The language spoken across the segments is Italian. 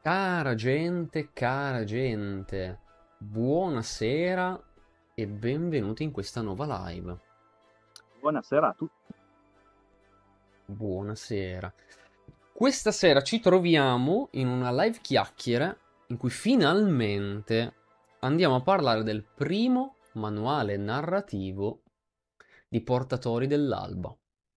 Cara gente, buonasera e benvenuti in questa nuova live. Buonasera a tutti. Buonasera. Questa sera ci troviamo in una live chiacchiere in cui finalmente andiamo a parlare del primo manuale narrativo di Portatori dell'Alba.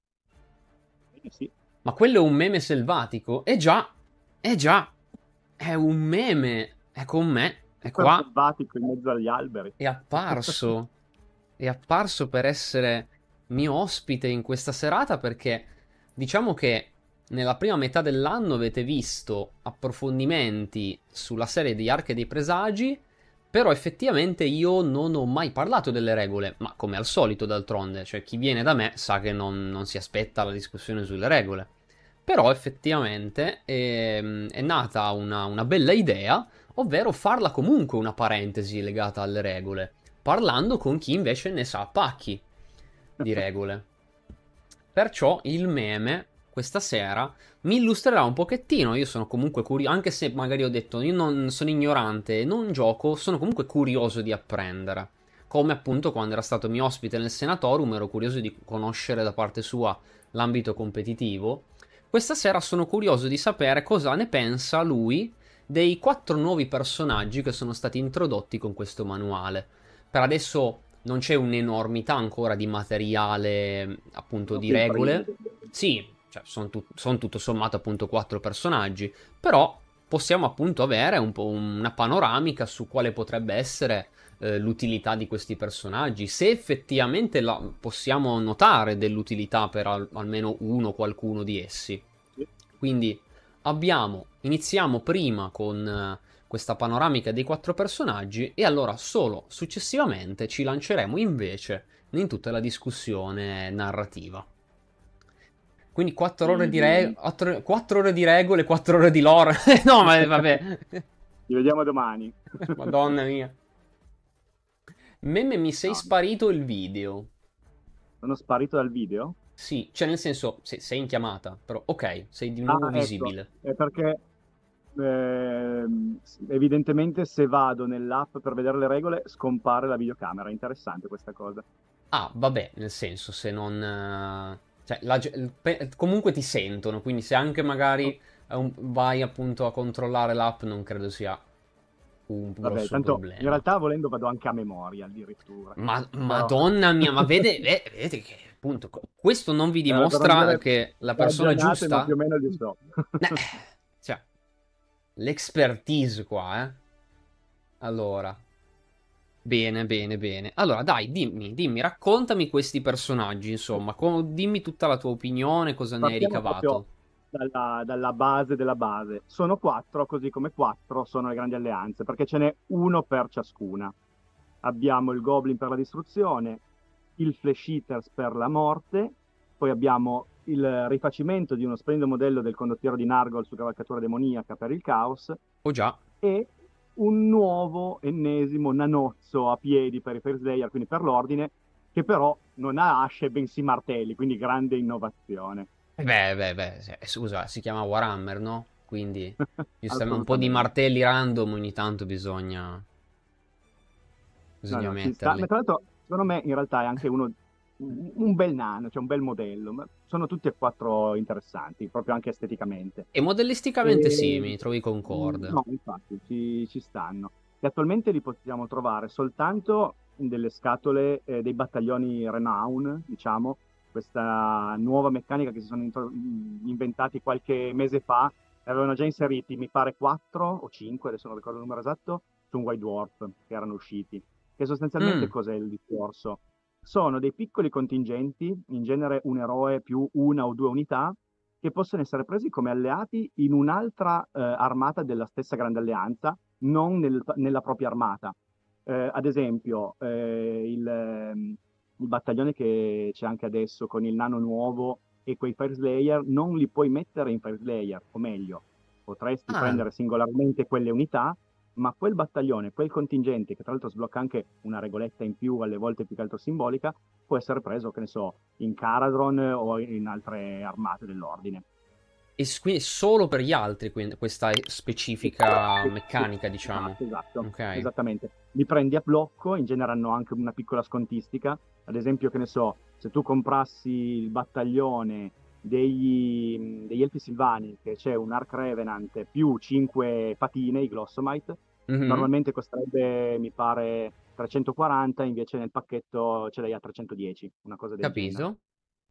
Sì, Ma quello è un meme selvatico? Eh già, è un meme, è con me, è super qua. selvatico in mezzo agli alberi. è apparso, è apparso per essere mio ospite in questa serata perché diciamo che nella prima metà dell'anno avete visto approfondimenti sulla serie di Arche dei Presagi, però effettivamente io non ho mai parlato delle regole, ma come al solito d'altronde, cioè chi viene da me sa che non si aspetta la discussione sulle regole. Però effettivamente è nata una bella idea, ovvero farla comunque una parentesi legata alle regole, parlando con chi invece ne sa a pacchi di regole. Perciò il meme questa sera mi illustrerà un pochettino. Io sono comunque curioso, anche se magari ho detto io non sono ignorante e non gioco, sono comunque curioso di apprendere. Come appunto quando era stato mio ospite nel Senatorum, ero curioso di conoscere da parte sua l'ambito competitivo. Questa sera sono curioso di sapere cosa ne pensa lui dei 4 nuovi personaggi che sono stati introdotti con questo manuale. Per adesso non c'è un'enormità ancora di materiale, appunto, Sono di film primi. regole. Sì, cioè, sono tutto sommato appunto 4 personaggi, però possiamo appunto avere un po' una panoramica su quale potrebbe essere l'utilità di questi personaggi, se effettivamente possiamo notare dell'utilità per almeno uno o qualcuno di essi. Sì. Quindi iniziamo prima con questa panoramica dei 4 personaggi e allora solo successivamente ci lanceremo invece in tutta la discussione narrativa. Quindi 4 ore Ci, di, 4 ore di regole, 4 ore di lore. No, ma vabbè. ci vediamo domani. Madonna mia. Meme, mi sei No, sparito il video. sono sparito dal video? Sì, cioè nel senso, sei in chiamata, però ok, sei di nuovo Ah, ecco, visibile. è perché evidentemente se vado nell'app per vedere le regole scompare la videocamera. Interessante questa cosa. Ah, vabbè, nel senso, se non... cioè, comunque ti sentono, quindi se anche magari vai appunto a controllare l'app, non credo sia un Vabbè, grosso tanto in problema. realtà volendo vado anche a memoria addirittura. Ma, Però madonna mia, ma vedete che appunto questo non vi era per non dimostra dire che la persona è baggianate, ma più giusta? o meno li so. Eh, cioè, l'expertise qua, eh. Allora, bene, bene, bene. Allora, dai, dimmi, raccontami questi personaggi, insomma, dimmi tutta la tua opinione, cosa ne hai Partiamo proprio ricavato. dalla base della base. Sono quattro, così come quattro sono le grandi alleanze, perché ce n'è uno per ciascuna. Abbiamo il Goblin per la distruzione, il Flesh Eaters per la morte, poi abbiamo il rifacimento di uno splendido modello del condottiero di Nargol su cavalcatura demoniaca per il caos Oh già. e un nuovo ennesimo nanozzo a piedi per i Fire Slayer, quindi per l'ordine, che però non ha asce bensì martelli, quindi grande innovazione. Scusa, si chiama Warhammer, no? Quindi, giustamente, un po' di Assolutamente. martelli random ogni tanto No, bisogna no, ci sta. Ma metterli. tra l'altro, secondo me in realtà è anche un bel nano, cioè un bel modello. Ma sono tutti e quattro interessanti, proprio anche esteticamente. E modellisticamente sì, E, mi trovi concorde. no, infatti, ci stanno. E attualmente li possiamo trovare soltanto in delle scatole dei battaglioni Renown, diciamo, questa nuova meccanica che si sono inventati qualche mese fa. Avevano già inseriti, mi pare, 4 o 5, adesso non ricordo il numero esatto, su un White Dwarf che erano usciti. Che sostanzialmente Mm. cos'è il discorso? Sono dei piccoli contingenti, in genere un eroe più una o due unità, che possono essere presi come alleati in un'altra armata della stessa Grande Alleanza, non nella propria armata. Ad esempio, il battaglione che c'è anche adesso con il nano nuovo e quei Fire Slayer non li puoi mettere in Fire Slayer, o meglio, potresti Ah, prendere singolarmente quelle unità, ma quel battaglione, quel contingente, che tra l'altro sblocca anche una regoletta in più, alle volte più che altro simbolica, può essere preso, che ne so, in Caradron o in altre armate dell'ordine. solo per gli altri, quindi, questa specifica Sì, sì, meccanica, diciamo. esatto, Ok. esattamente. Li prendi a blocco, in genere hanno anche una piccola scontistica. Ad esempio, che ne so, se tu comprassi il battaglione degli Elfi Silvani, che c'è un Arc Revenant più 5 patine, i Glossomite, Mhm, normalmente costerebbe, mi pare, 340, invece nel pacchetto ce l'hai a 310, una cosa del genere. capito.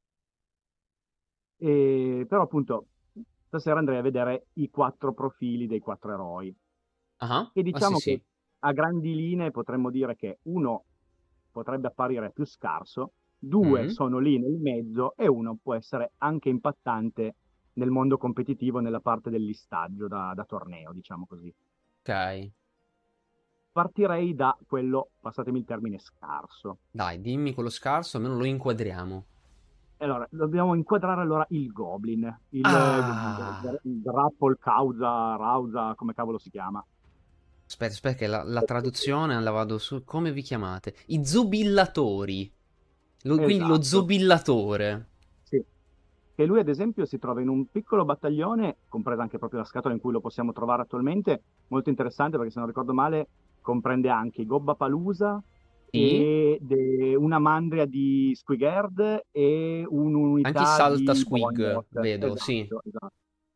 Però appunto stasera andrei a vedere i 4 profili dei 4 eroi. Ah, E sì, diciamo che sì. a grandi linee potremmo dire che uno potrebbe apparire più scarso, due Mm, sono lì nel mezzo e uno può essere anche impattante nel mondo competitivo, nella parte del listaggio da torneo, diciamo così. ok. Partirei da quello, passatemi il termine, scarso. Dai, dimmi quello scarso, almeno lo inquadriamo. Allora, dobbiamo inquadrare allora il Goblin, il Ah! Grapple Causa, Rausa, come cavolo si chiama. Aspetta, aspetta, che la traduzione la vado su. Come vi chiamate? I zubillatori. Quindi lo Esatto, zubillatore. sì. Che lui ad esempio si trova in un piccolo battaglione, compresa anche proprio la scatola in cui lo possiamo trovare attualmente, molto interessante perché se non ricordo male comprende anche i Gobba Palusa Sì. e una mandria di Squigerd e Anche i un'unità Salta di Squig, Borongbot. vedo, sì. Esatto, esatto.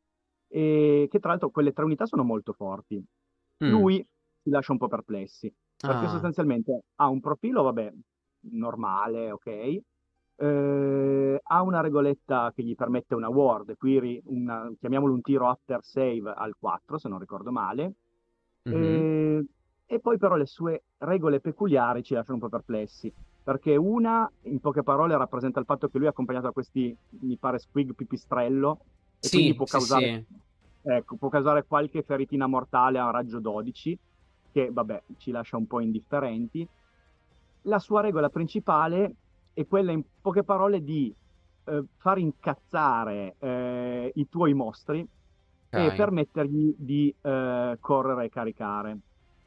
E che tra l'altro quelle 3 unità sono molto forti. Mm. Lui si lascia un po' perplessi, perché Ah, sostanzialmente ha un profilo, vabbè, normale, ok, ha una regoletta che gli permette una ward, qui chiamiamolo un tiro after save al 4, se non ricordo male, mhm, eh, e poi però le sue regole peculiari ci lasciano un po' perplessi, perché una, in poche parole, rappresenta il fatto che lui è accompagnato da questi, mi pare, squig pipistrello, e quindi sì, sì, sì. ecco, può causare qualche feritina mortale a raggio 12, che vabbè, ci lascia un po' indifferenti. La sua regola principale è quella, in poche parole, di far incazzare i tuoi mostri e Ok. permettergli di correre e caricare.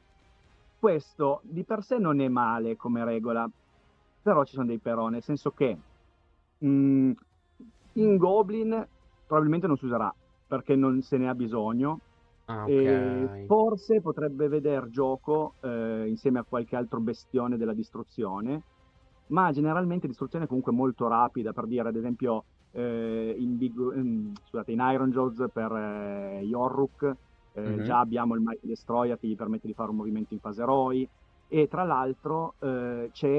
Questo di per sé non è male come regola, però ci sono dei però, nel senso che mh, in Goblin probabilmente non si userà perché non se ne ha bisogno Ah, ok. e forse potrebbe veder gioco insieme a qualche altro bestione della distruzione, ma generalmente distruzione comunque molto rapida, per dire ad esempio scusate, in Iron Jaws per Yorruk Mhm, già abbiamo il Mighty Destroyer che gli permette di fare un movimento in fase eroi e tra l'altro c'è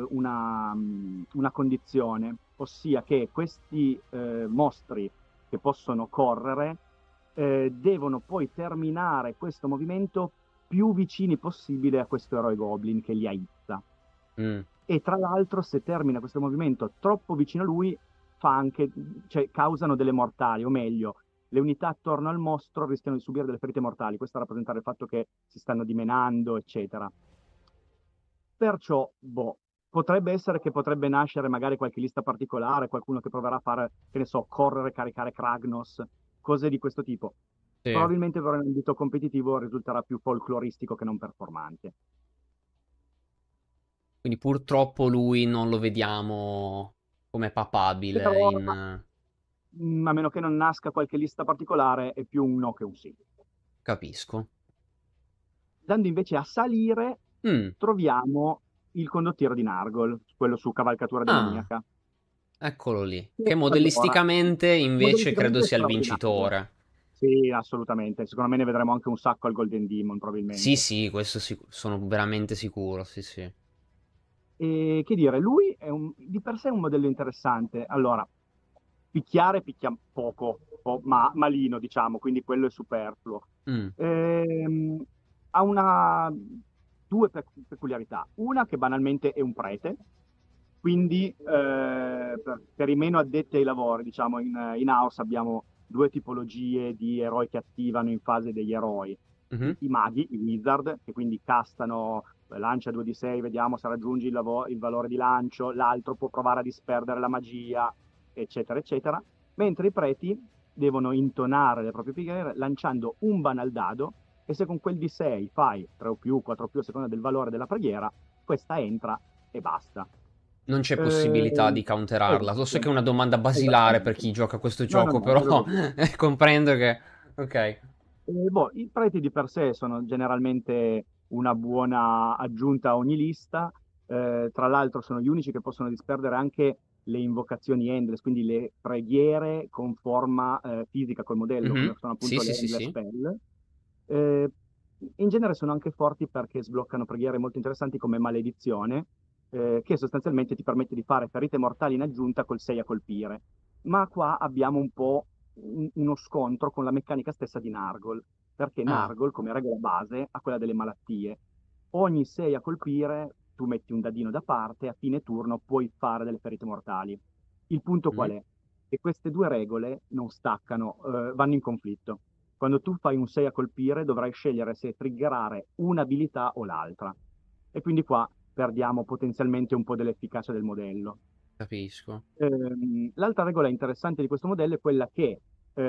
una condizione, ossia che questi mostri che possono correre devono poi terminare questo movimento più vicini possibile a questo eroe Goblin che li aizza. mm, E tra l'altro, se termina questo movimento troppo vicino a lui, fa anche, cioè, causano delle mortali, o meglio, le unità attorno al mostro rischiano di subire delle ferite mortali. Questo a rappresentare il fatto che si stanno dimenando, eccetera. Perciò, boh, potrebbe essere che potrebbe nascere magari qualche lista particolare, qualcuno che proverà a fare, che ne so, correre, caricare Kragnos, cose di questo tipo. sì. Probabilmente però in ambito competitivo risulterà più folcloristico che non performante. Quindi purtroppo lui non lo vediamo come papabile Però, in... a meno che non nasca qualche lista particolare, è più un no che un sì. Capisco. Andando invece a salire, Mm. troviamo il condottiero di Nargol, quello su cavalcatura Ah, demoniaca. eccolo lì. E Che allora, modellisticamente invece credo modellisticamente è sia il straordinario. vincitore. Sì, assolutamente. Secondo me ne vedremo anche un sacco al Golden Demon, Sì, probabilmente. sì, questo sono veramente sicuro, sì, sì. E che dire, lui è di per sé un modello interessante. Allora, picchiare picchia poco, malino, diciamo, quindi quello è superfluo. Mm, Ehm, ha due peculiarità. Una che banalmente è un prete, quindi per i meno addetti ai lavori, diciamo, in house abbiamo due tipologie di eroi che attivano in fase degli eroi. mhm, I maghi, i wizard, che quindi castano, lancia 2d6, vediamo se raggiungi il valore di lancio, l'altro può provare a disperdere la magia, eccetera, eccetera. Mentre i preti devono intonare le proprie preghiere lanciando un banal dado e se con quel d6 fai 3 o più, 4 o più a seconda del valore della preghiera, questa entra e basta. Non c'è possibilità Eh, di counterarla. Lo so che esatto, è una domanda basilare per esattamente. chi gioca a questo No, no, gioco, no, credo però così. comprendo che... Ok. Boh, i preti di per sé sono generalmente una buona aggiunta a ogni lista, tra l'altro sono gli unici che possono disperdere anche le invocazioni endless, quindi le preghiere con forma fisica col modello, come Mhm. sono Sì, appunto sì, le sì, endless sì. spell. Eh, In genere sono anche forti perché sbloccano preghiere molto interessanti come maledizione, che sostanzialmente ti permette di fare ferite mortali in aggiunta col 6 a colpire. Ma qua abbiamo un po' uno scontro con la meccanica stessa di Nargol, perché Ah. Nargol, come regola base, ha quella delle malattie. Ogni 6 a colpire, tu metti un dadino da parte, e a fine turno puoi fare delle ferite mortali. Il punto qual Mhm. è? Che queste due regole non staccano, vanno in conflitto. Quando tu fai un 6 a colpire, dovrai scegliere se triggerare un'abilità o l'altra. E quindi qua perdiamo potenzialmente un po' dell'efficacia del modello. Capisco. L'altra regola interessante di questo modello è quella che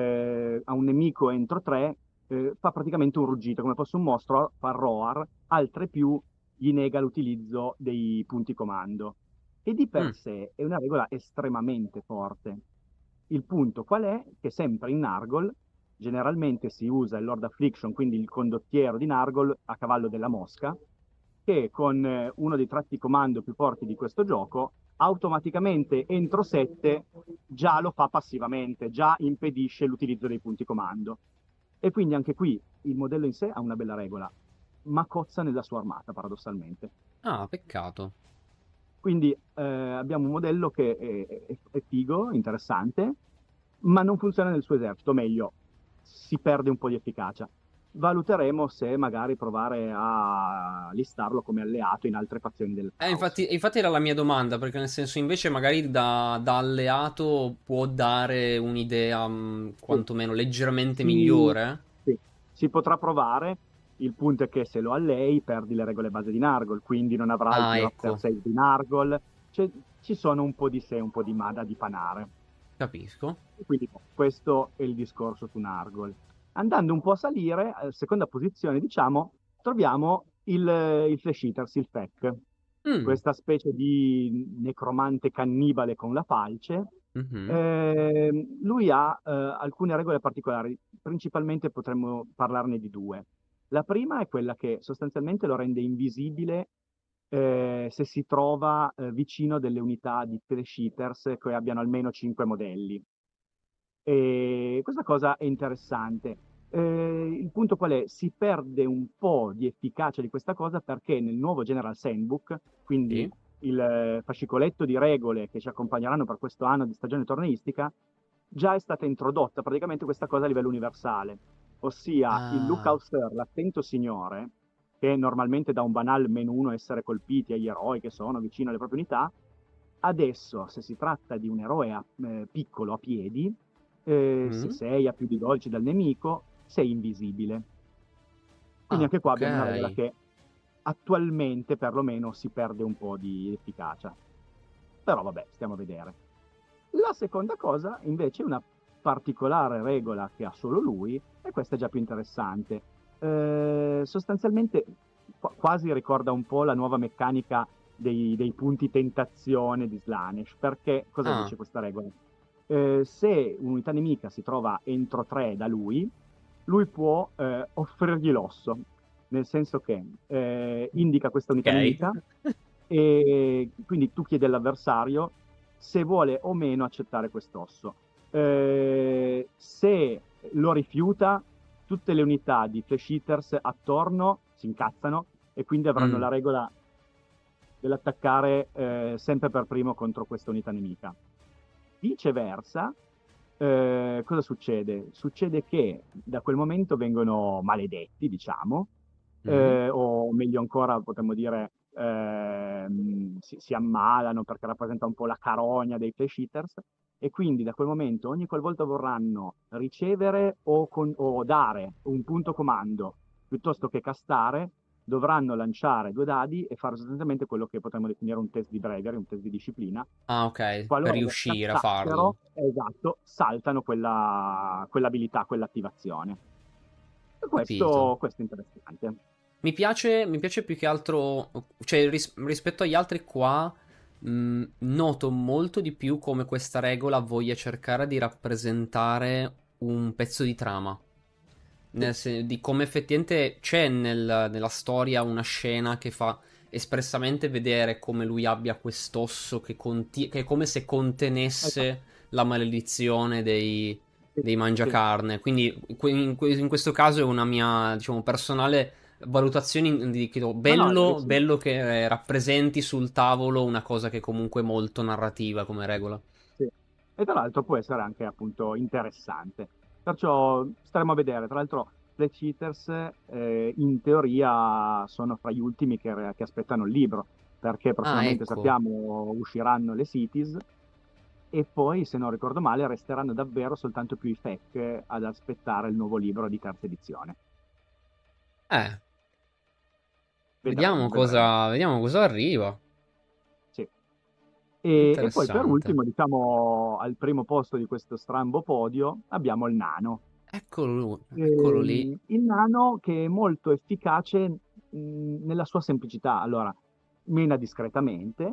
a un nemico entro 3 fa praticamente un ruggito, come fosse un mostro, fa roar, al 3 più gli nega l'utilizzo dei punti comando. E di per Mm. sé è una regola estremamente forte. Il punto qual è? Che sempre in Nargol generalmente si usa il Lord Affliction, quindi il condottiero di Nargol a cavallo della mosca, che con uno dei tratti comando più forti di questo gioco, automaticamente entro 7 già lo fa passivamente, già impedisce l'utilizzo dei punti comando. E quindi anche qui il modello in sé ha una bella regola, ma cozza nella sua armata, paradossalmente. Ah, peccato. Quindi abbiamo un modello che è figo, interessante, ma non funziona nel suo esercito, o meglio, si perde un po' di efficacia. Valuteremo se magari provare a listarlo come alleato in altre fazioni del caos. Infatti era la mia domanda, perché nel senso invece magari da alleato può dare un'idea Sì, quantomeno leggermente si, migliore. sì, si potrà provare, il punto è che se lo allei perdi le regole base di Nargol, quindi non avrai Ah, più l'after ecco, save di Nargol, ci sono un po' di sé, un po' di ma da dipanare. capisco. Quindi questo è il discorso su Nargol. Andando un po' a salire, seconda posizione, diciamo, troviamo il Flesh Eaters, il FEC, Mm, questa specie di necromante cannibale con la falce. mhm. Lui ha alcune regole particolari, principalmente potremmo parlarne di due. La prima è quella che sostanzialmente lo rende invisibile se si trova vicino delle unità di Flesh Eaters che abbiano almeno 5 modelli. E questa cosa è interessante. Il punto qual è? Si perde un po' di efficacia di questa cosa perché nel nuovo General Handbook, quindi Sì. il fascicoletto di regole che ci accompagneranno per questo anno di stagione torneistica, già è stata introdotta praticamente questa cosa a livello universale, ossia il Ah, Lookout Sir, l'attento signore, che normalmente da un banal meno uno essere colpiti agli eroi che sono vicino alle proprie unità, adesso se si tratta di un eroe piccolo a piedi, se mm. sei a più di 12 dal nemico, sei invisibile. Quindi Ah, anche qua ok. abbiamo una regola che attualmente perlomeno si perde un po' di efficacia. Però vabbè, stiamo a vedere. La seconda cosa invece è una particolare regola che ha solo lui, e questa è già più interessante. Sostanzialmente quasi ricorda un po' la nuova meccanica dei punti tentazione di Slanesh, perché cosa Ah, dice questa regola? Se un'unità nemica si trova entro 3 da lui può offrirgli l'osso, nel senso che indica questa unità ok. nemica e quindi tu chiedi all'avversario se vuole o meno accettare quest'osso. Se lo rifiuta, tutte le unità di Flash Eaters attorno si incazzano e quindi avranno la Mm, regola dell'attaccare sempre per primo contro questa unità nemica. Viceversa, cosa succede? Succede che da quel momento vengono maledetti, diciamo, mm. o meglio ancora potremmo dire si ammalano perché rappresenta un po' la carogna dei Flash Eaters, e quindi da quel momento ogni qualvolta vorranno ricevere o dare un punto comando piuttosto che castare, dovranno lanciare due dadi e fare sostanzialmente quello che potremmo definire un test di bravery, un test di disciplina. Ah, ok, per Qualora lo riuscire a scattassero, farlo. esatto, saltano quell'abilità, quell'attivazione. E Capito. questo è interessante. Mi piace più che altro, cioè rispetto agli altri qua, Noto molto di più come questa regola voglia cercare di rappresentare un pezzo di trama. Sì, Di come effettivamente c'è nella storia una scena che fa espressamente vedere come lui abbia quest'osso che è come se esatto. contenesse la maledizione Sì, dei sì. mangiacarne. Quindi in questo caso è una mia, diciamo, personale valutazione No, no, è bello, verissimo. bello che rappresenti sul tavolo una cosa che comunque è molto narrativa come regola. Sì. E tra l'altro può essere anche appunto interessante. Perciò staremo a vedere. Tra l'altro, Flash Eaters in teoria sono fra gli ultimi che aspettano il libro, perché Ah, prossimamente ecco. sappiamo usciranno le cities e poi, se non ricordo male, resteranno davvero soltanto più i FAQ ad aspettare il nuovo libro di terza edizione. Eh, vediamo Vedremo. vediamo cosa arriva. Sì. E poi per Interessante. ultimo, diciamo, al primo posto di questo strambo podio abbiamo il nano. Eccolo lì. Il nano che è molto efficace nella sua semplicità. Allora, mena discretamente.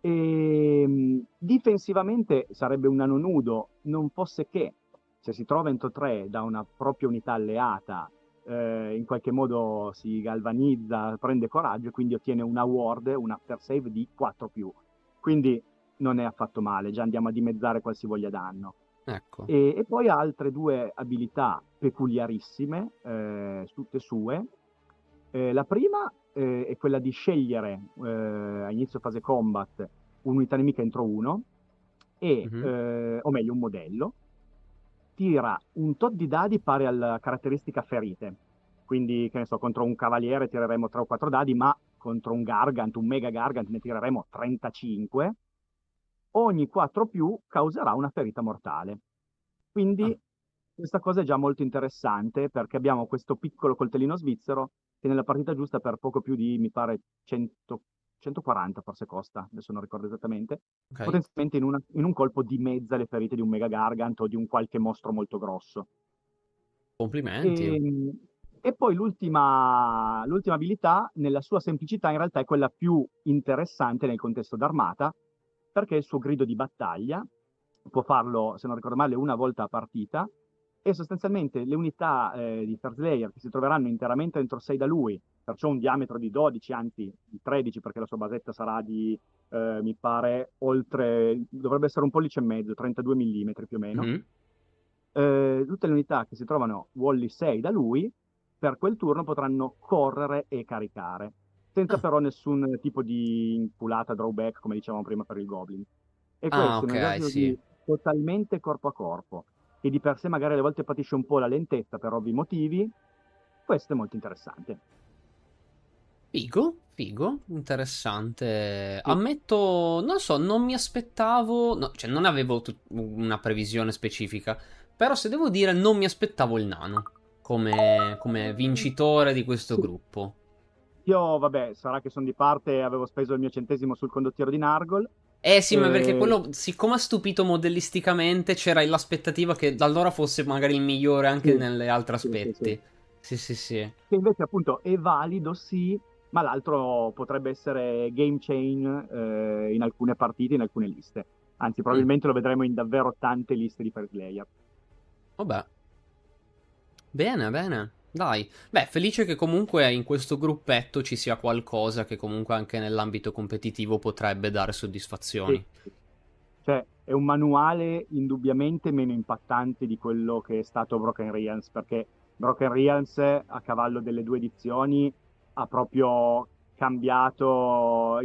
Difensivamente sarebbe un nano nudo, non fosse che se si trova entro 3 da una propria unità alleata, in qualche modo si galvanizza, prende coraggio e quindi ottiene una ward, un after save di 4 più. Quindi non è affatto male, già andiamo a dimezzare qualsivoglia danno. Ecco. E poi ha altre due abilità peculiarissime, tutte sue. La prima è quella di scegliere a inizio fase combat un'unità nemica entro uno, Mhm. o meglio un modello, tira un tot di dadi pari alla caratteristica ferite. Quindi, che ne so, contro un cavaliere tireremo 3 o 4 dadi, ma contro un Gargant, un Mega Gargant, ne tireremo 35. Ogni 4 più causerà una ferita mortale. Ah, Quindi questa cosa è già molto interessante perché abbiamo questo piccolo coltellino svizzero che nella partita giusta per poco più di, mi pare, 100 140 forse costa, adesso non ricordo esattamente, ok. potenzialmente in un colpo dimezza le ferite di un Mega Gargant o di un qualche mostro molto grosso. Complimenti. E, e poi l'ultima abilità, nella sua semplicità, in realtà è quella più interessante nel contesto d'armata, perché il suo grido di battaglia può farlo, se non ricordo male, una volta a partita, e sostanzialmente le unità di First Layer che si troveranno interamente entro 6 da lui, perciò un diametro di 12, anzi di 13, perché la sua basetta sarà di, mi pare, oltre, dovrebbe essere un pollice e mezzo, 32 millimetri più o meno, Mhm. tutte le unità che si trovano Wally 6 da lui, per quel turno potranno correre e caricare, senza Ah, però nessun tipo di inculata drawback, come dicevamo prima per il Goblin. E ah, questo in un ok, esercito sì. totalmente corpo a corpo, che di per sé magari alle volte patisce un po' la lentezza per ovvi motivi, questo è molto interessante. Figo, figo, interessante. Sì. Ammetto, non so, non mi aspettavo, no, cioè non avevo una previsione specifica, però se devo dire non mi aspettavo il nano come vincitore di questo Sì. gruppo. Io, vabbè, sarà che sono di parte, avevo speso il mio centesimo sul condottiero di Nargol. Eh sì, ma perché E... quello, siccome ha stupito modellisticamente, c'era l'aspettativa che da allora fosse magari il migliore anche Sì, negli altri sì, sì, sì. aspetti. Sì, sì, sì. Che invece appunto è valido, sì, ma l'altro potrebbe essere game chain in alcune partite, in alcune liste. Anzi, Mm, probabilmente lo vedremo in davvero tante liste di first player. vabbè. Bene, bene. Dai. Beh, felice che comunque in questo gruppetto ci sia qualcosa che comunque anche nell'ambito competitivo potrebbe dare Sì. soddisfazioni. Cioè, è un manuale indubbiamente meno impattante di quello che è stato Broken Realms, perché Broken Realms, a cavallo delle due edizioni, ha proprio cambiato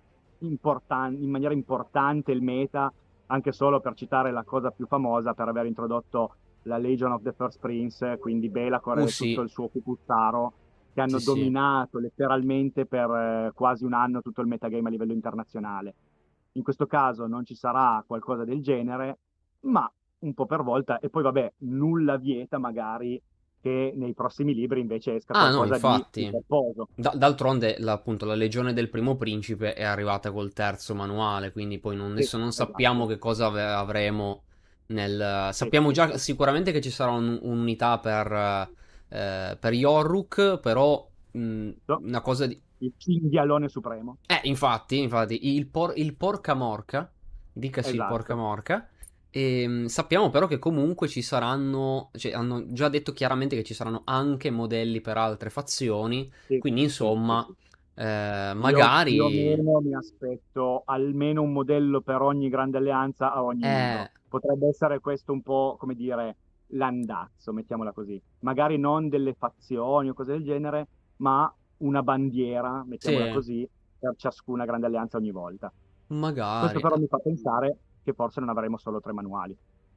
in maniera importante il meta, anche solo per citare la cosa più famosa, per aver introdotto la Legion of the First Prince, quindi Belacor e tutto Sì, il suo Cucuzzaro, che sì, hanno sì. dominato letteralmente per quasi un anno tutto il metagame a livello internazionale. In questo caso non ci sarà qualcosa del genere, ma un po' per volta, e poi vabbè, nulla vieta magari che nei prossimi libri invece esca Ah, no, qualcosa di più infatti. corposo. D'altronde, appunto, la Legione del Primo Principe è arrivata col terzo manuale, quindi poi Sì, adesso non sappiamo esatto. che cosa avremo nel... Sì, Sappiamo sì, già sì. sicuramente che ci sarà un'unità per Yorruk, però No, una cosa di... il cinghialone supremo. Infatti, il porca morca, dicasi il porca Esatto. morca. Sappiamo però che comunque ci saranno, cioè hanno già detto chiaramente che ci saranno anche modelli per altre fazioni, Sì, quindi sì, sì, insomma, sì. Io più o magari... meno mi aspetto almeno un modello per ogni grande alleanza a ogni Eh, libro. Potrebbe essere questo un po', come dire, l'andazzo, mettiamola così. Magari non delle fazioni o cose del genere, ma una bandiera, mettiamola sì, così, per ciascuna grande alleanza ogni volta. Questo magari. però mi fa pensare che forse non avremo solo 3 manuali.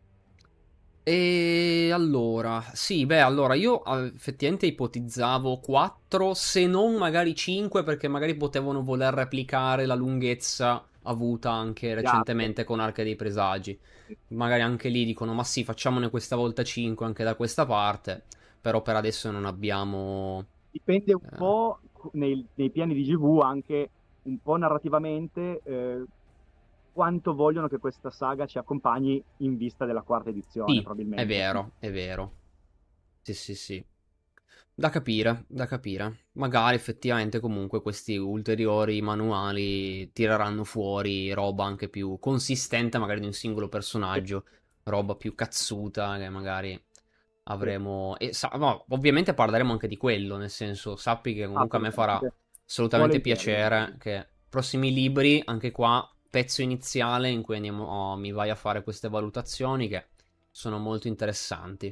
E allora, sì, beh, allora io effettivamente ipotizzavo 4, se non magari 5, perché magari potevano voler replicare la lunghezza avuta anche Chiaro. recentemente con Arca dei Presagi. Magari anche lì dicono, ma sì, facciamone questa volta 5 anche da questa parte, però per adesso non abbiamo... Dipende un eh, po' nei piani di GV, anche un po' narrativamente, quanto vogliono che questa saga ci accompagni in vista della quarta edizione, Sì, è probabilmente. vero, è vero. Sì, sì, sì. Da capire, da capire. Magari effettivamente comunque questi ulteriori manuali tireranno fuori roba anche più consistente, magari di un singolo Sì, personaggio, roba più cazzuta che magari sì, avremo... no, ovviamente parleremo anche di quello, nel senso, sappi che comunque a me farà assolutamente. assolutamente Volentieri, piacere volentieri. che prossimi libri, anche qua, pezzo iniziale in cui mi vai a fare queste valutazioni che sono molto interessanti.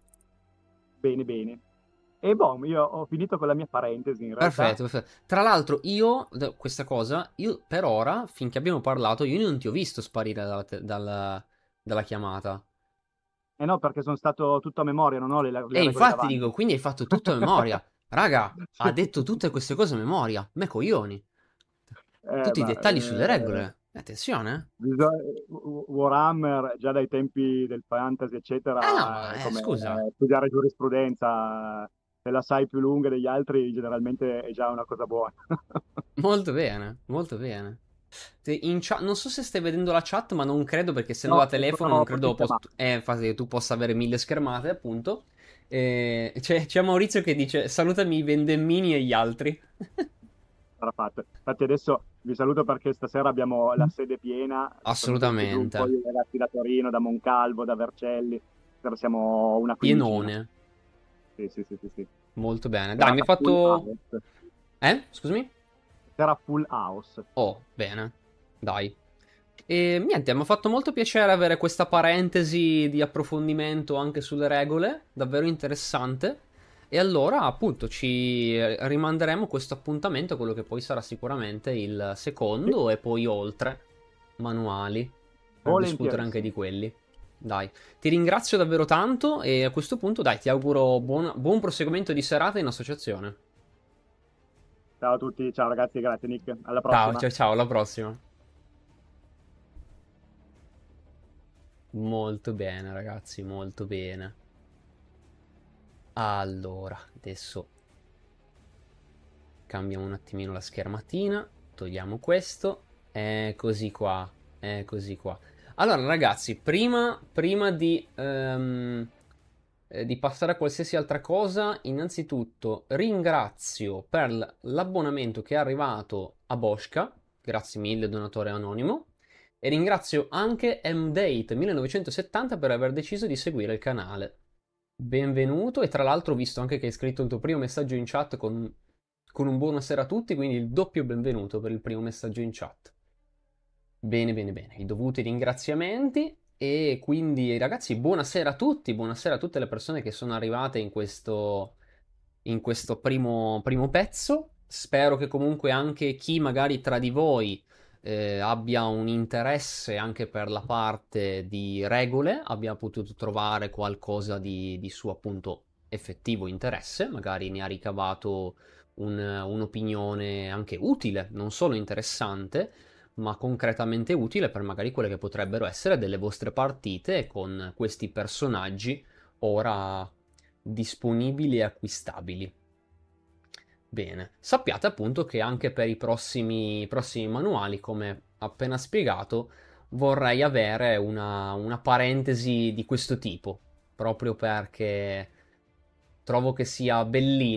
Bene, bene. E boh, io ho finito con la mia parentesi, in realtà. Perfetto, perfetto. Tra l'altro, questa cosa, io per ora, finché abbiamo parlato, io non ti ho visto sparire dalla chiamata. Eh no, perché sono stato tutto a memoria, non ho le E regole infatti dico, davanti. quindi hai fatto tutto a memoria. Raga, ha Sì. detto tutte queste cose a memoria. Me coglioni. Tutti i Ma dettagli sulle regole. Attenzione. Warhammer, già dai tempi del fantasy, No, eccetera, è ma come scusa. studiare giurisprudenza. Se la sai più lunga degli altri, generalmente è già una cosa buona. Molto bene, molto bene. Non so se stai vedendo la chat, ma non credo perché essendo No, da telefono non sono proprio credo in chiamata. infatti, tu possa avere 1000 schermate, appunto. C'è Maurizio che dice salutami i vendemmini e gli altri. Sarà fatto. Infatti adesso vi saluto perché stasera abbiamo la sede piena, sono venuti giù un po' Assolutamente. i ragazzi da Torino, da Moncalvo, da Vercelli, stasera siamo una quindicina. Pienone. Sì, sì, sì, sì, sì. Molto bene. Dai, mi hai Serata full fatto... house. Scusami? Sera full house. Oh, bene. Dai. E niente, mi ha fatto molto piacere avere questa parentesi di approfondimento anche sulle regole, davvero interessante. E allora, appunto, ci rimanderemo questo appuntamento, quello che poi sarà sicuramente il Sì, secondo e poi oltre manuali, per discutere anche di volentierissimo. quelli. Dai, ti ringrazio davvero tanto e a questo punto, dai, ti auguro buon proseguimento di serata in associazione. Ciao a tutti, ciao ragazzi, grazie Nick, alla Ciao, prossima. ciao, ciao, alla prossima. Molto bene, ragazzi, molto bene. Allora, adesso cambiamo un attimino la schermatina, togliamo questo, eccoci qua, eccoci qua. Allora, ragazzi, prima di passare a qualsiasi altra cosa, innanzitutto ringrazio per l'abbonamento che è arrivato a Boschka, grazie mille, donatore anonimo, e ringrazio anche MDate 1970 per aver deciso di seguire il canale. Benvenuto e tra l'altro ho visto anche che hai scritto il tuo primo messaggio in chat con un buonasera a tutti, quindi il doppio benvenuto per il primo messaggio in chat. Bene, bene, bene, i dovuti ringraziamenti e quindi ragazzi buonasera a tutti, buonasera a tutte le persone che sono arrivate in questo primo pezzo. Spero che comunque anche chi magari tra di voi abbia un interesse anche per la parte di regole, abbia potuto trovare qualcosa di suo appunto effettivo interesse, magari ne ha ricavato un'opinione anche utile, non solo interessante, ma concretamente utile per magari quelle che potrebbero essere delle vostre partite con questi personaggi ora disponibili e acquistabili. Bene, sappiate appunto che anche per i prossimi manuali, come appena spiegato, vorrei avere una parentesi di questo tipo, proprio perché trovo che sia bellino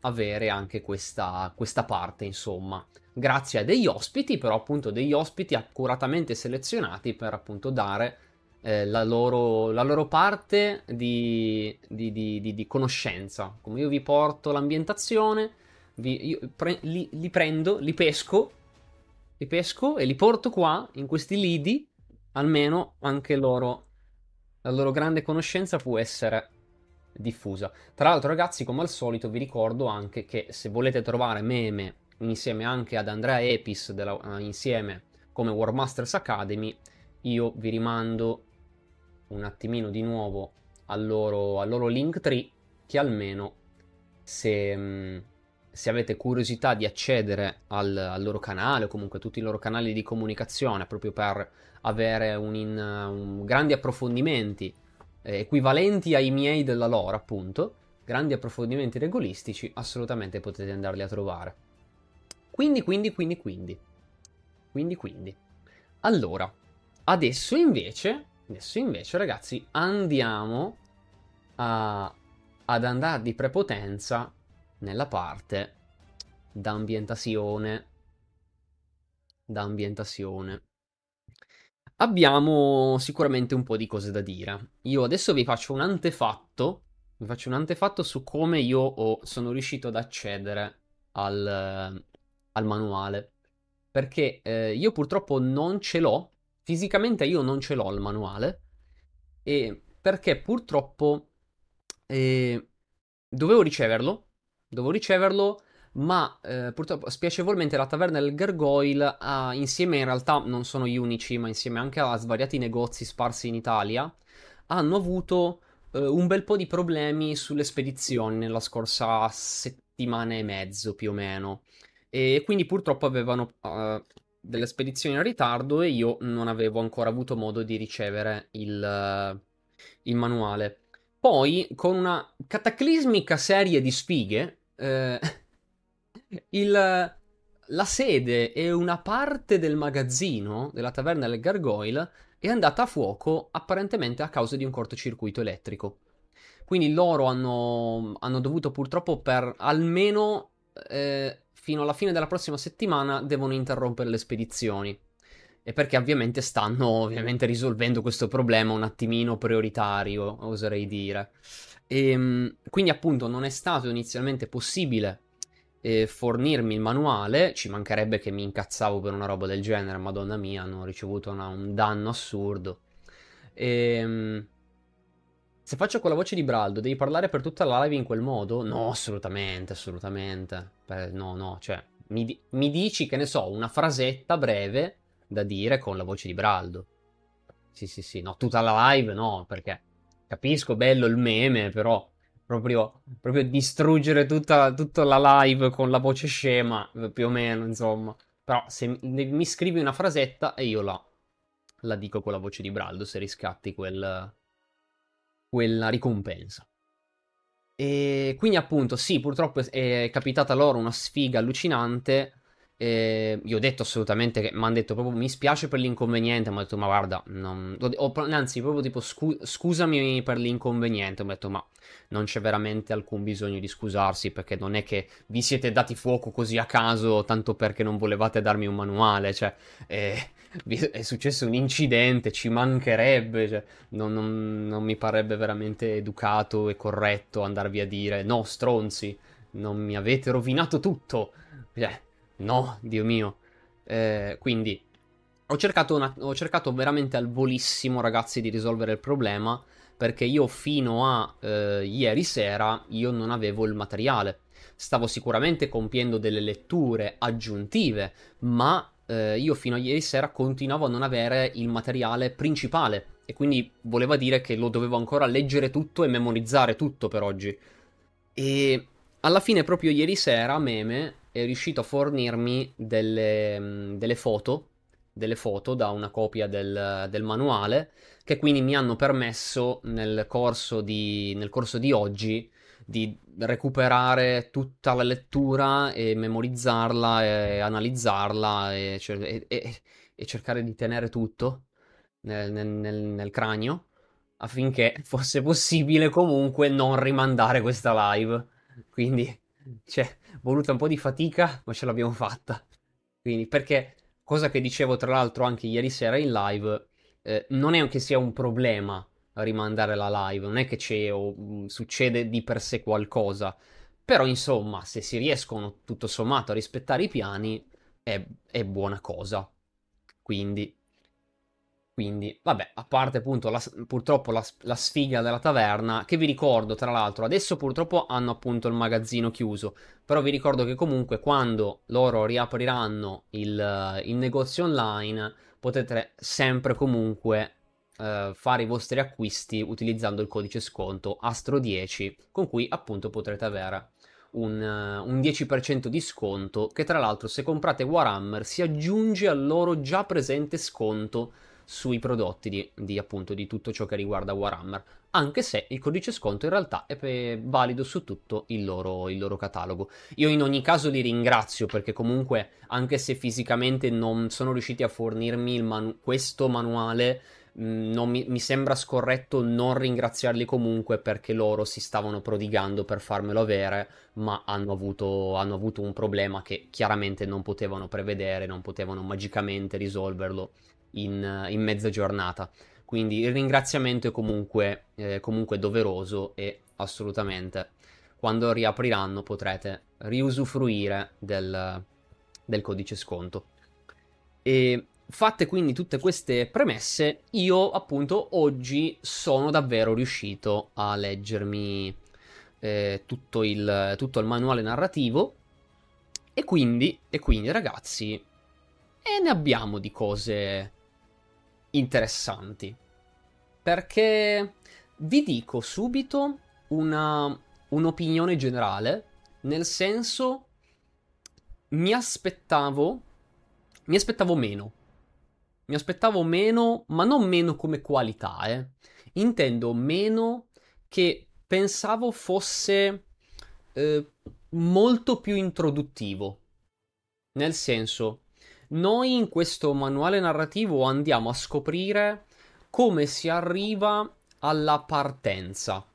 avere anche questa parte, insomma. Grazie a degli ospiti, però appunto degli ospiti accuratamente selezionati per appunto dare la loro parte di conoscenza. Come io vi porto l'ambientazione, li prendo, li pesco e li porto qua, in questi lidi, almeno anche loro, la loro grande conoscenza può essere diffusa. Tra l'altro, ragazzi, come al solito, vi ricordo anche che se volete trovare meme insieme anche ad Andrea Epis, insieme come War Masters Academy, io vi rimando un attimino di nuovo al loro Linktree, che almeno se avete curiosità di accedere al loro canale o comunque a tutti i loro canali di comunicazione proprio per avere grandi approfondimenti equivalenti ai miei della lore, appunto, grandi approfondimenti regolistici, assolutamente potete andarli a trovare. Quindi. Allora, adesso invece, ragazzi, andiamo ad andare di prepotenza nella parte d'ambientazione. Abbiamo sicuramente un po' di cose da dire. Io adesso vi faccio un antefatto su come sono riuscito ad accedere al manuale. Perché io purtroppo non ce l'ho, fisicamente io non ce l'ho il manuale, e perché purtroppo eh, dovevo riceverlo, ma purtroppo spiacevolmente la Taverna del Gargoyle insieme in realtà non sono gli unici, ma insieme anche a svariati negozi sparsi in Italia, hanno avuto un bel po' di problemi sulle spedizioni nella scorsa settimana e mezzo più o meno. E quindi purtroppo avevano delle spedizioni in ritardo e io non avevo ancora avuto modo di ricevere il manuale. Poi, con una cataclismica serie di sfighe, la sede e una parte del magazzino della taverna del Gargoyle è andata a fuoco apparentemente a causa di un cortocircuito elettrico. Quindi loro hanno dovuto purtroppo per almeno fino alla fine della prossima settimana devono interrompere le spedizioni. E perché ovviamente stanno ovviamente risolvendo questo problema un attimino prioritario, oserei dire. Quindi appunto non è stato inizialmente possibile fornirmi il manuale, ci mancherebbe che mi incazzavo per una roba del genere, madonna mia, hanno ricevuto un danno assurdo. Ehm, Se faccio con la voce di Braldo, devi parlare per tutta la live in quel modo? No, assolutamente, assolutamente. No, no, cioè, mi dici, che ne so, una frasetta breve da dire con la voce di Braldo. Sì, sì, sì, no, tutta la live no, perché capisco, bello il meme, però proprio distruggere tutta la live con la voce scema, più o meno, insomma. Però se mi scrivi una frasetta e io la dico con la voce di Braldo, se riscatti quella ricompensa. E quindi appunto sì, purtroppo è capitata loro una sfiga allucinante. Io ho detto assolutamente che mi hanno detto proprio mi spiace per l'inconveniente, ma ho detto ma guarda, anzi proprio tipo scusami per l'inconveniente, ho detto ma non c'è veramente alcun bisogno di scusarsi perché non è che vi siete dati fuoco così a caso tanto perché non volevate darmi un manuale, cioè è successo un incidente, ci mancherebbe, cioè, non mi parebbe veramente educato e corretto andarvi a dire no, stronzi, non mi avete rovinato tutto. Cioè, no, Dio mio. Quindi ho cercato veramente al volissimo, ragazzi, di risolvere il problema perché io fino a ieri sera io non avevo il materiale. Stavo sicuramente compiendo delle letture aggiuntive, ma io fino a ieri sera continuavo a non avere il materiale principale e quindi voleva dire che lo dovevo ancora leggere tutto e memorizzare tutto per oggi. E alla fine, proprio ieri sera, Meme è riuscito a fornirmi delle foto da una copia del manuale, che quindi mi hanno permesso nel corso di oggi di recuperare tutta la lettura e memorizzarla e analizzarla e cercare di tenere tutto nel cranio affinché fosse possibile comunque non rimandare questa live. Quindi Cioè, voluta un po' di fatica, ma ce l'abbiamo fatta. Quindi, perché, cosa che dicevo tra l'altro anche ieri sera in live, non è che sia un problema rimandare la live, non è che c'è o succede di per sé qualcosa. Però, insomma, se si riescono tutto sommato a rispettare i piani, è buona cosa. Quindi, vabbè, a parte appunto purtroppo la sfiga della taverna, che vi ricordo tra l'altro, adesso purtroppo hanno appunto il magazzino chiuso, però vi ricordo che comunque quando loro riapriranno il negozio online potete sempre comunque fare i vostri acquisti utilizzando il codice sconto Astro10, con cui appunto potrete avere un 10% di sconto che tra l'altro se comprate Warhammer si aggiunge al loro già presente sconto sui prodotti appunto di tutto ciò che riguarda Warhammer, anche se il codice sconto in realtà è valido su tutto il loro catalogo. Io in ogni caso li ringrazio perché comunque anche se fisicamente non sono riusciti a fornirmi questo manuale, non mi sembra scorretto non ringraziarli comunque perché loro si stavano prodigando per farmelo avere, ma hanno avuto un problema che chiaramente non potevano prevedere, non potevano magicamente risolverlo in mezza giornata. Quindi il ringraziamento è comunque doveroso e assolutamente quando riapriranno potrete riusufruire del codice sconto. E fatte quindi tutte queste premesse, io appunto oggi sono davvero riuscito a leggermi tutto il manuale narrativo e quindi ragazzi, e ne abbiamo di cose interessanti. Perché vi dico subito un'opinione generale, nel senso mi aspettavo, mi aspettavo meno. Mi aspettavo meno, ma non meno come qualità, eh. Intendo meno che pensavo fosse eh, molto più introduttivo. Nel senso, noi in questo manuale narrativo andiamo a scoprire come si arriva alla partenza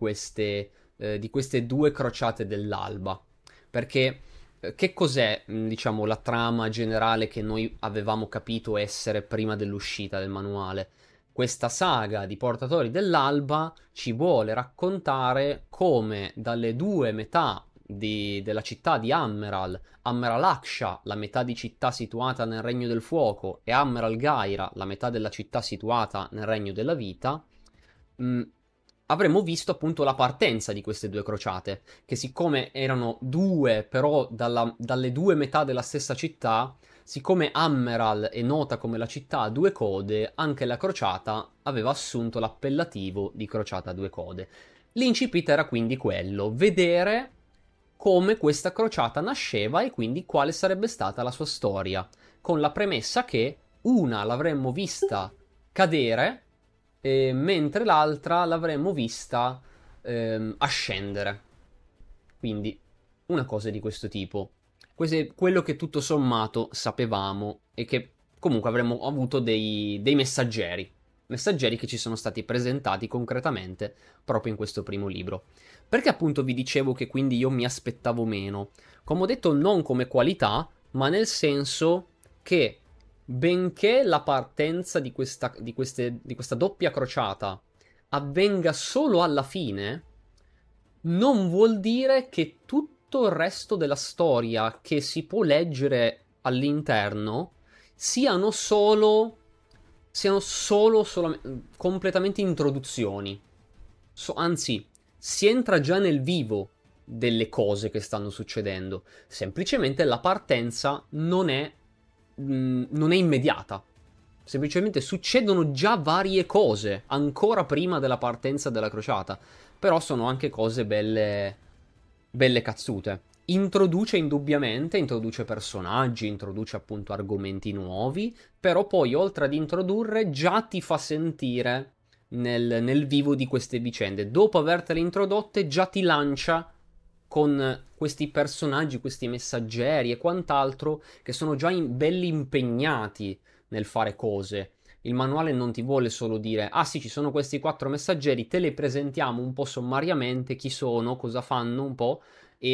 di queste due crociate dell'alba. Perché che cos'è, diciamo, la trama generale che noi avevamo capito essere prima dell'uscita del manuale? Questa saga di Portatori dell'Alba ci vuole raccontare come dalle due metà della città di Ammeralaksha, la metà di città situata nel Regno del Fuoco, e Ammeralgaira, la metà della città situata nel Regno della Vita, mh, avremmo visto appunto la partenza di queste due crociate, che siccome erano due, però dalle due metà della stessa città, siccome Ammeral è nota come la città a due code, anche la crociata aveva assunto l'appellativo di crociata a due code. L'incipit era quindi quello, vedere come questa crociata nasceva e quindi quale sarebbe stata la sua storia, con la premessa che una l'avremmo vista cadere, mentre l'altra l'avremmo vista ascendere. Quindi una cosa di questo tipo. Questo è quello che tutto sommato sapevamo e che comunque avremmo avuto dei messaggeri. Messaggeri che ci sono stati presentati concretamente proprio in questo primo libro. Perché appunto vi dicevo che quindi io mi aspettavo meno? Come ho detto, non come qualità, ma nel senso che benché la partenza di questa doppia crociata avvenga solo alla fine, non vuol dire che tutto il resto della storia che si può leggere all'interno siano solo completamente introduzioni. Anzi, si entra già nel vivo delle cose che stanno succedendo. Semplicemente la partenza non è immediata. Semplicemente succedono già varie cose ancora prima della partenza della crociata. Però sono anche cose belle, belle cazzute. Introduce personaggi, introduce appunto argomenti nuovi, però poi oltre ad introdurre già ti fa sentire nel vivo di queste vicende. Dopo avertele introdotte già ti lancia con questi personaggi, questi messaggeri e quant'altro che sono già belli impegnati nel fare cose. Il manuale non ti vuole solo dire, ah sì, ci sono questi quattro messaggeri, te li presentiamo un po' sommariamente, chi sono, cosa fanno un po', e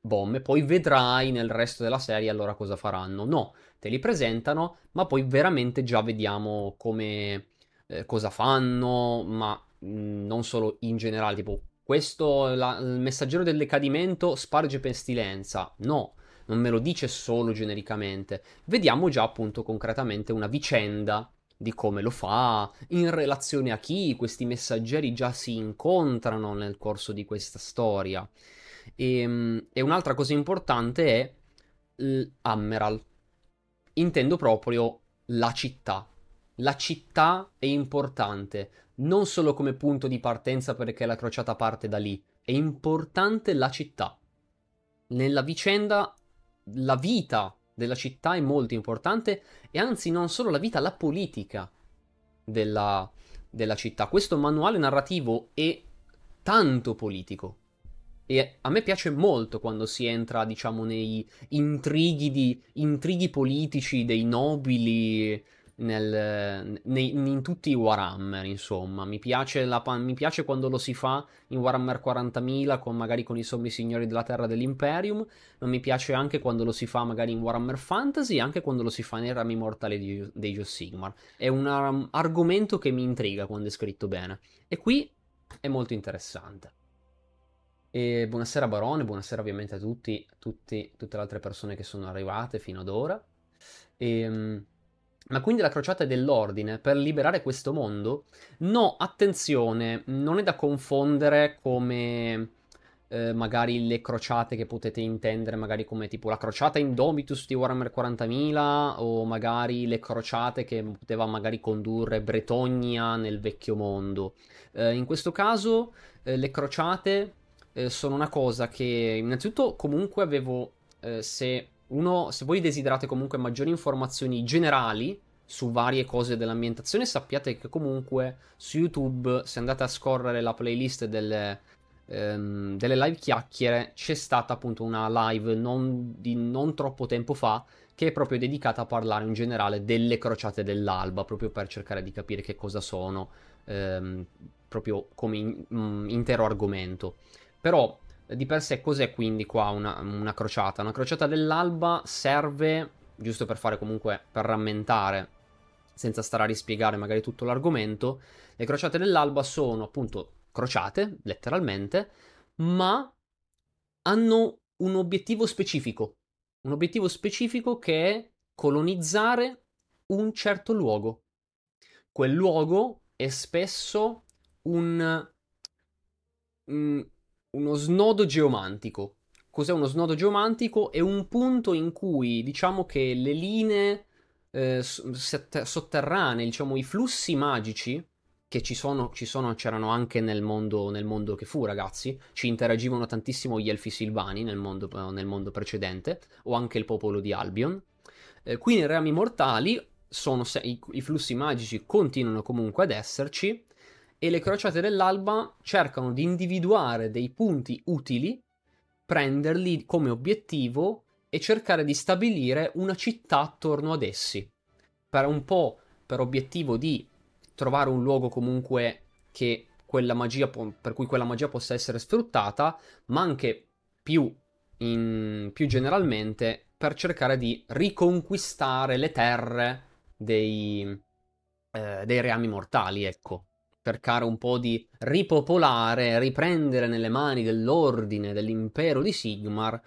bombe, poi vedrai nel resto della serie allora cosa faranno. No, te li presentano, ma poi veramente già vediamo come, cosa fanno, ma non solo in generale, tipo questo, il messaggero del decadimento sparge pestilenza. No, non me lo dice solo genericamente. Vediamo già appunto concretamente una vicenda di come lo fa, in relazione a chi questi messaggeri già si incontrano nel corso di questa storia. E un'altra cosa importante è l'Ammeral. Intendo proprio la città. La città è importante, non solo come punto di partenza perché la crociata parte da lì, è importante la città. Nella vicenda, la vita della città è molto importante e anzi non solo la vita, la politica della, della città. Questo manuale narrativo è tanto politico. E a me piace molto quando si entra, diciamo, nei intrighi politici dei nobili in tutti i Warhammer, insomma. Mi piace quando lo si fa in Warhammer 40.000, magari con i sommi signori della terra dell'Imperium, ma mi piace anche quando lo si fa magari in Warhammer Fantasy e anche quando lo si fa nei rami mortali dei Joe Sigmar. È un argomento che mi intriga quando è scritto bene. E qui è molto interessante. E buonasera Barone, buonasera ovviamente a tutte le altre persone che sono arrivate fino ad ora. Ma quindi la crociata dell'ordine per liberare questo mondo? No, attenzione, non è da confondere come magari le crociate che potete intendere, magari come tipo la crociata Indomitus di Warhammer 40.000 o magari le crociate che poteva magari condurre Bretogna nel vecchio mondo. In questo caso le crociate sono una cosa che innanzitutto comunque avevo, se voi desiderate comunque maggiori informazioni generali su varie cose dell'ambientazione, sappiate che comunque su YouTube, se andate a scorrere la playlist delle live chiacchiere, c'è stata appunto una live non troppo tempo fa che è proprio dedicata a parlare in generale delle crociate dell'alba, proprio per cercare di capire che cosa sono, ehm, proprio come intero argomento. Però di per sé cos'è quindi qua una crociata? Una crociata dell'alba serve, giusto per fare comunque, per rammentare, senza stare a rispiegare magari tutto l'argomento, le crociate dell'alba sono appunto crociate, letteralmente, ma hanno un obiettivo specifico che è colonizzare un certo luogo. Quel luogo è spesso un mm, uno snodo geomantico. Cos'è uno snodo geomantico? È un punto in cui diciamo che le linee sotterranee, diciamo i flussi magici che c'erano anche nel mondo che fu, ragazzi. Ci interagivano tantissimo gli elfi silvani nel mondo precedente, o anche il popolo di Albion. Qui nei Reami Mortali i flussi magici continuano comunque ad esserci e le crociate dell'alba cercano di individuare dei punti utili, prenderli come obiettivo e cercare di stabilire una città attorno ad essi. Per un po' per obiettivo di trovare un luogo comunque che per cui quella magia possa essere sfruttata, ma anche più, più generalmente per cercare di riconquistare le terre dei reami mortali, ecco. Cercare un po' di ripopolare, riprendere nelle mani dell'ordine, dell'impero di Sigmar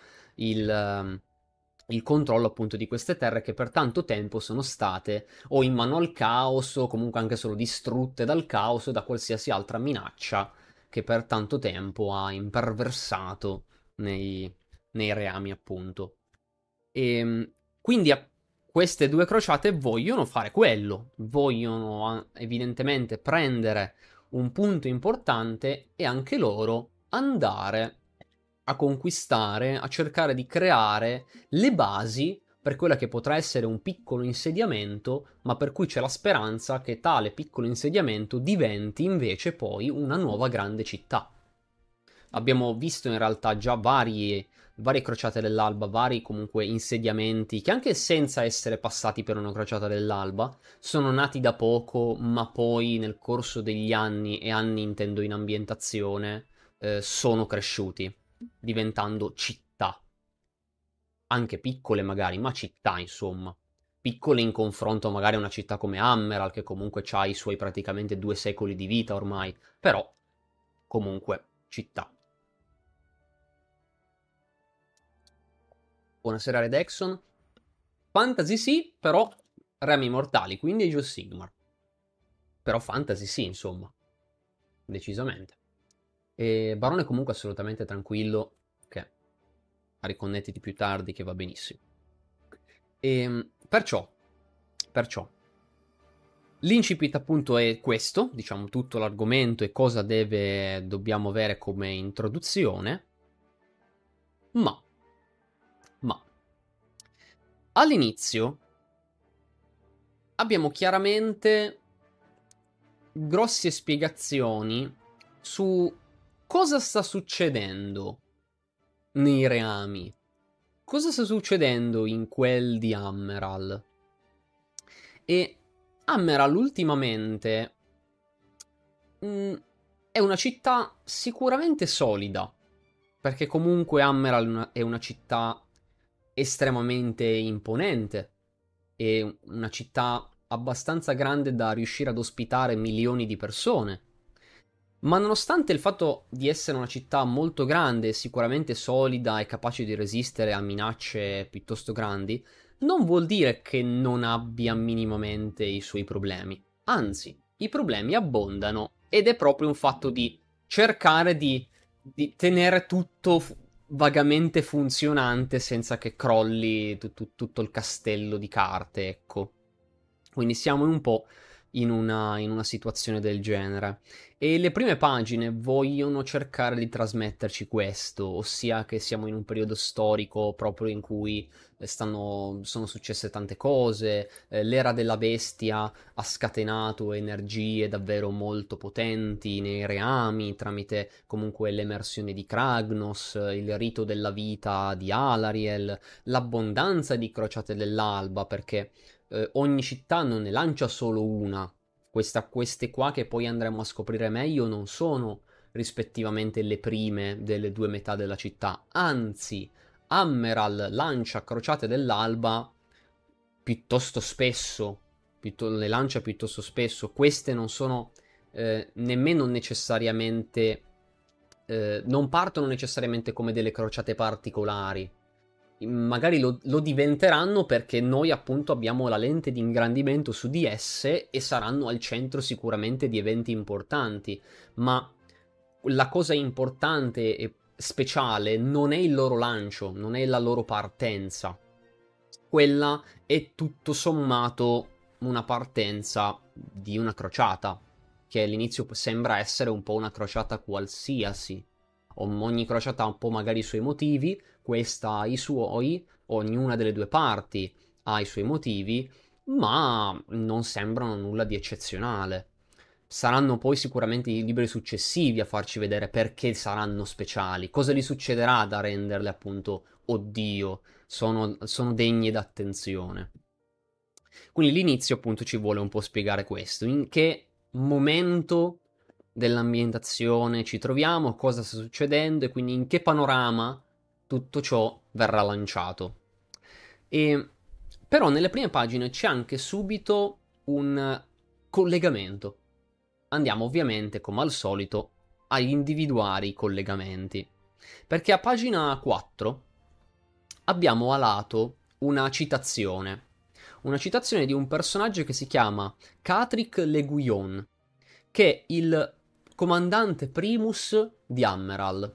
il controllo appunto di queste terre che per tanto tempo sono state o in mano al caos o comunque anche solo distrutte dal caos o da qualsiasi altra minaccia che per tanto tempo ha imperversato nei reami appunto. E quindi queste due crociate vogliono fare quello, vogliono evidentemente prendere un punto importante e anche loro andare a conquistare, a cercare di creare le basi per quella che potrà essere un piccolo insediamento, ma per cui c'è la speranza che tale piccolo insediamento diventi invece poi una nuova grande città. Abbiamo visto in realtà già varie crociate dell'alba, vari comunque insediamenti che anche senza essere passati per una crociata dell'alba sono nati da poco, ma poi nel corso degli anni, e anni intendo in ambientazione, sono cresciuti, diventando città. anche piccole magari, ma città insomma. Piccole in confronto magari a una città come Ammeral, che comunque ha i suoi praticamente 2 secoli di vita ormai, però comunque città. Buonasera Red Exxon. Fantasy sì, però rami mortali, quindi Age of Sigmar. Però fantasy sì, insomma, decisamente. E Barone comunque assolutamente tranquillo, che riconnettiti più tardi che va benissimo. E perciò, l'incipit appunto è questo, diciamo tutto l'argomento e cosa dobbiamo avere come introduzione, ma, ma, all'inizio abbiamo chiaramente grosse spiegazioni su cosa sta succedendo nei reami. Cosa sta succedendo in quel di Ammeral? E Ammeral ultimamente è una città sicuramente solida, perché comunque Ammeral è una città estremamente imponente, è una città abbastanza grande da riuscire ad ospitare milioni di persone. Ma nonostante il fatto di essere una città molto grande, sicuramente solida e capace di resistere a minacce piuttosto grandi, non vuol dire che non abbia minimamente i suoi problemi. Anzi, i problemi abbondano ed è proprio un fatto di cercare di tenere tutto vagamente funzionante senza che crolli tutto il castello di carte, ecco. Quindi siamo un po' in una situazione del genere. E le prime pagine vogliono cercare di trasmetterci questo, ossia che siamo in un periodo storico proprio in cui sono successe tante cose, l'era della bestia ha scatenato energie davvero molto potenti nei reami, tramite comunque l'emersione di Kragnos, il rito della vita di Alariel, l'abbondanza di crociate dell'alba, perché ogni città non ne lancia solo una. Queste qua che poi andremo a scoprire meglio non sono rispettivamente le prime delle due metà della città, anzi, Ammeral lancia crociate dell'alba piuttosto spesso, le lancia piuttosto spesso. Queste non sono nemmeno necessariamente, non partono necessariamente come delle crociate particolari. Magari lo diventeranno perché noi appunto abbiamo la lente di ingrandimento su di esse e saranno al centro sicuramente di eventi importanti, ma la cosa importante e speciale non è il loro lancio, non è la loro partenza. Quella è tutto sommato una partenza di una crociata, che all'inizio sembra essere un po' una crociata qualsiasi. Ogni crociata ha un po' magari i suoi motivi, questa ha i suoi, ognuna delle due parti ha i suoi motivi, ma non sembrano nulla di eccezionale. Saranno poi sicuramente i libri successivi a farci vedere perché saranno speciali, cosa gli succederà da renderle appunto oddio, sono degne d'attenzione. Quindi l'inizio appunto ci vuole un po' spiegare questo, in che momento dell'ambientazione ci troviamo, cosa sta succedendo e quindi in che panorama tutto ciò verrà lanciato. E però nelle prime pagine c'è anche subito un collegamento. Andiamo ovviamente, come al solito, a individuare i collegamenti. Perché a pagina 4 abbiamo a lato una citazione di un personaggio che si chiama Catrick Le Guillon, che è il comandante primus di Ammeral.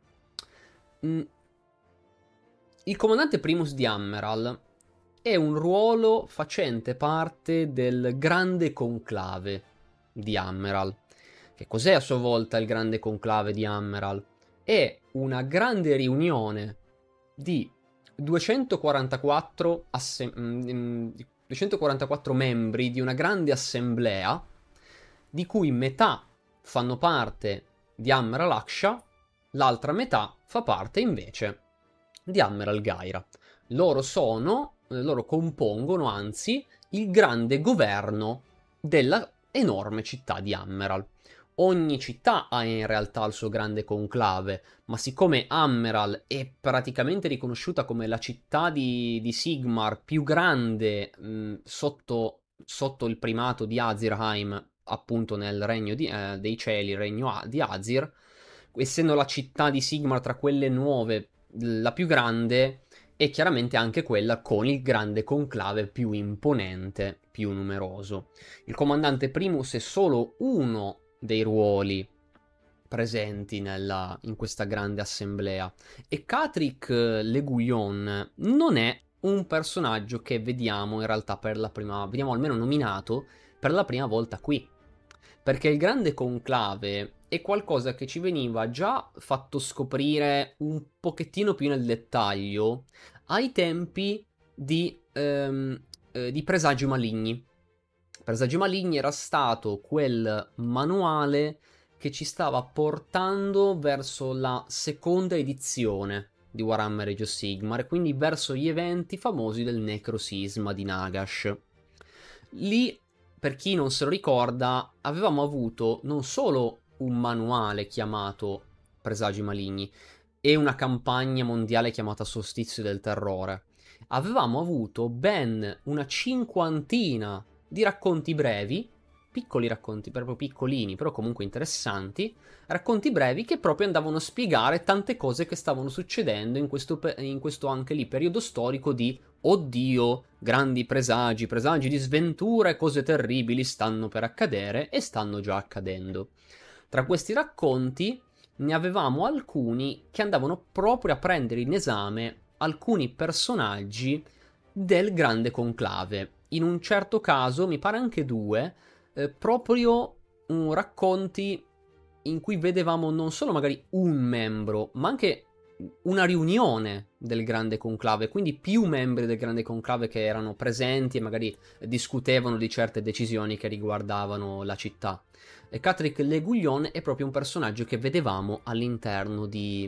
Il comandante primus di Ammeral è un ruolo facente parte del grande conclave di Ammeral. Che cos'è a sua volta il grande conclave di Ammeral? È una grande riunione di 244, 244 membri di una grande assemblea, di cui metà fanno parte di Ammeral Aksha, l'altra metà fa parte invece di Ammeral Gaira. Loro compongono anzi il grande governo della enorme città di Ammeral. Ogni città ha in realtà il suo grande conclave, ma siccome Ammeral è praticamente riconosciuta come la città di Sigmar più grande sotto il primato di Azirheim, appunto nel regno dei cieli, il regno di Azir, essendo la città di Sigmar tra quelle nuove la più grande, è chiaramente anche quella con il grande conclave più imponente, più numeroso. Il comandante Primus è solo uno dei ruoli presenti in questa grande assemblea. E Catrick Le Gouillon non è un personaggio che vediamo in realtà vediamo almeno nominato per la prima volta qui. Perché il grande conclave è qualcosa che ci veniva già fatto scoprire un pochettino più nel dettaglio ai tempi di Presagi Maligni. Presagi Maligni era stato quel manuale che ci stava portando verso la seconda edizione di Warhammer Age of Sigmar, e quindi verso gli eventi famosi del Necrosisma di Nagash. Lì, per chi non se lo ricorda, avevamo avuto non solo un manuale chiamato Presagi Maligni e una campagna mondiale chiamata Solstizio del Terrore. Avevamo avuto ben una cinquantina di racconti brevi, piccoli racconti, proprio piccolini, però comunque interessanti, racconti brevi che proprio andavano a spiegare tante cose che stavano succedendo in questo anche lì periodo storico di oddio, grandi presagi, presagi di sventura e cose terribili stanno per accadere e stanno già accadendo. Tra questi racconti ne avevamo alcuni che andavano proprio a prendere in esame alcuni personaggi del grande conclave. In un certo caso, mi pare anche due, proprio racconti in cui vedevamo non solo magari un membro, ma anche una riunione del grande conclave, quindi più membri del grande conclave che erano presenti e magari discutevano di certe decisioni che riguardavano la città. E Catrick Le Gouillon è proprio un personaggio che vedevamo all'interno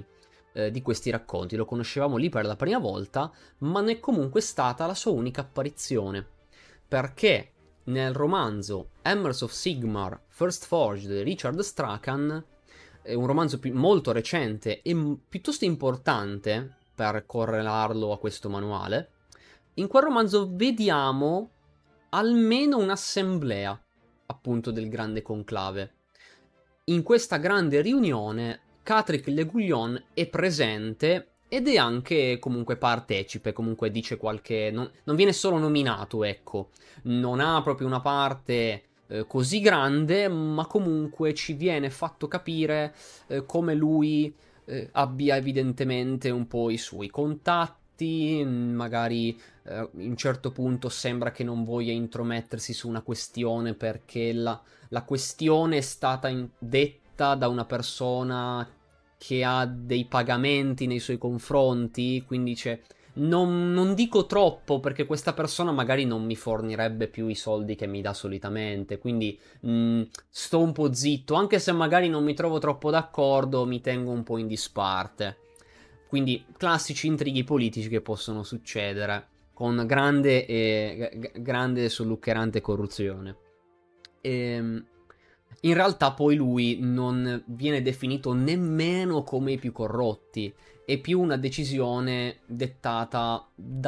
di questi racconti. Lo conoscevamo lì per la prima volta, ma non è comunque stata la sua unica apparizione. Perché nel romanzo Hammers of Sigmar First Forged di Richard Strachan, è un romanzo molto recente e piuttosto importante per correlarlo a questo manuale, in quel romanzo vediamo almeno un'assemblea, appunto, del grande conclave. In questa grande riunione Catrick Le Gouillon è presente ed è anche comunque partecipe, comunque dice qualche... non viene solo nominato, ecco. Non ha proprio una parte così grande, ma comunque ci viene fatto capire come lui abbia evidentemente un po' i suoi contatti, magari in un certo punto sembra che non voglia intromettersi su una questione perché la questione è stata detta da una persona che ha dei pagamenti nei suoi confronti, quindi c'è... non dico troppo perché questa persona magari non mi fornirebbe più i soldi che mi dà solitamente, quindi sto un po' zitto, anche se magari non mi trovo troppo d'accordo, mi tengo un po' in disparte. Quindi classici intrighi politici che possono succedere con grande e solluccherante corruzione. E, in realtà poi lui non viene definito nemmeno come i più corrotti, è più una decisione dettata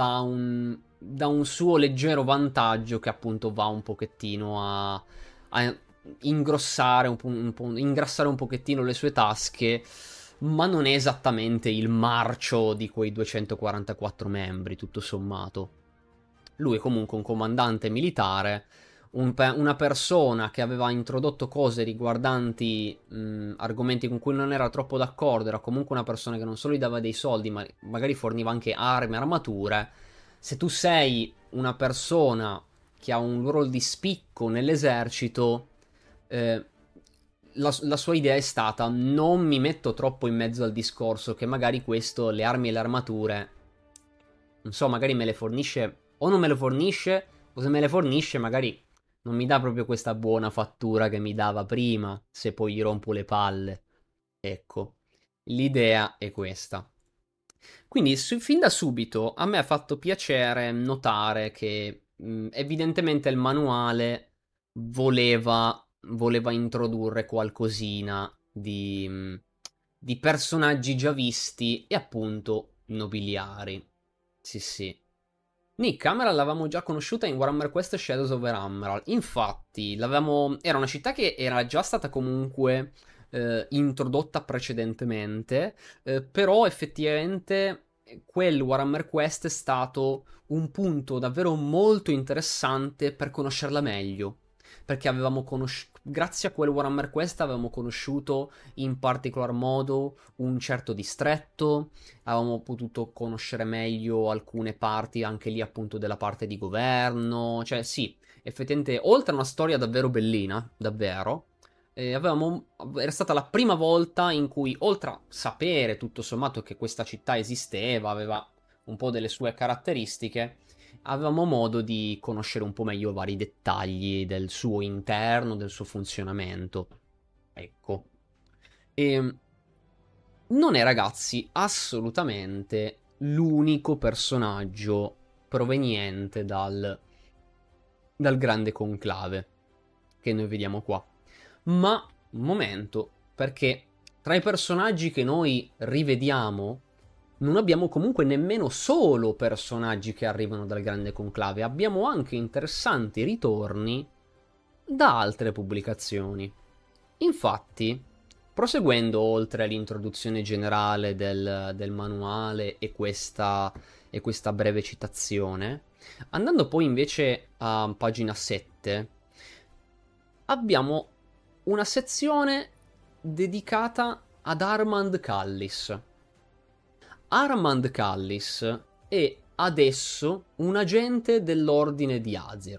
da un suo leggero vantaggio che appunto va un pochettino a ingrassare un pochettino le sue tasche, ma non è esattamente il marcio di quei 244 membri, tutto sommato. Lui è comunque un comandante militare, una persona che aveva introdotto cose riguardanti argomenti con cui non era troppo d'accordo, era comunque una persona che non solo gli dava dei soldi, ma magari forniva anche armi e armature. Se tu sei una persona che ha un ruolo di spicco nell'esercito, eh, la sua idea è stata: non mi metto troppo in mezzo al discorso, che magari questo, le armi e le armature, non so, magari me le fornisce o non me le fornisce, o se me le fornisce magari non mi dà proprio questa buona fattura che mi dava prima, se poi gli rompo le palle. Ecco, l'idea è questa. Quindi fin da subito a me ha fatto piacere notare che evidentemente il manuale voleva voleva introdurre qualcosina di personaggi già visti e appunto nobiliari. Sì, sì. Nick Emerald l'avevamo già conosciuta in Warhammer Quest Shadows over Emerald. Infatti, era una città che era già stata comunque introdotta precedentemente, però effettivamente quel Warhammer Quest è stato un punto davvero molto interessante per conoscerla meglio. Perché grazie a quel Warhammer Quest avevamo conosciuto in particolar modo un certo distretto, avevamo potuto conoscere meglio alcune parti anche lì appunto della parte di governo, cioè sì, effettivamente oltre a una storia davvero bellina, davvero, era stata la prima volta in cui oltre a sapere tutto sommato che questa città esisteva, aveva un po' delle sue caratteristiche, avevamo modo di conoscere un po' meglio vari dettagli del suo interno, del suo funzionamento. Ecco. E non è, ragazzi, assolutamente l'unico personaggio proveniente dal Grande Conclave che noi vediamo qua. Ma, un momento, perché tra i personaggi che noi rivediamo, non abbiamo comunque nemmeno solo personaggi che arrivano dal Grande Conclave, abbiamo anche interessanti ritorni da altre pubblicazioni. Infatti, proseguendo oltre l'introduzione generale del manuale e questa breve citazione, andando poi invece a pagina 7, abbiamo una sezione dedicata ad Armand Callis. Armand Callis è adesso un agente dell'ordine di Azir,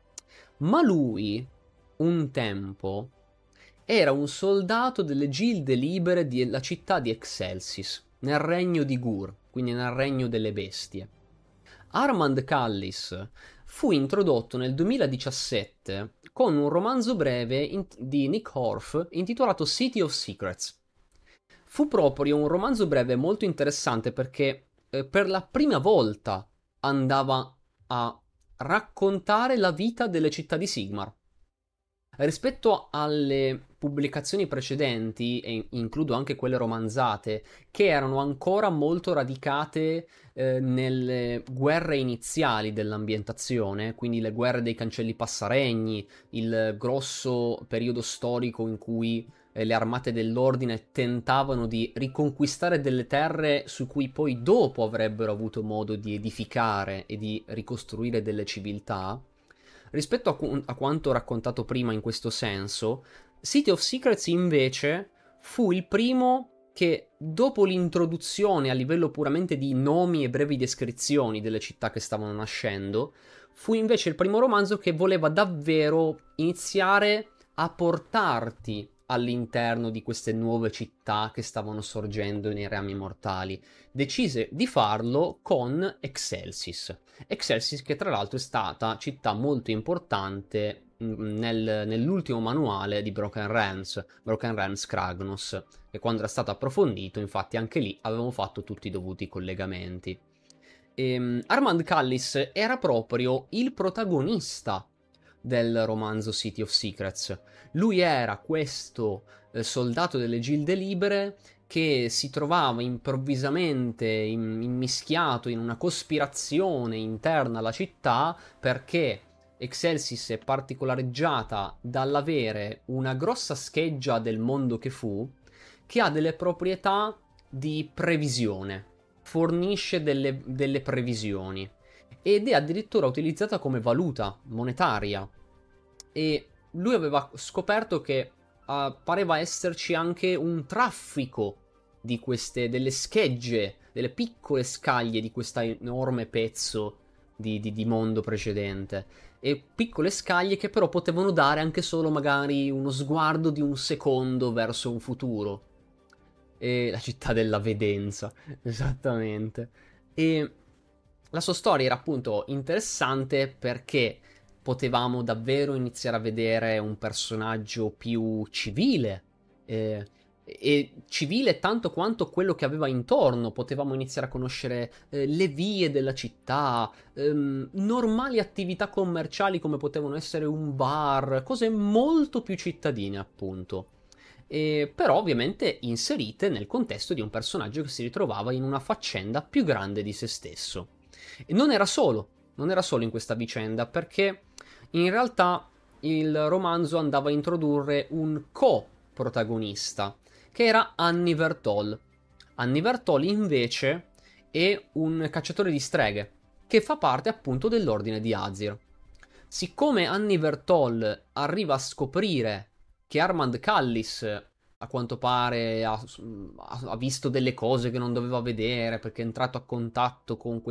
ma lui, un tempo, era un soldato delle gilde libere della città di Excelsis, nel regno di Gur, quindi nel regno delle bestie. Armand Callis fu introdotto nel 2017 con un romanzo breve di Nick Horf intitolato City of Secrets. Fu proprio un romanzo breve molto interessante perché per la prima volta andava a raccontare la vita delle città di Sigmar. Rispetto alle pubblicazioni precedenti, e includo anche quelle romanzate, che erano ancora molto radicate nelle guerre iniziali dell'ambientazione, quindi le guerre dei cancelli passaregni, il grosso periodo storico in cui le armate dell'ordine tentavano di riconquistare delle terre su cui poi dopo avrebbero avuto modo di edificare e di ricostruire delle civiltà. Rispetto a quanto raccontato prima in questo senso, City of Secrets invece fu il primo che, dopo l'introduzione a livello puramente di nomi e brevi descrizioni delle città che stavano nascendo, fu invece il primo romanzo che voleva davvero iniziare a portarti all'interno di queste nuove città che stavano sorgendo nei rami mortali. Decise di farlo con Excelsis. Excelsis, che tra l'altro è stata città molto importante nell'ultimo manuale di Broken Realms Kragnos, che quando era stato approfondito, infatti anche lì avevamo fatto tutti i dovuti collegamenti. Armand Callis era proprio il protagonista del romanzo City of Secrets. Lui era questo soldato delle gilde libere che si trovava improvvisamente immischiato in una cospirazione interna alla città perché Excelsis è particolareggiata dall'avere una grossa scheggia del mondo che fu, che ha delle proprietà di previsione, fornisce delle previsioni ed è addirittura utilizzata come valuta monetaria. E lui aveva scoperto che pareva esserci anche un traffico di delle schegge, delle piccole scaglie di questo enorme pezzo di mondo precedente. E piccole scaglie che però potevano dare anche solo magari uno sguardo di un secondo verso un futuro. E la città della vedenza, esattamente. E la sua storia era appunto interessante perché potevamo davvero iniziare a vedere un personaggio più civile, civile tanto quanto quello che aveva intorno. Potevamo iniziare a conoscere le vie della città, normali attività commerciali come potevano essere un bar, cose molto più cittadine, appunto. Però ovviamente inserite nel contesto di un personaggio che si ritrovava in una faccenda più grande di se stesso. E non era solo in questa vicenda, perché in realtà il romanzo andava a introdurre un co-protagonista, che era Annie Vertol. Annie Vertol invece è un cacciatore di streghe, che fa parte appunto dell'ordine di Azir. Siccome Annie Vertol arriva a scoprire che Armand Callis, a quanto pare, ha visto delle cose che non doveva vedere perché è entrato a contatto con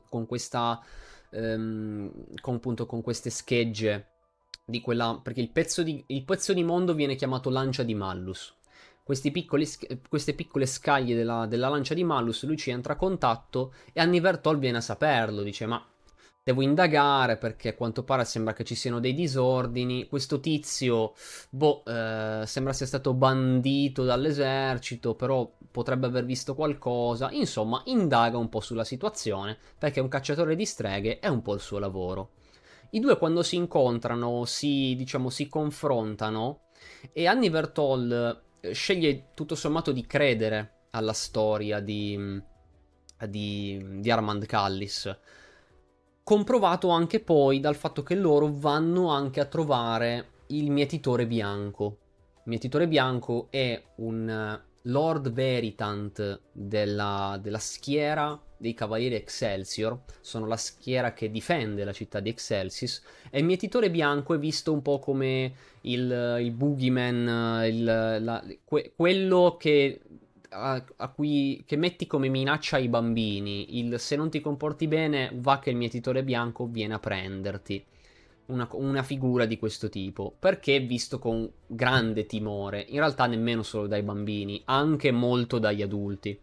appunto, con queste schegge di quella, perché il pezzo di mondo viene chiamato Lancia di Mallus. Queste piccole scaglie della lancia di Malus, lui ci entra a contatto e Annie Vertol viene a saperlo, dice ma devo indagare perché a quanto pare sembra che ci siano dei disordini, questo tizio, sembra sia stato bandito dall'esercito, però potrebbe aver visto qualcosa, insomma indaga un po' sulla situazione perché è un cacciatore di streghe, è un po' il suo lavoro. I due quando si incontrano, si confrontano e Annie Vertol sceglie tutto sommato di credere alla storia di Armand Callis. Comprovato anche poi dal fatto che loro vanno anche a trovare il mietitore bianco. Il mietitore bianco è un Lord Veritant della schiera dei Cavalieri Excelsior, sono la schiera che difende la città di Excelsis, e il mietitore bianco è visto un po' come il boogeyman, quello che che metti come minaccia ai bambini. Se non ti comporti bene, va che il mietitore bianco viene a prenderti. Una figura di questo tipo. Perché è visto con grande timore. In realtà nemmeno solo dai bambini, anche molto dagli adulti.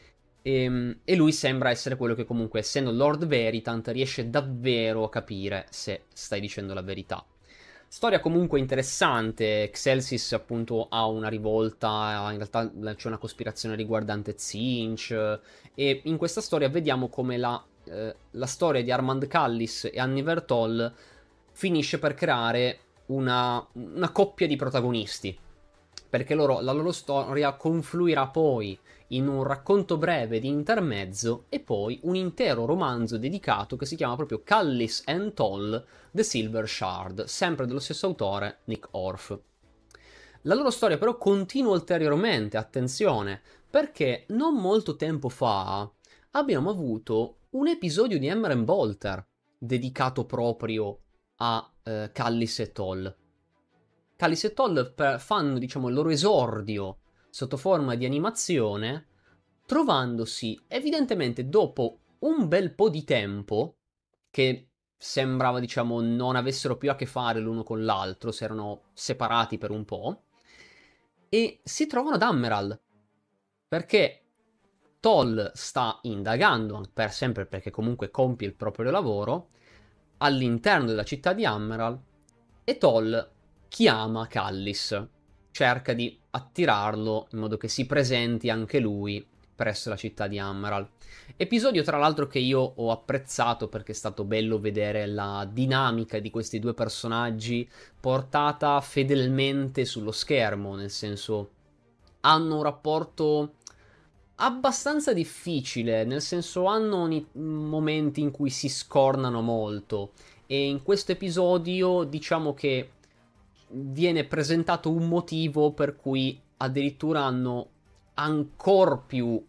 E lui sembra essere quello che comunque, essendo Lord Veritant, riesce davvero a capire se stai dicendo la verità. Storia comunque interessante. Excelsis appunto ha una rivolta, in realtà c'è una cospirazione riguardante Zinch, e in questa storia vediamo come la storia di Armand Callis e Annie Vertol finisce per creare una coppia di protagonisti, perché la loro storia confluirà poi in un racconto breve di intermezzo e poi un intero romanzo dedicato che si chiama proprio Callis and Toll The Silver Shard, sempre dello stesso autore, Nick Orff. La loro storia però continua ulteriormente, attenzione, perché non molto tempo fa abbiamo avuto un episodio di Emmer and Bolter dedicato proprio a Callis e Toll. Callis e Toll fanno, diciamo, il loro esordio sotto forma di animazione, trovandosi evidentemente dopo un bel po' di tempo che sembrava, diciamo, non avessero più a che fare l'uno con l'altro, si erano separati per un po', e si trovano ad Ammeral, perché Toll sta indagando, per sempre perché comunque compie il proprio lavoro, all'interno della città di Ammeral, e Toll chiama Callis, cerca di attirarlo in modo che si presenti anche lui presso la città di Ammeral. Episodio tra l'altro che io ho apprezzato perché è stato bello vedere la dinamica di questi due personaggi portata fedelmente sullo schermo, nel senso hanno un rapporto abbastanza difficile, nel senso hanno momenti in cui si scornano molto e in questo episodio diciamo che viene presentato un motivo per cui addirittura hanno ancora più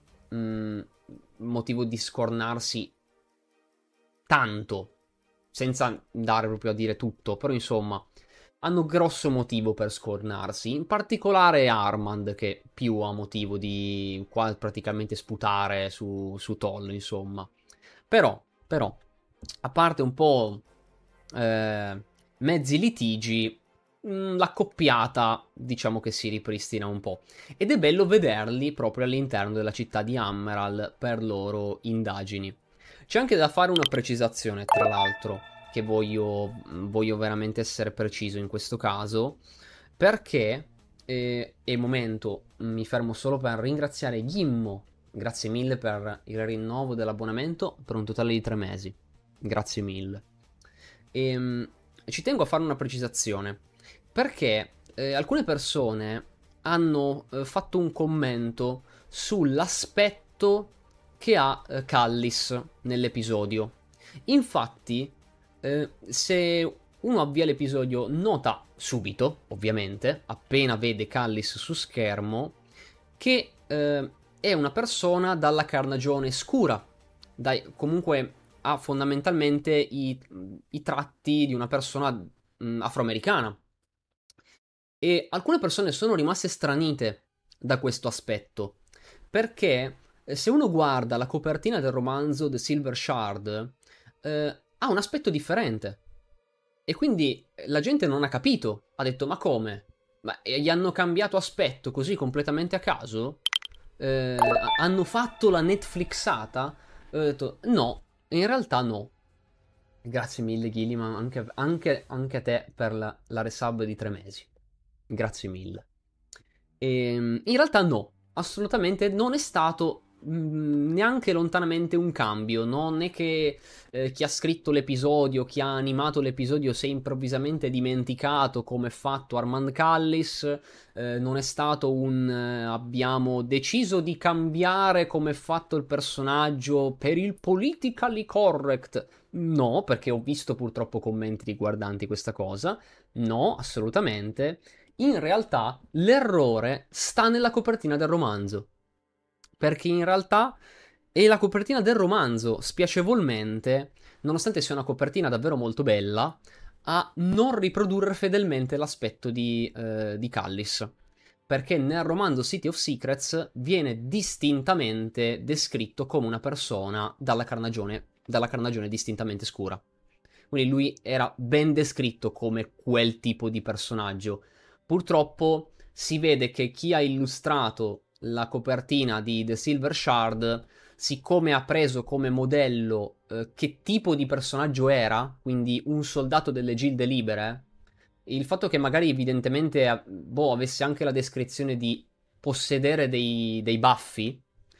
motivo di scornarsi tanto, senza andare proprio a dire tutto, però insomma hanno grosso motivo per scornarsi, in particolare Armand che più ha motivo di qua praticamente sputare su Toll, insomma. Però, a parte un po' mezzi litigi, la coppiata diciamo che si ripristina un po'. Ed è bello vederli proprio all'interno della città di Ammeral per loro indagini. C'è anche da fare una precisazione, tra l'altro, che voglio veramente essere preciso in questo caso, perché E momento, mi fermo solo per ringraziare Gimmo. Grazie mille per il rinnovo dell'abbonamento per un totale di 3 mesi. Grazie mille. E ci tengo a fare una precisazione. Perché alcune persone hanno fatto un commento sull'aspetto che ha Callis nell'episodio. Infatti, se uno avvia l'episodio, nota subito, ovviamente, appena vede Callis su schermo, che è una persona dalla carnagione scura. Comunque ha fondamentalmente i tratti di una persona afroamericana. E alcune persone sono rimaste stranite da questo aspetto, perché se uno guarda la copertina del romanzo The Silver Shard, ha un aspetto differente. E quindi la gente non ha capito. Ha detto, ma come? Ma gli hanno cambiato aspetto così completamente a caso? Hanno fatto la Netflixata? E ho detto, no, in realtà no. Grazie mille, Gilliman, anche a te per la resub di 3 mesi. Grazie mille. In realtà no, assolutamente non è stato neanche lontanamente un cambio. Non è che chi ha scritto l'episodio, chi ha animato l'episodio si è improvvisamente dimenticato come è fatto Armand Callis. Non è stato abbiamo deciso di cambiare come è fatto il personaggio per il politically correct. No, perché ho visto purtroppo commenti riguardanti questa cosa. No, assolutamente. In realtà l'errore sta nella copertina del romanzo. Perché in realtà è la copertina del romanzo, spiacevolmente, nonostante sia una copertina davvero molto bella, a non riprodurre fedelmente l'aspetto di Callis. Perché nel romanzo City of Secrets viene distintamente descritto come una persona dalla carnagione distintamente scura. Quindi lui era ben descritto come quel tipo di personaggio. Purtroppo si vede che chi ha illustrato la copertina di The Silver Shard, siccome ha preso come modello che tipo di personaggio era, quindi un soldato delle Gilde Libere, il fatto che magari evidentemente avesse anche la descrizione di possedere dei baffi,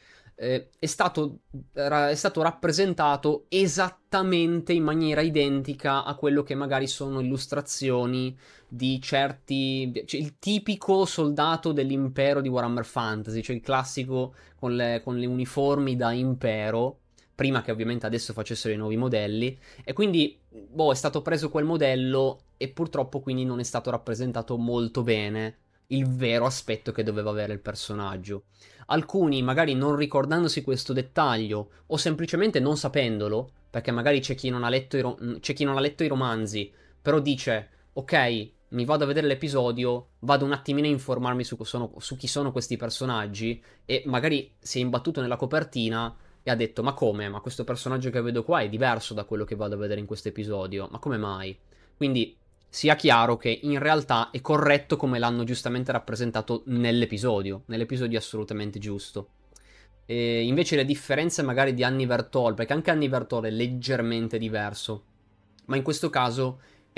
è stato rappresentato esattamente in maniera identica a quello che magari sono illustrazioni di cioè il tipico soldato dell'impero di Warhammer Fantasy, cioè il classico con le uniformi da impero, prima che ovviamente adesso facessero i nuovi modelli, e quindi è stato preso quel modello e purtroppo quindi non è stato rappresentato molto bene il vero aspetto che doveva avere il personaggio. Alcuni, magari non ricordandosi questo dettaglio o semplicemente non sapendolo, perché magari c'è chi non ha letto c'è chi non ha letto i romanzi, però dice, ok, mi vado a vedere l'episodio, vado un attimino a informarmi su chi sono questi personaggi, e magari si è imbattuto nella copertina e ha detto, ma come? Ma questo personaggio che vedo qua è diverso da quello che vado a vedere in questo episodio, ma come mai? Quindi sia chiaro che in realtà è corretto come l'hanno giustamente rappresentato nell'episodio è assolutamente giusto. E invece le differenze magari di Annie Vertol, perché anche Annie Vertol è leggermente diverso, ma in questo caso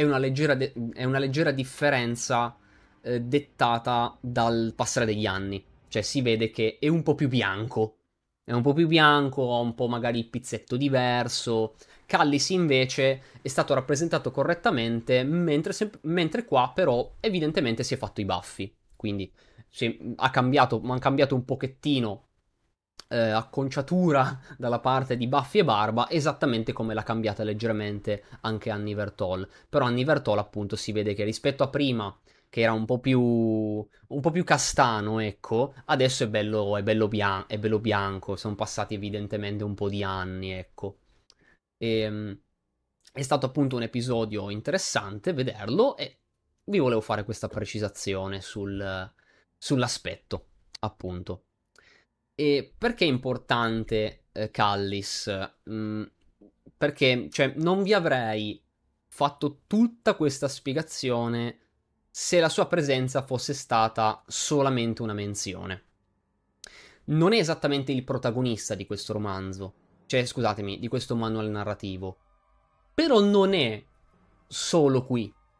è una leggera differenza dettata dal passare degli anni, cioè si vede che è un po' più bianco, ha un po' magari il pizzetto diverso. Callis invece è stato rappresentato correttamente, mentre qua però evidentemente si è fatto i baffi. Quindi hanno cambiato un pochettino acconciatura dalla parte di baffi e barba, esattamente come l'ha cambiata leggermente anche Annie Vertol. Però Annie Vertol appunto si vede che rispetto a prima, che era un po' più castano, ecco, adesso è bello bianco, sono passati evidentemente un po' di anni, ecco. E, è stato appunto un episodio interessante vederlo e vi volevo fare questa precisazione sull'aspetto, appunto. E perché è importante Callis? Perché, cioè, non vi avrei fatto tutta questa spiegazione se la sua presenza fosse stata solamente una menzione. Non è esattamente il protagonista di questo romanzo, cioè, scusatemi, di questo manuale narrativo. Però non è solo qui.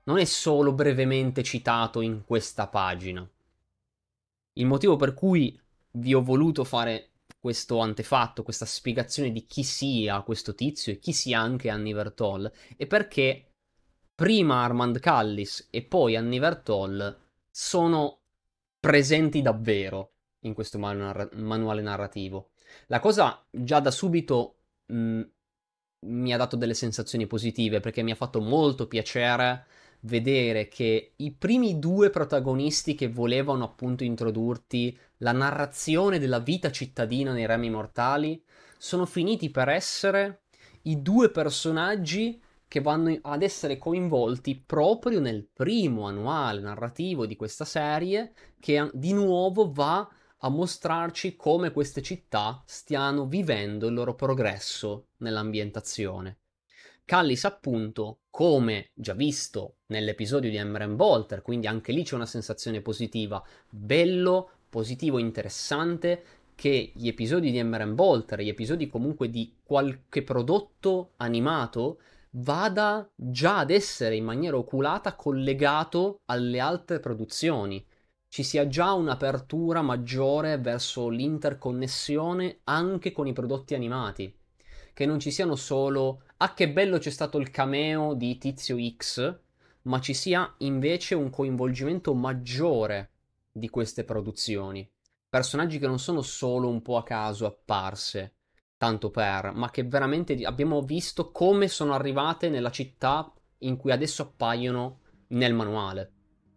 non è solo brevemente citato in questa pagina. Il motivo per cui vi ho voluto fare questo antefatto, questa spiegazione di chi sia questo tizio e chi sia anche Annie Vertol, è perché prima Armand Callis e poi Annie Vertol sono presenti davvero in questo manuale narrativo. La cosa già da subito mi ha dato delle sensazioni positive perché mi ha fatto molto piacere vedere che i primi due protagonisti che volevano appunto introdurti la narrazione della vita cittadina nei Remi Mortali sono finiti per essere i due personaggi che vanno ad essere coinvolti proprio nel primo annuale narrativo di questa serie, che di nuovo va a mostrarci come queste città stiano vivendo il loro progresso nell'ambientazione. Callis, appunto, come già visto nell'episodio di Ember and Bolter, quindi anche lì c'è una sensazione positiva, bello, positivo, interessante, che gli episodi di Ember and Bolter, gli episodi comunque di qualche prodotto animato, vada già ad essere in maniera oculata collegato alle altre produzioni. Ci sia già un'apertura maggiore verso l'interconnessione anche con i prodotti animati. Che non ci siano solo ah che bello c'è stato il cameo di Tizio X, ma ci sia invece un coinvolgimento maggiore di queste produzioni. Personaggi che non sono solo un po' a caso apparse, tanto per, ma che veramente abbiamo visto come sono arrivate nella città in cui adesso appaiono nel manuale.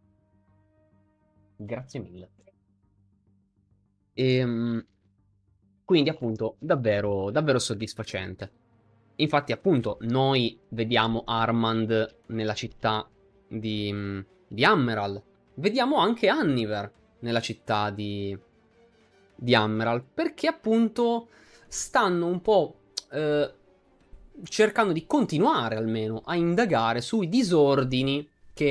Grazie mille. Quindi appunto davvero, davvero soddisfacente. Infatti appunto noi vediamo Armand nella città di Ammeral. Vediamo anche Anniver nella città di Ammeral. Perché appunto stanno un po' cercando di continuare almeno a indagare sui disordini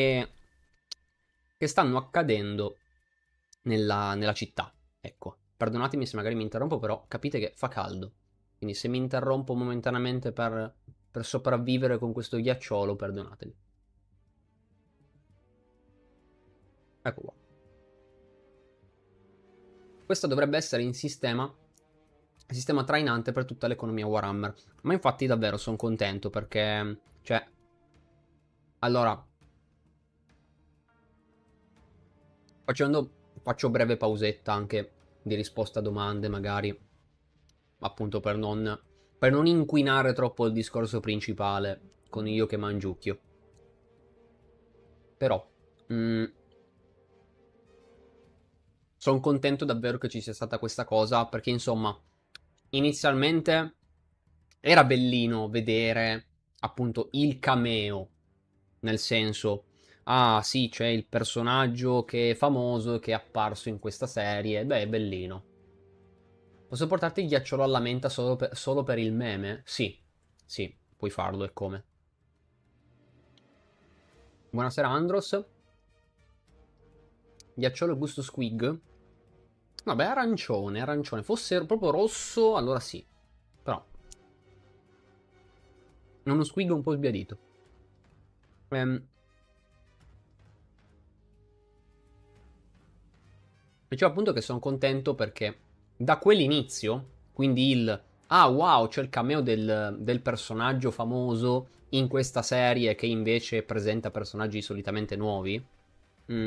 che stanno accadendo nella città. Ecco, perdonatemi se magari mi interrompo, però capite che fa caldo. Quindi se mi interrompo momentaneamente per sopravvivere con questo ghiacciolo, perdonatemi. Ecco qua. Questo dovrebbe essere il sistema trainante per tutta l'economia Warhammer. Ma infatti davvero sono contento perché, cioè, allora, faccio breve pausetta anche di risposta a domande, magari, appunto per non inquinare troppo il discorso principale con io che mangiucchio. Però, sono contento davvero che ci sia stata questa cosa, perché insomma, inizialmente era bellino vedere appunto il cameo, nel senso, ah sì, c'è il personaggio che è famoso, che è apparso in questa serie, beh, è bellino. Posso portarti il ghiacciolo alla menta solo per il meme? Sì, sì, puoi farlo, e come. Buonasera Andros. Ghiacciolo gusto squig? Vabbè, arancione, arancione. Fosse proprio rosso, allora sì. Però, è uno squig un po' sbiadito. Ehm, Dicevo appunto che sono contento perché da quell'inizio, quindi il ah wow, c'è il cameo del personaggio famoso in questa serie che invece presenta personaggi solitamente nuovi. mm,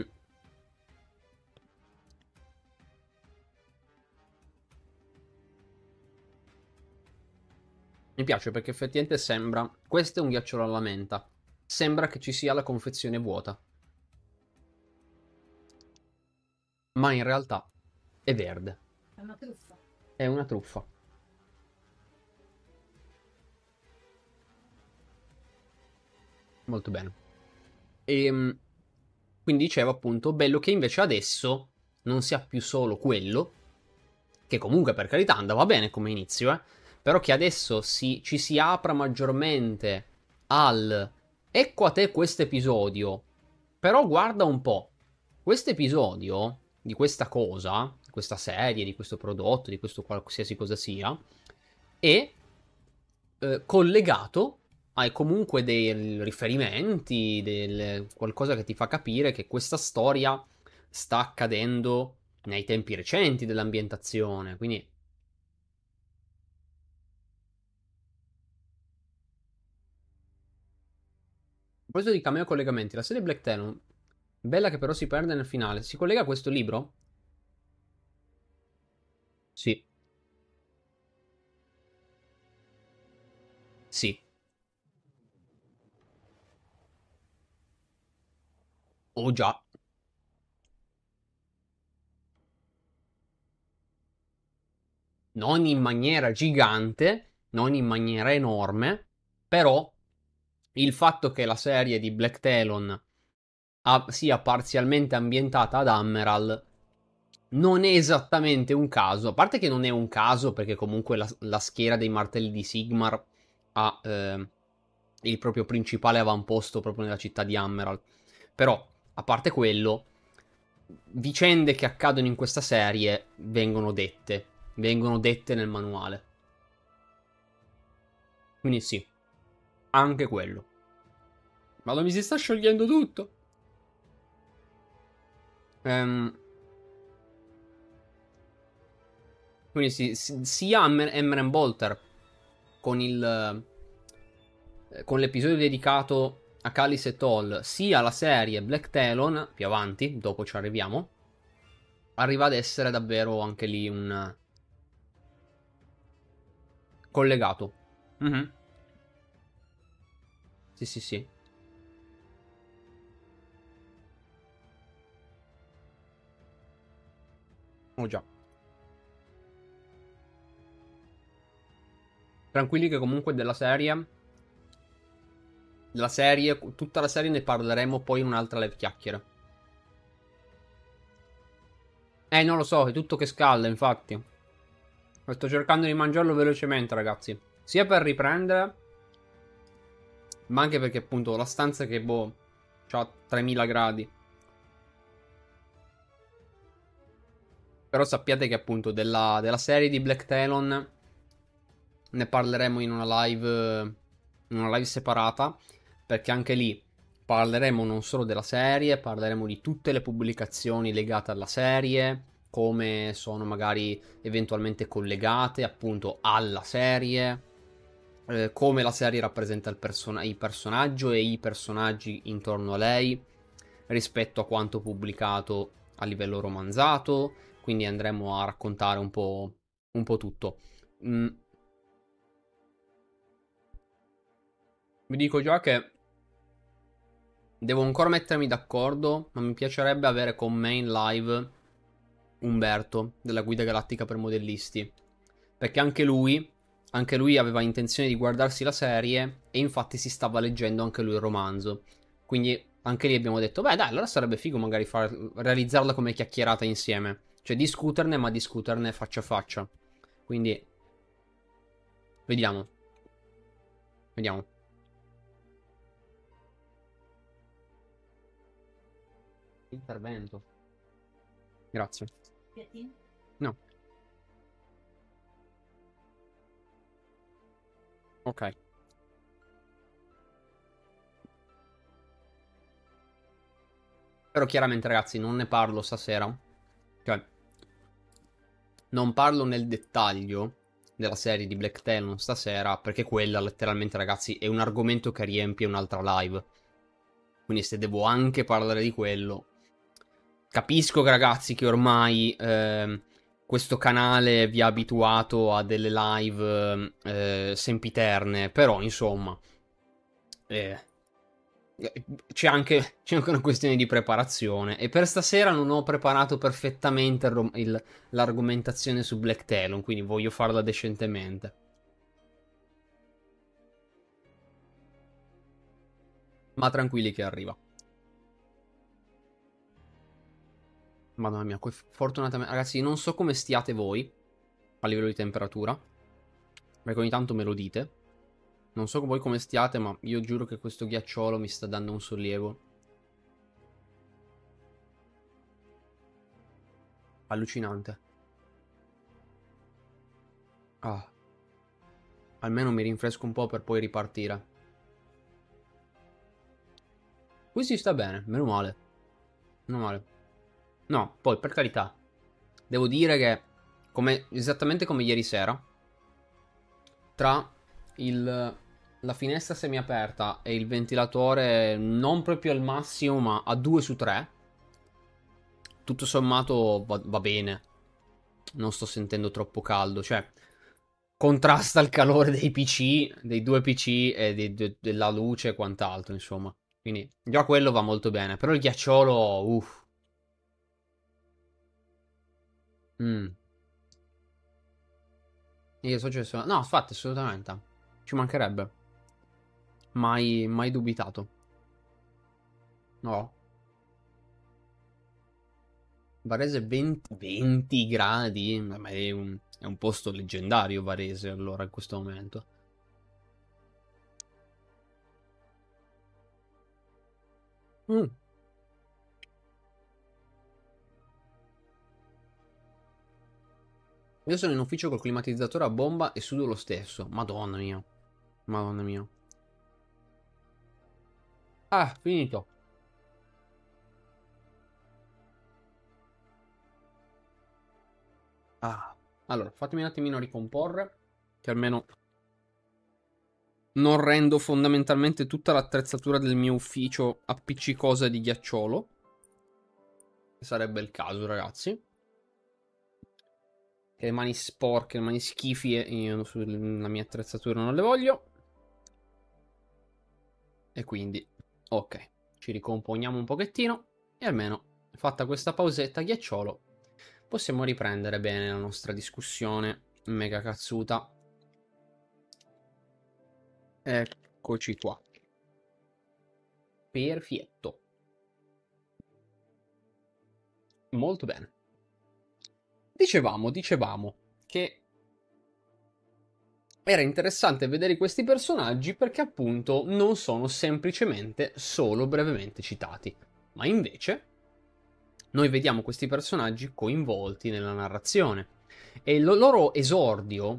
Mi piace perché effettivamente sembra. Questo è un ghiacciolo alla menta. Sembra che ci sia la confezione vuota. Ma in realtà è verde. È una truffa. È una truffa. Molto bene. E quindi dicevo appunto, bello che invece adesso non sia più solo quello, che comunque per carità andava bene come inizio, però che adesso ci si apra maggiormente al ecco a te questo episodio, però guarda un po', questo episodio di questa cosa, di questa serie, di questo prodotto, di questo qualsiasi cosa sia, è collegato hai comunque dei riferimenti, qualcosa che ti fa capire che questa storia sta accadendo nei tempi recenti dell'ambientazione. Quindi, a proposito di cameo collegamenti, la serie Black Talon, bella che però si perde nel finale, si collega a questo libro? Sì, sì. Oh già, non in maniera gigante, non in maniera enorme, però il fatto che la serie di Black Talon sia parzialmente ambientata ad Emerald non è esattamente un caso. A parte che non è un caso, perché comunque la schiera dei martelli di Sigmar ha il proprio principale avamposto proprio nella città di Emerald. Però, a parte quello, vicende che accadono in questa serie vengono dette nel manuale. Quindi sì, anche quello. Ma non mi si sta sciogliendo tutto. Ehm, quindi sì, sia Emmer Bolter con con l'episodio dedicato a Callis e Toll, sia la serie Black Talon, più avanti, dopo ci arriviamo, arriva ad essere davvero anche lì un collegato. Mhm. Sì, sì, sì. Oh già. Tranquilli che comunque tutta la serie ne parleremo poi in un'altra live chiacchiere. Non lo so, è tutto che scalda, infatti. Sto cercando di mangiarlo velocemente, ragazzi. Sia per riprendere, ma anche perché appunto la stanza che, boh, c'ha 3000 gradi. Però sappiate che appunto della serie di Black Talon ne parleremo in una live separata, perché anche lì parleremo non solo della serie, parleremo di tutte le pubblicazioni legate alla serie, come sono magari eventualmente collegate appunto alla serie, come la serie rappresenta il personaggio e i personaggi intorno a lei rispetto a quanto pubblicato a livello romanzato, quindi andremo a raccontare un po' tutto. Mm, Vi dico già che devo ancora mettermi d'accordo, ma mi piacerebbe avere con me in live Umberto della Guida Galattica per Modellisti. Perché anche lui aveva intenzione di guardarsi la serie e infatti si stava leggendo anche lui il romanzo. Quindi anche lì abbiamo detto, beh dai, allora sarebbe figo magari realizzarla come chiacchierata insieme. Cioè discuterne, ma discuterne faccia a faccia. Quindi, vediamo, vediamo. Intervento. Grazie. No, ok. Però chiaramente ragazzi non ne parlo stasera. Cioè, non parlo nel dettaglio della serie di Black Talon stasera, perché quella letteralmente ragazzi è un argomento che riempie un'altra live. Quindi se devo anche parlare di quello... Capisco che ragazzi che ormai questo canale vi ha abituato a delle live sempiterne, però insomma... Eh, c'è anche una questione di preparazione. E per stasera non ho preparato perfettamente l'argomentazione su Black Talon, quindi voglio farla decentemente. Ma tranquilli che arriva. Madonna mia, fortunatamente... Ragazzi, non so come stiate voi a livello di temperatura, perché ogni tanto me lo dite. Non so voi come stiate, ma io giuro che questo ghiacciolo mi sta dando un sollievo allucinante. Ah, almeno mi rinfresco un po' per poi ripartire. Qui si sta bene, meno male. Meno male. No, poi per carità, devo dire che esattamente come ieri sera, tra la finestra semiaperta e il ventilatore non proprio al massimo, ma a 2 su 3, tutto sommato va bene. Non sto sentendo troppo caldo, cioè contrasta il calore dei PC, dei due PC e della luce e quant'altro, insomma. Quindi già quello va molto bene, però il ghiacciolo, uff. Mm. Io so no, infatti, assolutamente. Ci mancherebbe. Mai dubitato. No. Varese 20 gradi? Ma è un posto leggendario Varese allora in questo momento. Mm. Io sono in ufficio col climatizzatore a bomba e sudo lo stesso. Madonna mia. Madonna mia. Ah, finito. Ah. Allora, fatemi un attimino ricomporre. Che almeno non rendo fondamentalmente tutta l'attrezzatura del mio ufficio appiccicosa di ghiacciolo. Sarebbe il caso, ragazzi. Che le mani sporche, le mani schifi, io sulla mia attrezzatura non le voglio. E quindi, ok, ci ricomponiamo un pochettino. E almeno, fatta questa pausetta ghiacciolo, possiamo riprendere bene la nostra discussione mega cazzuta. Eccoci qua. Perfetto. Molto bene. Dicevamo che era interessante vedere questi personaggi perché appunto non sono semplicemente solo brevemente citati, ma invece noi vediamo questi personaggi coinvolti nella narrazione e il loro esordio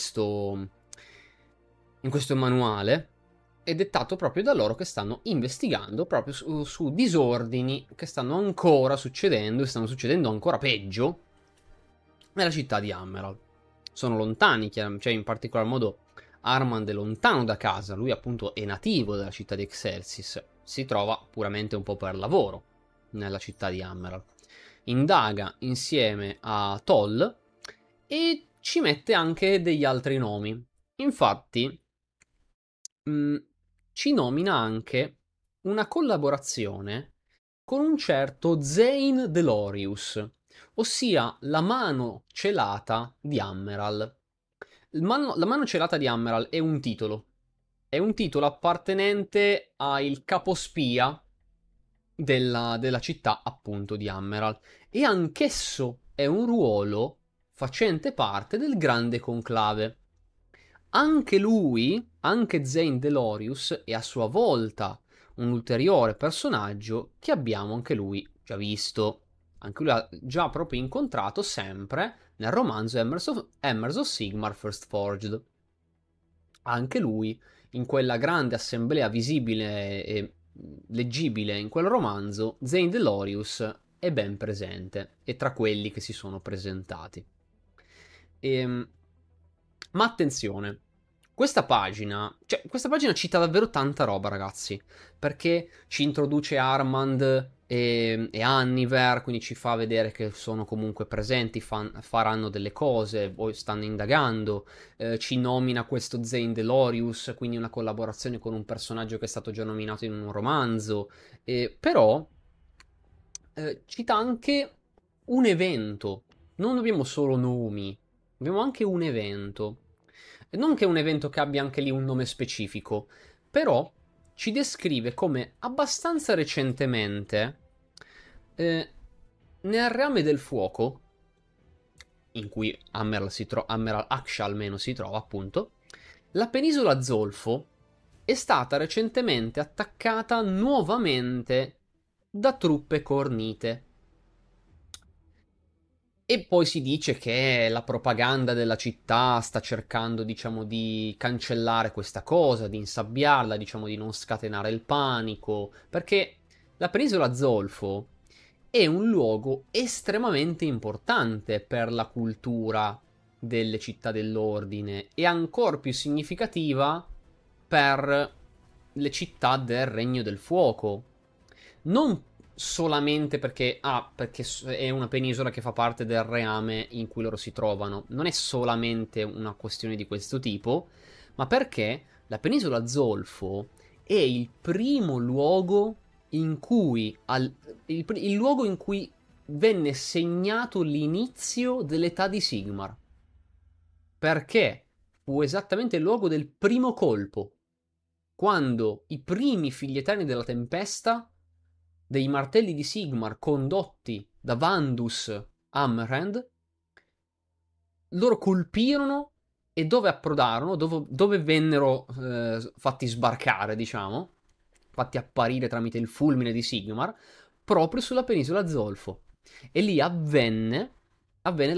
in questo manuale è dettato proprio da loro che stanno investigando proprio su disordini che stanno ancora succedendo e stanno succedendo ancora peggio nella città di Emerald. Sono lontani, cioè in particolar modo Armand è lontano da casa, lui appunto è nativo della città di Excelsis, si trova puramente un po' per lavoro nella città di Emerald. Indaga insieme a Toll e ci mette anche degli altri nomi. Infatti, ci nomina anche una collaborazione con un certo Zane Delorius, ossia la mano celata di Emerald. La mano celata di Emerald è un titolo. È un titolo appartenente al capospia della città, appunto, di Emerald. E anch'esso è un ruolo facente parte del grande conclave. Anche lui, anche Zane Delorius, è a sua volta un ulteriore personaggio che abbiamo anche lui già visto. Anche lui ha già proprio incontrato sempre nel romanzo Embers of Sigmar First Forged. Anche lui, in quella grande assemblea visibile e leggibile in quel romanzo, Zane Delorius è ben presente, e tra quelli che si sono presentati. Ehm, ma attenzione, questa pagina cita davvero tanta roba, ragazzi, perché ci introduce Armand e Anniver, quindi ci fa vedere che sono comunque presenti, faranno delle cose, poi stanno indagando, ci nomina questo Zane Delorius, quindi una collaborazione con un personaggio che è stato già nominato in un romanzo, però cita anche un evento, non abbiamo solo nomi, abbiamo anche un evento. E non che un evento che abbia anche lì un nome specifico, però ci descrive come abbastanza recentemente, eh, nel Reame del Fuoco, in cui Emerald Aksha almeno si trova appunto, la penisola Zolfo è stata recentemente attaccata nuovamente da truppe cornite. E poi si dice che la propaganda della città sta cercando, diciamo, di cancellare questa cosa, di insabbiarla, diciamo, di non scatenare il panico, perché la penisola Zolfo è un luogo estremamente importante per la cultura delle città dell'ordine e ancora più significativa per le città del Regno del Fuoco. Non solamente perché, perché è una penisola che fa parte del reame in cui loro si trovano. Non è solamente una questione di questo tipo, ma perché la penisola Zolfo è il primo luogo in cui il luogo in cui venne segnato l'inizio dell'età di Sigmar. Perché fu esattamente il luogo del primo colpo, quando i primi figli eterni della tempesta, dei martelli di Sigmar condotti da Vandus Amrand, loro colpirono e dove approdarono, dove vennero fatti sbarcare, diciamo, fatti apparire tramite il fulmine di Sigmar, proprio sulla penisola Zolfo. E lì avvenne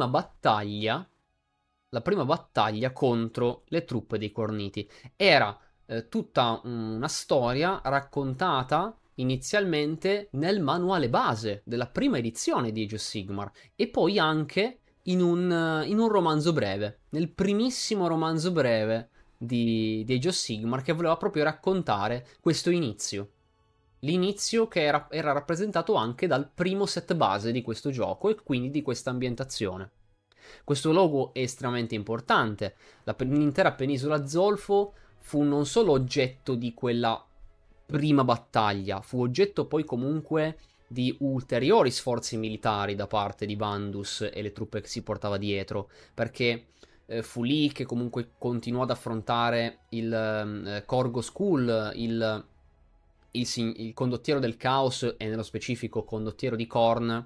la prima battaglia contro le truppe dei Corniti. Era tutta una storia raccontata inizialmente nel manuale base della prima edizione di Age of Sigmar e poi anche in un romanzo breve, nel primissimo romanzo breve di Age of Sigmar che voleva proprio raccontare questo inizio. L'inizio che era rappresentato anche dal primo set base di questo gioco e quindi di questa ambientazione. Questo logo è estremamente importante. L'intera penisola Zolfo fu non solo oggetto di quella prima battaglia, fu oggetto poi comunque di ulteriori sforzi militari da parte di Bandus e le truppe che si portava dietro, perché fu lì che comunque continuò ad affrontare il Korgo Skull, il condottiero del caos e nello specifico condottiero di Korn,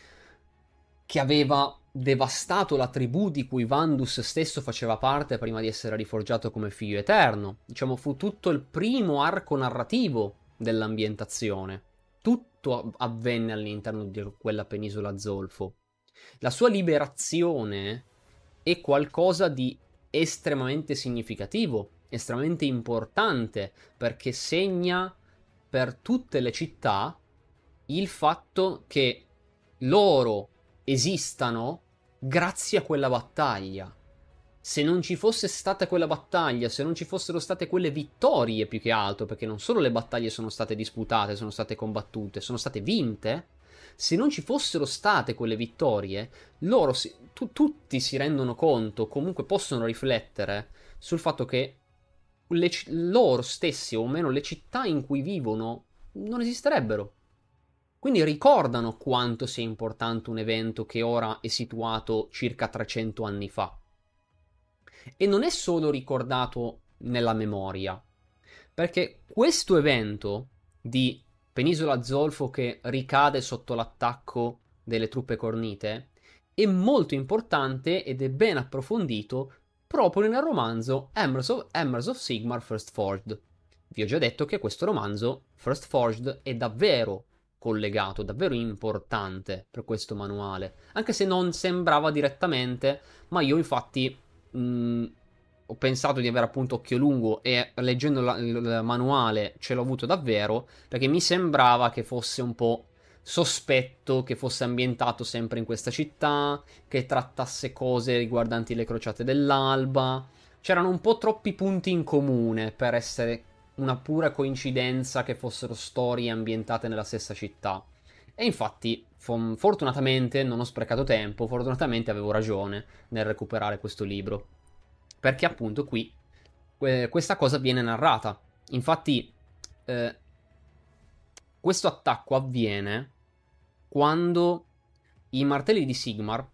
che aveva devastato la tribù di cui Vandus stesso faceva parte prima di essere riforgiato come figlio eterno. Diciamo, fu tutto il primo arco narrativo dell'ambientazione. Tutto avvenne all'interno di quella penisola Zolfo. La sua liberazione è qualcosa di estremamente significativo, estremamente importante, perché segna per tutte le città il fatto che loro esistano grazie a quella battaglia. Se non ci fosse stata quella battaglia, se non ci fossero state quelle vittorie più che altro, perché non solo le battaglie sono state disputate, sono state combattute, sono state vinte, se non ci fossero state quelle vittorie, tutti si rendono conto, comunque possono riflettere sul fatto che loro stessi, o meno le città in cui vivono, non esisterebbero. Quindi ricordano quanto sia importante un evento che ora è situato circa 300 anni fa. E non è solo ricordato nella memoria, perché questo evento di Penisola Zolfo che ricade sotto l'attacco delle truppe cornite è molto importante ed è ben approfondito proprio nel romanzo Embers of Sigmar First Forged. Vi ho già detto che questo romanzo, First Forged, è davvero collegato, davvero importante per questo manuale, anche se non sembrava direttamente, ma io infatti ho pensato di avere appunto occhio lungo e leggendo il manuale ce l'ho avuto davvero, perché mi sembrava che fosse un po' sospetto che fosse ambientato sempre in questa città, che trattasse cose riguardanti le crociate dell'alba. C'erano un po' troppi punti in comune per essere una pura coincidenza che fossero storie ambientate nella stessa città. E infatti, fortunatamente non ho sprecato tempo, fortunatamente avevo ragione nel recuperare questo libro. Perché appunto qui questa cosa viene narrata. Infatti, eh, questo attacco avviene quando i martelli di Sigmar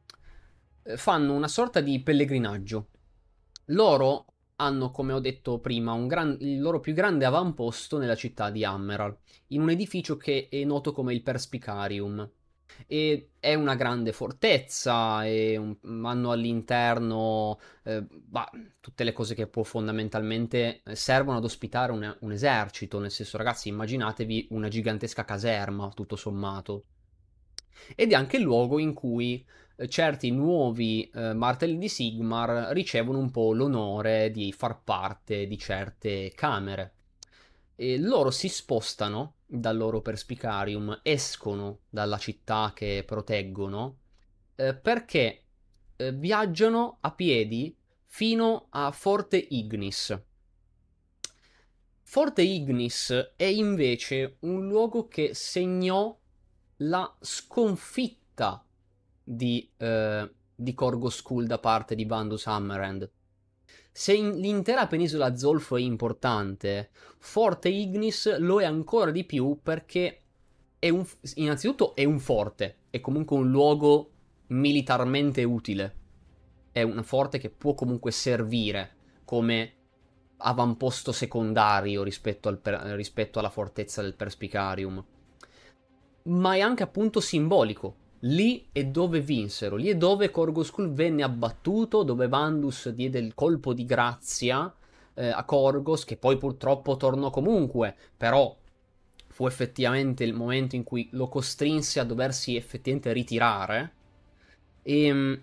fanno una sorta di pellegrinaggio. Loro hanno, come ho detto prima, il loro più grande avamposto nella città di Hammeral, in un edificio che è noto come il Perspicarium. E è una grande fortezza, hanno all'interno tutte le cose che può fondamentalmente servono ad ospitare un esercito. Nel senso, ragazzi, immaginatevi una gigantesca caserma, tutto sommato. Ed è anche il luogo in cui certi nuovi martelli di Sigmar ricevono un po' l'onore di far parte di certe camere. E loro si spostano dal loro perspicarium, escono dalla città che proteggono, perché viaggiano a piedi fino a Forte Ignis. Forte Ignis è invece un luogo che segnò la sconfitta di Korgo School da parte di Bandus Hammerhand. Se l'intera penisola Zolfo è importante, Forte Ignis lo è ancora di più perché innanzitutto è un forte, è comunque un luogo militarmente utile. È un forte che può comunque servire come avamposto secondario rispetto alla fortezza del Perspicarium. Ma è anche appunto simbolico. Lì è dove vinsero, lì è dove Korgoskul venne abbattuto, dove Vandus diede il colpo di grazia a Korgos, che poi purtroppo tornò comunque, però fu effettivamente il momento in cui lo costrinse a doversi effettivamente ritirare. E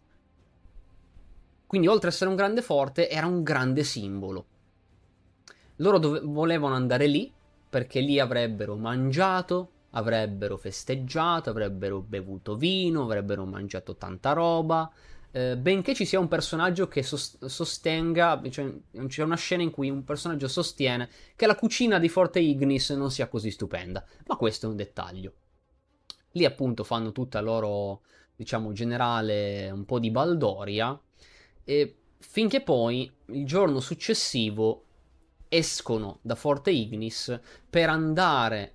quindi oltre ad essere un grande forte, era un grande simbolo. Loro volevano andare lì perché lì avrebbero mangiato, avrebbero festeggiato, avrebbero bevuto vino, avrebbero mangiato tanta roba. Benché ci sia un personaggio che sostenga, cioè, c'è una scena in cui un personaggio sostiene che la cucina di Forte Ignis non sia così stupenda, ma questo è un dettaglio. Lì appunto fanno tutta loro, diciamo, generale un po' di baldoria e finché poi il giorno successivo escono da Forte Ignis per andare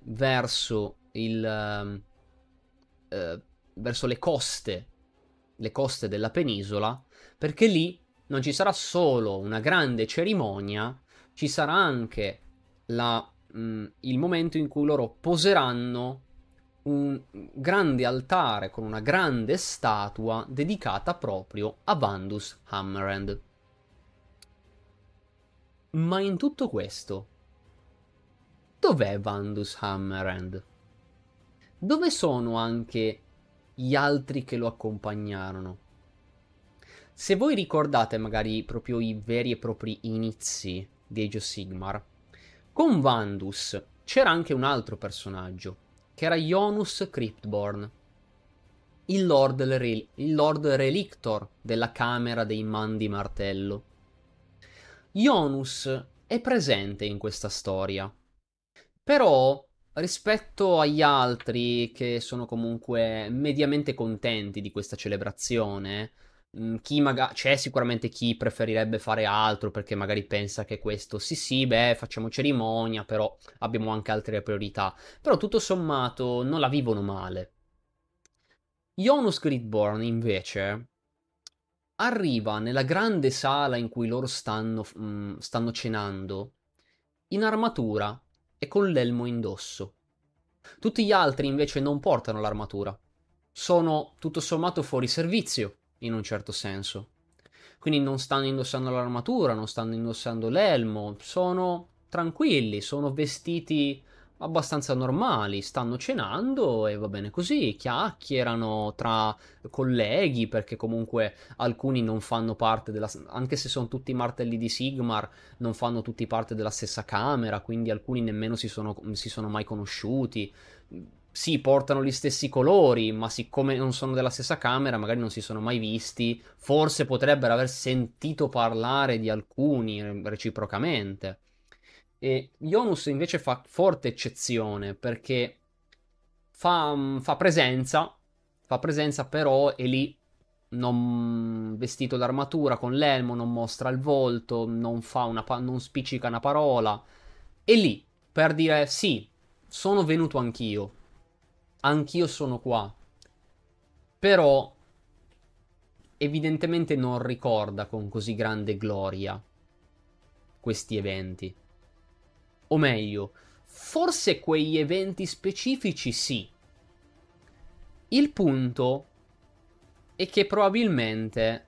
verso le coste della penisola, perché lì non ci sarà solo una grande cerimonia, ci sarà anche il momento in cui loro poseranno un grande altare con una grande statua dedicata proprio a Vandus Hammerhand. Ma in tutto questo, dov'è Vandus Hammerhand? Dove sono anche gli altri che lo accompagnarono? Se voi ricordate magari proprio i veri e propri inizi di Age of Sigmar, con Vandus c'era anche un altro personaggio, che era Ionus Cryptborn, il Lord Relictor della Camera dei Mandi Martello. Ionus è presente in questa storia, però rispetto agli altri che sono comunque mediamente contenti di questa celebrazione, c'è sicuramente chi preferirebbe fare altro perché magari pensa che questo sì sì, beh, facciamo cerimonia, però abbiamo anche altre priorità. Però tutto sommato non la vivono male. Ionus Gridborn invece arriva nella grande sala in cui loro stanno cenando in armatura e con l'elmo indosso. Tutti gli altri invece non portano l'armatura. Sono tutto sommato fuori servizio, in un certo senso. Quindi non stanno indossando l'armatura, non stanno indossando l'elmo, sono tranquilli, sono vestiti abbastanza normali, stanno cenando e va bene così, chiacchierano tra colleghi perché comunque alcuni non fanno parte anche se sono tutti martelli di Sigmar, non fanno tutti parte della stessa camera, quindi alcuni nemmeno si sono mai conosciuti. Sì, portano gli stessi colori, ma siccome non sono della stessa camera, magari non si sono mai visti. Forse potrebbero aver sentito parlare di alcuni reciprocamente. E Ionus invece fa forte eccezione perché fa presenza però è lì non vestito d'armatura con l'elmo, non mostra il volto, non spiccica una parola. È lì per dire sì, sono venuto anch'io. Anch'io sono qua. Però evidentemente non ricorda con così grande gloria questi eventi. O meglio, forse quegli eventi specifici sì. Il punto è che probabilmente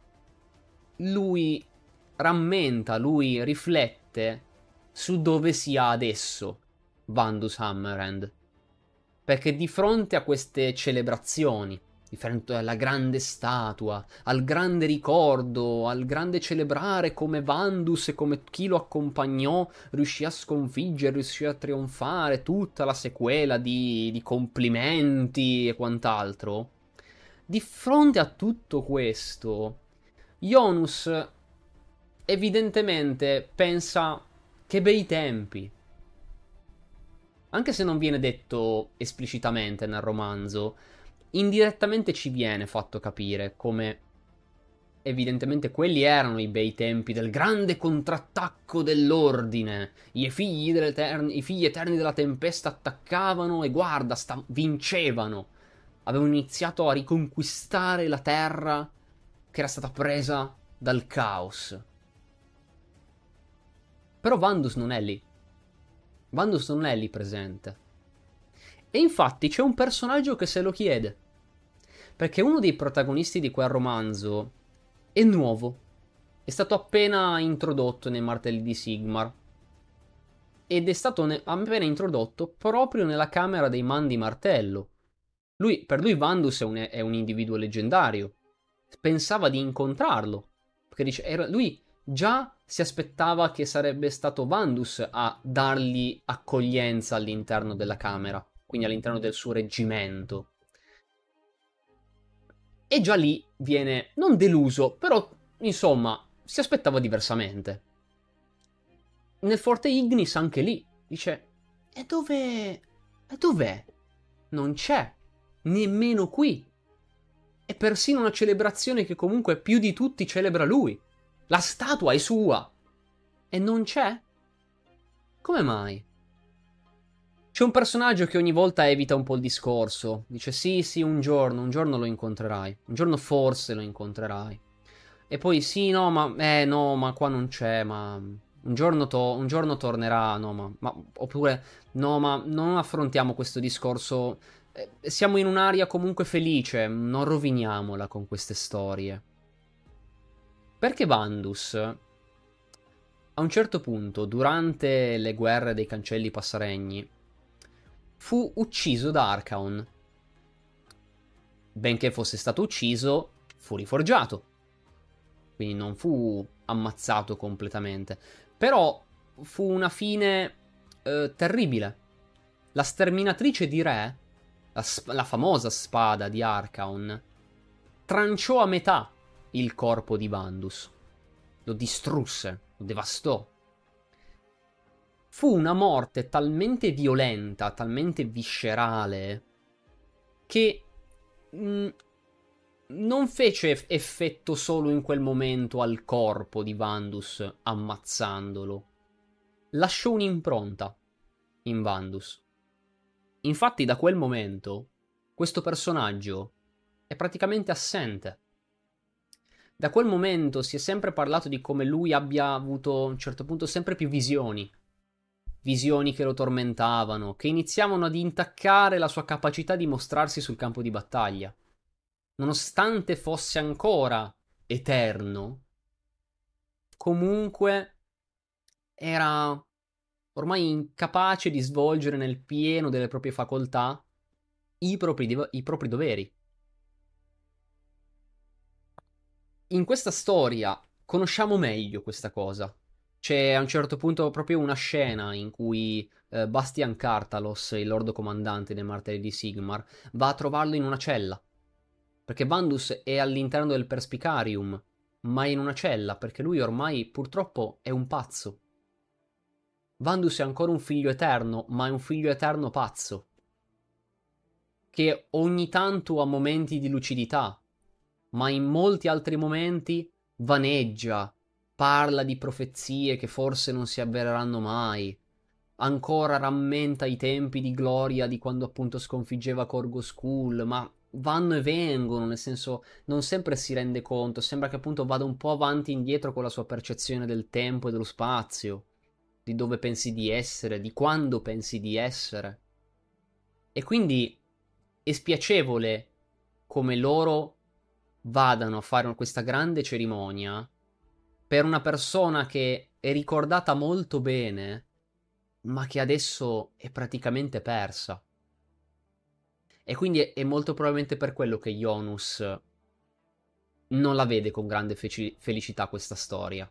lui riflette su dove sia adesso Vandus Hammerhand. Perché di fronte a queste celebrazioni, di fronte alla grande statua, al grande ricordo, al grande celebrare come Vandus e come chi lo accompagnò riuscì a sconfiggere, riuscì a trionfare, tutta la sequela di complimenti e quant'altro. Di fronte a tutto questo, Ionus evidentemente pensa che bei tempi. Anche se non viene detto esplicitamente nel romanzo, indirettamente ci viene fatto capire come evidentemente quelli erano i bei tempi del grande contrattacco dell'ordine. I figli eterni della tempesta attaccavano e guarda, vincevano. Avevano iniziato a riconquistare la terra che era stata presa dal caos. Però Vandus non è lì. Vandus non è lì presente. E infatti c'è un personaggio che se lo chiede. Perché uno dei protagonisti di quel romanzo è nuovo. È stato appena introdotto nei Martelli di Sigmar. Ed è stato appena introdotto proprio nella Camera dei Mandi Martello. Per lui Vandus è un individuo leggendario. Pensava di incontrarlo. Perché lui già si aspettava che sarebbe stato Vandus a dargli accoglienza all'interno della Camera. Quindi all'interno del suo reggimento. E già lì viene non deluso, però insomma si aspettava diversamente. Nel Forte Ignis anche lì dice: E dove... E dov'è? Non c'è. Nemmeno qui. È persino una celebrazione che comunque più di tutti celebra lui. La statua è sua. E non c'è? Come mai? C'è un personaggio che ogni volta evita un po' il discorso. Dice sì, sì, un giorno lo incontrerai. Un giorno forse lo incontrerai. E poi sì, no, ma qua non c'è, ma un giorno tornerà, no, oppure no, ma non affrontiamo questo discorso. Siamo in un'area comunque felice, non roviniamola con queste storie. Perché Vandus, a un certo punto, durante le guerre dei cancelli passaregni, fu ucciso da Archaon. Benché fosse stato ucciso, fu riforgiato. Quindi non fu ammazzato completamente. Però fu una fine terribile. La sterminatrice di re, la famosa spada di Archaon, tranciò a metà il corpo di Vandus. Lo distrusse, lo devastò. Fu una morte talmente violenta, talmente viscerale, che non fece effetto solo in quel momento al corpo di Vandus ammazzandolo. Lasciò un'impronta in Vandus. Infatti da quel momento questo personaggio è praticamente assente. Da quel momento si è sempre parlato di come lui abbia avuto a un certo punto sempre più visioni. Visioni che lo tormentavano, che iniziavano ad intaccare la sua capacità di mostrarsi sul campo di battaglia. Nonostante fosse ancora eterno, comunque era ormai incapace di svolgere nel pieno delle proprie facoltà i propri doveri. In questa storia conosciamo meglio questa cosa. C'è a un certo punto proprio una scena in cui Bastian Kartalos, il lord comandante dei Martelli di Sigmar, va a trovarlo in una cella. Perché Vandus è all'interno del Perspicarium, ma è in una cella, perché lui ormai purtroppo è un pazzo. Vandus è ancora un figlio eterno, ma è un figlio eterno pazzo. Che ogni tanto ha momenti di lucidità, ma in molti altri momenti vaneggia, parla di profezie che forse non si avvereranno mai. Ancora rammenta i tempi di gloria di quando appunto sconfiggeva Korgo Skull, ma vanno e vengono, nel senso non sempre si rende conto, sembra che appunto vada un po' avanti e indietro con la sua percezione del tempo e dello spazio, di dove pensi di essere, di quando pensi di essere. E quindi è spiacevole come loro vadano a fare questa grande cerimonia per una persona che è ricordata molto bene, ma che adesso è praticamente persa. E quindi è molto probabilmente per quello che Ionus non la vede con grande felicità questa storia.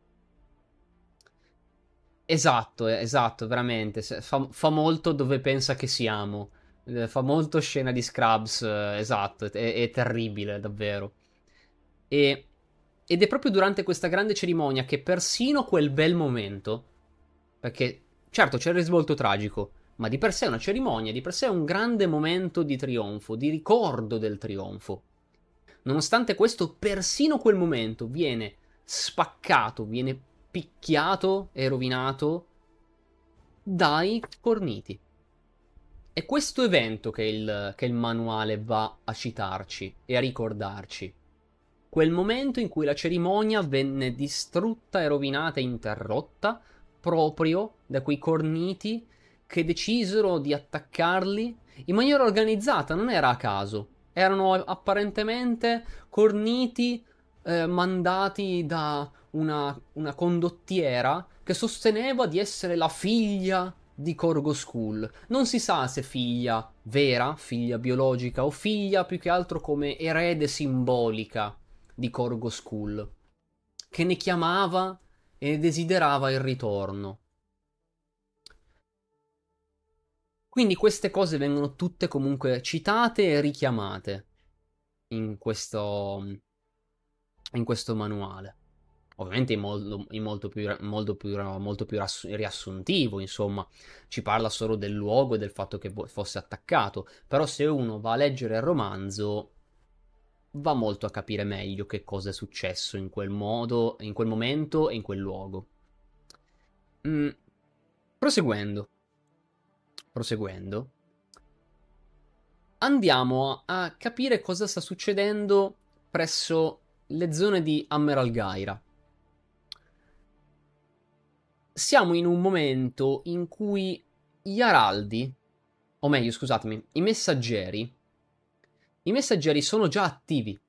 Esatto, esatto, veramente. Fa molto dove pensa che siamo. Fa molto scena di Scrubs, esatto, è terribile, davvero. E, ed è proprio durante questa grande cerimonia che persino quel bel momento, perché certo c'è il risvolto tragico, ma di per sé è una cerimonia, di per sé è un grande momento di trionfo, di ricordo del trionfo. Nonostante questo, persino quel momento viene spaccato, viene picchiato e rovinato dai forniti. È questo evento che il manuale va a citarci e a ricordarci. Quel momento in cui la cerimonia venne distrutta e rovinata e interrotta proprio da quei corniti che decisero di attaccarli in maniera organizzata, non era a caso. Erano apparentemente corniti mandati da una condottiera che sosteneva di essere la figlia di Corgo Skull. Non si sa se figlia vera, figlia biologica o figlia più che altro come erede simbolica di Corgo Skull, che ne chiamava e desiderava il ritorno. Quindi queste cose vengono tutte comunque citate e richiamate in questo manuale. Ovviamente molto più riassuntivo, insomma, ci parla solo del luogo e del fatto che fosse attaccato, però se uno va a leggere il romanzo va molto a capire meglio che cosa è successo in quel modo, in quel momento e in quel luogo. Mm, proseguendo, proseguendo, andiamo a capire cosa sta succedendo presso le zone di Ammeralgaira. Siamo in un momento in cui gli araldi, o meglio, scusatemi, i messaggeri sono già attivi.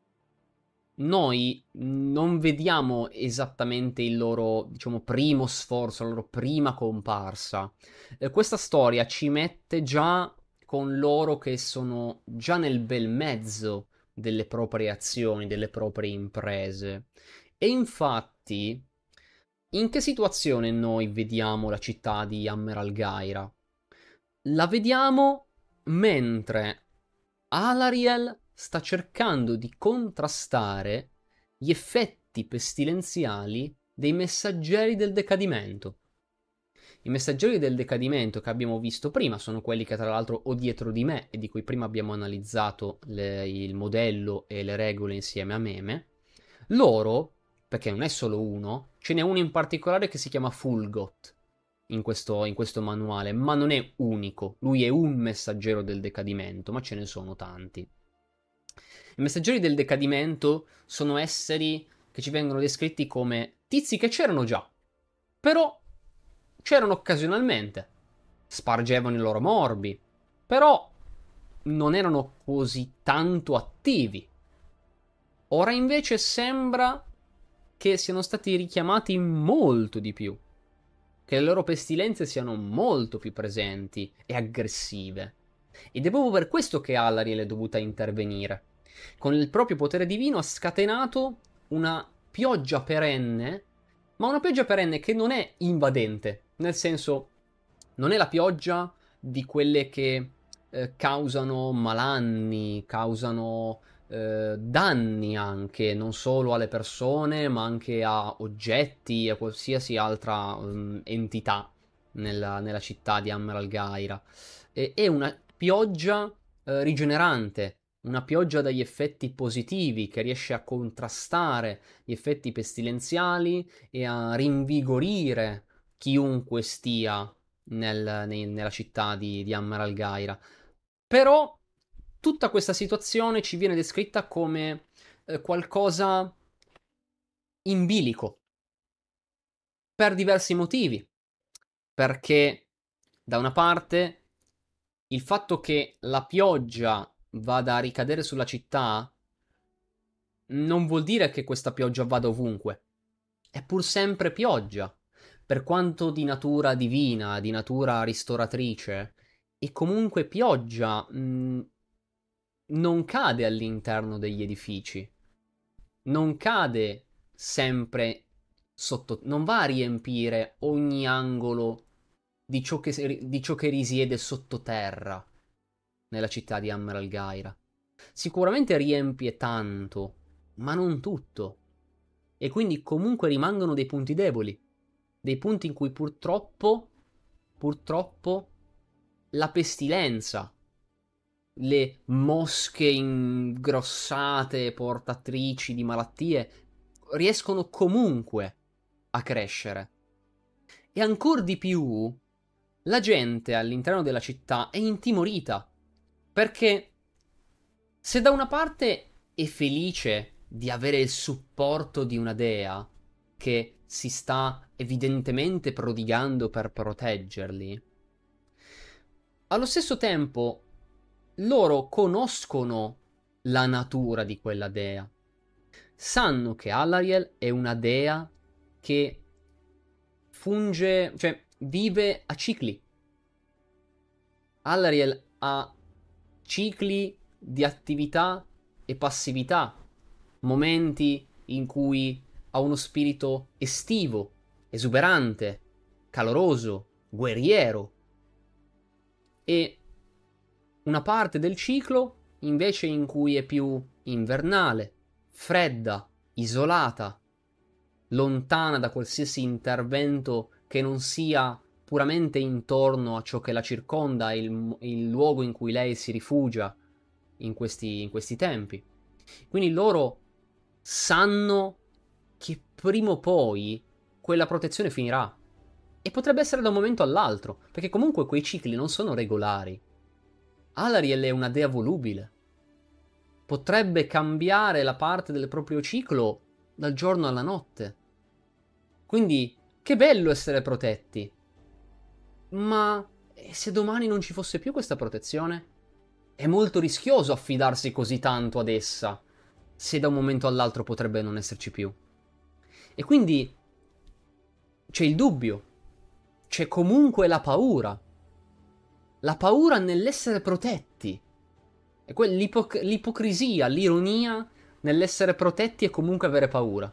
Noi non vediamo esattamente il loro, diciamo, primo sforzo, la loro prima comparsa. Questa storia ci mette già con loro che sono già nel bel mezzo delle proprie azioni, delle proprie imprese. E infatti, in che situazione noi vediamo la città di Ammeralgaira? La vediamo mentre Alariel sta cercando di contrastare gli effetti pestilenziali dei messaggeri del decadimento. I messaggeri del decadimento che abbiamo visto prima sono quelli che tra l'altro ho dietro di me e di cui prima abbiamo analizzato il modello e le regole insieme a Meme. Loro, perché non è solo uno, ce n'è uno in particolare che si chiama Fulgot in questo manuale, ma non è unico. Lui è un messaggero del decadimento, ma ce ne sono tanti. I messaggeri del decadimento sono esseri che ci vengono descritti come tizi che c'erano già, però c'erano occasionalmente, spargevano i loro morbi, però non erano così tanto attivi. Ora invece sembra che siano stati richiamati molto di più, che le loro pestilenze siano molto più presenti e aggressive. Ed è proprio per questo che Alariel è dovuta intervenire. Con il proprio potere divino ha scatenato una pioggia perenne, ma una pioggia perenne che non è invadente, nel senso non è la pioggia di quelle che causano malanni, causano danni anche, non solo alle persone, ma anche a oggetti, a qualsiasi altra entità nella città di Ammeralgaira. È una pioggia rigenerante, una pioggia dagli effetti positivi che riesce a contrastare gli effetti pestilenziali e a rinvigorire chiunque stia nella città di Ammeralgaira. Però tutta questa situazione ci viene descritta come qualcosa in bilico per diversi motivi. Perché da una parte il fatto che la pioggia vada a ricadere sulla città non vuol dire che questa pioggia vada ovunque. È pur sempre pioggia. Per quanto di natura divina, di natura ristoratrice, è comunque pioggia. non cade all'interno degli edifici, non cade sempre sotto, non va a riempire ogni angolo di ciò che risiede sottoterra nella città di Emerald Gaira. Sicuramente riempie tanto, ma non tutto. E quindi comunque rimangono dei punti deboli, dei punti in cui purtroppo, la pestilenza, le mosche ingrossate, portatrici di malattie, riescono comunque a crescere. E ancor di più, la gente all'interno della città è intimorita, perché se da una parte è felice di avere il supporto di una dea che si sta evidentemente prodigando per proteggerli, allo stesso tempo loro conoscono la natura di quella dea. Sanno che Alariel è una dea che funge, cioè vive a cicli. Alariel ha cicli di attività e passività, momenti in cui ha uno spirito estivo, esuberante, caloroso, guerriero, e una parte del ciclo invece in cui è più invernale, fredda, isolata, lontana da qualsiasi intervento che non sia puramente intorno a ciò che la circonda, il luogo in cui lei si rifugia in questi tempi. Quindi loro sanno che prima o poi quella protezione finirà. E potrebbe essere da un momento all'altro, perché comunque quei cicli non sono regolari. Alariel è una dea volubile. Potrebbe cambiare la parte del proprio ciclo dal giorno alla notte. Quindi, che bello essere protetti. Ma se domani non ci fosse più questa protezione? È molto rischioso affidarsi così tanto ad essa, se da un momento all'altro potrebbe non esserci più. E quindi c'è il dubbio, c'è comunque la paura nell'essere protetti. E l'ipocrisia, l'ironia nell'essere protetti e comunque avere paura.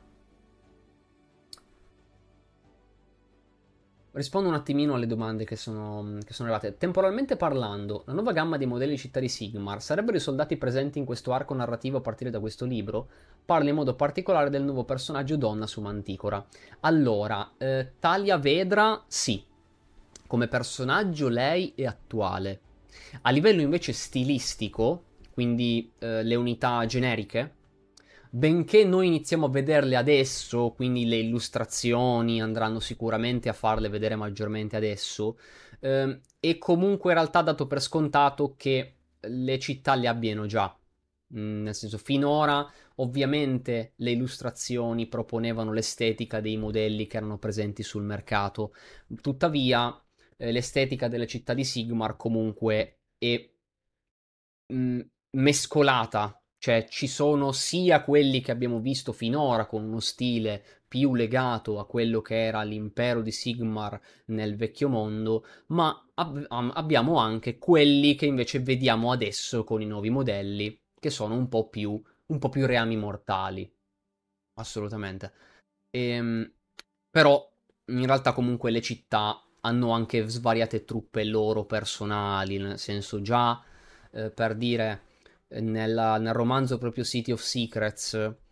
Rispondo un attimino alle domande che sono arrivate. Temporalmente parlando, la nuova gamma di modelli di città di Sigmar sarebbero i soldati presenti in questo arco narrativo a partire da questo libro? Parla in modo particolare del nuovo personaggio donna su Manticora. Allora, Talia Vedra, sì. Come personaggio lei è attuale. A livello invece stilistico, quindi le unità generiche, benché noi iniziamo a vederle adesso, quindi le illustrazioni andranno sicuramente a farle vedere maggiormente adesso, è comunque in realtà dato per scontato che le città le abbiano già. Nel senso, finora ovviamente le illustrazioni proponevano l'estetica dei modelli che erano presenti sul mercato, tuttavia l'estetica delle città di Sigmar comunque è mh, mescolata, cioè ci sono sia quelli che abbiamo visto finora con uno stile più legato a quello che era l'impero di Sigmar nel vecchio mondo, ma abbiamo anche quelli che invece vediamo adesso con i nuovi modelli, che sono un po' più reami mortali. Assolutamente. Ehm, Però in realtà comunque le città hanno anche svariate truppe loro personali, nel senso già per dire nel romanzo proprio City of Secrets,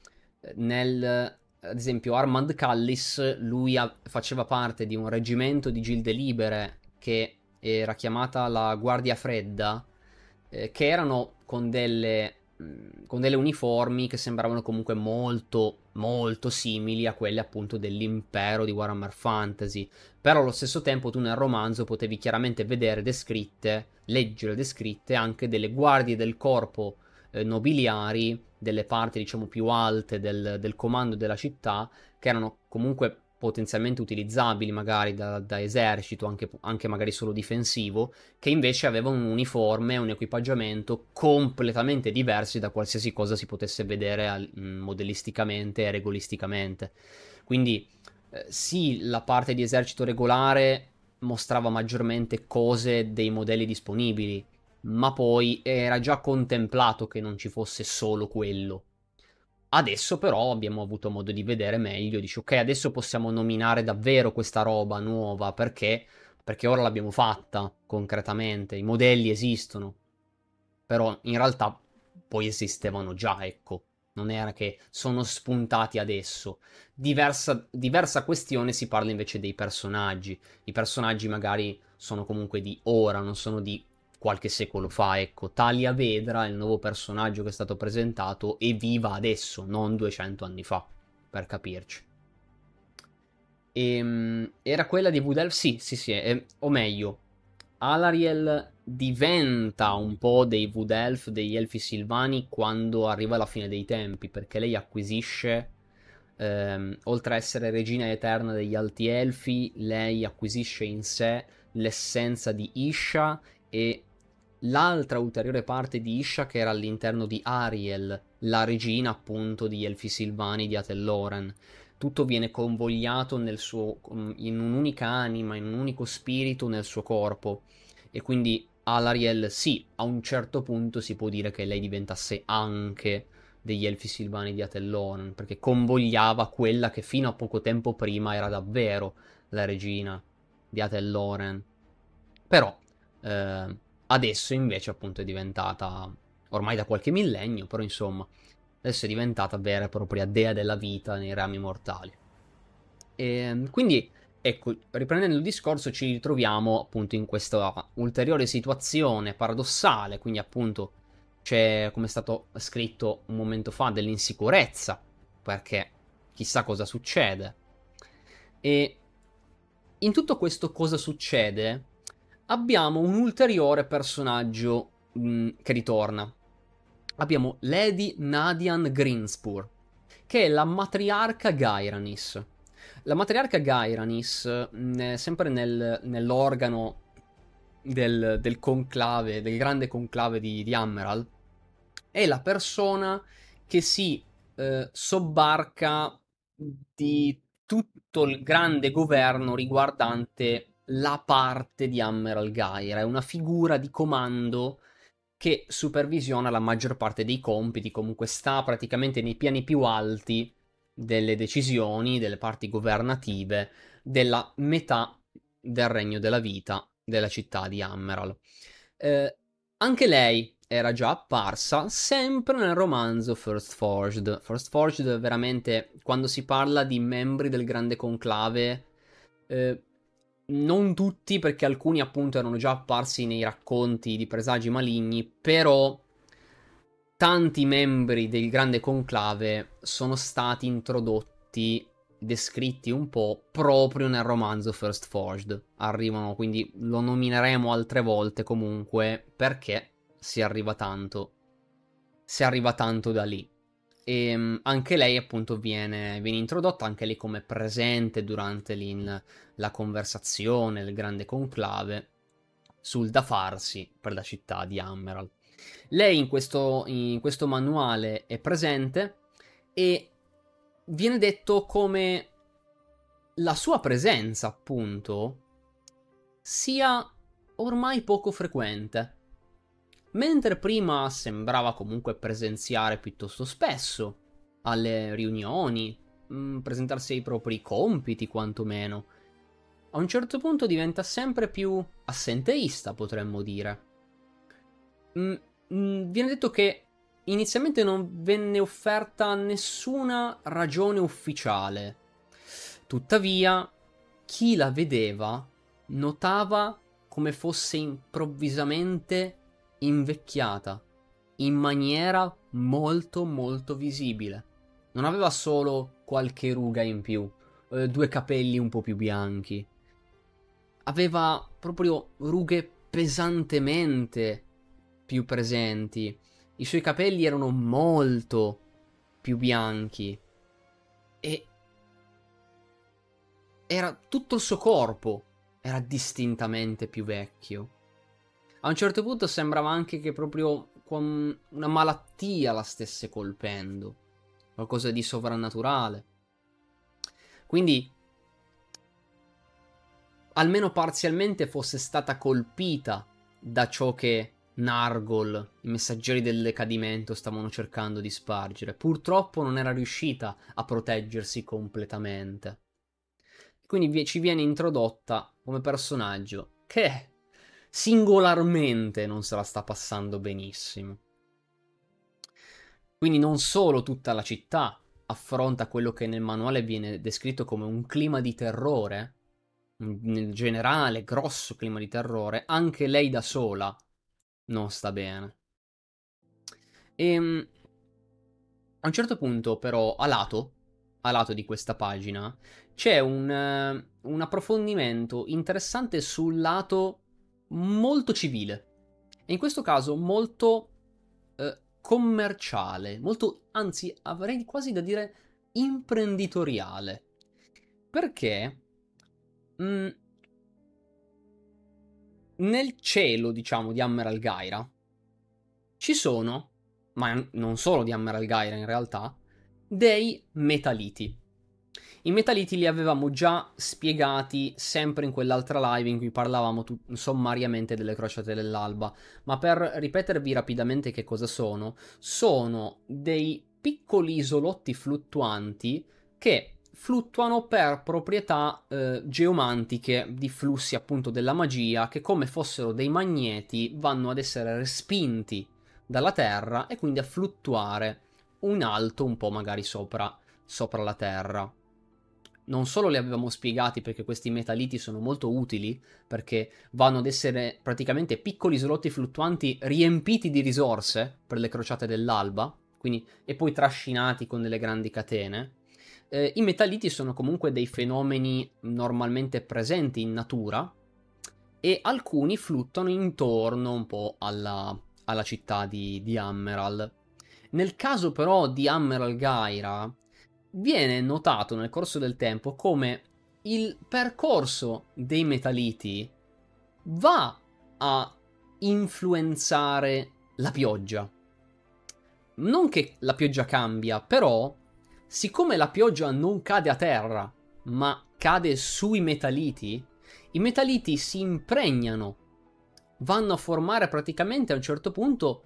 ad esempio Armand Callis, faceva parte di un reggimento di gilde libere che era chiamata la Guardia Fredda, che erano con delle uniformi che sembravano comunque molto, molto simili a quelle appunto dell'impero di Warhammer Fantasy. Però allo stesso tempo tu nel romanzo potevi chiaramente vedere descritte, leggere descritte anche delle guardie del corpo nobiliari, delle parti diciamo più alte del comando della città, che erano comunque potenzialmente utilizzabili magari da esercito, anche magari solo difensivo, che invece avevano un uniforme e un equipaggiamento completamente diversi da qualsiasi cosa si potesse vedere modellisticamente e regolisticamente. Quindi sì, la parte di esercito regolare mostrava maggiormente cose dei modelli disponibili, ma poi era già contemplato che non ci fosse solo quello. Adesso però abbiamo avuto modo di vedere meglio, dici ok, adesso possiamo nominare davvero questa roba nuova perché ora l'abbiamo fatta concretamente, i modelli esistono, però in realtà poi esistevano già, ecco, non era che sono spuntati adesso. Diversa questione si parla invece dei personaggi. I personaggi magari sono comunque di ora, non sono di qualche secolo fa, ecco. Talia Vedra, il nuovo personaggio che è stato presentato, è viva adesso, non 200 anni fa, per capirci. Era quella di Wood Elf? Sì, sì, sì, o meglio, Alariel diventa un po' dei Wood Elf, degli Elfi Silvani, quando arriva alla fine dei tempi, perché lei acquisisce, oltre a essere regina eterna degli Alti Elfi, lei acquisisce in sé l'essenza di Isha e l'altra ulteriore parte di Isha che era all'interno di Ariel, la regina appunto di Elfi Silvani di Atelloren. Tutto viene convogliato in un'unica anima, in un unico spirito nel suo corpo. E quindi Alariel, sì, a un certo punto si può dire che lei diventasse anche degli Elfi Silvani di Atelloren, perché convogliava quella che fino a poco tempo prima era davvero la regina di Atelloren. Però eh, adesso invece appunto è diventata, ormai da qualche millennio, però insomma, adesso è diventata vera e propria dea della vita nei rami mortali. E quindi, ecco, riprendendo il discorso, ci ritroviamo appunto in questa ulteriore situazione paradossale, quindi appunto c'è, come è stato scritto un momento fa, dell'insicurezza, perché chissà cosa succede. E in tutto questo cosa succede? Abbiamo un ulteriore personaggio che ritorna. Abbiamo Lady Nadian Greenspur, che è la matriarca Gairanis. La matriarca Gairanis, sempre nell'organo del conclave, del grande conclave di Emerald, è la persona che si sobbarca di tutto il grande governo riguardante la parte di Emerald Gaia. È una figura di comando che supervisiona la maggior parte dei compiti, comunque sta praticamente nei piani più alti delle decisioni, delle parti governative, della metà del regno della vita della città di Emerald. Eh, Anche lei era già apparsa, sempre nel romanzo First Forged. First Forged, veramente, quando si parla di membri del Grande Conclave, eh, non tutti, perché alcuni appunto erano già apparsi nei racconti di presagi maligni, però tanti membri del Grande Conclave sono stati introdotti, descritti un po' proprio nel romanzo First Forged. Arrivano, quindi lo nomineremo altre volte comunque perché si arriva tanto. Si arriva tanto da lì. E anche lei appunto viene introdotta, anche lei come presente durante la conversazione, il grande conclave sul da farsi per la città di Emerald. Lei in questo manuale è presente e viene detto come la sua presenza, appunto, sia ormai poco frequente. Mentre prima sembrava comunque presenziare piuttosto spesso alle riunioni, presentarsi ai propri compiti quantomeno, a un certo punto diventa sempre più assenteista, potremmo dire. Mm, Viene detto che inizialmente non venne offerta nessuna ragione ufficiale. Tuttavia, chi la vedeva notava come fosse improvvisamente invecchiata in maniera molto molto visibile. Non aveva solo qualche ruga in più, due capelli un po' più bianchi. Aveva proprio rughe pesantemente più presenti. I suoi capelli erano molto più bianchi e era tutto il suo corpo era distintamente più vecchio. A un certo punto sembrava anche che proprio con una malattia la stesse colpendo, qualcosa di sovrannaturale. Quindi almeno parzialmente fosse stata colpita da ciò che Nargol, i messaggeri del decadimento stavano cercando di spargere. Purtroppo non era riuscita a proteggersi completamente. Quindi ci viene introdotta come personaggio che singolarmente non se la sta passando benissimo. Quindi non solo tutta la città affronta quello che nel manuale viene descritto come un clima di terrore, nel generale grosso clima di terrore, anche lei da sola non sta bene. E a un certo punto, però, a lato di questa pagina, c'è un approfondimento interessante sul lato molto civile. E in questo caso molto commerciale, molto, anzi, avrei quasi da dire imprenditoriale. Perché mh, nel cielo, diciamo, di Ammer Gaira ci sono, ma non solo di Ammer Gaira in realtà, dei metaliti. I metaliti li avevamo già spiegati sempre in quell'altra live in cui parlavamo sommariamente delle crociate dell'alba, ma per ripetervi rapidamente che cosa sono dei piccoli isolotti fluttuanti che fluttuano per proprietà geomantiche di flussi appunto della magia che come fossero dei magneti vanno ad essere respinti dalla Terra e quindi a fluttuare in alto un po' magari sopra la Terra. Non solo li avevamo spiegati perché questi metaliti sono molto utili, perché vanno ad essere praticamente piccoli isolotti fluttuanti riempiti di risorse per le crociate dell'alba, quindi, e poi trascinati con delle grandi catene. I metalliti sono comunque dei fenomeni normalmente presenti in natura e alcuni fluttuano intorno un po' alla città di Ammeral. Nel caso però di Ammeral Gaira viene notato nel corso del tempo come il percorso dei metaliti va a influenzare la pioggia. Non che la pioggia cambia, però, siccome la pioggia non cade a terra, ma cade sui metaliti, i metaliti si impregnano, vanno a formare praticamente a un certo punto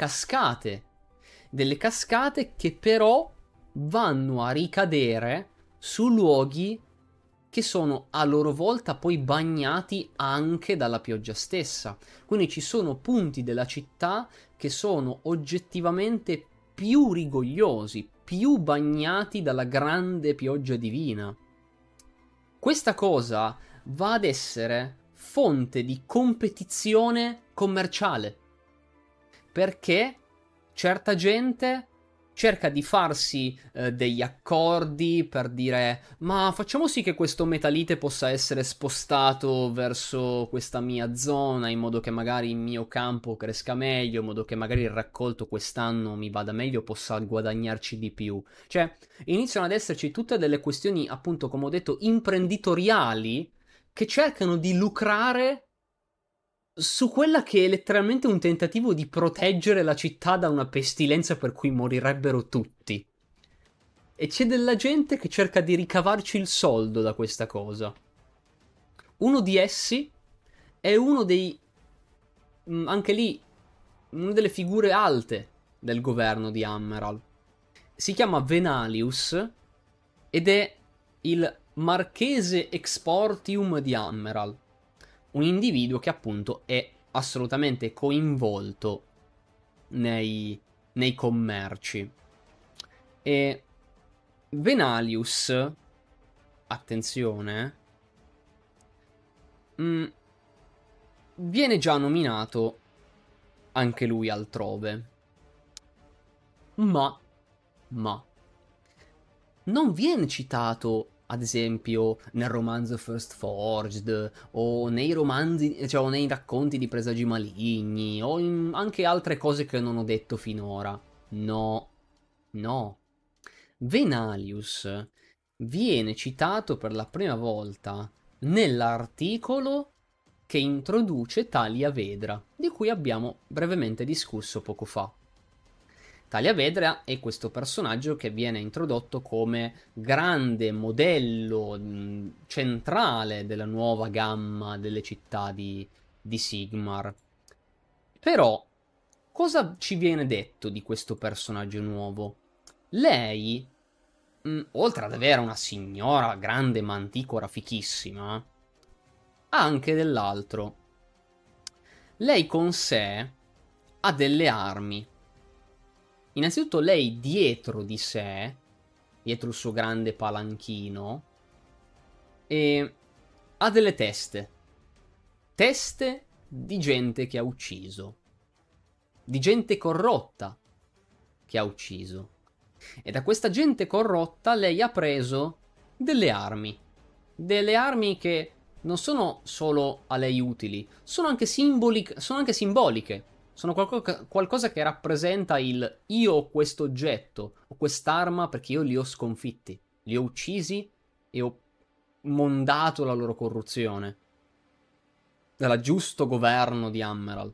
delle cascate che però vanno a ricadere su luoghi che sono a loro volta poi bagnati anche dalla pioggia stessa. Quindi ci sono punti della città che sono oggettivamente più rigogliosi, più bagnati dalla grande pioggia divina. Questa cosa va ad essere fonte di competizione commerciale, perché certa gente cerca di farsi degli accordi per dire ma facciamo sì che questo metalite possa essere spostato verso questa mia zona in modo che magari il mio campo cresca meglio, in modo che magari il raccolto quest'anno mi vada meglio, possa guadagnarci di più. Cioè, iniziano ad esserci tutte delle questioni, appunto, come ho detto, imprenditoriali che cercano di lucrare su quella che è letteralmente un tentativo di proteggere la città da una pestilenza per cui morirebbero tutti. E c'è della gente che cerca di ricavarci il soldo da questa cosa. Uno di essi è uno dei... anche lì, una delle figure alte del governo di Ammeral. Si chiama Venalius ed è il marchese exportium di Ammeral. Un individuo che appunto è assolutamente coinvolto nei commerci. E Venalius, attenzione, viene già nominato anche lui altrove. Ma, ma, non viene citato, ad esempio, nel romanzo First Forged, o nei romanzi, cioè, o nei racconti di presagi maligni, o in anche altre cose che non ho detto finora. No, no. Venalius viene citato per la prima volta nell'articolo che introduce Talia Vedra, di cui abbiamo brevemente discusso poco fa. Talia Vedra è questo personaggio che viene introdotto come grande modello centrale della nuova gamma delle città di Sigmar. Però, cosa ci viene detto di questo personaggio nuovo? Lei, oltre ad avere una signora grande manticora fichissima, ha anche dell'altro. Lei con sé ha delle armi. Innanzitutto lei dietro di sé, dietro il suo grande palanchino, e ha delle teste. Teste di gente che ha ucciso. Di gente corrotta che ha ucciso. E da questa gente corrotta lei ha preso delle armi. Delle armi che non sono solo a lei utili, sono anche, sono anche simboliche. Sono qualcosa che rappresenta il io ho questo oggetto, ho quest'arma perché io li ho sconfitti, li ho uccisi e ho mondato la loro corruzione. Dal giusto governo di Emerald.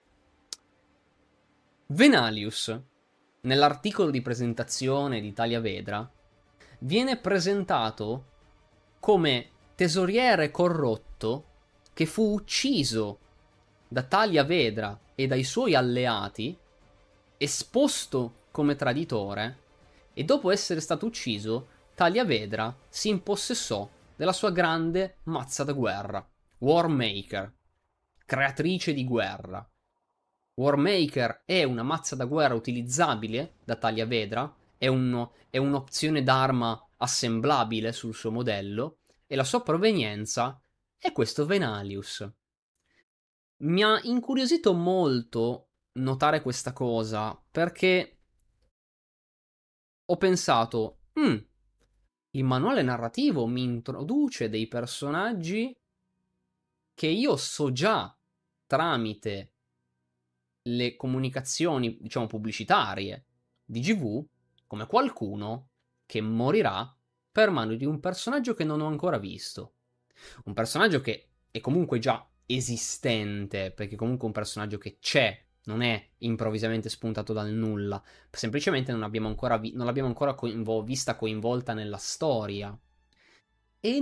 Venalius, nell'articolo di presentazione di Talia Vedra, viene presentato come tesoriere corrotto che fu ucciso da Talia Vedra e dai suoi alleati, esposto come traditore, e dopo essere stato ucciso, Talia Vedra si impossessò della sua grande mazza da guerra, Warmaker, creatrice di guerra. Warmaker è una mazza da guerra utilizzabile da Talia Vedra, è un'opzione d'arma assemblabile sul suo modello, e la sua provenienza è questo Venalius. Mi ha incuriosito molto notare questa cosa, perché ho pensato, il manuale narrativo mi introduce dei personaggi che io so già tramite le comunicazioni, diciamo, pubblicitarie di GV, come qualcuno che morirà per mano di un personaggio che non ho ancora visto. Un personaggio che è comunque già esistente, perché comunque è un personaggio che c'è, non è improvvisamente spuntato dal nulla, semplicemente non l'abbiamo ancora vista coinvolta nella storia. E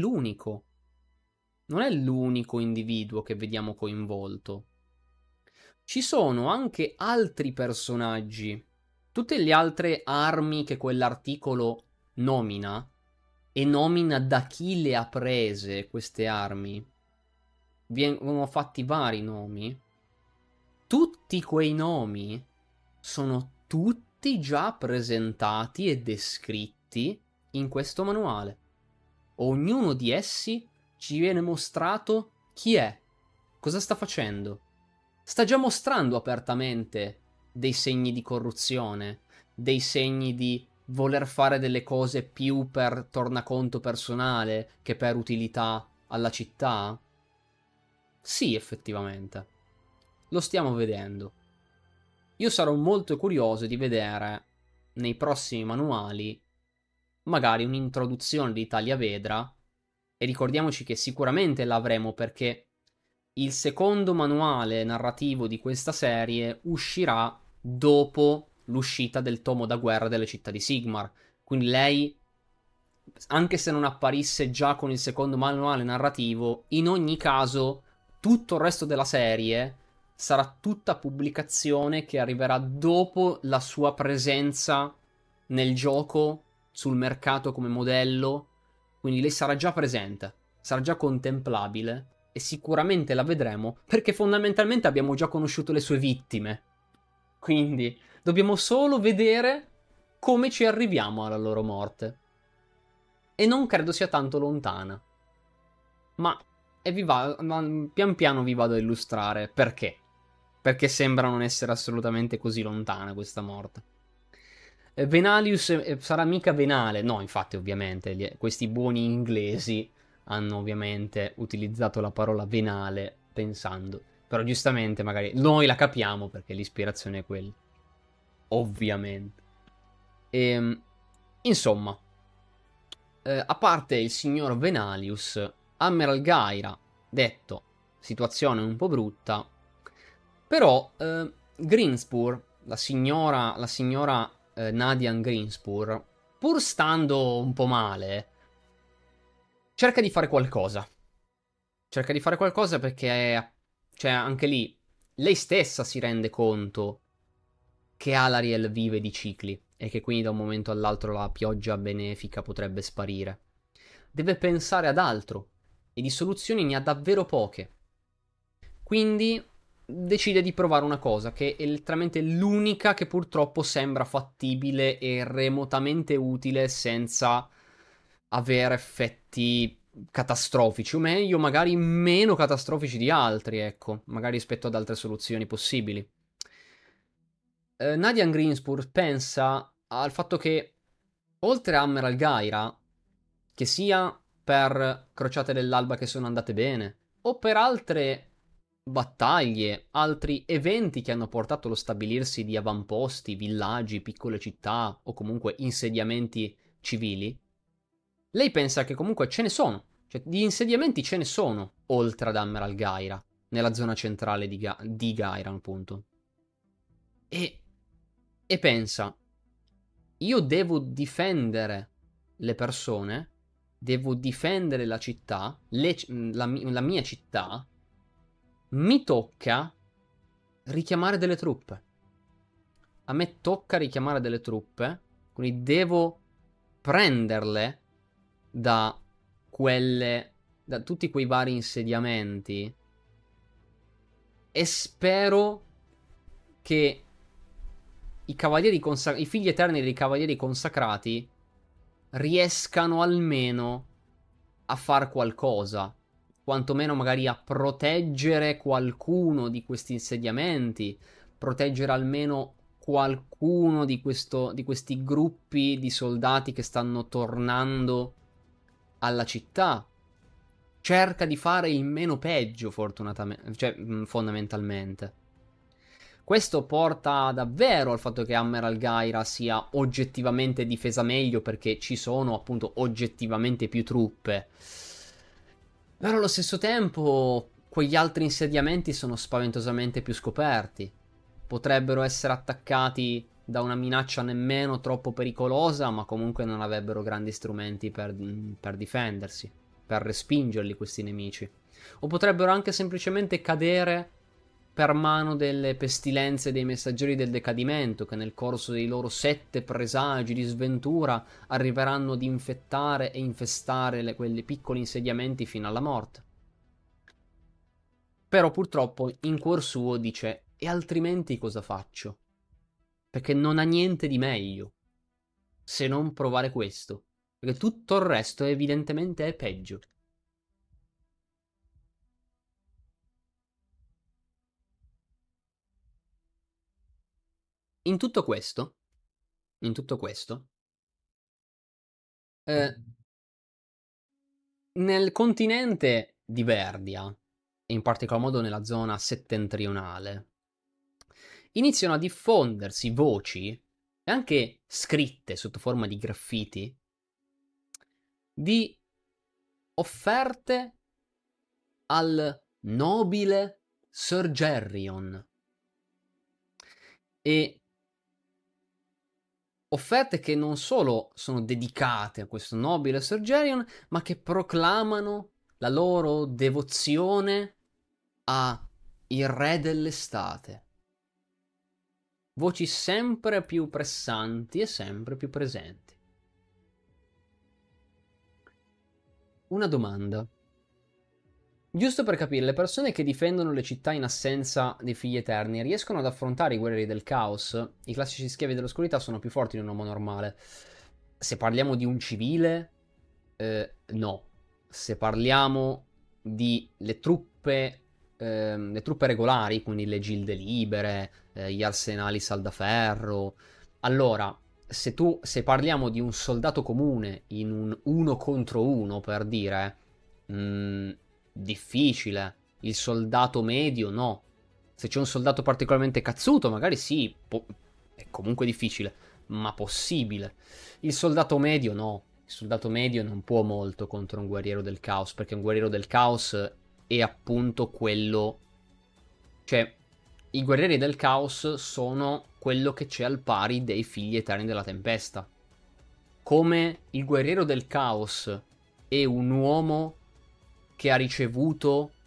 non è l'unico individuo che vediamo coinvolto. Ci sono anche altri personaggi. Tutte le altre armi che quell'articolo nomina, e nomina da chi le ha prese queste armi, vengono fatti vari nomi. Tutti quei nomi sono tutti già presentati e descritti in questo manuale. Ognuno di essi ci viene mostrato chi è, cosa sta facendo. Sta già mostrando apertamente dei segni di corruzione, dei segni di voler fare delle cose più per tornaconto personale che per utilità alla città? Sì, effettivamente. Lo stiamo vedendo. Io sarò molto curioso di vedere nei prossimi manuali magari un'introduzione di Talia Vedra, e ricordiamoci che sicuramente l'avremo perché il secondo manuale narrativo di questa serie uscirà dopo l'uscita del tomo da guerra delle città di Sigmar. Quindi lei, anche se non apparisse già con il secondo manuale narrativo, in ogni caso tutto il resto della serie sarà tutta pubblicazione che arriverà dopo la sua presenza nel gioco, sul mercato come modello. Quindi lei sarà già presente, sarà già contemplabile e sicuramente la vedremo perché fondamentalmente abbiamo già conosciuto le sue vittime. Quindi dobbiamo solo vedere come ci arriviamo alla loro morte. E non credo sia tanto lontana. Ma pian piano vi vado a illustrare perché. Perché sembra non essere assolutamente così lontana questa morte. Venalius sarà mica venale. No, infatti, ovviamente, questi buoni inglesi hanno ovviamente utilizzato la parola venale pensando. Però giustamente, magari, noi la capiamo perché l'ispirazione è quella. Ovviamente. Insomma, a parte il signor Venalius, Admiral Gaira, detto, situazione un po' brutta, però Greenspur, la signora Nadian Greenspur, pur stando un po' male, cerca di fare qualcosa. Cerca di fare qualcosa perché, cioè, anche lì, lei stessa si rende conto che Alariel vive di cicli e che quindi da un momento all'altro la pioggia benefica potrebbe sparire. Deve pensare ad altro e di soluzioni ne ha davvero poche. Quindi decide di provare una cosa che è letteralmente l'unica che purtroppo sembra fattibile e remotamente utile senza avere effetti catastrofici, o meglio, magari meno catastrofici di altri, ecco, magari rispetto ad altre soluzioni possibili. Nadian Greenspur pensa al fatto che, oltre a Emerald Gaira, che sia per Crociate dell'Alba che sono andate bene, o per altre battaglie, altri eventi che hanno portato allo stabilirsi di avamposti, villaggi, piccole città o comunque insediamenti civili, lei pensa che comunque ce ne sono. Cioè, di insediamenti ce ne sono, oltre ad Emerald Gaira, nella zona centrale di Gaira, appunto. E, e pensa, io devo difendere le persone, devo difendere la città, la mia città, mi tocca richiamare delle truppe. A me tocca richiamare delle truppe, quindi devo prenderle da da tutti quei vari insediamenti e spero che i figli eterni dei cavalieri consacrati riescano almeno a far qualcosa, quantomeno magari a proteggere qualcuno di questi insediamenti, proteggere almeno qualcuno di questi gruppi di soldati che stanno tornando alla città. Cerca di fare il meno peggio, fortunatamente, cioè, fondamentalmente. Questo porta davvero al fatto che Emerald Gaira sia oggettivamente difesa meglio perché ci sono appunto oggettivamente più truppe. Però allo stesso tempo quegli altri insediamenti sono spaventosamente più scoperti. Potrebbero essere attaccati da una minaccia nemmeno troppo pericolosa, ma comunque non avrebbero grandi strumenti per difendersi, per respingerli questi nemici. O potrebbero anche semplicemente cadere per mano delle pestilenze dei messaggeri del decadimento, che nel corso dei loro 7 presagi di sventura arriveranno ad infettare e infestare quei piccoli insediamenti fino alla morte. Però purtroppo in cuor suo dice: e altrimenti cosa faccio? Perché non ha niente di meglio se non provare questo, perché tutto il resto evidentemente è peggio. In tutto questo, in tutto questo, eh, nel continente di Verdia, e in particolar modo nella zona settentrionale, iniziano a diffondersi voci, e anche scritte sotto forma di graffiti, di offerte al nobile Sir Gerrion. E offerte che non solo sono dedicate a questo nobile Sir Gerrion, ma che proclamano la loro devozione a il re dell'estate. Voci sempre più pressanti e sempre più presenti. Una domanda. Giusto per capire, le persone che difendono le città in assenza dei figli eterni riescono ad affrontare i guerrieri del caos? I classici schiavi dell'oscurità sono più forti di un uomo normale. Se parliamo di un civile, no. Se parliamo di le truppe regolari, quindi le gilde libere, gli arsenali saldaferro, allora, se parliamo di un soldato comune in un uno contro uno, per dire, difficile. Il soldato medio, no. Se c'è un soldato particolarmente cazzuto, magari sì, è comunque difficile, ma possibile. Il soldato medio, no. Il soldato medio non può molto contro un guerriero del caos, perché un guerriero del caos è appunto quello. Cioè, i guerrieri del caos sono quello che c'è al pari dei figli eterni della tempesta. Come il guerriero del caos è un uomo che ha ricevuto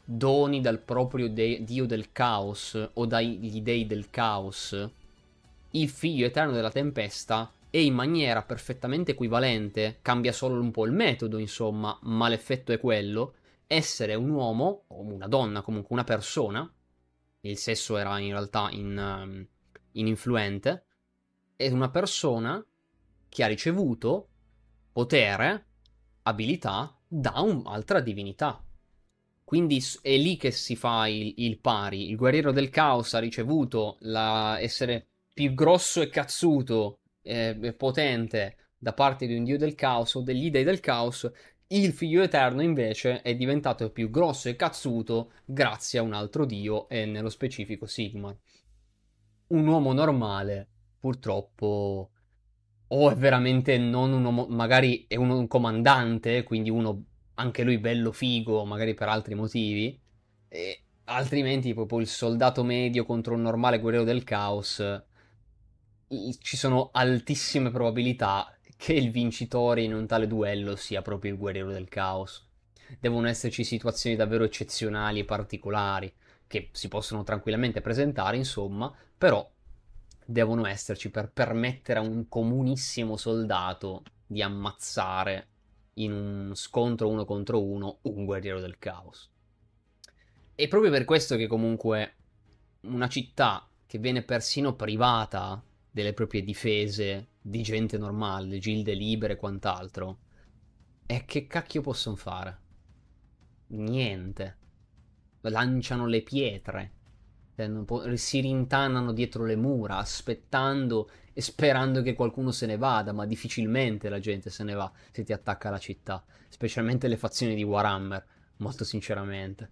doni dal proprio dio del caos o dagli dei del caos, il figlio eterno della tempesta è in maniera perfettamente equivalente, cambia solo un po' il metodo, insomma, ma l'effetto è quello, essere un uomo o una donna, comunque una persona, il sesso era in realtà ininfluente, è una persona che ha ricevuto potere, abilità da un'altra divinità. Quindi è lì che si fa il pari. Il guerriero del caos ha ricevuto essere più grosso e cazzuto e potente da parte di un dio del caos o degli dei del caos. Il figlio eterno invece è diventato più grosso e cazzuto grazie a un altro dio e nello specifico Sigmar. Un uomo normale, purtroppo, o è veramente non un uomo, magari è un comandante, quindi uno anche lui bello figo, magari per altri motivi, e altrimenti proprio il soldato medio contro un normale guerriero del caos, ci sono altissime probabilità che il vincitore in un tale duello sia proprio il guerriero del caos. Devono esserci situazioni davvero eccezionali e particolari che si possono tranquillamente presentare, insomma, però devono esserci per permettere a un comunissimo soldato di ammazzare in un scontro uno contro uno un guerriero del caos. È proprio per questo che comunque una città che viene persino privata delle proprie difese di gente normale, gilde libere e quant'altro, e che cacchio possono fare? Niente. Lanciano le pietre, si rintanano dietro le mura, aspettando e sperando che qualcuno se ne vada, ma difficilmente la gente se ne va se ti attacca la città, specialmente le fazioni di Warhammer, molto sinceramente.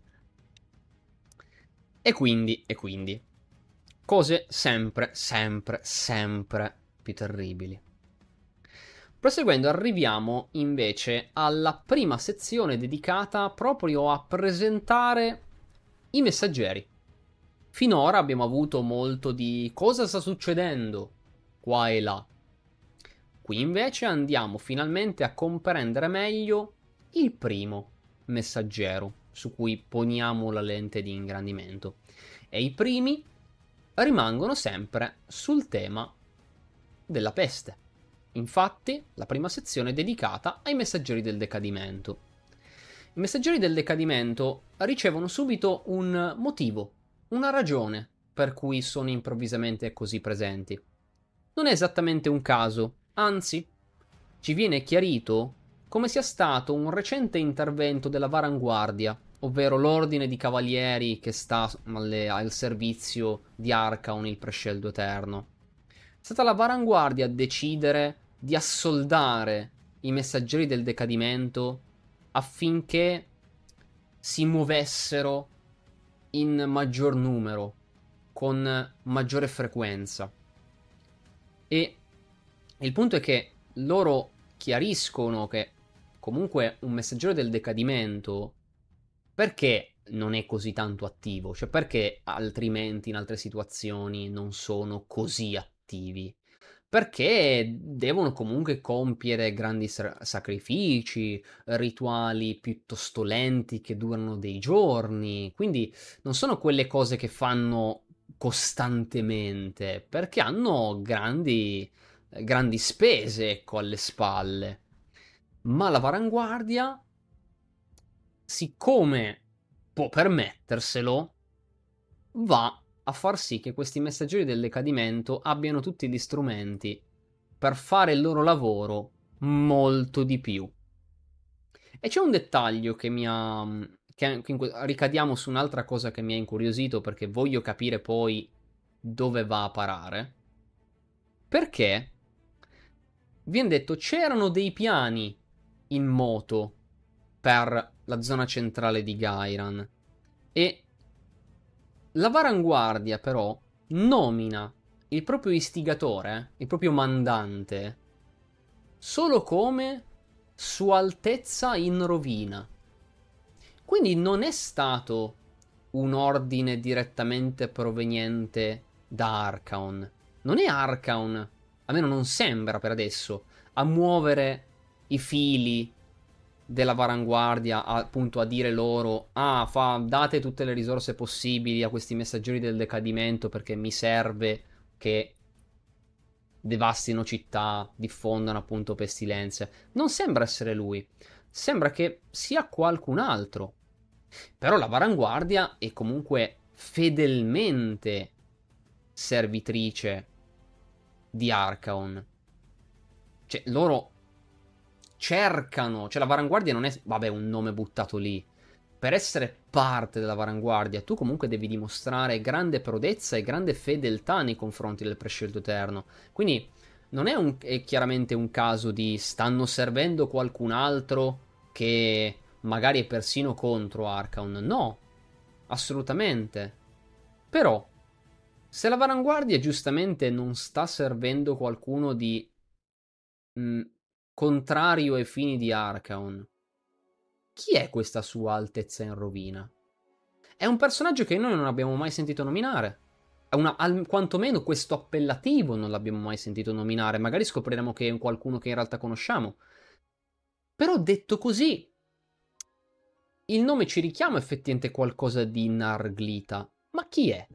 E quindi, cose sempre, sempre, sempre più terribili. Proseguendo, arriviamo invece alla prima sezione dedicata proprio a presentare i messaggeri. Finora abbiamo avuto molto di cosa sta succedendo qua e là. Qui invece andiamo finalmente a comprendere meglio il primo messaggero su cui poniamo la lente di ingrandimento. E i primi rimangono sempre sul tema della peste. Infatti, la prima sezione è dedicata ai messaggeri del decadimento. I messaggeri del decadimento ricevono subito un motivo, una ragione per cui sono improvvisamente così presenti. Non è esattamente un caso, anzi, ci viene chiarito come sia stato un recente intervento della Varanguardia, ovvero l'ordine di cavalieri che sta al servizio di Arcaon, il presceldo eterno. È stata la Varanguardia a decidere di assoldare i messaggeri del decadimento affinché si muovessero in maggior numero, con maggiore frequenza. E il punto è che loro chiariscono che comunque un messaggero del decadimento perché non è così tanto attivo? Cioè perché altrimenti in altre situazioni non sono così attivi? Perché devono comunque compiere grandi sacrifici, rituali piuttosto lenti che durano dei giorni, quindi non sono quelle cose che fanno costantemente, perché hanno grandi spese, ecco, alle spalle. Ma la Varanguardia, siccome può permetterselo, va a far sì che questi messaggeri del decadimento abbiano tutti gli strumenti per fare il loro lavoro molto di più. E c'è un dettaglio che mi ha... ricadiamo su un'altra cosa che mi ha incuriosito perché voglio capire poi dove va a parare. Perché viene detto c'erano dei piani in moto per la zona centrale di Gairan e la Varanguardia però nomina il proprio istigatore, il proprio mandante, solo come Sua Altezza in rovina. Quindi non è stato un ordine direttamente proveniente da Archaon. Non è Archaon, almeno non sembra per adesso, a muovere i fili dell'avanguardia appunto a dire loro date tutte le risorse possibili a questi messaggeri del decadimento perché mi serve che devastino città, diffondano appunto pestilenze. Non sembra essere lui, sembra che sia qualcun altro. Però l'avanguardia è comunque fedelmente servitrice di Archaon. Cioè, loro cercano, cioè l'avanguardia non è, vabbè, un nome buttato lì. Per essere parte dell'avanguardia, tu comunque devi dimostrare grande prodezza e grande fedeltà nei confronti del prescelto eterno. Quindi non è chiaramente un caso di stanno servendo qualcun altro che magari è persino contro Archaon. No, assolutamente. Però, se l'avanguardia giustamente non sta servendo qualcuno di mh, contrario ai fini di Archaon, chi è questa sua altezza in rovina? È un personaggio che noi non abbiamo mai sentito nominare. Quantomeno questo appellativo non l'abbiamo mai sentito nominare. Magari scopriremo che è qualcuno che in realtà conosciamo. Però detto così, il nome ci richiama effettivamente qualcosa di Narglita. Ma chi è?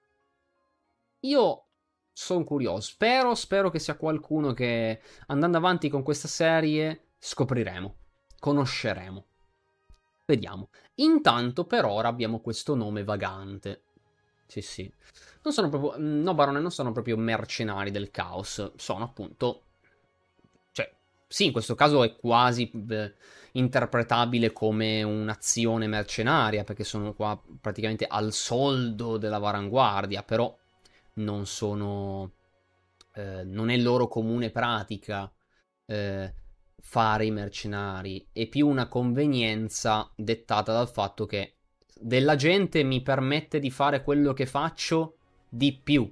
Io sono curioso. Spero che sia qualcuno che andando avanti con questa serie scopriremo. Conosceremo. Vediamo. Intanto per ora abbiamo questo nome vagante. Sì, sì. Non sono proprio. No, Barone, non sono proprio mercenari del caos. Sono appunto. Cioè, sì, in questo caso è quasi interpretabile come un'azione mercenaria, perché sono qua praticamente al soldo dell'avanguardia, però non sono. Non è loro comune pratica eh, fare i mercenari, è più una convenienza dettata dal fatto che della gente mi permette di fare quello che faccio di più.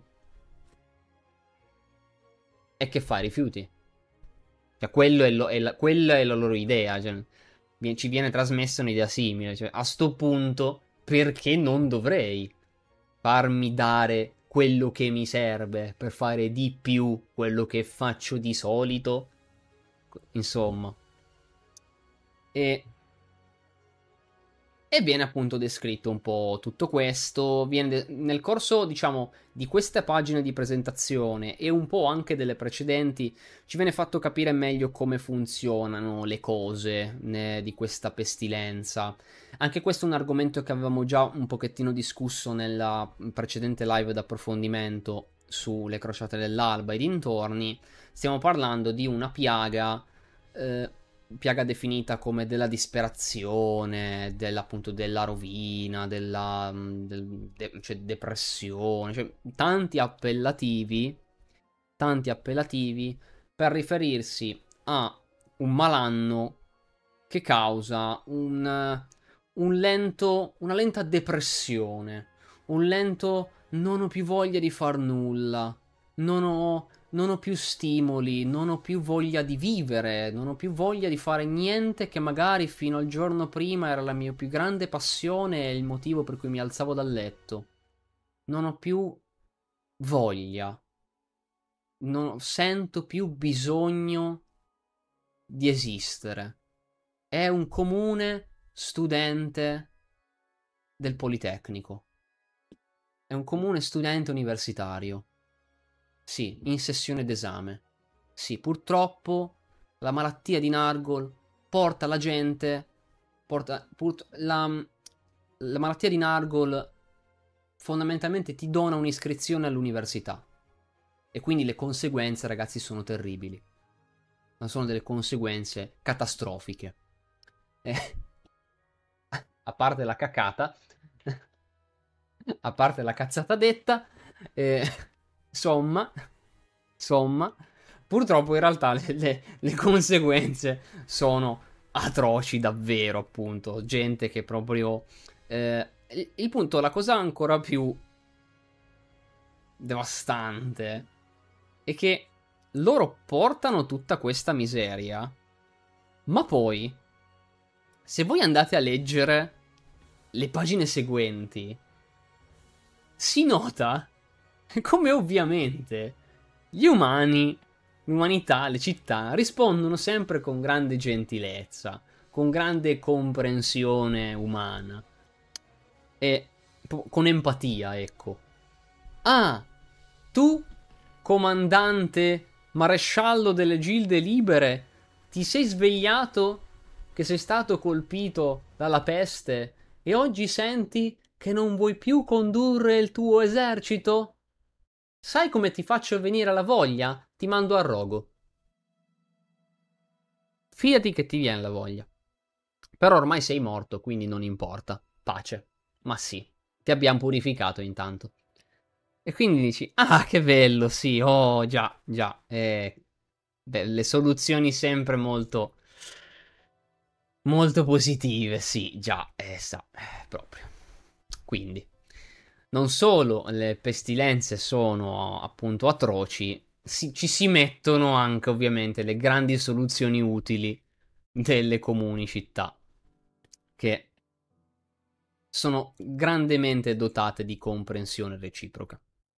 E che fai? Rifiuti? Cioè, quella è la loro idea. Cioè, ci viene trasmessa un'idea simile. Cioè, a sto punto, perché non dovrei farmi dare quello che mi serve per fare di più quello che faccio di solito? Insomma. E E viene appunto descritto un po' tutto questo. Nel corso, diciamo, di queste pagine di presentazione e un po' anche delle precedenti, ci viene fatto capire meglio come funzionano le cose di questa pestilenza. Anche questo è un argomento che avevamo già un pochettino discusso nella precedente live d'approfondimento sulle crociate dell'alba e dintorni. Stiamo parlando di una eh, piaga definita come della disperazione, appunto della rovina, cioè depressione, cioè tanti appellativi per riferirsi a un malanno che causa una lenta depressione, un lento non ho più voglia di far nulla, non ho più stimoli, non ho più voglia di vivere, non ho più voglia di fare niente che magari fino al giorno prima era la mia più grande passione e il motivo per cui mi alzavo dal letto. Non ho più voglia, non sento più bisogno di esistere. È un comune studente del Politecnico. È un comune studente universitario. Sì, in sessione d'esame. Sì, purtroppo la malattia di Nargol porta la gente. La malattia di Nargol fondamentalmente ti dona un'iscrizione all'università. E quindi le conseguenze, ragazzi, sono terribili. Ma sono delle conseguenze catastrofiche. Eh, a parte la cacata, a parte la cazzata detta, eh, insomma, insomma, purtroppo in realtà le conseguenze sono atroci davvero, appunto. Gente che proprio. Il punto, la cosa ancora più devastante è che loro portano tutta questa miseria, ma poi, se voi andate a leggere le pagine seguenti, si nota come ovviamente gli umani, l'umanità, le città rispondono sempre con grande gentilezza. con grande comprensione umana e con empatia, ecco. Ah, tu, comandante, maresciallo delle Gilde Libere, ti sei svegliato che sei stato colpito dalla peste e oggi senti che non vuoi più condurre il tuo esercito? Sai come ti faccio venire la voglia? Ti mando a rogo. Fidati che ti viene la voglia. Però ormai sei morto, quindi non importa. Pace. Ma sì, ti abbiamo purificato intanto. E quindi dici, ah, che bello, sì, oh, già, già. Beh, le soluzioni sempre molto, molto positive, sì, già, proprio. Quindi, non solo le pestilenze sono appunto atroci, ci si mettono anche ovviamente le grandi soluzioni utili delle comuni città, che sono grandemente dotate di comprensione reciproca.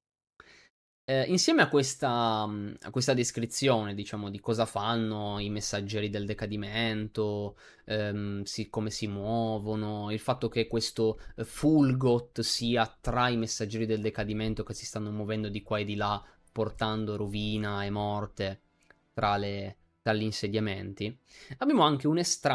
Insieme a questa descrizione, diciamo, di cosa fanno i messaggeri del decadimento, come si muovono, il fatto che questo Fulgot sia tra i messaggeri del decadimento che si stanno muovendo di qua e di là, portando rovina e morte tra gli insediamenti, abbiamo anche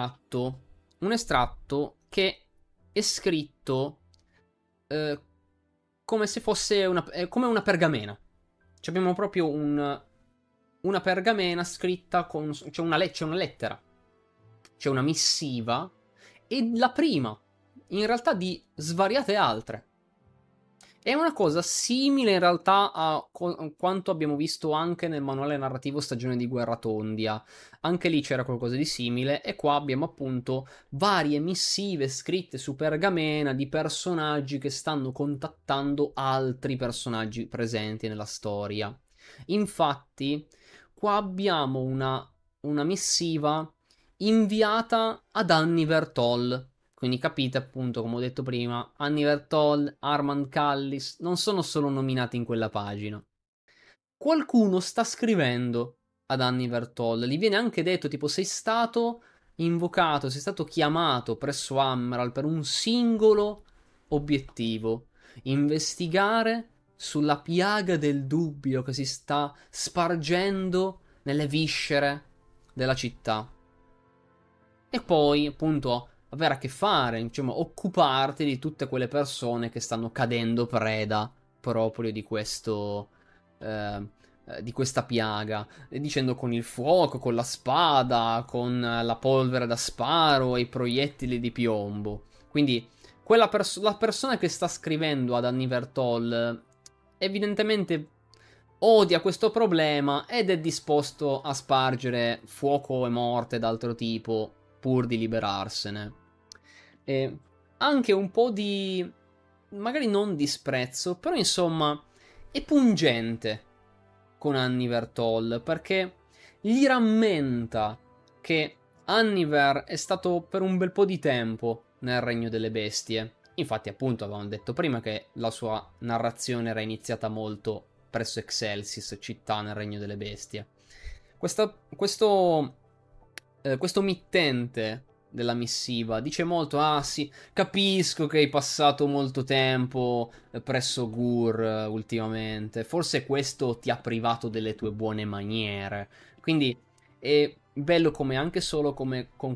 un estratto che è scritto eh, come se fosse come una pergamena. Cioè abbiamo proprio una pergamena scritta con... c'è una lettera, c'è una missiva e la prima, in realtà di svariate altre. È una cosa simile in realtà a quanto abbiamo visto anche nel manuale narrativo Stagione di Guerra Tondia. Anche lì c'era qualcosa di simile e qua abbiamo appunto varie missive scritte su pergamena di personaggi che stanno contattando altri personaggi presenti nella storia. Infatti, qua abbiamo una missiva inviata ad Annie Vertol. Quindi capite appunto, come ho detto prima, Annie Vertol, Armand Callis non sono solo nominati in quella pagina. Qualcuno sta scrivendo ad Annie Vertol. Gli viene anche detto, tipo, sei stato invocato, sei stato chiamato presso Ammeral per un singolo obiettivo. Investigare sulla piaga del dubbio che si sta spargendo nelle viscere della città. E poi, appunto, avere a che fare, diciamo, occuparti di tutte quelle persone che stanno cadendo preda proprio di questa piaga, e dicendo con il fuoco, con la spada, con la polvere da sparo e i proiettili di piombo. Quindi, la persona che sta scrivendo ad Annie Vertol evidentemente odia questo problema ed è disposto a spargere fuoco e morte d'altro tipo pur di liberarsene. E anche un po' di... magari non disprezzo, però insomma è pungente con Anniver Toll perché gli rammenta che Anniver è stato per un bel po' di tempo nel Regno delle Bestie. Infatti, appunto, avevamo detto prima che la sua narrazione era iniziata molto presso Excelsis, città nel Regno delle Bestie. Questo mittente della missiva dice molto: ah sì, capisco che hai passato molto tempo presso Gur ultimamente, forse questo ti ha privato delle tue buone maniere. Quindi è bello come anche solo come con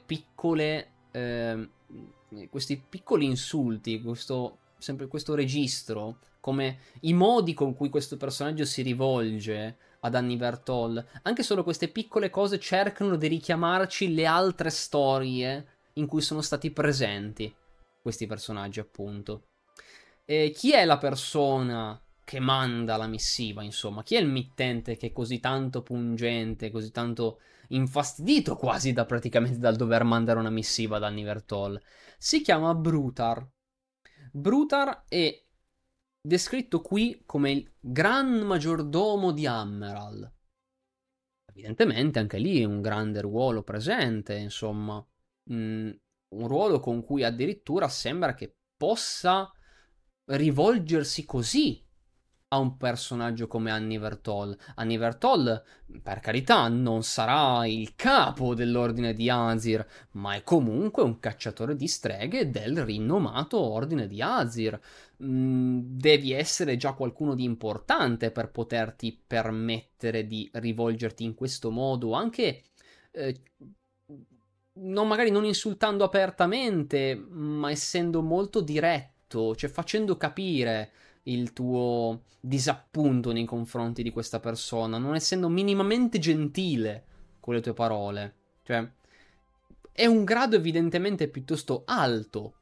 questi piccoli insulti, sempre questo registro, come i modi con cui questo personaggio si rivolge ad Annie Vertol. Anche solo queste piccole cose cercano di richiamarci le altre storie in cui sono stati presenti questi personaggi, appunto. E chi è la persona che manda la missiva, insomma? Chi è il mittente che è così tanto pungente, così tanto infastidito quasi praticamente dal dover mandare una missiva ad Annie Vertol? Si chiama Brutar. Brutar è descritto qui come il gran maggiordomo di Ammeral. Evidentemente anche lì un grande ruolo presente, insomma, un ruolo con cui addirittura sembra che possa rivolgersi così a un personaggio come Annie Vertol. Annie Vertol, per carità, non sarà il capo dell'ordine di Azir, ma è comunque un cacciatore di streghe del rinomato ordine di Azir. Devi essere già qualcuno di importante per poterti permettere di rivolgerti in questo modo, anche eh, magari non insultando apertamente, ma essendo molto diretto, cioè facendo capire il tuo disappunto nei confronti di questa persona, non essendo minimamente gentile con le tue parole. Cioè, è un grado evidentemente piuttosto alto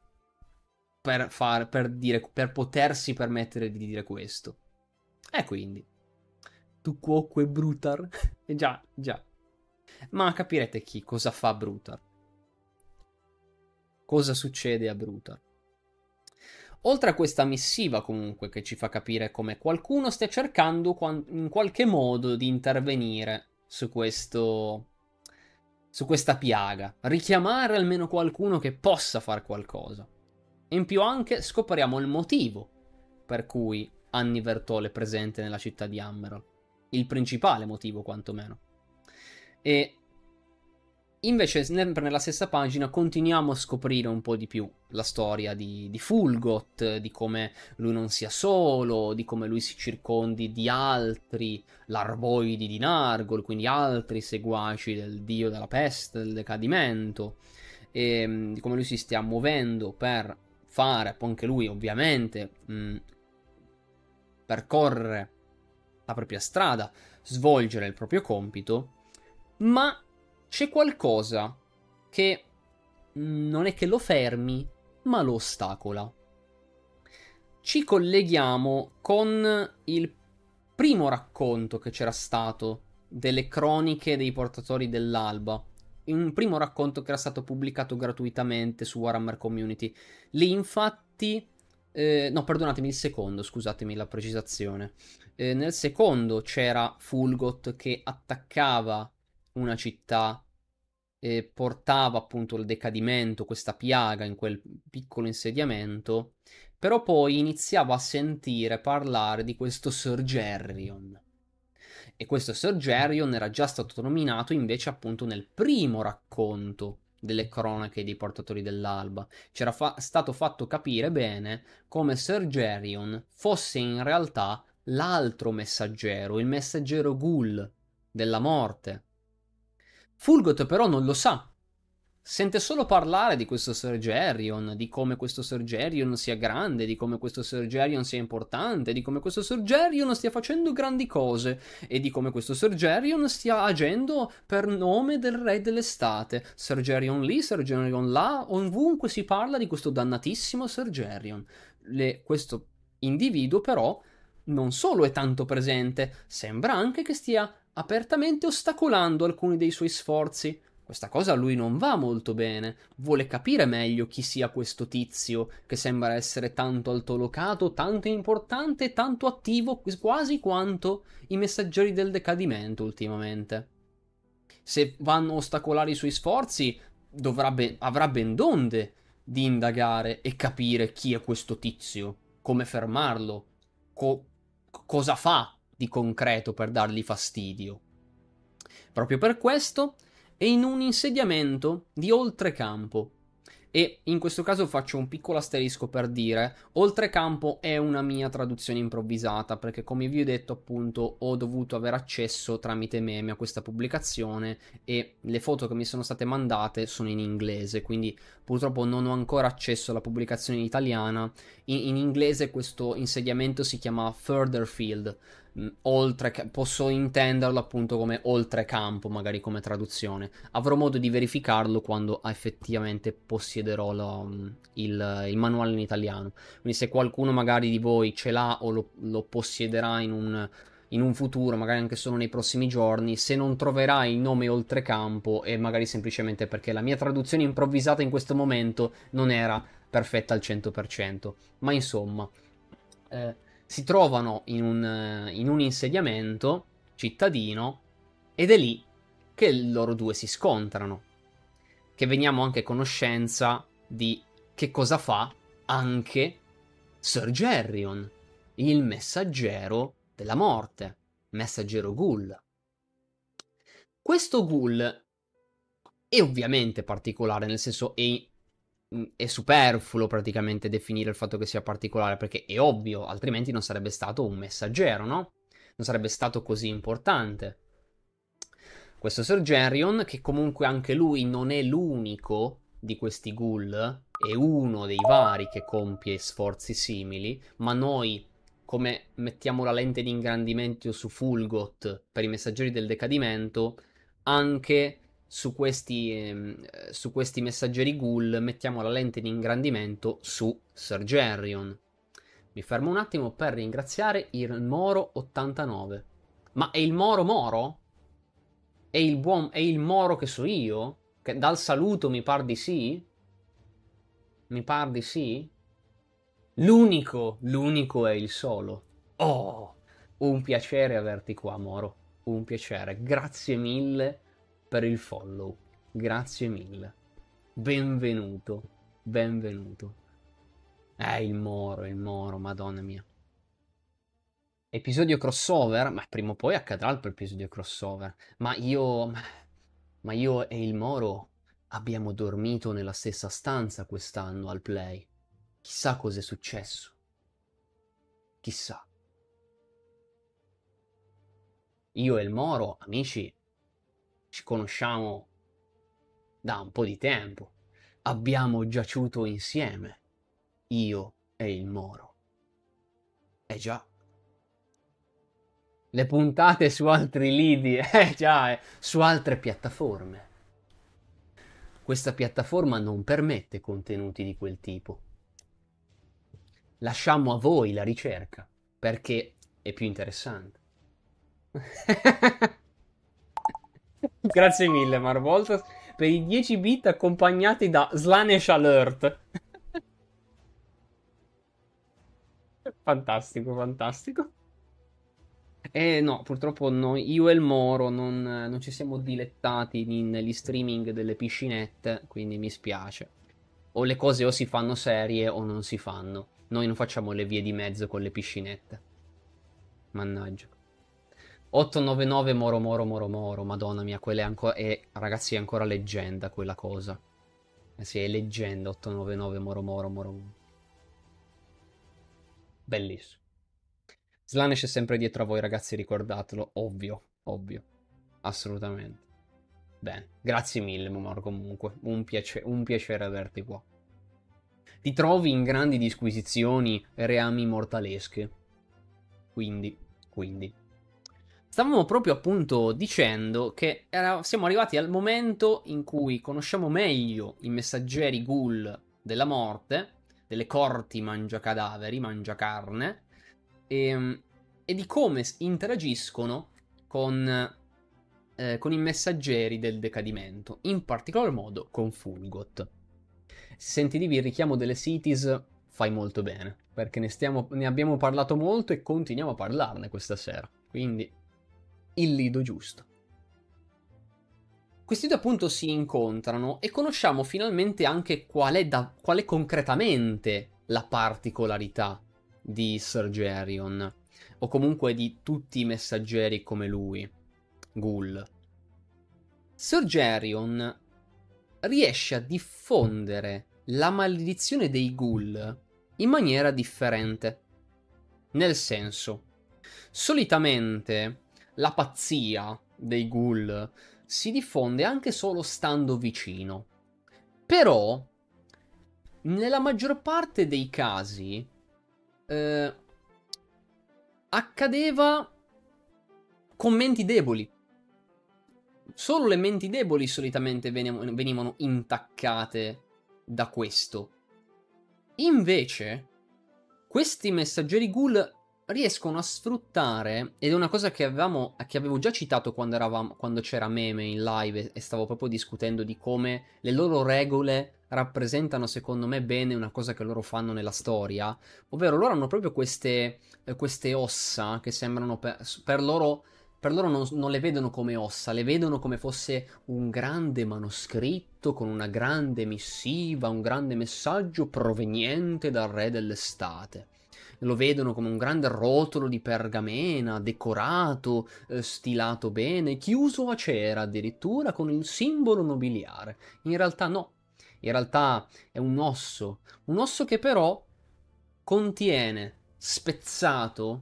per potersi permettere di dire questo. E quindi, tu cuoco e Brutar. Già, già. Ma capirete chi cosa fa Brutar. Cosa succede a Brutar. Oltre a questa missiva comunque che ci fa capire come qualcuno stia cercando in qualche modo di intervenire su su questa piaga, richiamare almeno qualcuno che possa fare qualcosa. E in più anche scopriamo il motivo per cui Annie Vertol è presente nella città di Amberol. Il principale motivo, quantomeno. E invece, sempre nella stessa pagina, continuiamo a scoprire un po' di più la storia di Fulgot, di come lui non sia solo, di come lui si circondi di altri larvoidi di Nargol, quindi altri seguaci del dio della peste, del decadimento, e di come lui si stia muovendo per fare, anche lui ovviamente, percorrere la propria strada, svolgere il proprio compito, ma c'è qualcosa che non è che lo fermi, ma lo ostacola. Ci colleghiamo con il primo racconto che c'era stato delle croniche dei portatori dell'alba. Un primo racconto che era stato pubblicato gratuitamente su Warhammer Community. Lì infatti... no, perdonatemi, il secondo, scusatemi la precisazione. Nel secondo c'era Fulgot che attaccava una città e portava appunto il decadimento, questa piaga in quel piccolo insediamento, però poi iniziava a sentire parlare di questo Sir Gerrion. E questo Sir Gerrion era già stato nominato invece appunto nel primo racconto delle cronache dei portatori dell'alba. C'era stato fatto capire bene come Sir Gerrion fosse in realtà l'altro messaggero, il messaggero Ghoul della morte. Fulgot però non lo sa. Sente solo parlare di questo Sir Gerrion, di come questo Sir Gerrion sia grande, di come questo Sir Gerrion sia importante, di come questo Sir Gerrion stia facendo grandi cose e di come questo Sir Gerrion stia agendo per nome del Re dell'Estate. Sir Gerrion lì, Sir Gerrion là, ovunque si parla di questo dannatissimo Sir Gerrion. Questo individuo però non solo è tanto presente, sembra anche che stia apertamente ostacolando alcuni dei suoi sforzi. Questa cosa a lui non va molto bene. Vuole capire meglio chi sia questo tizio che sembra essere tanto altolocato, tanto importante e tanto attivo quasi quanto i messaggeri del decadimento ultimamente. Se vanno a ostacolare i suoi sforzi, avrà ben donde di indagare e capire chi è questo tizio, come fermarlo, co- cosa fa di concreto per dargli fastidio. Proprio per questo è in un insediamento di oltrecampo. E in questo caso faccio un piccolo asterisco per dire, oltrecampo è una mia traduzione improvvisata, perché come vi ho detto appunto ho dovuto avere accesso tramite meme a questa pubblicazione e le foto che mi sono state mandate sono in inglese, quindi purtroppo non ho ancora accesso alla pubblicazione in italiana. In inglese questo insediamento si chiama Furtherfield, posso intenderlo appunto come oltrecampo, magari come traduzione. Avrò modo di verificarlo quando effettivamente possiederò il manuale in italiano. Quindi se qualcuno magari di voi ce l'ha o lo possiederà in un futuro, magari anche solo nei prossimi giorni, se non troverà il nome oltrecampo è magari semplicemente perché la mia traduzione improvvisata in questo momento non era perfetta al 100%. Ma insomma, si trovano in un insediamento cittadino ed è lì che loro due si scontrano. Che veniamo anche a conoscenza di che cosa fa anche Sir Gerrion, il messaggero della morte, messaggero ghoul. Questo ghoul è ovviamente particolare, nel senso è superfluo praticamente definire il fatto che sia particolare, perché è ovvio, altrimenti non sarebbe stato un messaggero, no? Non sarebbe stato così importante. Questo Sergerion, che comunque anche lui non è l'unico di questi ghoul, è uno dei vari che compie sforzi simili, ma noi, come mettiamo la lente di ingrandimento su Fulgot per i messaggeri del decadimento, anche su questi messaggeri ghoul mettiamo la lente di ingrandimento su Sergerion. Mi fermo un attimo per ringraziare il Moro89. Ma è il Moro Moro? È il Moro che so io? Che dal saluto mi par di sì? Mi par di sì? L'unico è il solo. Oh, un piacere averti qua, Moro. Un piacere. Grazie mille per il follow. Grazie mille. Benvenuto. Benvenuto. Il Moro, madonna mia. Episodio crossover? Ma prima o poi accadrà l'episodio crossover. Ma io e il Moro abbiamo dormito nella stessa stanza quest'anno al Play. Chissà cos'è successo. Chissà. Io e il Moro, amici, ci conosciamo da un po' di tempo. Abbiamo giaciuto insieme, io e il Moro. Eh già. Le puntate su altri lidi, già, su altre piattaforme. Questa piattaforma non permette contenuti di quel tipo. Lasciamo a voi la ricerca, perché è più interessante. Grazie mille, Marvoltas, per i 10 bit accompagnati da Slanesh Alert. Fantastico, fantastico. No, purtroppo io e il Moro non ci siamo dilettati negli streaming delle piscinette, quindi mi spiace. O le cose o si fanno serie o non si fanno. Noi non facciamo le vie di mezzo con le piscinette. Mannaggia. 899 Moro Moro Moro Moro, madonna mia, quella è ancora... ragazzi, è ancora leggenda quella cosa. Sì, è leggenda, 899 Moro Moro Moro Moro. Bellissimo. Slanesh è sempre dietro a voi, ragazzi, ricordatelo. Ovvio, ovvio. Assolutamente. Bene, grazie mille, Momoro, comunque. Un piacere averti qua. Ti trovi in grandi disquisizioni reami mortalesche. Quindi. Stavamo proprio appunto dicendo che siamo arrivati al momento in cui conosciamo meglio i messaggeri ghoul della morte, delle corti mangiacadaveri, mangiacarne, e di come interagiscono con i messaggeri del decadimento, in particolar modo con Fulgot. Se sentivi il richiamo delle cities, fai molto bene, perché ne abbiamo parlato molto e continuiamo a parlarne questa sera, quindi il lido giusto. Questi due appunto si incontrano e conosciamo finalmente anche qual è concretamente la particolarità di Sergerion, o comunque di tutti i messaggeri come lui, ghoul. Sergerion riesce a diffondere la maledizione dei ghoul in maniera differente. Nel senso, solitamente la pazzia dei ghoul si diffonde anche solo stando vicino. Però, nella maggior parte dei casi, accadeva con menti deboli. Solo le menti deboli solitamente venivano intaccate da questo. Invece, questi messaggeri ghoul riescono a sfruttare, ed è una cosa che avevo già citato quando c'era Meme in live e stavo proprio discutendo di come le loro regole rappresentano secondo me bene una cosa che loro fanno nella storia, ovvero loro hanno proprio queste ossa che sembrano per loro non le vedono come ossa, le vedono come fosse un grande manoscritto con una grande missiva, un grande messaggio proveniente dal re dell'estate. lo vedono come un grande rotolo di pergamena, decorato, stilato bene, chiuso a cera addirittura con il simbolo nobiliare. In realtà no, in realtà è un osso che però contiene spezzato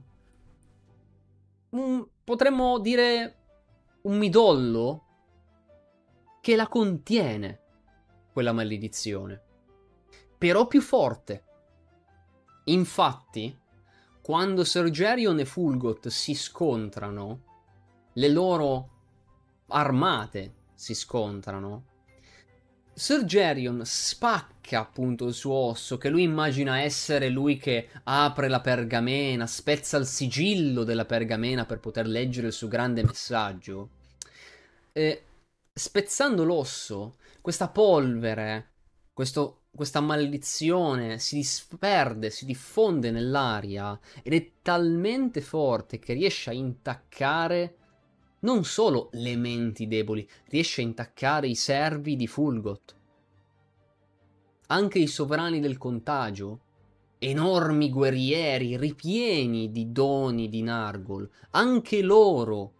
potremmo dire un midollo che la contiene, quella maledizione, però più forte. Infatti, quando Sergerion e Fulgot si scontrano, le loro armate si scontrano, Sergerion spacca appunto il suo osso, che lui immagina essere lui che apre la pergamena, spezza il sigillo della pergamena per poter leggere il suo grande messaggio. E spezzando l'osso, questa polvere, questa maledizione si disperde, si diffonde nell'aria ed è talmente forte che riesce a intaccare non solo le menti deboli, riesce a intaccare i servi di Fulgot. Anche i sovrani del contagio, enormi guerrieri ripieni di doni di Nargol, anche loro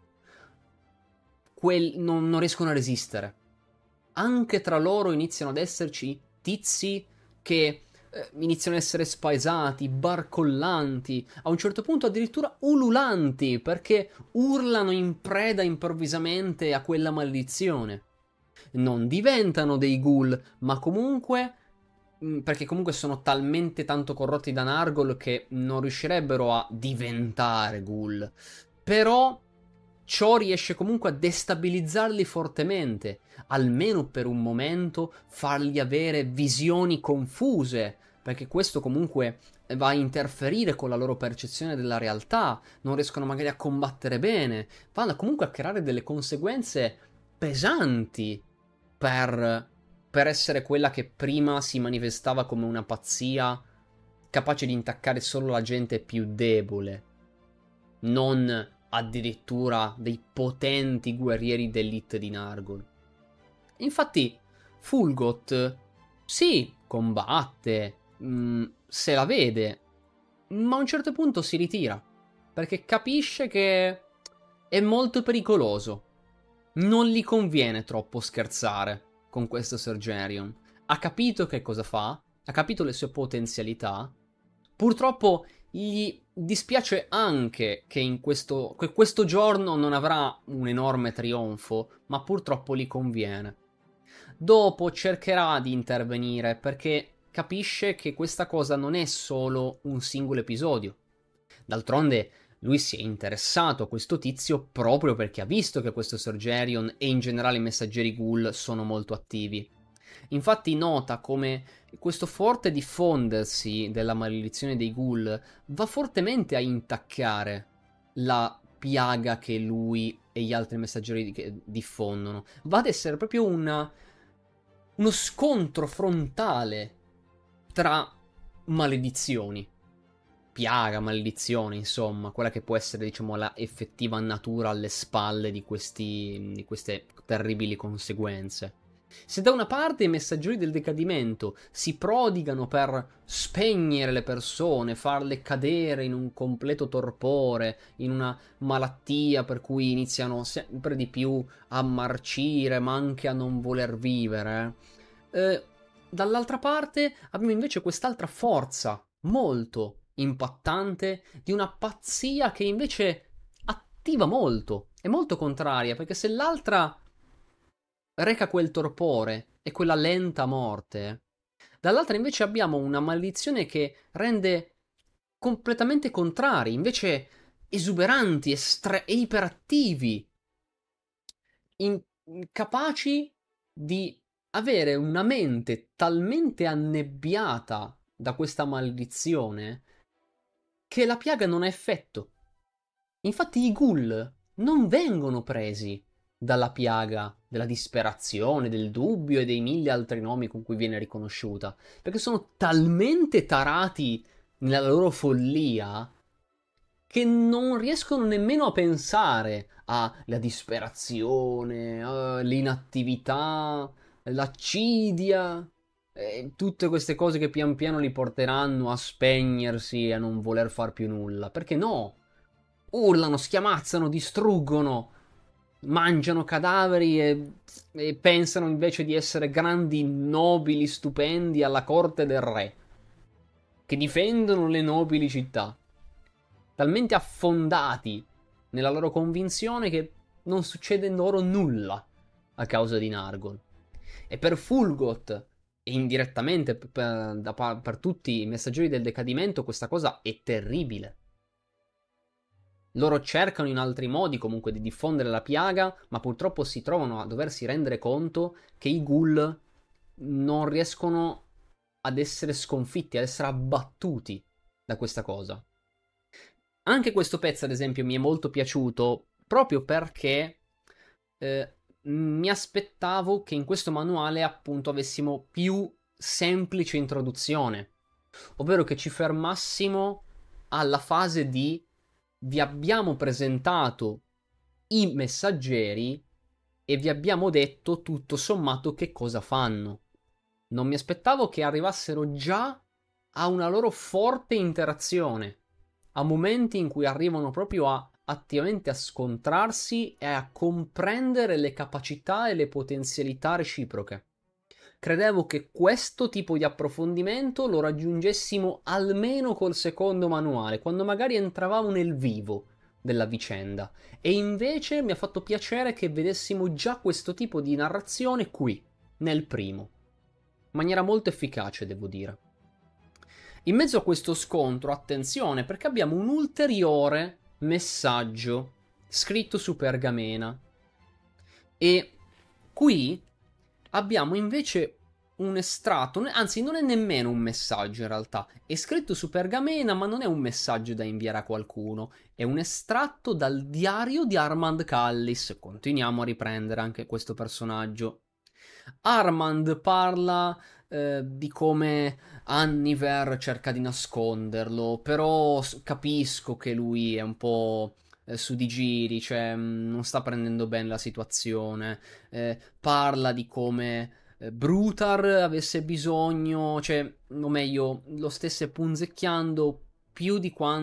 non riescono a resistere. Anche tra loro iniziano ad esserci tizi che iniziano ad essere spaesati, barcollanti, a un certo punto addirittura ululanti, perché urlano in preda improvvisamente a quella maledizione. Non diventano dei ghoul, ma comunque perché comunque sono talmente tanto corrotti da Nargol che non riuscirebbero a diventare ghoul. Però ciò riesce comunque a destabilizzarli fortemente, almeno per un momento fargli avere visioni confuse, perché questo comunque va a interferire con la loro percezione della realtà, non riescono magari a combattere bene, vanno comunque a creare delle conseguenze pesanti per, per essere quella che prima si manifestava come una pazzia capace di intaccare solo la gente più debole, non addirittura dei potenti guerrieri d'elite di Nargol. Infatti, Fulgot sì, combatte, se la vede, ma a un certo punto si ritira perché capisce che è molto pericoloso. Non gli conviene troppo scherzare con questo Sergerion. Ha capito che cosa fa, ha capito le sue potenzialità. Purtroppo gli dispiace anche che che questo giorno non avrà un enorme trionfo, ma purtroppo gli conviene. Dopo cercherà di intervenire perché capisce che questa cosa non è solo un singolo episodio. D'altronde lui si è interessato a questo tizio proprio perché ha visto che questo Sergerion e in generale i messaggeri ghoul sono molto attivi. Infatti nota come questo forte diffondersi della maledizione dei ghoul va fortemente a intaccare la piaga che lui e gli altri messaggeri diffondono. Va ad essere proprio uno scontro frontale tra maledizioni. Piaga, maledizione, insomma, quella che può essere, diciamo, la effettiva natura alle spalle di queste terribili conseguenze. Se da una parte i messaggeri del decadimento si prodigano per spegnere le persone, farle cadere in un completo torpore, in una malattia per cui iniziano sempre di più a marcire, ma anche a non voler vivere, dall'altra parte abbiamo invece quest'altra forza molto impattante di una pazzia che invece attiva molto, è molto contraria, perché se l'altra reca quel torpore e quella lenta morte, dall'altra invece abbiamo una maledizione che rende completamente contrari, invece esuberanti e iperattivi, capaci di avere una mente talmente annebbiata da questa maledizione che la piaga non ha effetto. Infatti i ghoul non vengono presi dalla piaga della disperazione, del dubbio e dei mille altri nomi con cui viene riconosciuta, perché sono talmente tarati nella loro follia che non riescono nemmeno a pensare alla disperazione, all'inattività, l'accidia, tutte queste cose che pian piano li porteranno a spegnersi e a non voler far più nulla. Perché no? Urlano, schiamazzano, distruggono, mangiano cadaveri e pensano invece di essere grandi nobili stupendi alla corte del re, che difendono le nobili città, talmente affondati nella loro convinzione che non succede loro nulla a causa di Nargon. E per Fulgot, e indirettamente per tutti i messaggeri del decadimento, questa cosa è terribile. Loro cercano in altri modi comunque di diffondere la piaga, ma purtroppo si trovano a doversi rendere conto che i ghoul non riescono ad essere sconfitti, ad essere abbattuti da questa cosa. Anche questo pezzo, ad esempio, mi è molto piaciuto proprio perché mi aspettavo che in questo manuale appunto avessimo più semplice introduzione, ovvero che ci fermassimo alla fase di vi abbiamo presentato i messaggeri e vi abbiamo detto tutto sommato che cosa fanno. Non mi aspettavo che arrivassero già a una loro forte interazione, a momenti in cui arrivano proprio a attivamente a scontrarsi e a comprendere le capacità e le potenzialità reciproche. Credevo che questo tipo di approfondimento lo raggiungessimo almeno col secondo manuale, quando magari entravamo nel vivo della vicenda. E invece mi ha fatto piacere che vedessimo già questo tipo di narrazione qui, nel primo. In maniera molto efficace, devo dire. In mezzo a questo scontro, attenzione, perché abbiamo un ulteriore messaggio scritto su pergamena. E qui abbiamo invece un estratto, anzi non è nemmeno un messaggio in realtà, è scritto su pergamena ma non è un messaggio da inviare a qualcuno, è un estratto dal diario di Armand Callis. Continuiamo a riprendere anche questo personaggio. Armand parla di come Anniver cerca di nasconderlo, però capisco che lui è un po' su di giri, cioè non sta prendendo bene la situazione. Parla di come Brutar avesse bisogno, cioè, o meglio, lo stesse punzecchiando più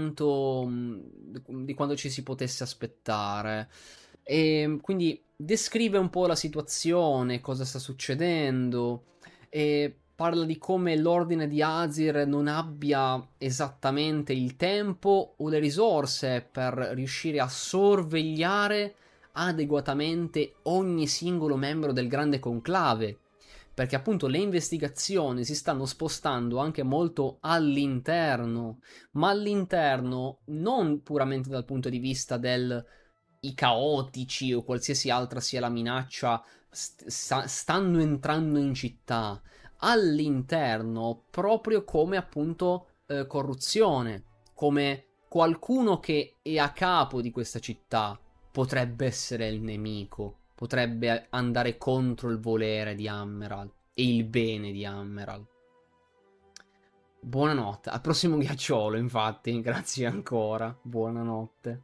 di quanto ci si potesse aspettare. E quindi descrive un po' la situazione, cosa sta succedendo, e parla di come l'ordine di Azir non abbia esattamente il tempo o le risorse per riuscire a sorvegliare adeguatamente ogni singolo membro del grande conclave, perché appunto le investigazioni si stanno spostando anche molto all'interno, ma all'interno non puramente dal punto di vista del i caotici o qualsiasi altra sia la minaccia stanno entrando in città, all'interno proprio come appunto corruzione, come qualcuno che è a capo di questa città potrebbe essere il nemico, potrebbe andare contro il volere di Ammeral e il bene di Ammeral. Buonanotte, al prossimo ghiacciolo infatti, grazie ancora, buonanotte.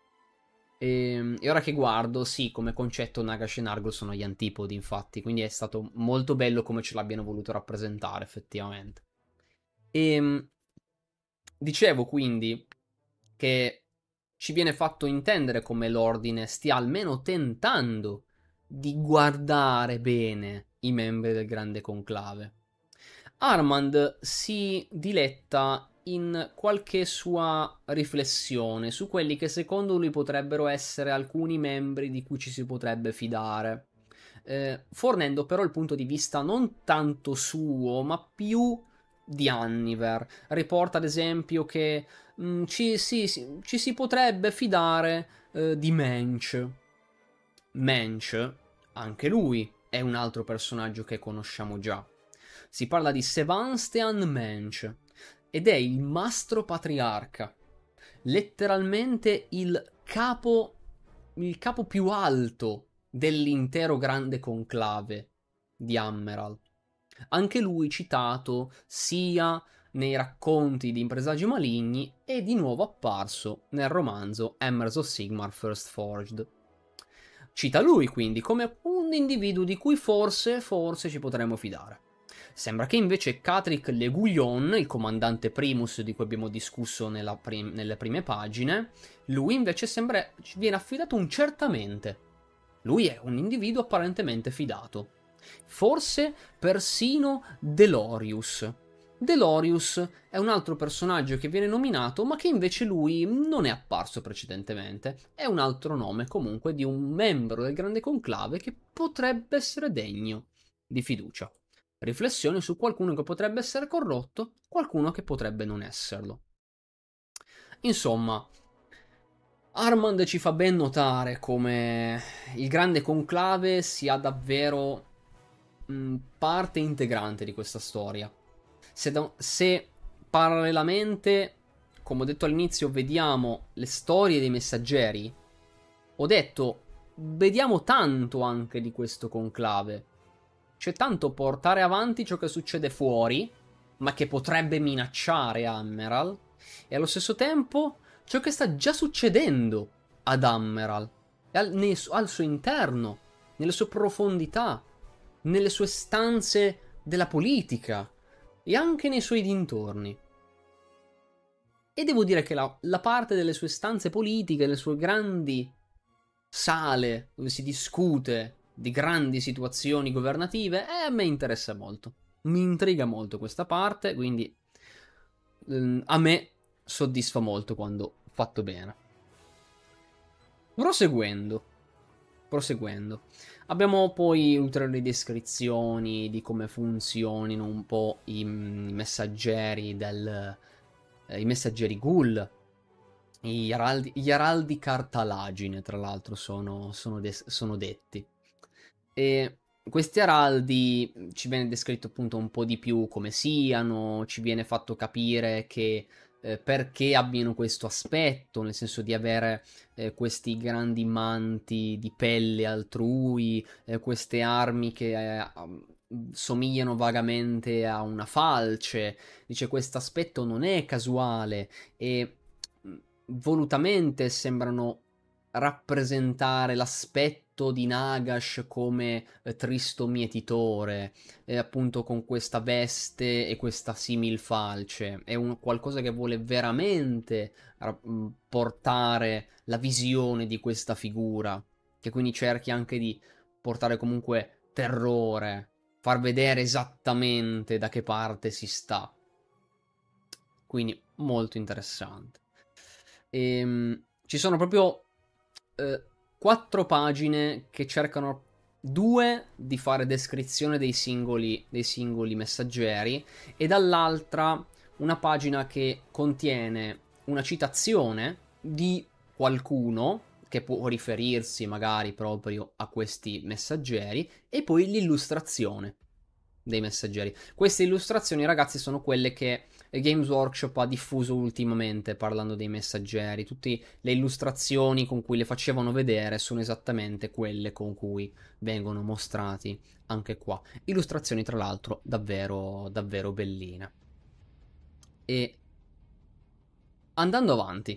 E ora che guardo, sì, come concetto Nagash e Nargol sono gli antipodi, infatti, quindi è stato molto bello come ce l'abbiano voluto rappresentare, effettivamente. E dicevo quindi che ci viene fatto intendere come l'ordine stia almeno tentando di guardare bene i membri del grande conclave. Armand si diletta in qualche sua riflessione su quelli che secondo lui potrebbero essere alcuni membri di cui ci si potrebbe fidare, fornendo però il punto di vista non tanto suo, ma più di Anniver. Riporta ad esempio che ci si potrebbe fidare di Mensch. Mensch, anche lui, è un altro personaggio che conosciamo già. Si parla di Sebastian Mensch ed è il mastro patriarca, letteralmente il capo più alto dell'intero grande conclave di Ammeral. Anche lui citato sia nei racconti di Impresagi Maligni e di nuovo apparso nel romanzo Hammers of Sigmar First Forged. Cita lui quindi come un individuo di cui forse ci potremmo fidare. Sembra che invece Catrick Le Gouillon, il comandante Primus di cui abbiamo discusso nelle prime pagine, lui invece sembra ci viene affidato un certamente. Lui è un individuo apparentemente fidato. Forse persino Delorius. Delorius è un altro personaggio che viene nominato, ma che invece lui non è apparso precedentemente. È un altro nome comunque di un membro del Grande Conclave che potrebbe essere degno di fiducia. Riflessioni su qualcuno che potrebbe essere corrotto, qualcuno che potrebbe non esserlo. Insomma, Armand ci fa ben notare come il Grande Conclave sia davvero parte integrante di questa storia. Se parallelamente, come ho detto all'inizio, vediamo le storie dei messaggeri, ho detto, vediamo tanto anche di questo conclave. C'è tanto portare avanti ciò che succede fuori, ma che potrebbe minacciare Admiral, e allo stesso tempo ciò che sta già succedendo ad Admiral, e al suo interno, nelle sue profondità, nelle sue stanze della politica e anche nei suoi dintorni. E devo dire che la parte delle sue stanze politiche, le sue grandi sale dove si discute di grandi situazioni governative, a me interessa molto. Mi intriga molto questa parte, quindi a me soddisfa molto quando fatto bene. Proseguendo. Abbiamo poi ulteriori descrizioni di come funzionino un po' i messaggeri i messaggeri ghoul. Gli araldi cartalagine, tra l'altro, sono detti. E questi araldi ci viene descritto appunto un po' di più come siano, ci viene fatto capire che perché abbiano questo aspetto, nel senso di avere questi grandi manti di pelle altrui, queste armi che somigliano vagamente a una falce. Dice questo aspetto non è casuale e volutamente sembrano rappresentare l'aspetto di Nagash come tristo mietitore, appunto con questa veste e questa similfalce. È qualcosa che vuole veramente portare la visione di questa figura, che quindi cerchi anche di portare comunque terrore, far vedere esattamente da che parte si sta. Quindi molto interessante. Ci sono proprio 4 pagine che cercano due di fare descrizione dei singoli messaggeri e dall'altra una pagina che contiene una citazione di qualcuno che può riferirsi magari proprio a questi messaggeri e poi l'illustrazione dei messaggeri. Queste illustrazioni, ragazzi, sono quelle che Games Workshop ha diffuso ultimamente parlando dei messaggeri. Tutte le illustrazioni con cui le facevano vedere sono esattamente quelle con cui vengono mostrati anche qua. Illustrazioni, tra l'altro, davvero, davvero belline. E andando avanti,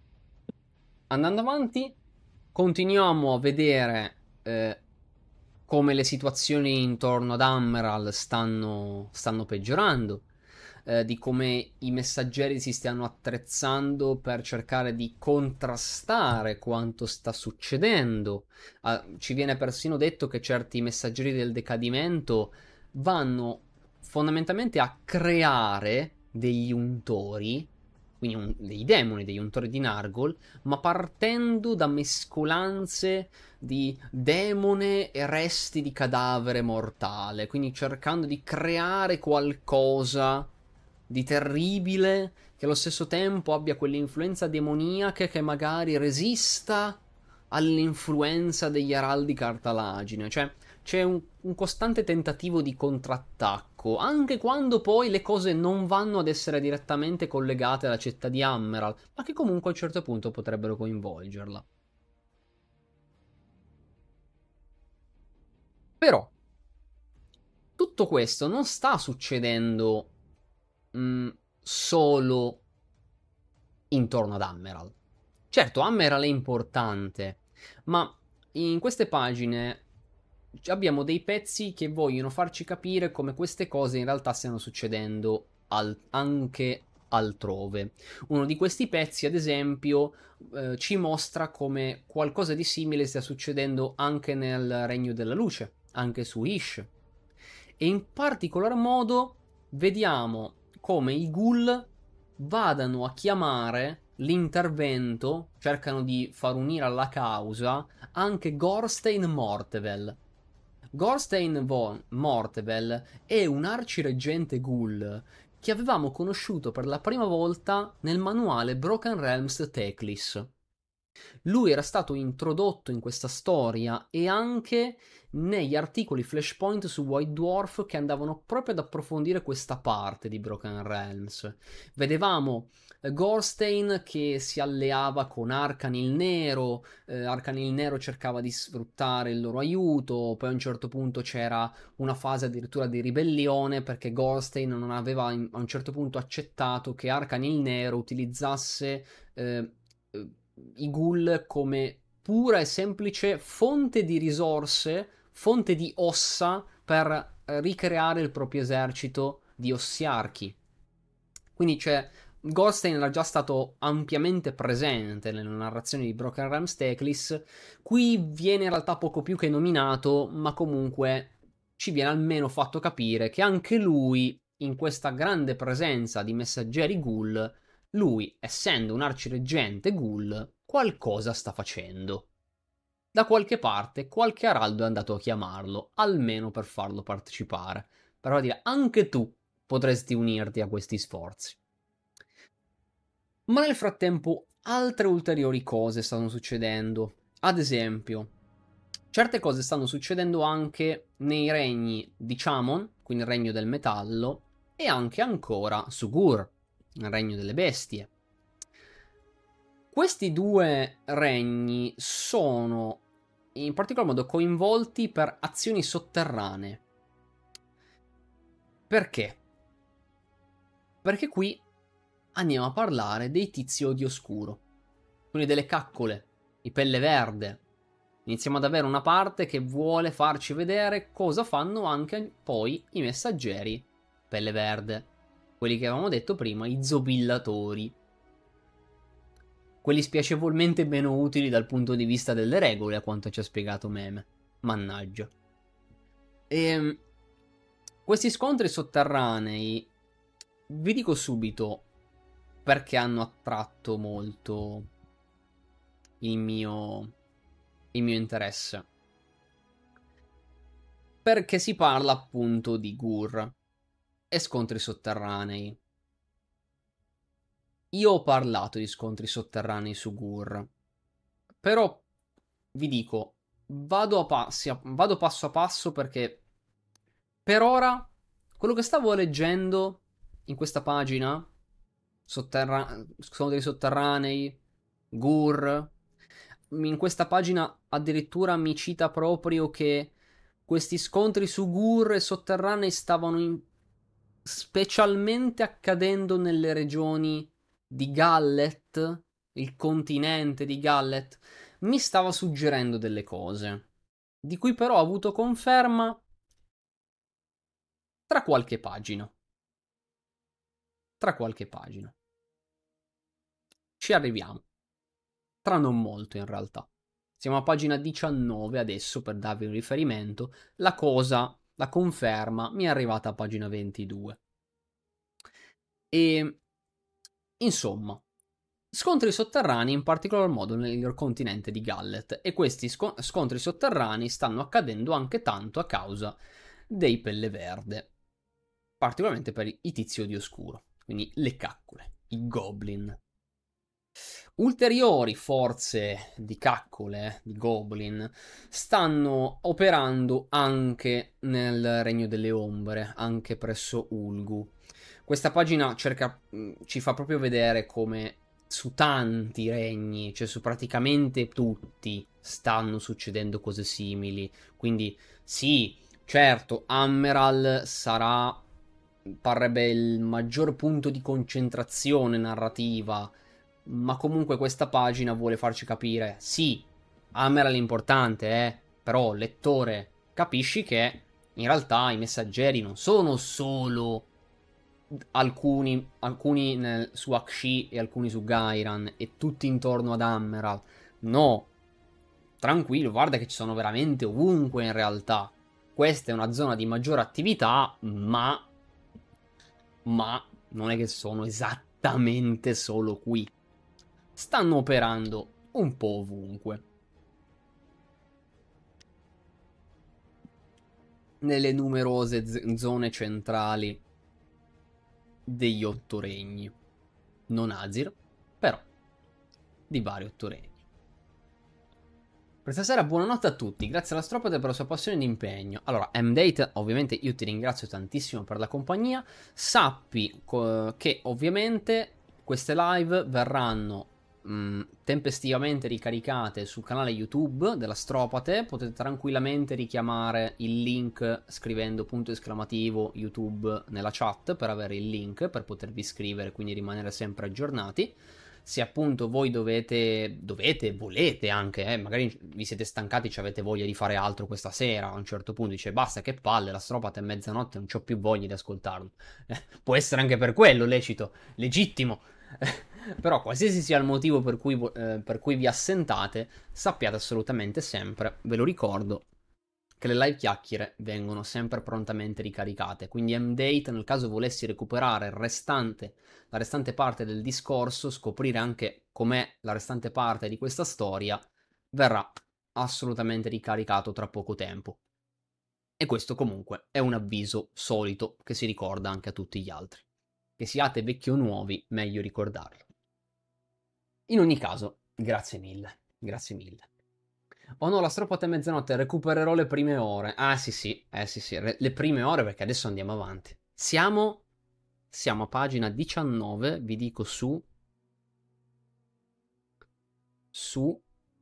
continuiamo a vedere come le situazioni intorno ad Ammeral stanno peggiorando, di come i messaggeri si stiano attrezzando per cercare di contrastare quanto sta succedendo. Ci viene persino detto che certi messaggeri del decadimento vanno fondamentalmente a creare degli untori, quindi dei demoni, degli untori di Nargol, ma partendo da mescolanze di demone e resti di cadavere mortale, quindi cercando di creare qualcosa di terribile che allo stesso tempo abbia quell'influenza demoniaca che magari resista all'influenza degli araldi cartalagine, cioè c'è un costante tentativo di contrattacco, anche quando poi le cose non vanno ad essere direttamente collegate alla città di Ammeral, ma che comunque a un certo punto potrebbero coinvolgerla. Però tutto questo non sta succedendo solo intorno ad Ammeral. Certo, Ammeral è importante, ma in queste pagine abbiamo dei pezzi che vogliono farci capire come queste cose in realtà stiano succedendo anche altrove. Uno di questi pezzi, ad esempio, ci mostra come qualcosa di simile stia succedendo anche nel Regno della Luce, anche su Ish. E in particolar modo vediamo come i ghoul vadano a chiamare l'intervento, cercano di far unire alla causa anche Gorstein Mortevel. Gorstein von Mortevel è un arcireggente ghoul che avevamo conosciuto per la prima volta nel manuale Broken Realms Teclis. Lui era stato introdotto in questa storia e anche negli articoli Flashpoint su White Dwarf che andavano proprio ad approfondire questa parte di Broken Realms. Vedevamo Gorstein che si alleava con Arcan il Nero, Arcan il Nero cercava di sfruttare il loro aiuto, poi a un certo punto c'era una fase addirittura di ribellione perché Gorstein non aveva a un certo punto accettato che Arcan il Nero utilizzasse eh, i ghoul come pura e semplice fonte di risorse, fonte di ossa per ricreare il proprio esercito di ossiarchi. Quindi c'è Goldstein era già stato ampiamente presente nelle narrazioni di Broken Realms Teclis. Qui viene in realtà poco più che nominato, ma comunque ci viene almeno fatto capire che anche lui, in questa grande presenza di messaggeri ghoul, lui, essendo un arcireggente ghoul, qualcosa sta facendo. Da qualche parte, qualche araldo è andato a chiamarlo, almeno per farlo partecipare. Per dire, anche tu potresti unirti a questi sforzi. Ma nel frattempo altre ulteriori cose stanno succedendo. Ad esempio, certe cose stanno succedendo anche nei regni di Chamon, quindi il regno del metallo, e anche ancora su Gur, il regno delle bestie. Questi due regni sono in particolar modo coinvolti per azioni sotterranee. Perché? Perché qui andiamo a parlare dei tizi odio oscuro, quindi delle caccole, i pelle verde. Iniziamo ad avere una parte che vuole farci vedere cosa fanno anche poi i messaggeri pelle verde, quelli che avevamo detto prima, i zobillatori, quelli spiacevolmente meno utili dal punto di vista delle regole, a quanto ci ha spiegato Meme. Mannaggia. E questi scontri sotterranei, vi dico subito perché hanno attratto molto il mio, il mio interesse. Perché si parla appunto di Gur e scontri sotterranei. Io ho parlato di scontri sotterranei su Gur, però vi dico, vado passo a passo perché per ora quello che stavo leggendo in questa pagina, scontri sotterranei, Gur, in questa pagina addirittura mi cita proprio che questi scontri su Gur e sotterranei specialmente accadendo nelle regioni di Gallet, il continente di Gallet, mi stava suggerendo delle cose, di cui però ho avuto conferma tra qualche pagina. Tra qualche pagina. Ci arriviamo. Tra non molto in realtà. Siamo a pagina 19 adesso per darvi un riferimento. La cosa, la conferma, mi è arrivata a pagina 22. E insomma, scontri sotterranei in particolar modo nel continente di Gallet e questi scontri sotterranei stanno accadendo anche tanto a causa dei pelle verde, particolarmente per i tizi di oscuro, quindi le caccole, i goblin. Ulteriori forze di caccole, di goblin, stanno operando anche nel Regno delle Ombre, anche presso Ulgu. Questa pagina ci fa proprio vedere come su tanti regni, cioè su praticamente tutti, stanno succedendo cose simili. Quindi sì, certo, Ammeral sarà, parrebbe il maggior punto di concentrazione narrativa, ma comunque questa pagina vuole farci capire, sì, Hammer è l'importante, però, lettore, capisci che in realtà i messaggeri non sono solo alcuni su Akshi e alcuni su Gairan e tutti intorno ad Emerald. No, tranquillo, guarda che ci sono veramente ovunque in realtà. Questa è una zona di maggiore attività, ma non è che sono esattamente solo qui. Stanno operando un po' ovunque. Nelle numerose zone centrali degli otto regni. Non Azir, però di vari otto regni. Per stasera buonanotte a tutti, grazie all'Astropode per la sua passione e impegno. Allora, M-Date, ovviamente io ti ringrazio tantissimo per la compagnia. Sappi che ovviamente queste live verranno tempestivamente ricaricate sul canale YouTube dell'Astropate. Potete tranquillamente richiamare il link scrivendo punto esclamativo YouTube nella chat per avere il link per potervi iscrivere, quindi rimanere sempre aggiornati. Se appunto voi volete anche, magari vi siete stancati, ci avete voglia di fare altro questa sera, a un certo punto dice basta che palle, l'Astropate è mezzanotte, non ho più voglia di ascoltarlo. Può essere anche per quello lecito, legittimo. Però qualsiasi sia il motivo per cui vi assentate, sappiate assolutamente sempre, ve lo ricordo, che le live chiacchiere vengono sempre prontamente ricaricate. Quindi M-Date, nel caso volessi recuperare la restante parte del discorso, scoprire anche com'è la restante parte di questa storia, verrà assolutamente ricaricato tra poco tempo. E questo comunque è un avviso solito che si ricorda anche a tutti gli altri. Che siate vecchi o nuovi, meglio ricordarlo. In ogni caso, grazie mille, grazie mille. Oh no, la stropata è mezzanotte, recupererò le prime ore. Ah sì sì, sì sì, le prime ore perché adesso andiamo avanti. Siamo a pagina 19, vi dico su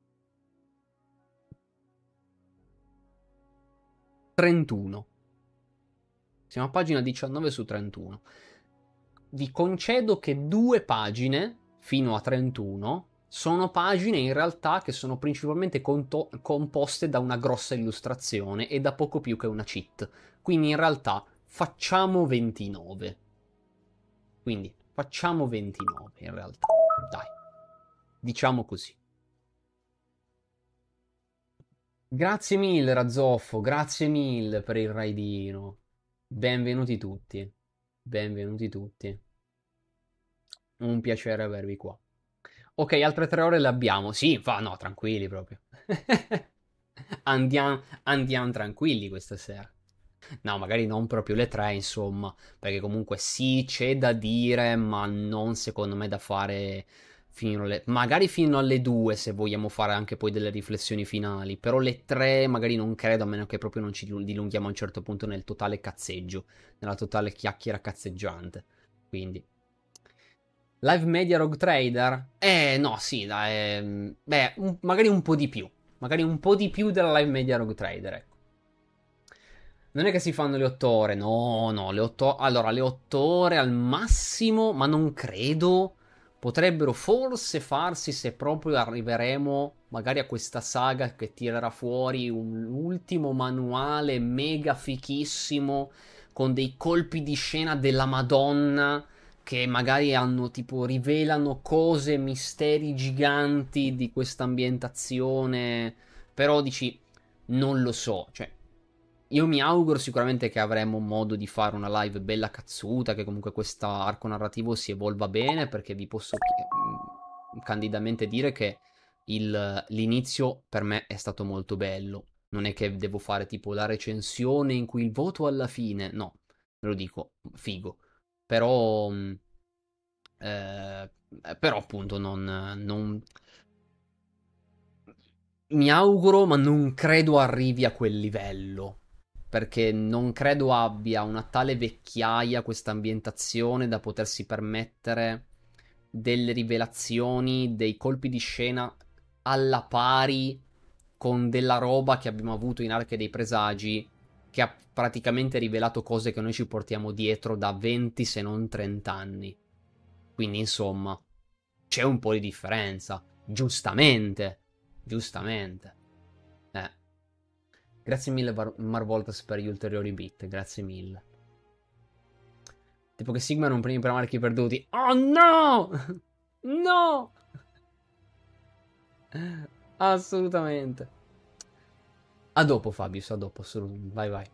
31. Siamo a pagina 19 su 31. Vi concedo che 2 pagine fino a 31 sono pagine in realtà che sono principalmente composte da una grossa illustrazione e da poco più che una cheat. Quindi in realtà facciamo 29. Quindi facciamo 29 in realtà. Dai, diciamo così. Grazie mille Razzoffo, grazie mille per il raidino. Benvenuti tutti. Benvenuti tutti. Un piacere avervi qua. Ok, altre 3 ore le abbiamo. Sì, no, tranquilli proprio. Andiamo tranquilli questa sera. No, magari non proprio le 3, insomma, perché comunque sì, c'è da dire, ma non secondo me da fare magari fino alle 2 se vogliamo fare anche poi delle riflessioni finali, però le 3 magari non credo, a meno che proprio non ci dilunghiamo a un certo punto nel totale cazzeggio, nella totale chiacchiera cazzeggiante. Quindi Live Media Rogue Trader? No, sì, dai, beh, magari un po' di più. Magari un po' di più della Live Media Rogue Trader, ecco. Non è che si fanno le 8 ore, no, no, allora, le 8 ore al massimo, ma non credo. Potrebbero forse farsi se proprio arriveremo magari a questa saga che tirerà fuori un ultimo manuale mega fichissimo con dei colpi di scena della Madonna che magari hanno tipo rivelano cose, misteri giganti di questa ambientazione. Però dici, non lo so, cioè io mi auguro sicuramente che avremo modo di fare una live bella cazzuta, che comunque questo arco narrativo si evolva bene, perché vi posso candidamente dire che l'inizio per me è stato molto bello. Non è che devo fare tipo la recensione in cui il voto alla fine, no, ve lo dico, figo. Però, eh, però appunto non mi auguro, ma non credo arrivi a quel livello. Perché non credo abbia una tale vecchiaia questa ambientazione da potersi permettere delle rivelazioni, dei colpi di scena alla pari con della roba che abbiamo avuto in Arche dei Presagi, che ha praticamente rivelato cose che noi ci portiamo dietro da 20 se non 30 anni. Quindi, insomma, c'è un po' di differenza. Giustamente. Giustamente. Eh. Grazie mille Marvoltas per gli ulteriori bit, grazie mille. Tipo che Sigma non premi per marchi perduti. Oh no! No! Assolutamente. A dopo Fabius, a dopo, assolutamente. Vai vai.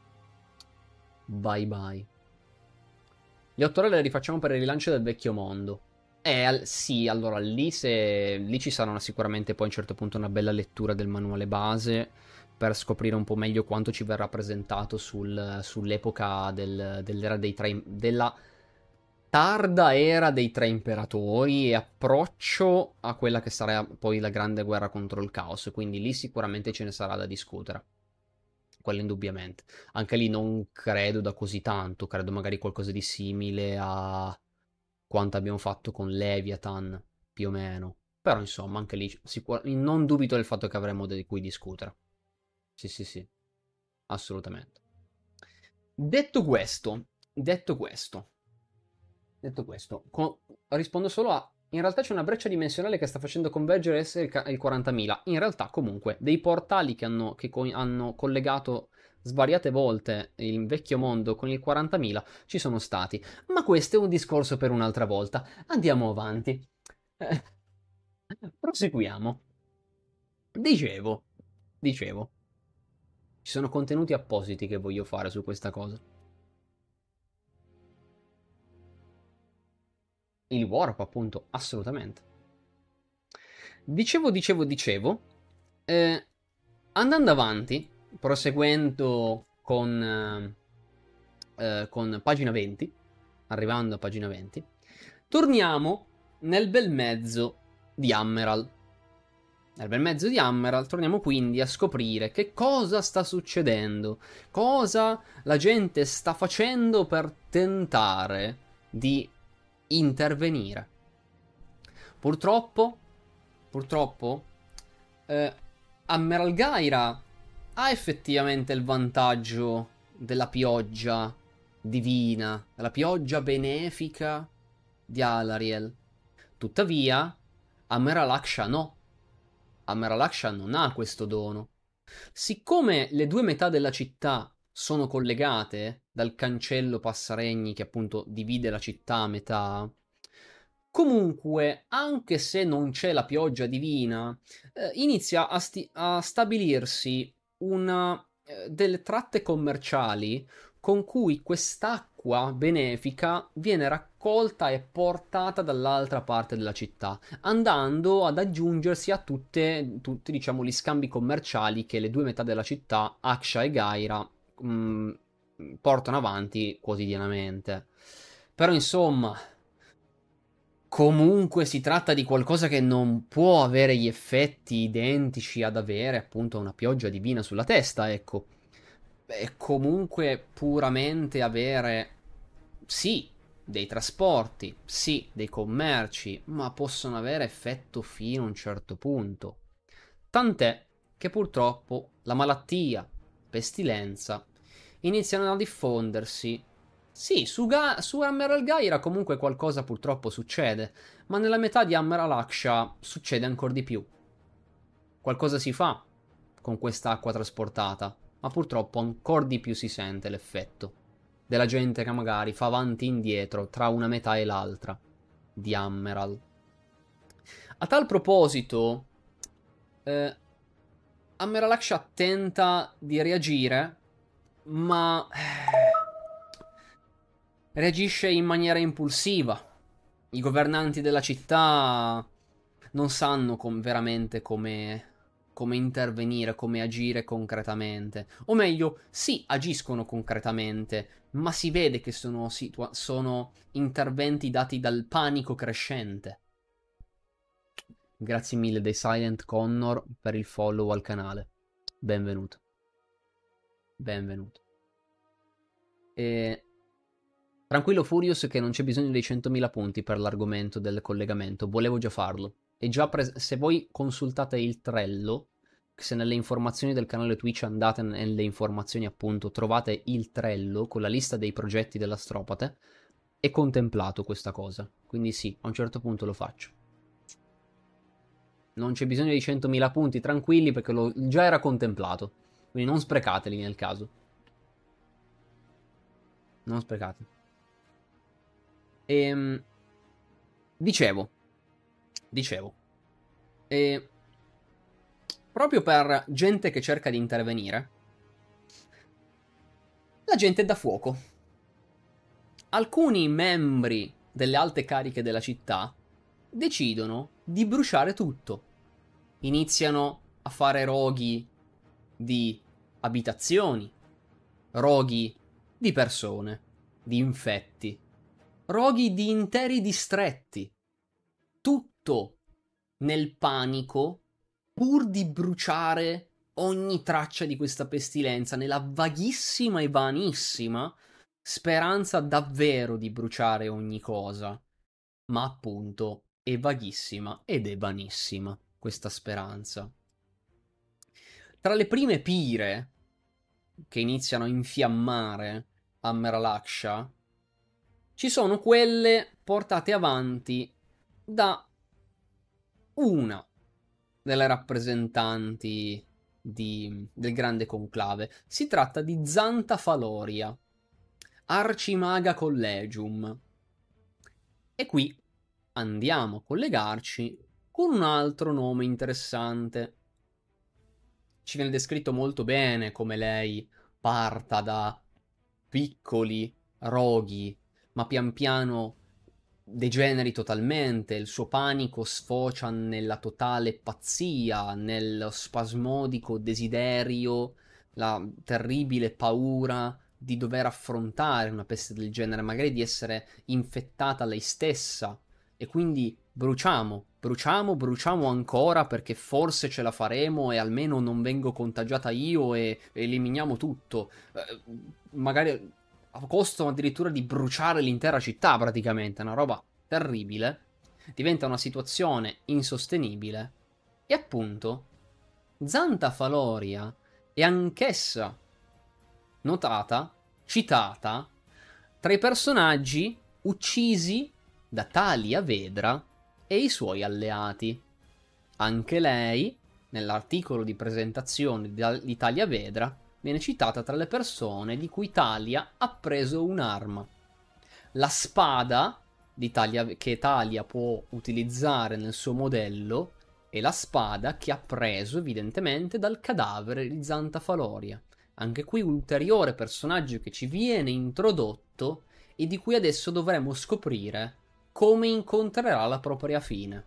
Bye bye. Le 8 ore le rifacciamo per il rilancio del vecchio mondo. Sì, allora lì ci sarà sicuramente poi a un certo punto una bella lettura del manuale base per scoprire un po' meglio quanto ci verrà presentato sull'epoca della tarda era dei tre imperatori e approccio a quella che sarà poi la grande guerra contro il caos. Quindi lì sicuramente ce ne sarà da discutere. Quello indubbiamente. Anche lì non credo da così tanto, credo magari qualcosa di simile a quanto abbiamo fatto con Leviathan, più o meno. Però insomma, anche lì non dubito del fatto che avremo di cui discutere. Sì, sì, sì, assolutamente. Detto questo, detto questo, detto questo, rispondo solo a... In realtà c'è una breccia dimensionale che sta facendo convergere essere il 40.000. In realtà, comunque, dei portali hanno collegato svariate volte il vecchio mondo con il 40.000 ci sono stati. Ma questo è un discorso per un'altra volta. Andiamo avanti. Eh, proseguiamo. Dicevo, dicevo, ci sono contenuti appositi che voglio fare su questa cosa. Il warp, appunto, assolutamente. Dicevo, eh, andando avanti, proseguendo con pagina 20, arrivando a pagina 20, torniamo nel bel mezzo di Emerald. Nel bel mezzo di Emerald torniamo quindi a scoprire che cosa sta succedendo, cosa la gente sta facendo per tentare di intervenire. Purtroppo, purtroppo, eh, Ammeralgaira ha effettivamente il vantaggio della pioggia divina, della pioggia benefica di Alariel. Tuttavia, Ameralaksha no. Ameralaksha non ha questo dono. Siccome le due metà della città sono collegate dal cancello passaregni che appunto divide la città a metà, comunque, anche se non c'è la pioggia divina, inizia a stabilirsi delle tratte commerciali con cui quest'acqua benefica viene raccolta e portata dall'altra parte della città, andando ad aggiungersi a tutti diciamo, gli scambi commerciali che le due metà della città, Aksha e Gaira, mh, portano avanti quotidianamente. Però insomma, comunque si tratta di qualcosa che non può avere gli effetti identici ad avere appunto una pioggia divina sulla testa, ecco. È comunque puramente avere, sì, dei trasporti, sì, dei commerci, ma possono avere effetto fino a un certo punto. Tant'è che purtroppo la malattia, pestilenza, iniziano a diffondersi. Sì, su Emerald Gaira comunque qualcosa purtroppo succede, ma nella metà di Emerald Aksha succede ancora di più. Qualcosa si fa con quest'acqua trasportata, ma purtroppo ancora di più si sente l'effetto della gente che magari fa avanti e indietro tra una metà e l'altra di Emerald. A tal proposito, eh, Ameralaksha tenta di reagire, ma reagisce in maniera impulsiva. I governanti della città non sanno veramente come intervenire, come agire concretamente. O meglio, sì, agiscono concretamente, ma si vede che sono interventi dati dal panico crescente. Grazie mille dei Silent Connor per il follow al canale. Benvenuto. Benvenuto. E... Tranquillo Furious che non c'è bisogno dei 100.000 punti per l'argomento del collegamento, volevo già farlo. E già se voi consultate il Trello, se nelle informazioni del canale Twitch andate nelle informazioni appunto, trovate il Trello con la lista dei progetti dell'Astropate, è contemplato questa cosa. Quindi sì, a un certo punto lo faccio. Non c'è bisogno di 100.000 punti, tranquilli, perché già era contemplato. Quindi non sprecateli nel caso. Non sprecate. Ehm, dicevo, dicevo. E proprio per gente che cerca di intervenire, la gente dà fuoco. Alcuni membri delle alte cariche della città decidono di bruciare tutto. Iniziano a fare roghi di abitazioni, roghi di persone, di infetti, roghi di interi distretti. Tutto nel panico, pur di bruciare ogni traccia di questa pestilenza, nella vaghissima e vanissima speranza davvero di bruciare ogni cosa. Ma appunto è vaghissima ed è vanissima questa speranza. Tra le prime pire che iniziano a infiammare Ameralaksha ci sono quelle portate avanti da una delle rappresentanti del grande conclave. Si tratta di Zanta Faloria, Arcimaga Collegium. E qui andiamo a collegarci con un altro nome interessante. Ci viene descritto molto bene come lei parta da piccoli roghi, ma pian piano degeneri totalmente, il suo panico sfocia nella totale pazzia, nello spasmodico desiderio, la terribile paura di dover affrontare una peste del genere, magari di essere infettata lei stessa. E quindi bruciamo, bruciamo, bruciamo ancora perché forse ce la faremo e almeno non vengo contagiata io e eliminiamo tutto. Magari a costo addirittura di bruciare l'intera città praticamente, una roba terribile. Diventa una situazione insostenibile. E appunto, Zanta Faloria è anch'essa notata, citata, tra i personaggi uccisi da Talia Vedra e i suoi alleati. Anche lei, nell'articolo di presentazione di Talia Vedra, viene citata tra le persone di cui Talia ha preso un'arma. La spada che Talia può utilizzare nel suo modello è la spada che ha preso evidentemente dal cadavere di Zanta Faloria. Anche qui ulteriore personaggio che ci viene introdotto e di cui adesso dovremo scoprire come incontrerà la propria fine.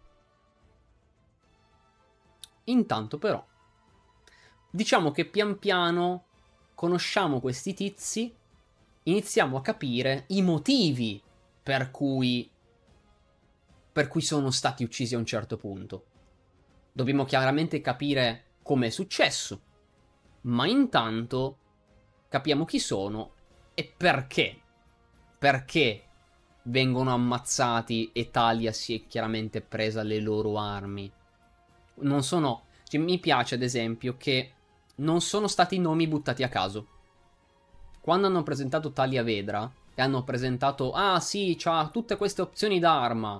Intanto però, diciamo che pian piano conosciamo questi tizi, iniziamo a capire i motivi per cui sono stati uccisi a un certo punto. Dobbiamo chiaramente capire come è successo, ma intanto capiamo chi sono e perché. Perché vengono ammazzati e Talia si è chiaramente presa le loro armi. Non sono... Cioè, mi piace ad esempio che non sono stati nomi buttati a caso. Quando hanno presentato Talia Vedra e hanno presentato, ah sì, c'ha tutte queste opzioni d'arma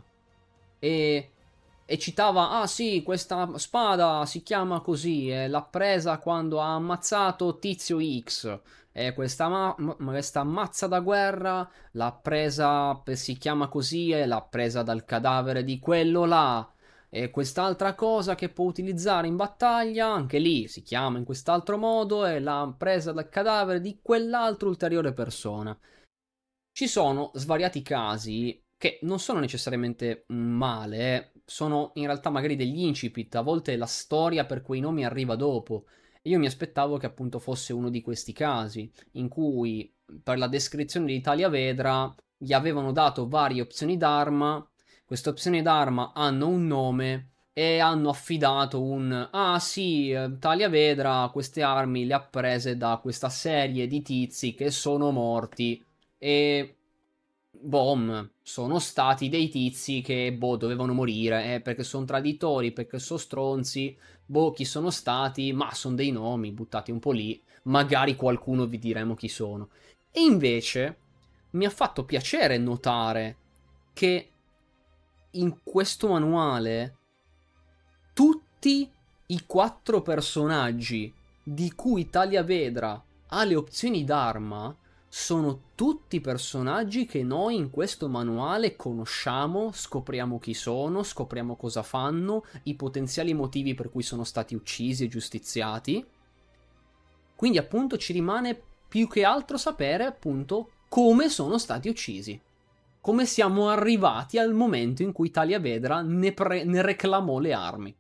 e citava, ah sì, questa spada si chiama così e l'ha presa quando ha ammazzato Tizio X e questa mazza da guerra l'ha presa, si chiama così e l'ha presa dal cadavere di quello là. E quest'altra cosa che può utilizzare in battaglia, anche lì si chiama in quest'altro modo e l'ha presa dal cadavere di quell'altra ulteriore persona. Ci sono svariati casi che non sono necessariamente un male, sono in realtà magari degli incipit, a volte la storia per quei nomi arriva dopo. Io mi aspettavo che appunto fosse uno di questi casi, in cui per la descrizione di Talia Vedra gli avevano dato varie opzioni d'arma, queste opzioni d'arma hanno un nome e hanno affidato un ah sì, Talia Vedra queste armi le ha prese da questa serie di tizi che sono morti e sono stati dei tizi che dovevano morire perché sono traditori, perché sono stronzi, chi sono stati, ma sono dei nomi buttati un po' lì, magari qualcuno vi diremo chi sono. E invece mi ha fatto piacere notare che in questo manuale tutti i quattro personaggi di cui Talia Vedra ha le opzioni d'arma sono tutti personaggi che noi in questo manuale conosciamo, scopriamo chi sono, scopriamo cosa fanno, i potenziali motivi per cui sono stati uccisi e giustiziati. Quindi appunto ci rimane più che altro sapere appunto come sono stati uccisi. Come siamo arrivati al momento in cui Talia Vedra ne reclamò le armi.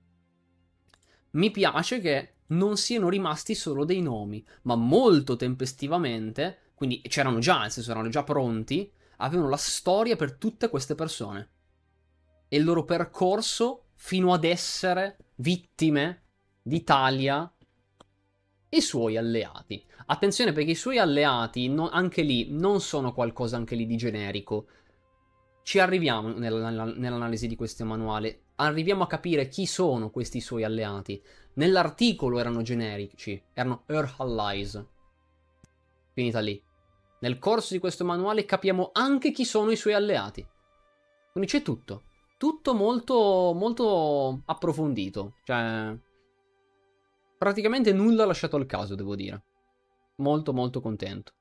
Mi piace che non siano rimasti solo dei nomi, ma molto tempestivamente, quindi c'erano già, nel senso erano già pronti, avevano la storia per tutte queste persone e il loro percorso fino ad essere vittime di Talia e i suoi alleati. Attenzione perché i suoi alleati, anche lì, non sono qualcosa anche lì di generico. Ci arriviamo nell'analisi di questo manuale. Arriviamo a capire chi sono questi suoi alleati. Nell'articolo erano generici, erano Her Allies. Finita lì. Nel corso di questo manuale capiamo anche chi sono i suoi alleati. Quindi c'è tutto. Tutto molto, molto approfondito. Cioè, praticamente nulla lasciato al caso, devo dire. Molto, molto contento.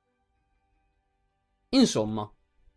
Insomma,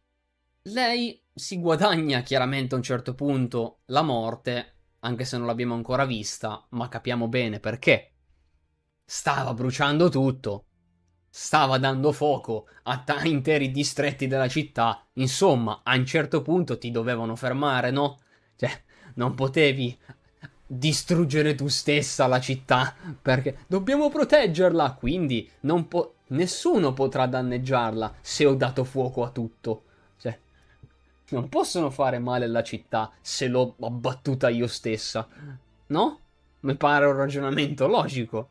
lei si guadagna chiaramente a un certo punto la morte, anche se non l'abbiamo ancora vista, ma capiamo bene perché. Stava bruciando tutto, stava dando fuoco a interi distretti della città, insomma, a un certo punto ti dovevano fermare, no? Cioè, non potevi distruggere tu stessa la città, perché dobbiamo proteggerla, quindi nessuno potrà danneggiarla se ho dato fuoco a tutto. Cioè, non possono fare male alla città se l'ho abbattuta io stessa, no? Mi pare un ragionamento logico.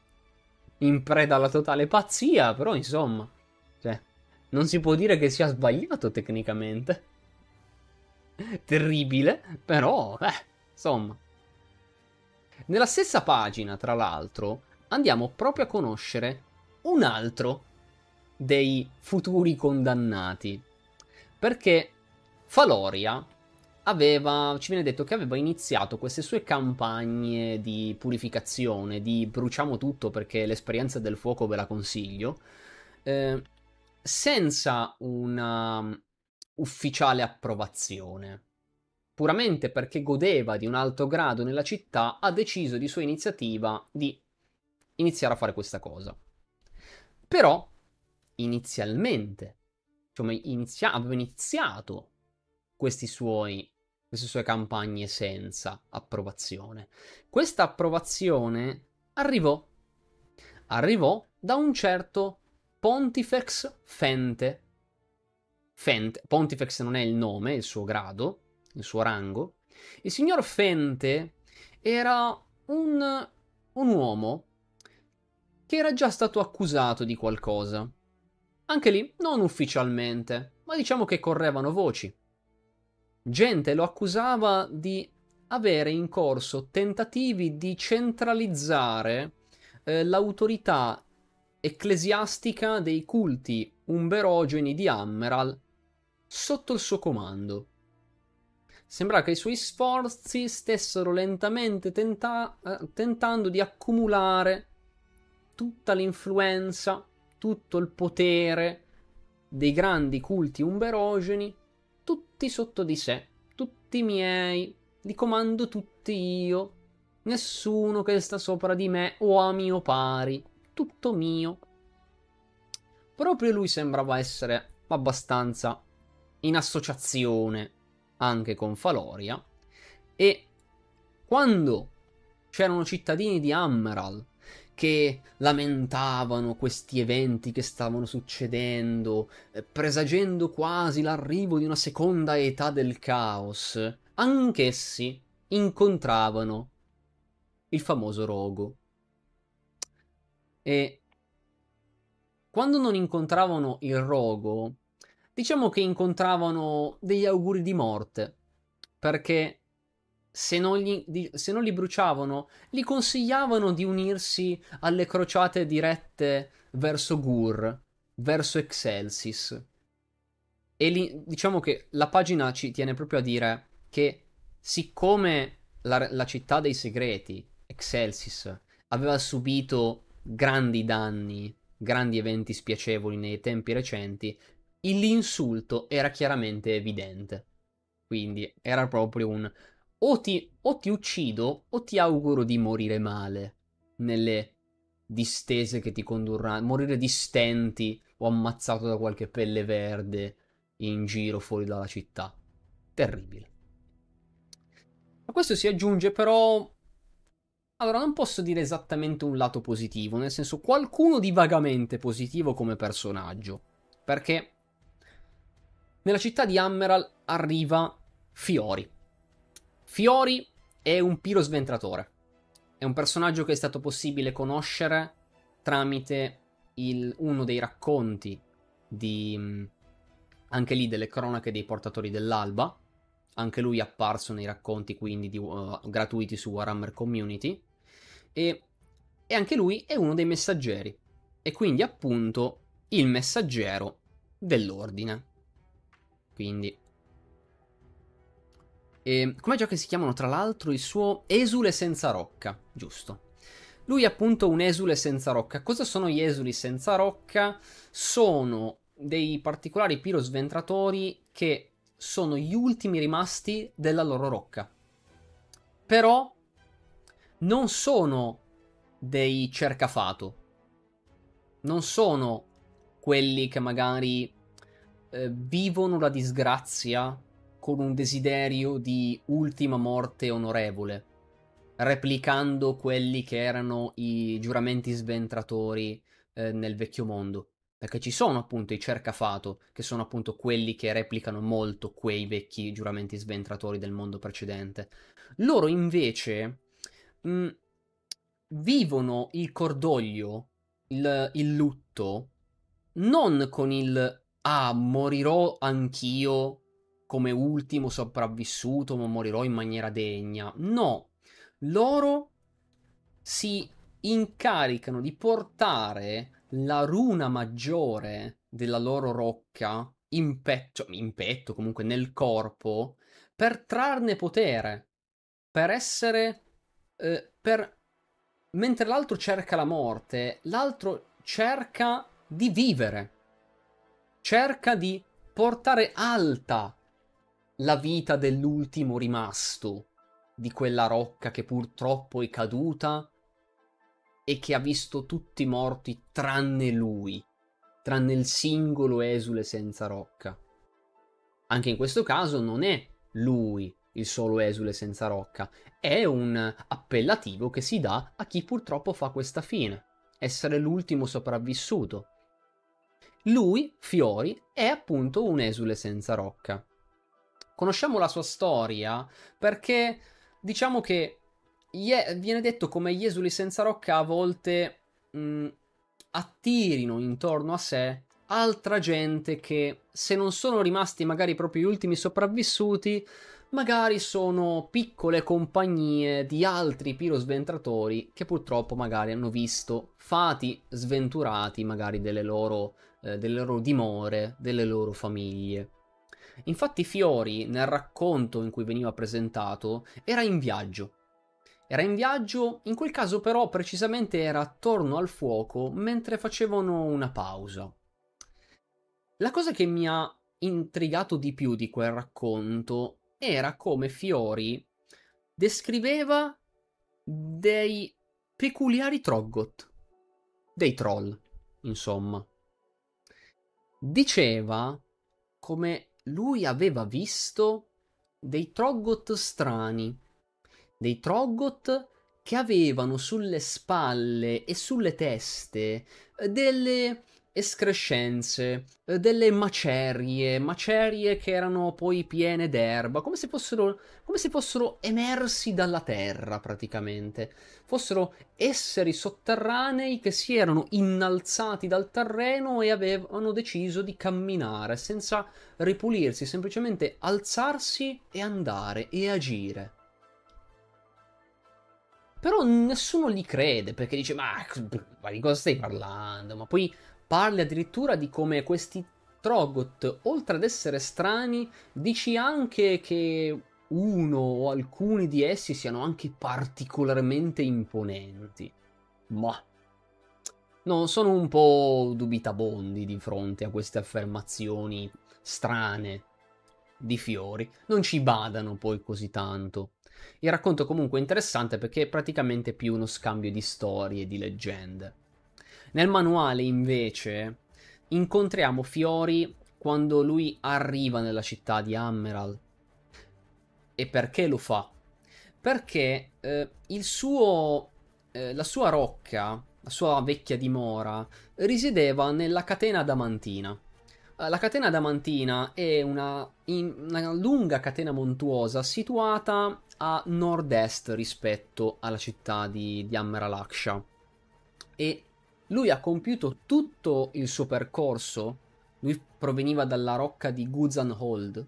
In preda alla totale pazzia, però insomma, cioè, non si può dire che sia sbagliato tecnicamente. Terribile, però, insomma. Nella stessa pagina, tra l'altro, andiamo proprio a conoscere un altro dei futuri condannati. Perché Faloria ci viene detto che aveva iniziato queste sue campagne di purificazione, di bruciamo tutto perché l'esperienza del fuoco ve la consiglio, eh, senza una ufficiale approvazione. Puramente perché godeva di un alto grado nella città, ha deciso di sua iniziativa di iniziare a fare questa cosa. Però, inizialmente, aveva iniziato queste sue campagne senza approvazione. Questa approvazione arrivò. Arrivò da un certo Pontifex Fente. Pontifex non è il nome, è il suo grado, il suo rango. Il signor Fente era un uomo che era già stato accusato di qualcosa. Anche lì, non ufficialmente, ma diciamo che correvano voci. Gente lo accusava di avere in corso tentativi di centralizzare l'autorità ecclesiastica dei culti umberogeni di Ammeral sotto il suo comando. Sembra che i suoi sforzi stessero lentamente tentando di accumulare tutta l'influenza, tutto il potere dei grandi culti umberogeni, tutti sotto di sé, tutti miei, li comando tutti io, nessuno che sta sopra di me o a mio pari, tutto mio. Proprio lui sembrava essere abbastanza in associazione anche con Faloria, e quando c'erano cittadini di Ammeral che lamentavano questi eventi che stavano succedendo, presagendo quasi l'arrivo di una seconda età del caos, anch'essi incontravano il famoso Rogo. E quando non incontravano il Rogo, diciamo che incontravano degli auguri di morte, perché se non li bruciavano, gli consigliavano di unirsi alle crociate dirette verso Gur, verso Excelsis. E diciamo che la pagina ci tiene proprio a dire che siccome la città dei segreti, Excelsis, aveva subito grandi danni, grandi eventi spiacevoli nei tempi recenti, l'insulto era chiaramente evidente. Quindi era proprio un o ti uccido o ti auguro di morire male nelle distese che ti condurranno, morire di stenti o ammazzato da qualche pelle verde in giro fuori dalla città. Terribile. A questo si aggiunge però. Allora, non posso dire esattamente un lato positivo, nel senso qualcuno di vagamente positivo come personaggio. Perché nella città di Emerald arriva Fiori. Fiori è un piro sventratore. È un personaggio che è stato possibile conoscere tramite uno dei racconti di anche lì delle cronache dei portatori dell'alba. Anche lui è apparso nei racconti quindi gratuiti su Warhammer Community. E, e anche lui è uno dei messaggeri. E quindi appunto il messaggero dell'ordine. Quindi com'è già che si chiamano tra l'altro il suo esule senza rocca, giusto? Lui è appunto un esule senza rocca. Cosa sono gli esuli senza rocca? Sono dei particolari pirosventratori che sono gli ultimi rimasti della loro rocca. Però non sono dei cercafato. Non sono quelli che magari vivono la disgrazia con un desiderio di ultima morte onorevole, replicando quelli che erano i giuramenti sventratori nel vecchio mondo. Perché ci sono appunto i cercafato, che sono appunto quelli che replicano molto quei vecchi giuramenti sventratori del mondo precedente. Loro invece mh, vivono il cordoglio, il lutto, non con il morirò anch'io come ultimo sopravvissuto, ma morirò in maniera degna. No, loro si incaricano di portare la runa maggiore della loro rocca in petto, comunque nel corpo, per trarne potere, per essere, per mentre l'altro cerca la morte, l'altro cerca di vivere, cerca di portare alta la vita dell'ultimo rimasto di quella rocca che purtroppo è caduta e che ha visto tutti morti tranne lui, tranne il singolo esule senza rocca. Anche in questo caso non è lui il solo esule senza rocca, è un appellativo che si dà a chi purtroppo fa questa fine, essere l'ultimo sopravvissuto. Lui, Fiori, è appunto un esule senza rocca. Conosciamo la sua storia perché diciamo che viene detto come gli esuli senza rocca a volte attirino intorno a sé altra gente che, se non sono rimasti magari proprio gli ultimi sopravvissuti, magari sono piccole compagnie di altri pirosventratori che purtroppo magari hanno visto fati sventurati magari delle loro dimore, delle loro famiglie. Infatti Fiori, nel racconto in cui veniva presentato, era in viaggio. Era in viaggio, in quel caso però precisamente era attorno al fuoco mentre facevano una pausa. La cosa che mi ha intrigato di più di quel racconto era come Fiori descriveva dei peculiari Troggot, dei troll, insomma. Diceva come lui aveva visto dei Troggot strani, dei Troggot che avevano sulle spalle e sulle teste delle escrescenze, delle macerie che erano poi piene d'erba, come se fossero emersi dalla terra praticamente, fossero esseri sotterranei che si erano innalzati dal terreno e avevano deciso di camminare senza ripulirsi, semplicemente alzarsi e andare e agire. Però nessuno gli crede perché dice: ma di cosa stai parlando? Ma poi parli addirittura di come questi Trogot, oltre ad essere strani, dici anche che uno o alcuni di essi siano anche particolarmente imponenti. Ma no, sono un po' dubitabondi di fronte a queste affermazioni strane di Fiori. Non ci badano poi così tanto. Il racconto comunque è interessante perché è praticamente più uno scambio di storie e di leggende. Nel manuale, invece, incontriamo Fiori quando lui arriva nella città di Ammeral. E perché lo fa? Perché la sua rocca, la sua vecchia dimora, risiedeva nella catena adamantina. La catena adamantina è una lunga catena montuosa situata a nord-est rispetto alla città di Ammeralaksha. E lui ha compiuto tutto il suo percorso. Lui proveniva dalla rocca di Guzanhold.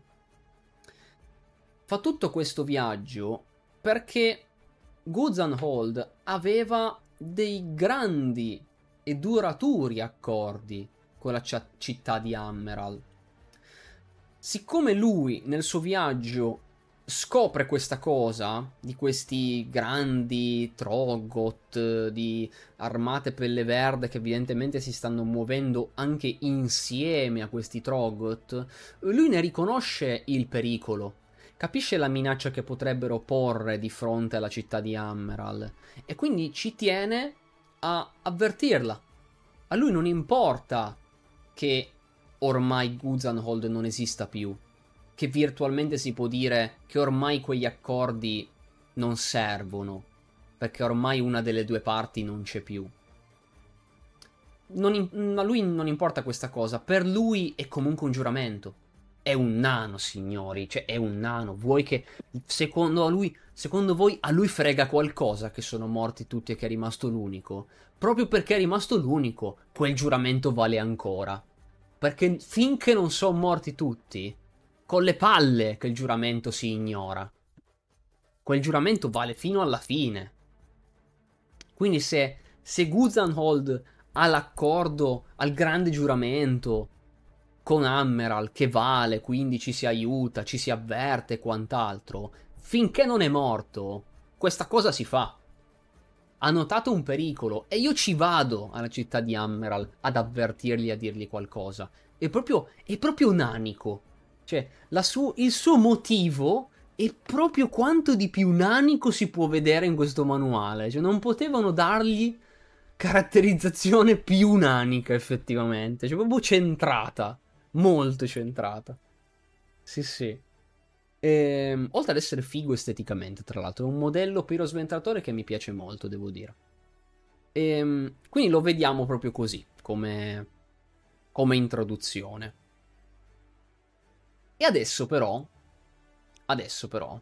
Fa tutto questo viaggio perché Guzanhold aveva dei grandi e duraturi accordi con la città di Ammeral. Siccome lui nel suo viaggio scopre questa cosa di questi grandi Troggot di armate pelle verde che evidentemente si stanno muovendo anche insieme a questi Troggot, lui ne riconosce il pericolo. Capisce la minaccia che potrebbero porre di fronte alla città di Ammeral e quindi ci tiene a avvertirla. A lui non importa che ormai Guzanhold non esista più, che virtualmente si può dire che ormai quegli accordi non servono, perché ormai una delle due parti non c'è più. A lui non importa questa cosa, per lui è comunque un giuramento. È un nano, signori, cioè è un nano. Vuoi che secondo voi a lui frega qualcosa che sono morti tutti e che è rimasto l'unico? Proprio perché è rimasto l'unico, quel giuramento vale ancora. Perché finché non sono morti tutti, con le palle che il giuramento si ignora. Quel giuramento vale fino alla fine. Quindi se Guzanhold ha l'accordo al grande giuramento con Ammeral che vale, quindi ci si aiuta, ci si avverte e quant'altro, finché non è morto, questa cosa si fa. Ha notato un pericolo e io ci vado alla città di Ammeral ad avvertirgli, a dirgli qualcosa. È proprio nanico. Cioè, il suo motivo è proprio quanto di più nanico si può vedere in questo manuale. Cioè, non potevano dargli caratterizzazione più nanica, effettivamente. Cioè, proprio centrata. Molto centrata. Sì, sì. Oltre ad essere figo esteticamente, tra l'altro, è un modello pirosventatore che mi piace molto, devo dire. Quindi lo vediamo proprio così, come introduzione. E adesso però,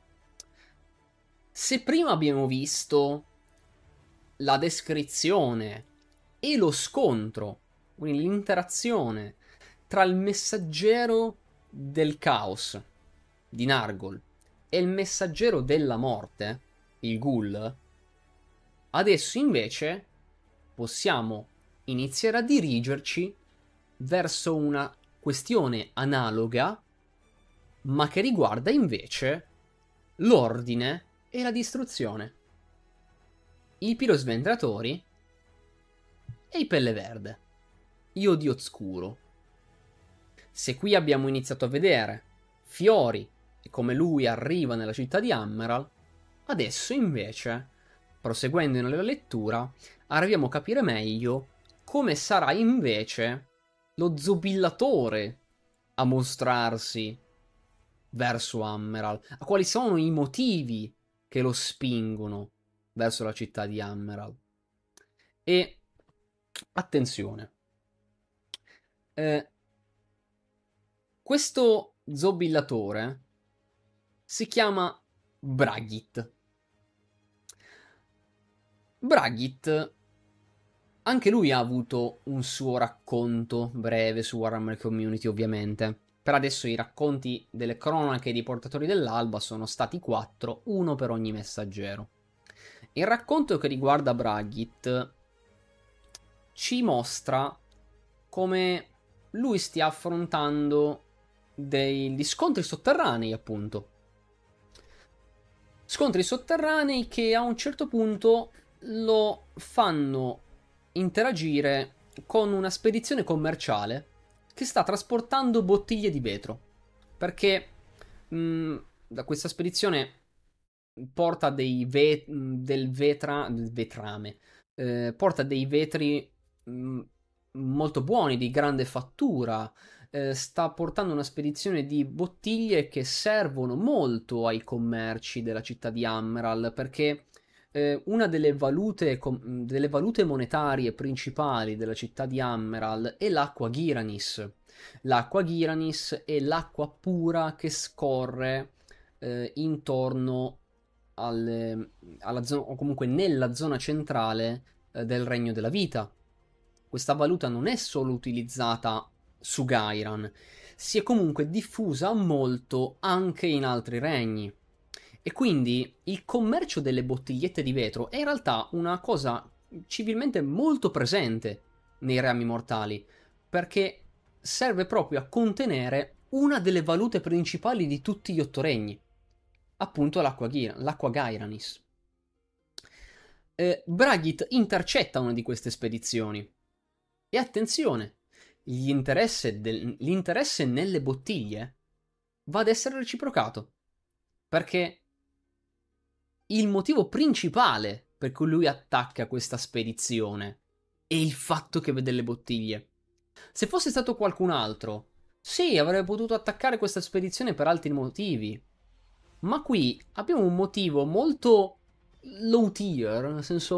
se prima abbiamo visto la descrizione e lo scontro, quindi l'interazione tra il messaggero del caos di Nargol e il messaggero della morte, il Ghoul, adesso invece possiamo iniziare a dirigerci verso una questione analoga, ma che riguarda invece l'ordine e la distruzione. I pirosventratori e i pelle verde. Io di oscuro. Se qui abbiamo iniziato a vedere Fiori e come lui arriva nella città di Ammeral, adesso invece, proseguendo nella lettura, arriviamo a capire meglio come sarà invece lo zobillatore a mostrarsi verso Ammeral, a quali sono i motivi che lo spingono verso la città di Ammeral. E attenzione, eh, questo zobillatore si chiama Braggit. Braggit, anche lui ha avuto un suo racconto breve su Warhammer Community, ovviamente. Per adesso i racconti delle cronache dei portatori dell'alba sono stati 4, uno per ogni messaggero. Il racconto che riguarda Braggit ci mostra come lui stia affrontando degli scontri sotterranei, appunto. Scontri sotterranei che a un certo punto lo fanno interagire con una spedizione commerciale che sta trasportando bottiglie di vetro. Perché da questa spedizione porta del vetrame, porta dei vetri mh, molto buoni, di grande fattura. Sta portando una spedizione di bottiglie che servono molto ai commerci della città di Ammeral, perché una delle valute monetarie principali della città di Ammeral è l'acqua Gyranis. L'acqua Gyranis è l'acqua pura che scorre intorno alla zona, o comunque nella zona centrale del Regno della Vita. Questa valuta non è solo utilizzata su Gairan, si è comunque diffusa molto anche in altri regni. E quindi il commercio delle bottigliette di vetro è in realtà una cosa civilmente molto presente nei reami mortali, perché serve proprio a contenere una delle valute principali di tutti gli otto regni, appunto l'acqua Gairanis. Braghit intercetta una di queste spedizioni. E attenzione, l'interesse nelle bottiglie va ad essere reciprocato. Perché il motivo principale per cui lui attacca questa spedizione è il fatto che vede le bottiglie. Se fosse stato qualcun altro, sì, avrebbe potuto attaccare questa spedizione per altri motivi. Ma qui abbiamo un motivo molto low tier, nel senso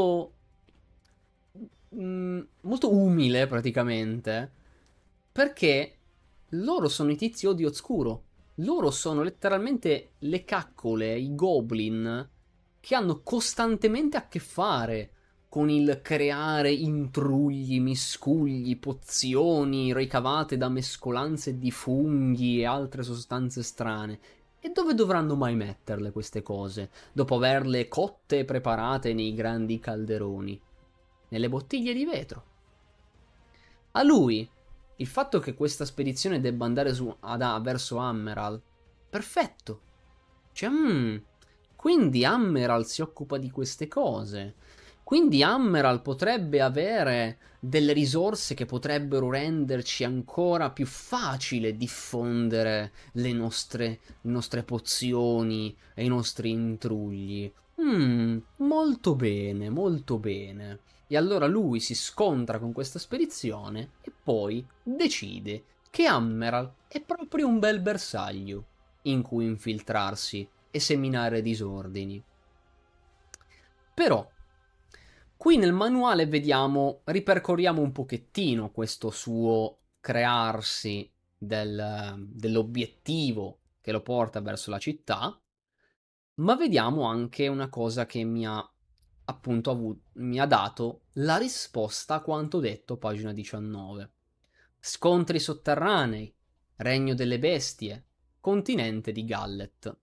molto umile praticamente, perché loro sono i tizi odio oscuro. Loro sono letteralmente le caccole, i goblin, che hanno costantemente a che fare con il creare intrugli, miscugli, pozioni ricavate da mescolanze di funghi e altre sostanze strane. E dove dovranno mai metterle queste cose, dopo averle cotte e preparate nei grandi calderoni? Nelle bottiglie di vetro. A lui, il fatto che questa spedizione debba andare verso Ammeral, perfetto. Cioè, quindi Ammeral si occupa di queste cose. Quindi Ammeral potrebbe avere delle risorse che potrebbero renderci ancora più facile diffondere le nostre pozioni e i nostri intrugli. Molto bene, molto bene. E allora lui si scontra con questa spedizione e poi decide che Ammeral è proprio un bel bersaglio in cui infiltrarsi e seminare disordini. Però, qui nel manuale ripercorriamo un pochettino questo suo crearsi dell'obiettivo che lo porta verso la città, ma vediamo anche una cosa che mi ha dato la risposta a quanto detto, pagina 19. Scontri sotterranei, regno delle bestie, continente di Gallet.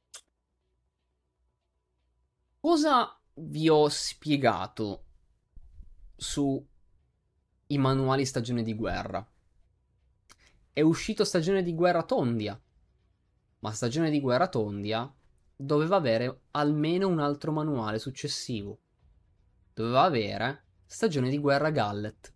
Cosa vi ho spiegato sui manuali stagione di guerra? È uscito stagione di guerra Tondia, ma stagione di guerra Tondia doveva avere almeno un altro manuale successivo. Doveva avere stagione di guerra Gallet.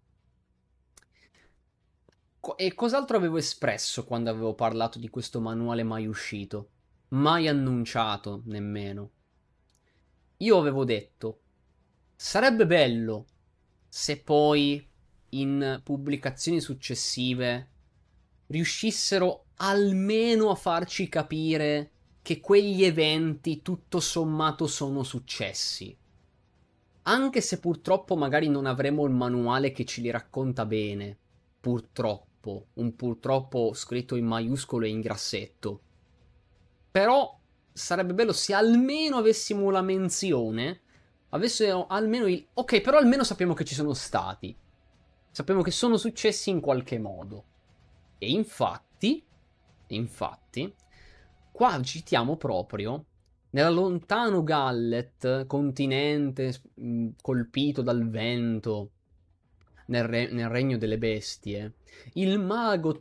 E cos'altro avevo espresso quando avevo parlato di questo manuale mai uscito? Mai annunciato nemmeno. Io avevo detto, sarebbe bello se poi in pubblicazioni successive riuscissero almeno a farci capire che quegli eventi tutto sommato sono successi. Anche se purtroppo magari non avremo il manuale che ce li racconta bene. Purtroppo. Un purtroppo scritto in maiuscolo e in grassetto. Però sarebbe bello se almeno avessimo la menzione. Avessero almeno il... Ok, però almeno sappiamo che ci sono stati. Sappiamo che sono successi in qualche modo. E infatti, qua citiamo proprio nella lontano Gallet, continente colpito dal vento, nel regno delle bestie, il mago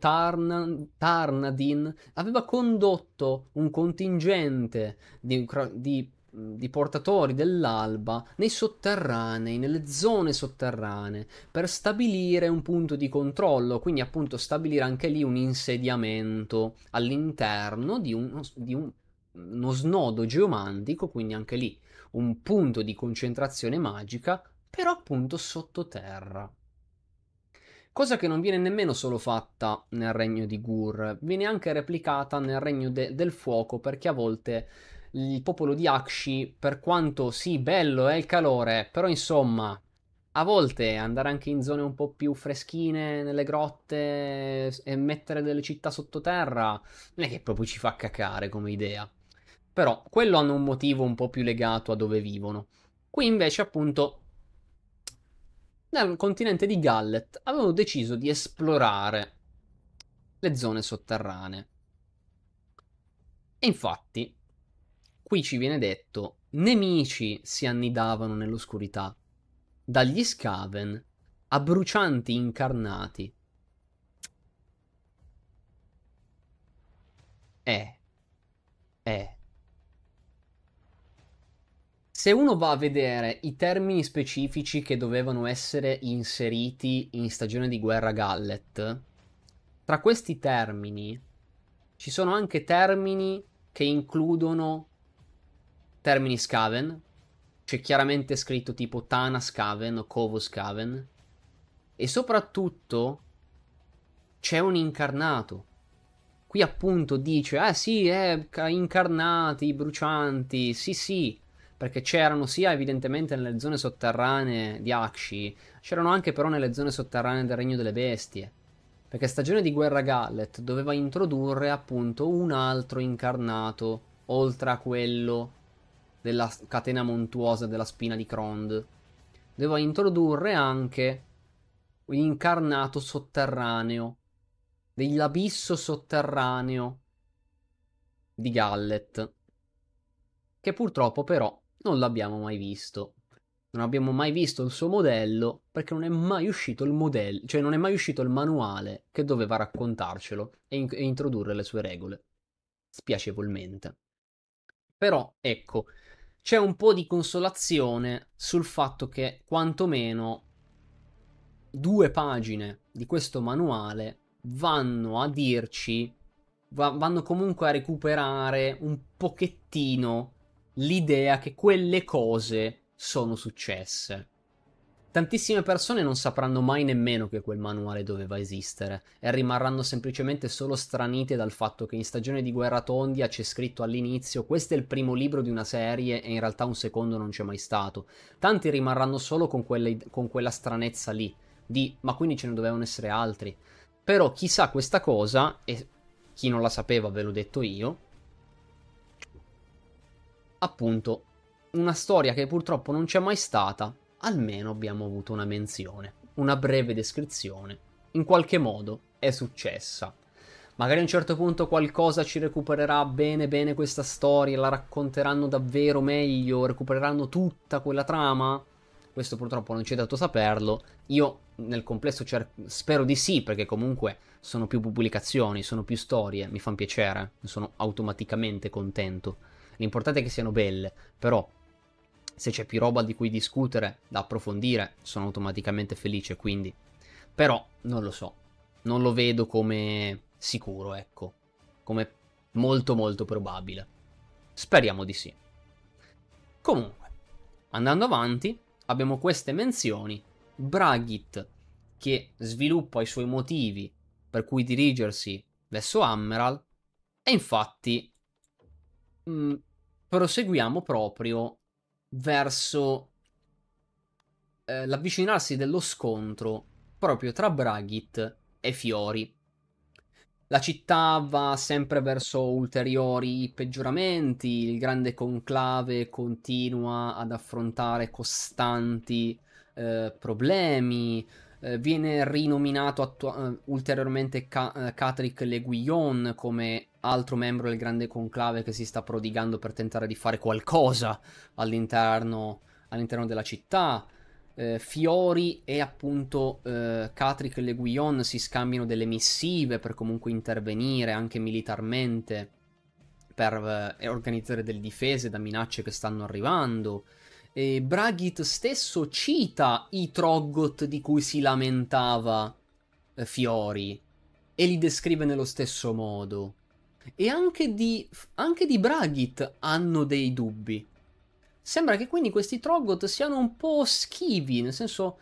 Tarnadin aveva condotto un contingente di di portatori dell'alba nei sotterranei, nelle zone sotterranee, per stabilire un punto di controllo, quindi appunto stabilire anche lì un insediamento all'interno uno snodo geomantico, quindi anche lì un punto di concentrazione magica, però appunto sottoterra. Cosa che non viene nemmeno solo fatta nel regno di Gur, viene anche replicata nel regno del fuoco, perché a volte il popolo di Akshi, per quanto sì, bello è il calore, però insomma, a volte andare anche in zone un po' più freschine, nelle grotte e mettere delle città sottoterra, non è che proprio ci fa cacare come idea. Però quello hanno un motivo un po' più legato a dove vivono. Qui invece, appunto, nel continente di Gallet avevano deciso di esplorare le zone sotterranee. E infatti, qui ci viene detto, nemici si annidavano nell'oscurità, dagli scaven a brucianti incarnati. Eh, eh. Se uno va a vedere i termini specifici che dovevano essere inseriti in Stagione di Guerra Gallet, tra questi termini ci sono anche termini che includono termini Skaven, c'è chiaramente scritto tipo Tana Skaven o Kovo Skaven, e soprattutto c'è un incarnato. Qui appunto dice, sì, incarnati, brucianti, sì sì, perché c'erano sia evidentemente nelle zone sotterranee di Akshi, c'erano anche però nelle zone sotterranee del Regno delle Bestie. Perché Stagione di Guerra Gallet doveva introdurre appunto un altro incarnato, oltre a quello della catena montuosa della spina di Krond. Doveva introdurre anche un incarnato sotterraneo, dell'abisso sotterraneo di Gallet, che purtroppo però non l'abbiamo mai visto. Non abbiamo mai visto il suo modello perché non è mai uscito il modello, cioè non è mai uscito il manuale che doveva raccontarcelo e introdurre le sue regole. Spiacevolmente. Però, ecco, c'è un po' di consolazione sul fatto che quantomeno 2 pagine di questo manuale vanno a dirci, vanno comunque a recuperare un pochettino l'idea che quelle cose sono successe. Tantissime persone non sapranno mai nemmeno che quel manuale doveva esistere e rimarranno semplicemente solo stranite dal fatto che in Stagione di Guerra Tondia c'è scritto all'inizio questo è il primo libro di una serie e in realtà un secondo non c'è mai stato. Tanti rimarranno solo con quella stranezza lì, di ma quindi ce ne dovevano essere altri. Però chi sa questa cosa, e chi non la sapeva ve l'ho detto io, appunto, una storia che purtroppo non c'è mai stata, almeno abbiamo avuto una menzione, una breve descrizione. In qualche modo è successa. Magari a un certo punto qualcosa ci recupererà bene bene questa storia, la racconteranno davvero meglio, recupereranno tutta quella trama. Questo purtroppo non ci è dato saperlo. Io nel complesso spero di sì, perché comunque sono più pubblicazioni, sono più storie, mi fanno piacere, sono automaticamente contento. L'importante è che siano belle, però se c'è più roba di cui discutere, da approfondire, sono automaticamente felice, quindi. Però non lo so, non lo vedo come sicuro, ecco, come molto molto probabile. Speriamo di sì. Comunque, andando avanti, abbiamo queste menzioni. Braggit che sviluppa i suoi motivi per cui dirigersi verso Ammeral e infatti mh, proseguiamo proprio verso l'avvicinarsi dello scontro proprio tra Braggit e Fiori. La città va sempre verso ulteriori peggioramenti, il grande conclave continua ad affrontare costanti problemi, viene rinominato ulteriormente Catrick Le Guillon come altro membro del grande conclave che si sta prodigando per tentare di fare qualcosa all'interno della città. Fiori e appunto Catrick e Le Guillon si scambiano delle missive per comunque intervenire anche militarmente per organizzare delle difese da minacce che stanno arrivando. E Braghit stesso cita i Troggoth di cui si lamentava Fiori e li descrive nello stesso modo. E anche di Braghit hanno dei dubbi. Sembra che quindi questi Troggoth siano un po' schivi, nel senso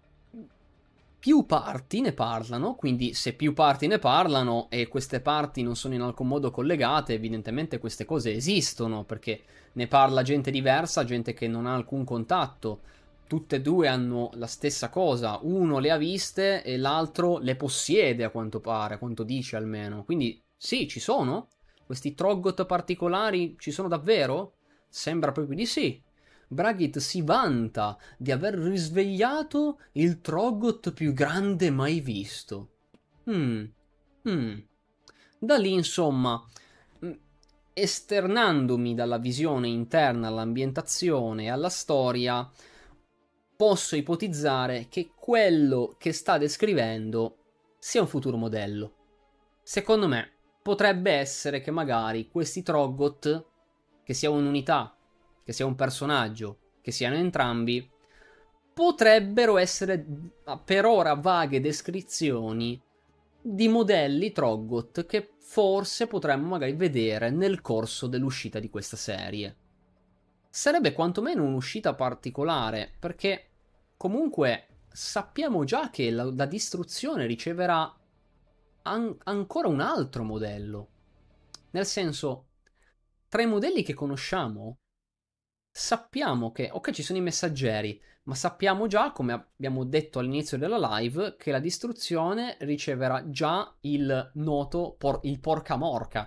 più parti ne parlano, quindi se più parti ne parlano e queste parti non sono in alcun modo collegate, evidentemente queste cose esistono, perché ne parla gente diversa, gente che non ha alcun contatto. Tutte e due hanno la stessa cosa, uno le ha viste e l'altro le possiede a quanto pare, a quanto dice almeno. Quindi sì, ci sono? Questi Troggoth particolari ci sono davvero? Sembra proprio di sì. Braghit si vanta di aver risvegliato il Troggoth più grande mai visto. Mm, mm. Da lì, insomma, mm, esternandomi dalla visione interna all'ambientazione e alla storia, posso ipotizzare che quello che sta descrivendo sia un futuro modello. Secondo me, potrebbe essere che magari questi Troggoth, che sia un'unità, che sia un personaggio, che siano entrambi, potrebbero essere per ora vaghe descrizioni di modelli Troggoth che forse potremmo magari vedere nel corso dell'uscita di questa serie. Sarebbe quantomeno un'uscita particolare, perché comunque sappiamo già che la distruzione riceverà ancora un altro modello. Nel senso, tra i modelli che conosciamo, sappiamo che, ok, ci sono i messaggeri, ma sappiamo già, come abbiamo detto all'inizio della live, che la distruzione riceverà già il noto, il porcamorca,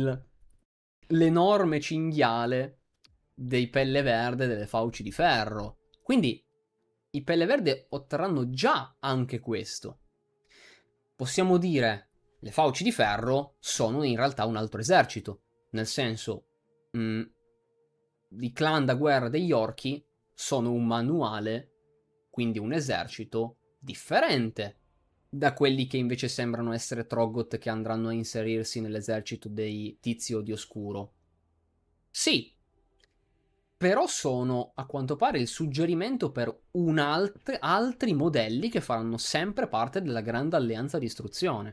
l'enorme cinghiale dei Pelle Verde delle Fauci di Ferro. Quindi i Pelle Verde otterranno già anche questo. Possiamo dire, le Fauci di Ferro sono in realtà un altro esercito, nel senso, i clan da guerra degli orchi sono un manuale, quindi un esercito differente da quelli che invece sembrano essere Troggoth che andranno a inserirsi nell'esercito dei Tizio di Oscuro. Sì, però sono a quanto pare il suggerimento per altri modelli che faranno sempre parte della grande alleanza di istruzione.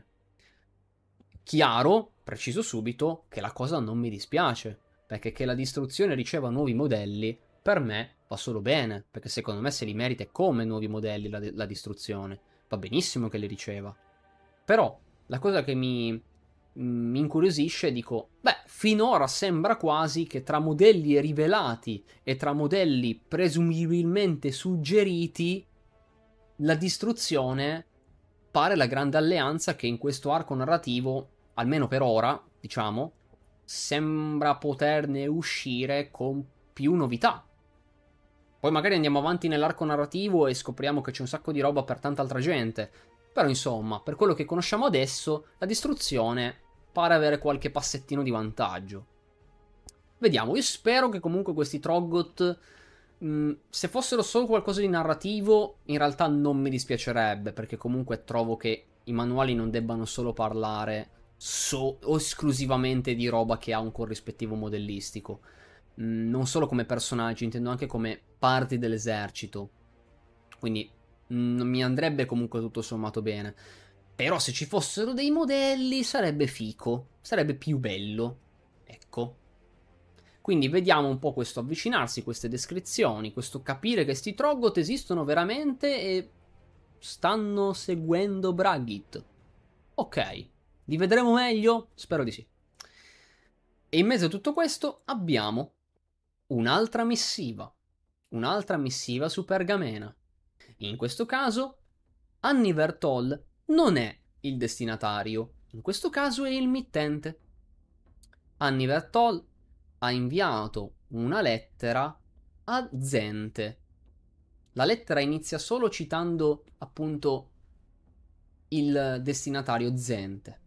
Chiaro, preciso subito, che la cosa non mi dispiace, perché che la distruzione riceva nuovi modelli, per me va solo bene, perché secondo me se li merita come nuovi modelli la distruzione. Va benissimo che li riceva. Però la cosa che mi incuriosisce, dico, beh, finora sembra quasi che tra modelli rivelati e tra modelli presumibilmente suggeriti, la distruzione pare la grande alleanza che in questo arco narrativo, almeno per ora, diciamo, sembra poterne uscire con più novità. Poi magari andiamo avanti nell'arco narrativo e scopriamo che c'è un sacco di roba per tanta altra gente. Però insomma, per quello che conosciamo adesso, la distruzione pare avere qualche passettino di vantaggio. Vediamo, io spero che comunque questi Troggoth, se fossero solo qualcosa di narrativo, in realtà non mi dispiacerebbe, perché comunque trovo che i manuali non debbano solo parlare o esclusivamente di roba che ha un corrispettivo modellistico. Non solo come personaggi, intendo anche come parti dell'esercito. Quindi mi andrebbe comunque tutto sommato bene. Però se ci fossero dei modelli sarebbe fico, sarebbe più bello. Ecco. Quindi vediamo un po' questo avvicinarsi, queste descrizioni, questo capire che sti Troggoth esistono veramente e stanno seguendo Braghit. Ok, li vedremo meglio? Spero di sì. E in mezzo a tutto questo abbiamo un'altra missiva su Pergamena. In questo caso, Annie Vertol non è il destinatario, in questo caso è il mittente. Annie Vertol ha inviato una lettera a Zente. La lettera inizia solo citando appunto il destinatario Zente.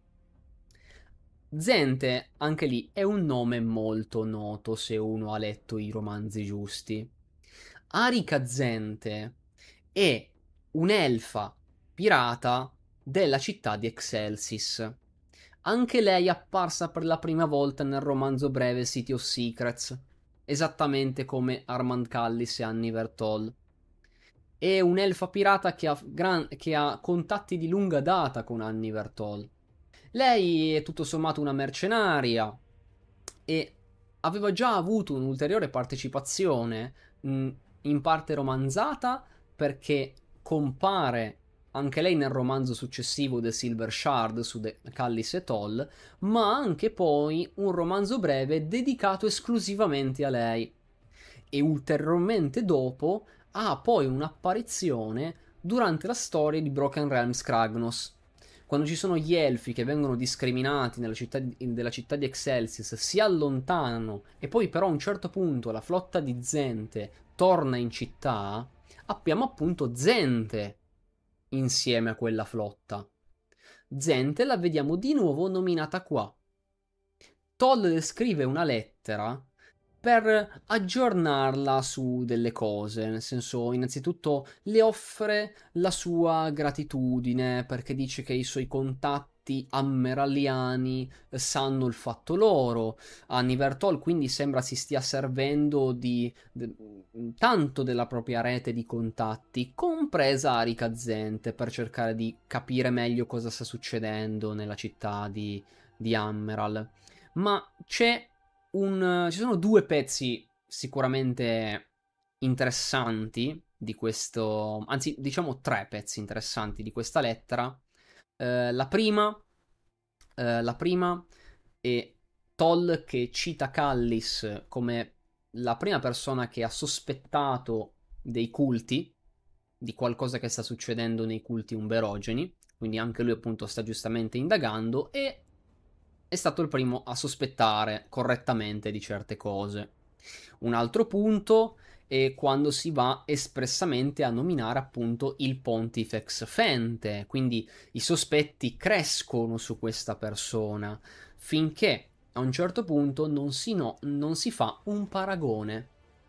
Zente, anche lì, è un nome molto noto se uno ha letto i romanzi giusti. Arika Zente è un'elfa pirata della città di Excelsis. Anche lei è apparsa per la prima volta nel romanzo breve City of Secrets, esattamente come Armand Callis e Annie Vertol. È un'elfa pirata che ha contatti di lunga data con Annie Vertol. Lei è tutto sommato una mercenaria e aveva già avuto un'ulteriore partecipazione, in parte romanzata, perché compare anche lei nel romanzo successivo The Silver Shard su Callis e Toll, ma anche poi un romanzo breve dedicato esclusivamente a lei. E ulteriormente dopo ha poi un'apparizione durante la storia di Broken Realms Kragnos. Quando ci sono gli elfi che vengono discriminati della città di Excelsis, si allontanano e poi però a un certo punto la flotta di Zente torna in città, abbiamo appunto Zente insieme a quella flotta. Zente la vediamo di nuovo nominata qua. Toll scrive una lettera per aggiornarla su delle cose, nel senso, innanzitutto le offre la sua gratitudine perché dice che i suoi contatti ammeralliani sanno il fatto loro. Annie Vertol quindi sembra si stia servendo tanto della propria rete di contatti, compresa Arika Zente, per cercare di capire meglio cosa sta succedendo nella città di Ammeral. Ma ci sono due pezzi sicuramente interessanti di questo, anzi, diciamo tre pezzi interessanti di questa lettera. La prima, la prima è Toll che cita Callis come la prima persona che ha sospettato dei culti, di qualcosa che sta succedendo nei culti umberogeni, quindi anche lui appunto sta giustamente indagando e è stato il primo a sospettare correttamente di certe cose. Un altro punto è quando si va espressamente a nominare appunto il Pontifex Fente, quindi i sospetti crescono su questa persona finché a un certo punto non si fa un paragone.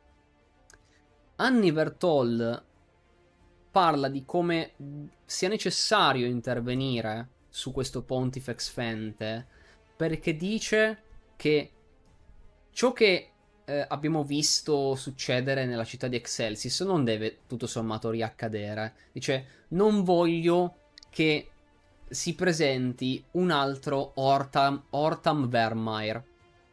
Annie Vertol parla di come sia necessario intervenire su questo Pontifex Fente perché dice che ciò che abbiamo visto succedere nella città di Excelsis non deve tutto sommato riaccadere. Dice: non voglio che si presenti un altro Ortam Vermeer.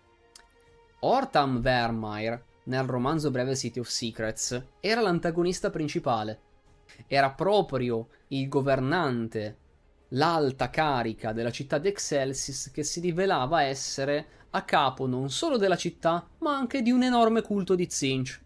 Ortam Vermeer, nel romanzo breve City of Secrets, era l'antagonista principale. Era proprio il governante, l'alta carica della città di Excelsis che si rivelava essere a capo non solo della città, ma anche di un enorme culto di Tzeentch.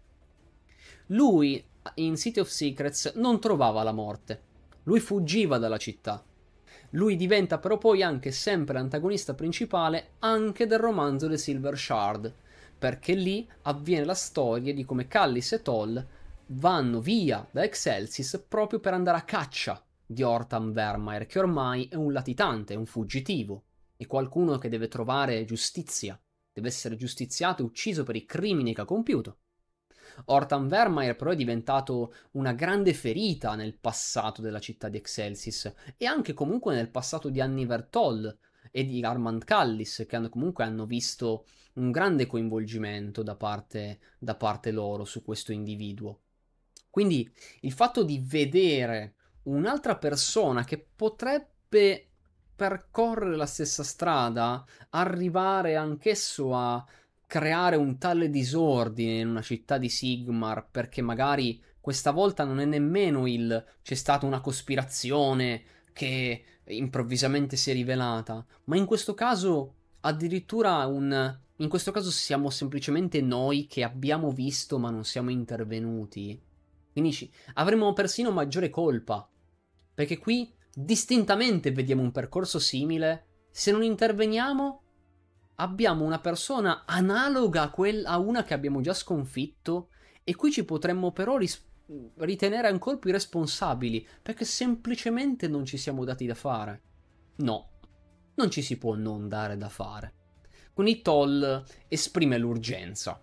Lui, in City of Secrets, non trovava la morte. Lui fuggiva dalla città. Lui diventa però poi anche sempre l'antagonista principale anche del romanzo The Silver Shard, perché lì avviene la storia di come Callis e Toll vanno via da Excelsis proprio per andare a caccia di Ortam Vermeer, che ormai è un latitante, è un fuggitivo, è qualcuno che deve trovare giustizia, deve essere giustiziato e ucciso per i crimini che ha compiuto. Ortam Vermeer però è diventato una grande ferita nel passato della città di Excelsis e anche comunque nel passato di Annie Vertol e di Armand Callis, che hanno visto un grande coinvolgimento da parte loro su questo individuo. Quindi il fatto di vedere un'altra persona che potrebbe percorrere la stessa strada, arrivare anch'esso a creare un tale disordine in una città di Sigmar, perché magari questa volta non è nemmeno c'è stata una cospirazione che improvvisamente si è rivelata, ma in questo caso addirittura in questo caso siamo semplicemente noi che abbiamo visto ma non siamo intervenuti. Quindi avremo persino maggiore colpa. Perché qui distintamente vediamo un percorso simile. Se non interveniamo, abbiamo una persona analoga a una che abbiamo già sconfitto. E qui ci potremmo però ritenere ancora più responsabili. Perché semplicemente non ci siamo dati da fare. No, non ci si può non dare da fare. Quindi Toll esprime l'urgenza.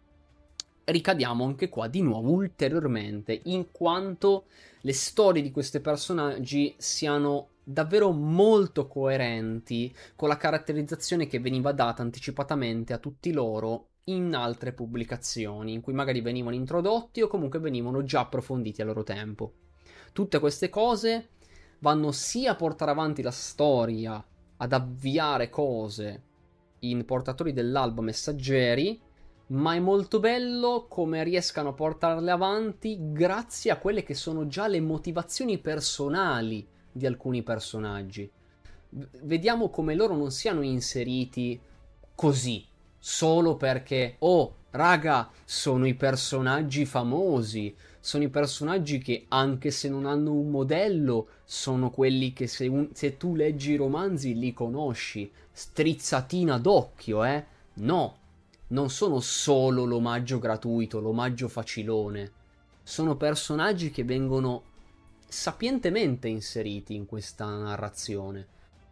Ricadiamo anche qua di nuovo ulteriormente in quanto le storie di questi personaggi siano davvero molto coerenti con la caratterizzazione che veniva data anticipatamente a tutti loro in altre pubblicazioni, in cui magari venivano introdotti o comunque venivano già approfonditi a loro tempo. Tutte queste cose vanno sia a portare avanti la storia, ad avviare cose in portatori dell'alba messaggeri, ma è molto bello come riescano a portarle avanti grazie a quelle che sono già le motivazioni personali di alcuni personaggi. Vediamo come loro non siano inseriti così, solo perché, oh, raga, sono i personaggi famosi, sono i personaggi che, anche se non hanno un modello, sono quelli che se tu leggi i romanzi li conosci. Strizzatina d'occhio, eh? No, non sono solo l'omaggio gratuito, l'omaggio facilone. Sono personaggi che vengono sapientemente inseriti in questa narrazione.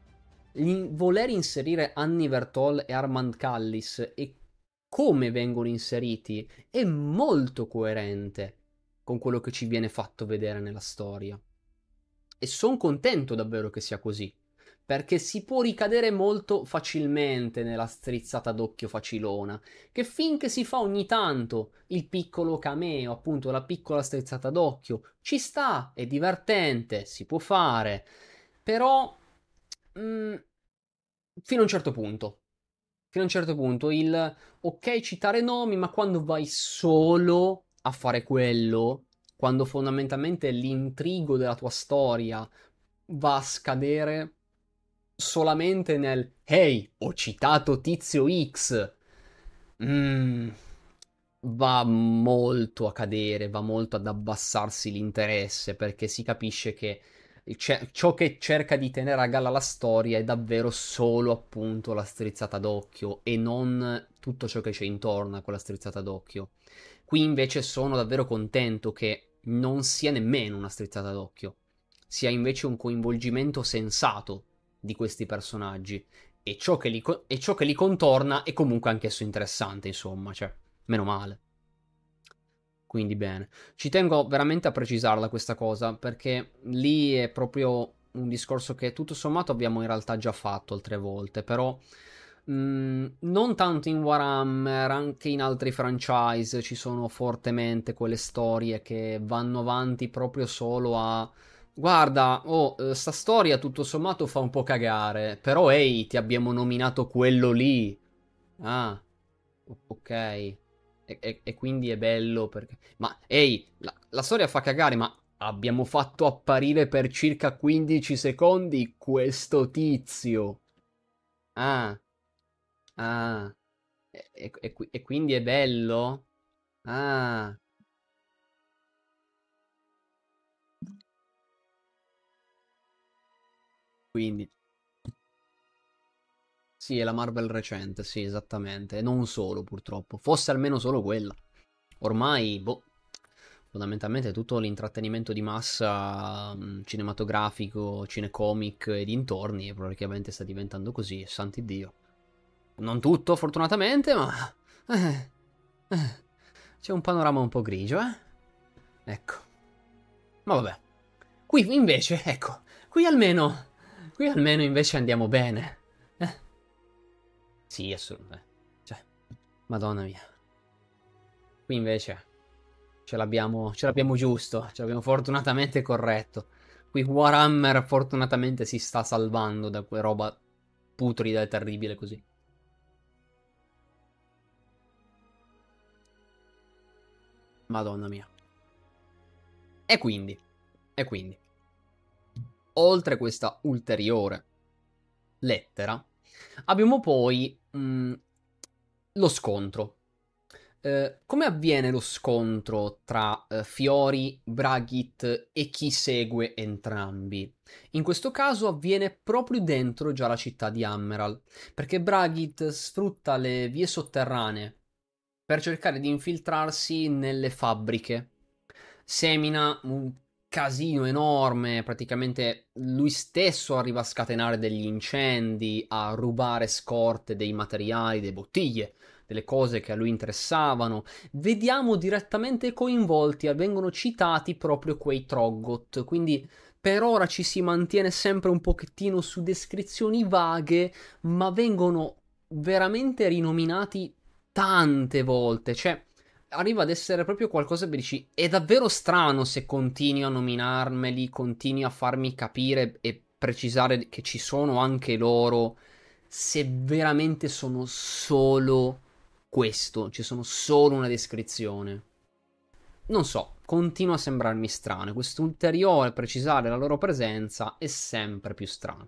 Voler inserire Annie Vertol e Armand Callis e come vengono inseriti è molto coerente con quello che ci viene fatto vedere nella storia. E sono contento davvero che sia così, perché si può ricadere molto facilmente nella strizzata d'occhio facilona, che finché si fa ogni tanto il piccolo cameo, appunto la piccola strizzata d'occhio, ci sta, è divertente, si può fare, però fino a un certo punto. Fino a un certo punto il ok citare nomi, ma quando vai solo a fare quello, quando fondamentalmente l'intrigo della tua storia va a scadere solamente nel hey, ho citato Tizio X. Mm, va molto a cadere, va molto ad abbassarsi l'interesse perché si capisce che ciò che cerca di tenere a galla la storia è davvero solo appunto la strizzata d'occhio e non tutto ciò che c'è intorno a quella strizzata d'occhio. Qui invece sono davvero contento che non sia nemmeno una strizzata d'occhio, sia invece un coinvolgimento sensato di questi personaggi e ciò che li contorna è comunque anch'esso interessante, insomma, cioè, meno male. Quindi bene. Ci tengo veramente a precisarla questa cosa, perché lì è proprio un discorso che tutto sommato abbiamo in realtà già fatto altre volte, però non tanto in Warhammer, anche in altri franchise ci sono fortemente quelle storie che vanno avanti proprio solo a guarda, oh, sta storia tutto sommato fa un po' cagare, però ehi, ti abbiamo nominato quello lì. Ah, ok. E quindi è bello perché... Ma ehi, la storia fa cagare, ma abbiamo fatto apparire per circa 15 secondi questo tizio. Ah, ah. E quindi è bello? Ah, quindi... Sì, è la Marvel recente, sì, esattamente. E non solo, purtroppo. Fosse almeno solo quella. Ormai, boh, fondamentalmente tutto l'intrattenimento di massa cinematografico, cinecomic e dintorni praticamente sta diventando così, santi Dio. Non tutto, fortunatamente, ma... eh, eh, c'è un panorama un po' grigio, eh? Ecco. Ma vabbè. Qui invece, ecco, qui almeno invece andiamo bene. Eh? Sì, assolutamente. Cioè, Madonna mia. Qui invece ce l'abbiamo giusto, ce l'abbiamo fortunatamente corretto. Qui Warhammer fortunatamente si sta salvando da quella roba putrida e terribile così. Madonna mia. E quindi, e quindi, oltre questa ulteriore lettera, abbiamo poi lo scontro. Come avviene lo scontro tra Fiori, Braghit e chi segue entrambi? In questo caso avviene proprio dentro già la città di Ammeral, perché Braghit sfrutta le vie sotterranee per cercare di infiltrarsi nelle fabbriche. Semina un casino enorme, praticamente lui stesso arriva a scatenare degli incendi, a rubare scorte dei materiali, delle bottiglie, delle cose che a lui interessavano. Vediamo direttamente coinvolti, vengono citati proprio quei Troggot, quindi per ora ci si mantiene sempre un pochettino su descrizioni vaghe, ma vengono veramente rinominati tante volte. Cioè, arriva ad essere proprio qualcosa che dici, è davvero strano se continui a nominarmeli, continui a farmi capire e precisare che ci sono anche loro, se veramente sono solo questo, ci sono solo una descrizione. Non so, continua a sembrarmi strano. Questo ulteriore precisare la loro presenza è sempre più strano.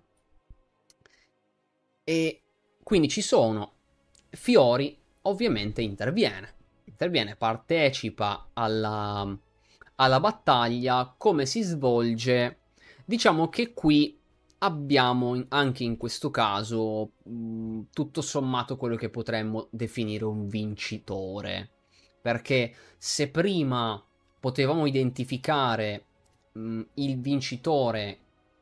E quindi ci sono. Fiori ovviamente interviene, partecipa alla battaglia. Come si svolge? Diciamo che qui abbiamo anche in questo caso tutto sommato quello che potremmo definire un vincitore. Perché se prima potevamo identificare il vincitore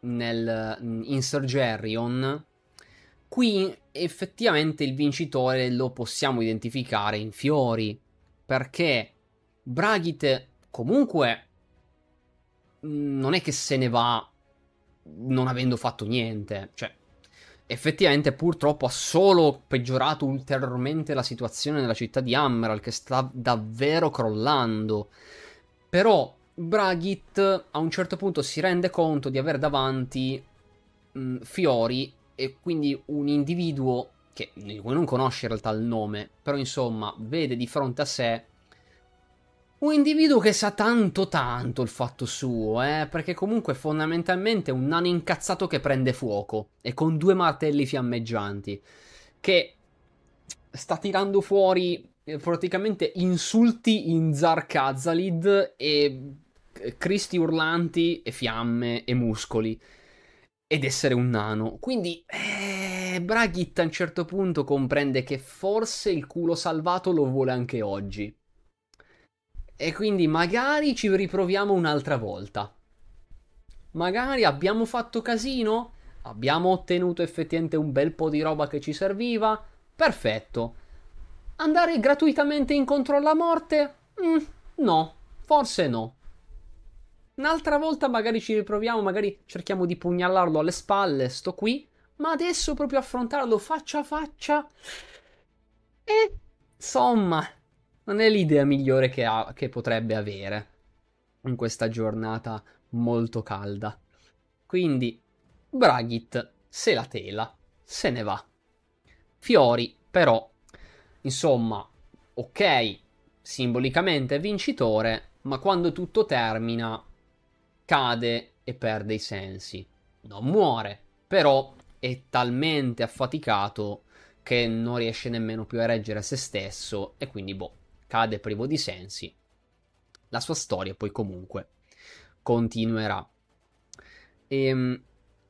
in Surgerion, qui effettivamente il vincitore lo possiamo identificare in Fiori, perché Bragit comunque non è che se ne va non avendo fatto niente, cioè effettivamente purtroppo ha solo peggiorato ulteriormente la situazione nella città di Emerald, che sta davvero crollando. Però Bragit a un certo punto si rende conto di aver davanti Fiori, e quindi un individuo di cui non conosce in realtà il nome, però insomma vede di fronte a sé un individuo che sa tanto tanto il fatto suo, perché comunque fondamentalmente è un nano incazzato che prende fuoco e con due martelli fiammeggianti, che sta tirando fuori praticamente insulti in Zarkazalid e cristi urlanti e fiamme e muscoli ed essere un nano. Quindi Bragit a un certo punto comprende che forse il culo salvato lo vuole anche oggi. E quindi magari ci riproviamo un'altra volta. Magari abbiamo fatto casino, abbiamo ottenuto effettivamente un bel po' di roba che ci serviva. Perfetto. Andare gratuitamente incontro alla morte? No, forse no. Un'altra volta magari ci riproviamo, magari cerchiamo di pugnallarlo alle spalle, sto qui. Ma adesso proprio affrontarlo faccia a faccia. E insomma, non è l'idea migliore che potrebbe avere in questa giornata molto calda. Quindi Bragit se la tela, se ne va. Fiori, però, insomma, ok, simbolicamente è vincitore, ma quando tutto termina, cade e perde i sensi. Non muore, però è talmente affaticato che non riesce nemmeno più a reggere se stesso e quindi, boh, cade privo di sensi. La sua storia poi comunque continuerà. Ehm,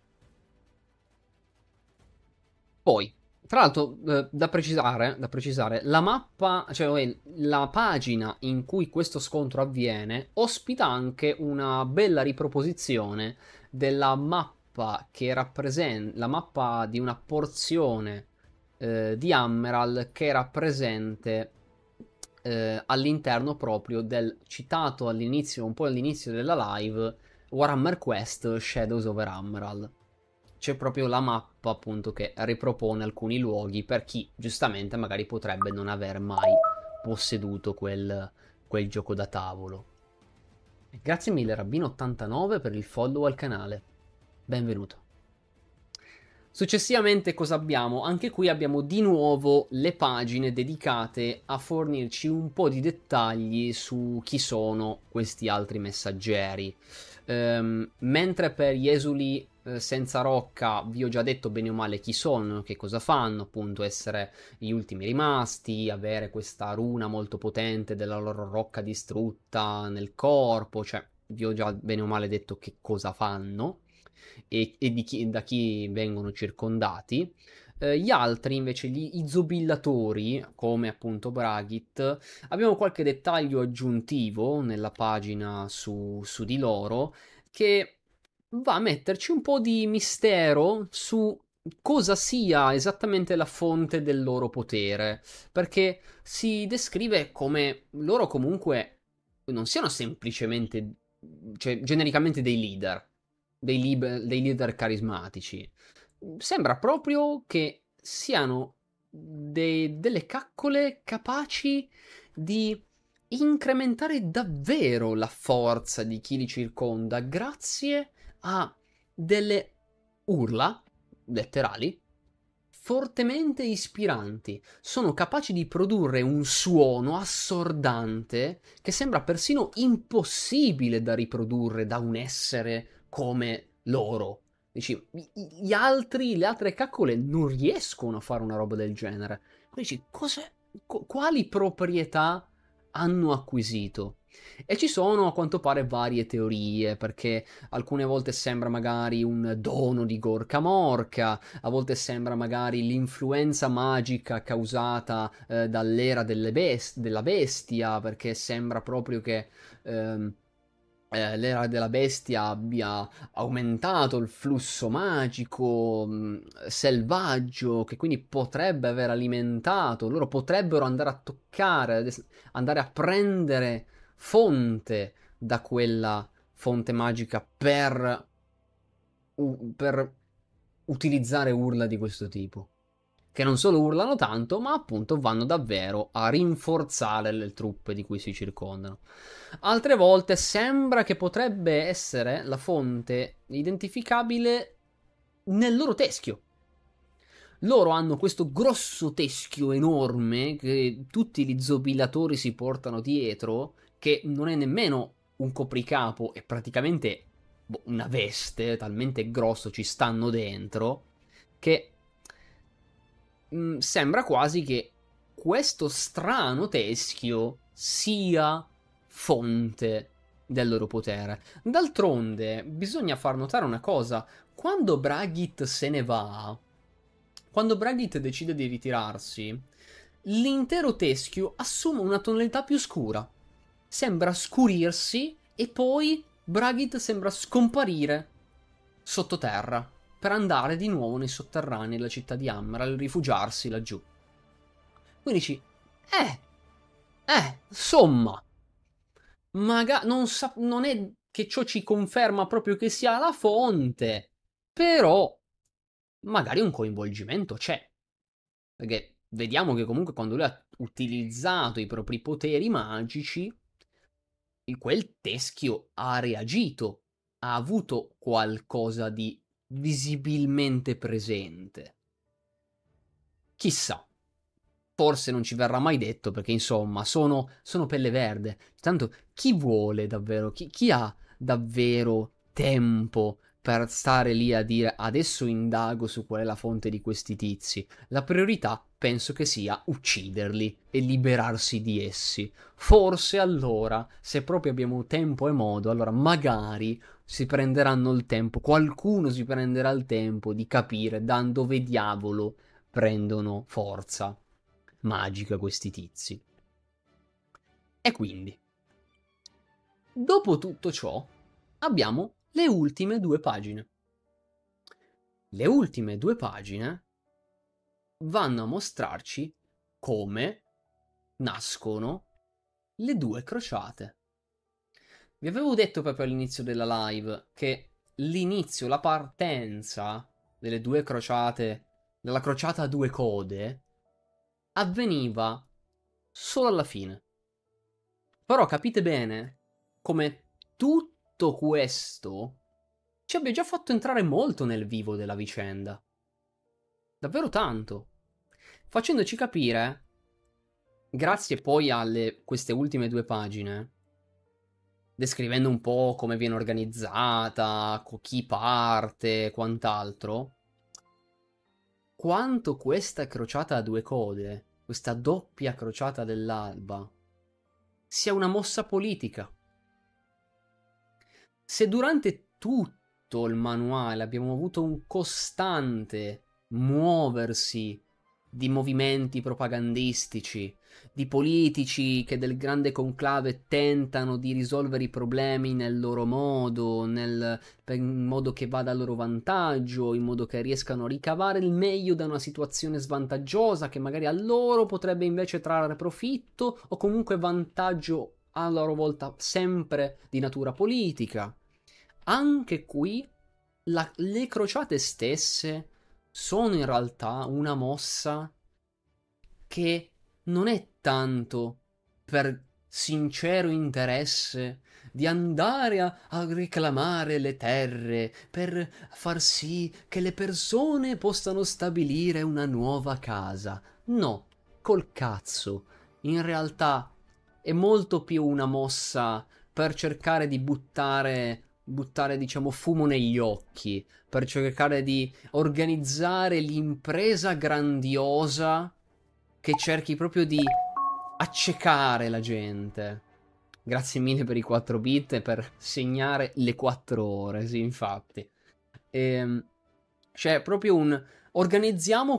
Poi, tra l'altro, da precisare, la mappa, cioè la pagina in cui questo scontro avviene, ospita anche una bella riproposizione della mappa che rappresenta la mappa di una porzione di Emerald che era presente all'interno proprio del citato all'inizio, un po' all'inizio della live, Warhammer Quest Shadows over Emerald. C'è proprio la mappa appunto che ripropone alcuni luoghi per chi giustamente magari potrebbe non aver mai posseduto quel gioco da tavolo. Grazie mille Rabbino89 per il follow al canale. Benvenuto. Successivamente cosa abbiamo? Anche qui abbiamo di nuovo le pagine dedicate a fornirci un po' di dettagli su chi sono questi altri messaggeri. Mentre per gli esuli senza rocca vi ho già detto bene o male chi sono, che cosa fanno, appunto essere gli ultimi rimasti, avere questa runa molto potente della loro rocca distrutta nel corpo, cioè vi ho già bene o male detto che cosa fanno e da chi vengono circondati. Gli altri invece, gli izobillatori, come appunto Bragit, abbiamo qualche dettaglio aggiuntivo nella pagina su di loro che va a metterci un po' di mistero su cosa sia esattamente la fonte del loro potere, perché si descrive come loro comunque non siano semplicemente, cioè genericamente dei leader, dei leader carismatici. Sembra proprio che siano delle caccole capaci di incrementare davvero la forza di chi li circonda grazie a delle urla letterali fortemente ispiranti. Sono capaci di produrre un suono assordante che sembra persino impossibile da riprodurre da un essere come loro. Dici, gli altri, le altre caccole non riescono a fare una roba del genere. Quindi dici, quali proprietà hanno acquisito? E ci sono a quanto pare varie teorie, perché alcune volte sembra magari un dono di Gorka Morka, a volte sembra magari l'influenza magica causata dall'era della bestia, perché sembra proprio che ehm, l'era della bestia abbia aumentato il flusso magico selvaggio, che quindi potrebbe aver alimentato, loro potrebbero andare a toccare, andare a prendere fonte da quella fonte magica per utilizzare urla di questo tipo. Che non solo urlano tanto, ma appunto vanno davvero a rinforzare le truppe di cui si circondano. Altre volte sembra che potrebbe essere la fonte identificabile nel loro teschio. Loro hanno questo grosso teschio enorme che tutti gli zobilatori si portano dietro, che non è nemmeno un copricapo, è praticamente una veste, talmente grosso ci stanno dentro, che sembra quasi che questo strano teschio sia fonte del loro potere. D'altronde, bisogna far notare una cosa: quando Braggit se ne va, quando Braggit decide di ritirarsi, l'intero teschio assume una tonalità più scura. Sembra scurirsi e poi Braggit sembra scomparire sottoterra per andare di nuovo nei sotterranei della città di Emerald, rifugiarsi laggiù. Quindi dici, insomma, non è che ciò ci conferma proprio che sia la fonte, però magari un coinvolgimento c'è. Perché vediamo che comunque quando lui ha utilizzato i propri poteri magici, quel teschio ha reagito, ha avuto qualcosa di visibilmente presente. Chissà, forse non ci verrà mai detto perché insomma sono pelle verde. Tanto chi vuole davvero, chi ha davvero tempo per stare lì a dire adesso indago su qual è la fonte di questi tizi? La priorità penso che sia ucciderli e liberarsi di essi. Forse allora, se proprio abbiamo tempo e modo, allora magari si prenderanno il tempo, qualcuno si prenderà il tempo di capire da dove diavolo prendono forza magica questi tizi. E quindi, dopo tutto ciò, abbiamo le ultime due pagine. Le ultime due pagine vanno a mostrarci come nascono le due crociate. Vi avevo detto proprio all'inizio della live che l'inizio, la partenza delle due crociate, della crociata a due code, avveniva solo alla fine. Però capite bene come tutto questo ci abbia già fatto entrare molto nel vivo della vicenda. Davvero tanto. Facendoci capire, grazie poi alle queste ultime due pagine, descrivendo un po' come viene organizzata, chi parte e quant'altro, quanto questa crociata a due code, questa doppia crociata dell'alba, sia una mossa politica. Se durante tutto il manuale abbiamo avuto un costante muoversi di movimenti propagandistici, di politici che del grande conclave tentano di risolvere i problemi nel loro modo, in modo che vada a loro vantaggio, in modo che riescano a ricavare il meglio da una situazione svantaggiosa che magari a loro potrebbe invece trarre profitto o comunque vantaggio a loro volta sempre di natura politica. Anche qui le crociate stesse sono in realtà una mossa che non è tanto per sincero interesse di andare a reclamare le terre, per far sì che le persone possano stabilire una nuova casa. No, col cazzo. In realtà è molto più una mossa per cercare di buttare diciamo fumo negli occhi, per cercare di organizzare l'impresa grandiosa che cerchi proprio di accecare la gente. Grazie mille per i 4 bit e per segnare le 4 ore, sì, infatti. Ehm, C'è proprio un... Organizziamo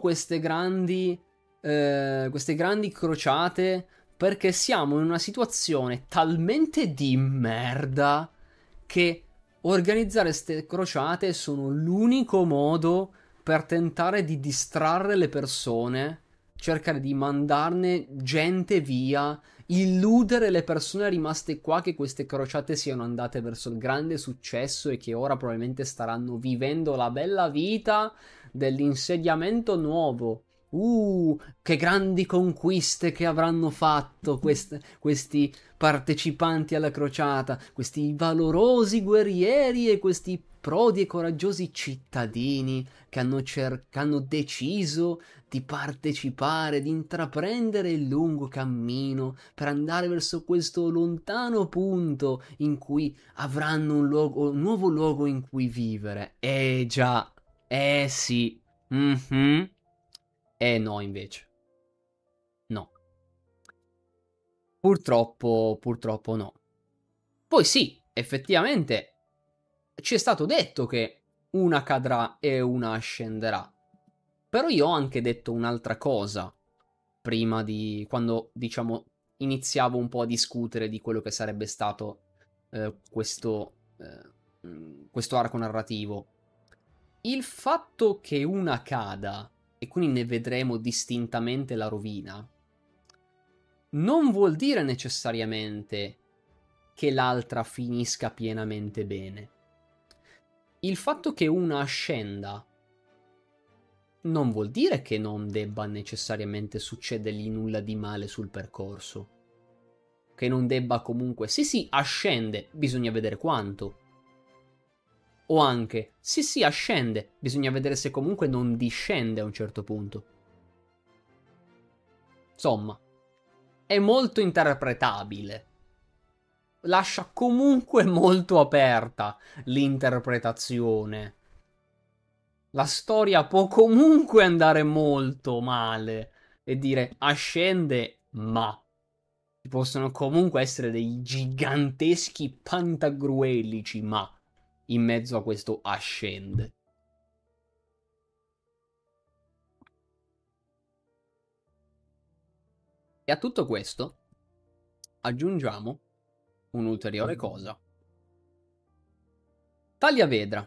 queste grandi crociate perché siamo in una situazione talmente di merda che organizzare queste crociate sono l'unico modo per tentare di distrarre le persone, cercare di mandarne gente via, illudere le persone rimaste qua che queste crociate siano andate verso il grande successo e che ora probabilmente staranno vivendo la bella vita dell'insediamento nuovo. Che grandi conquiste che avranno fatto questi partecipanti alla crociata, questi valorosi guerrieri e questi prodi e coraggiosi cittadini che hanno deciso di partecipare, di intraprendere il lungo cammino per andare verso questo lontano punto in cui avranno un nuovo luogo in cui vivere. Già, sì. Mhm. No, invece. No. Purtroppo no. Poi sì, effettivamente ci è stato detto che una cadrà e una ascenderà. Però io ho anche detto un'altra cosa prima di quando, diciamo, iniziavo un po' a discutere di quello che sarebbe stato questo arco narrativo. Il fatto che una cada e quindi ne vedremo distintamente la rovina non vuol dire necessariamente che l'altra finisca pienamente bene. Il fatto che una ascenda non vuol dire che non debba necessariamente succedergli nulla di male sul percorso. Che non debba comunque... Sì, sì, ascende, bisogna vedere quanto. O anche, sì, sì, ascende, bisogna vedere se comunque non discende a un certo punto. Insomma, è molto interpretabile. Lascia comunque molto aperta l'interpretazione. La storia può comunque andare molto male e dire ascende, ma ci possono comunque essere dei giganteschi pantagruelici, ma in mezzo a questo ascende. E a tutto questo aggiungiamo un'ulteriore cosa. Tagliavedra.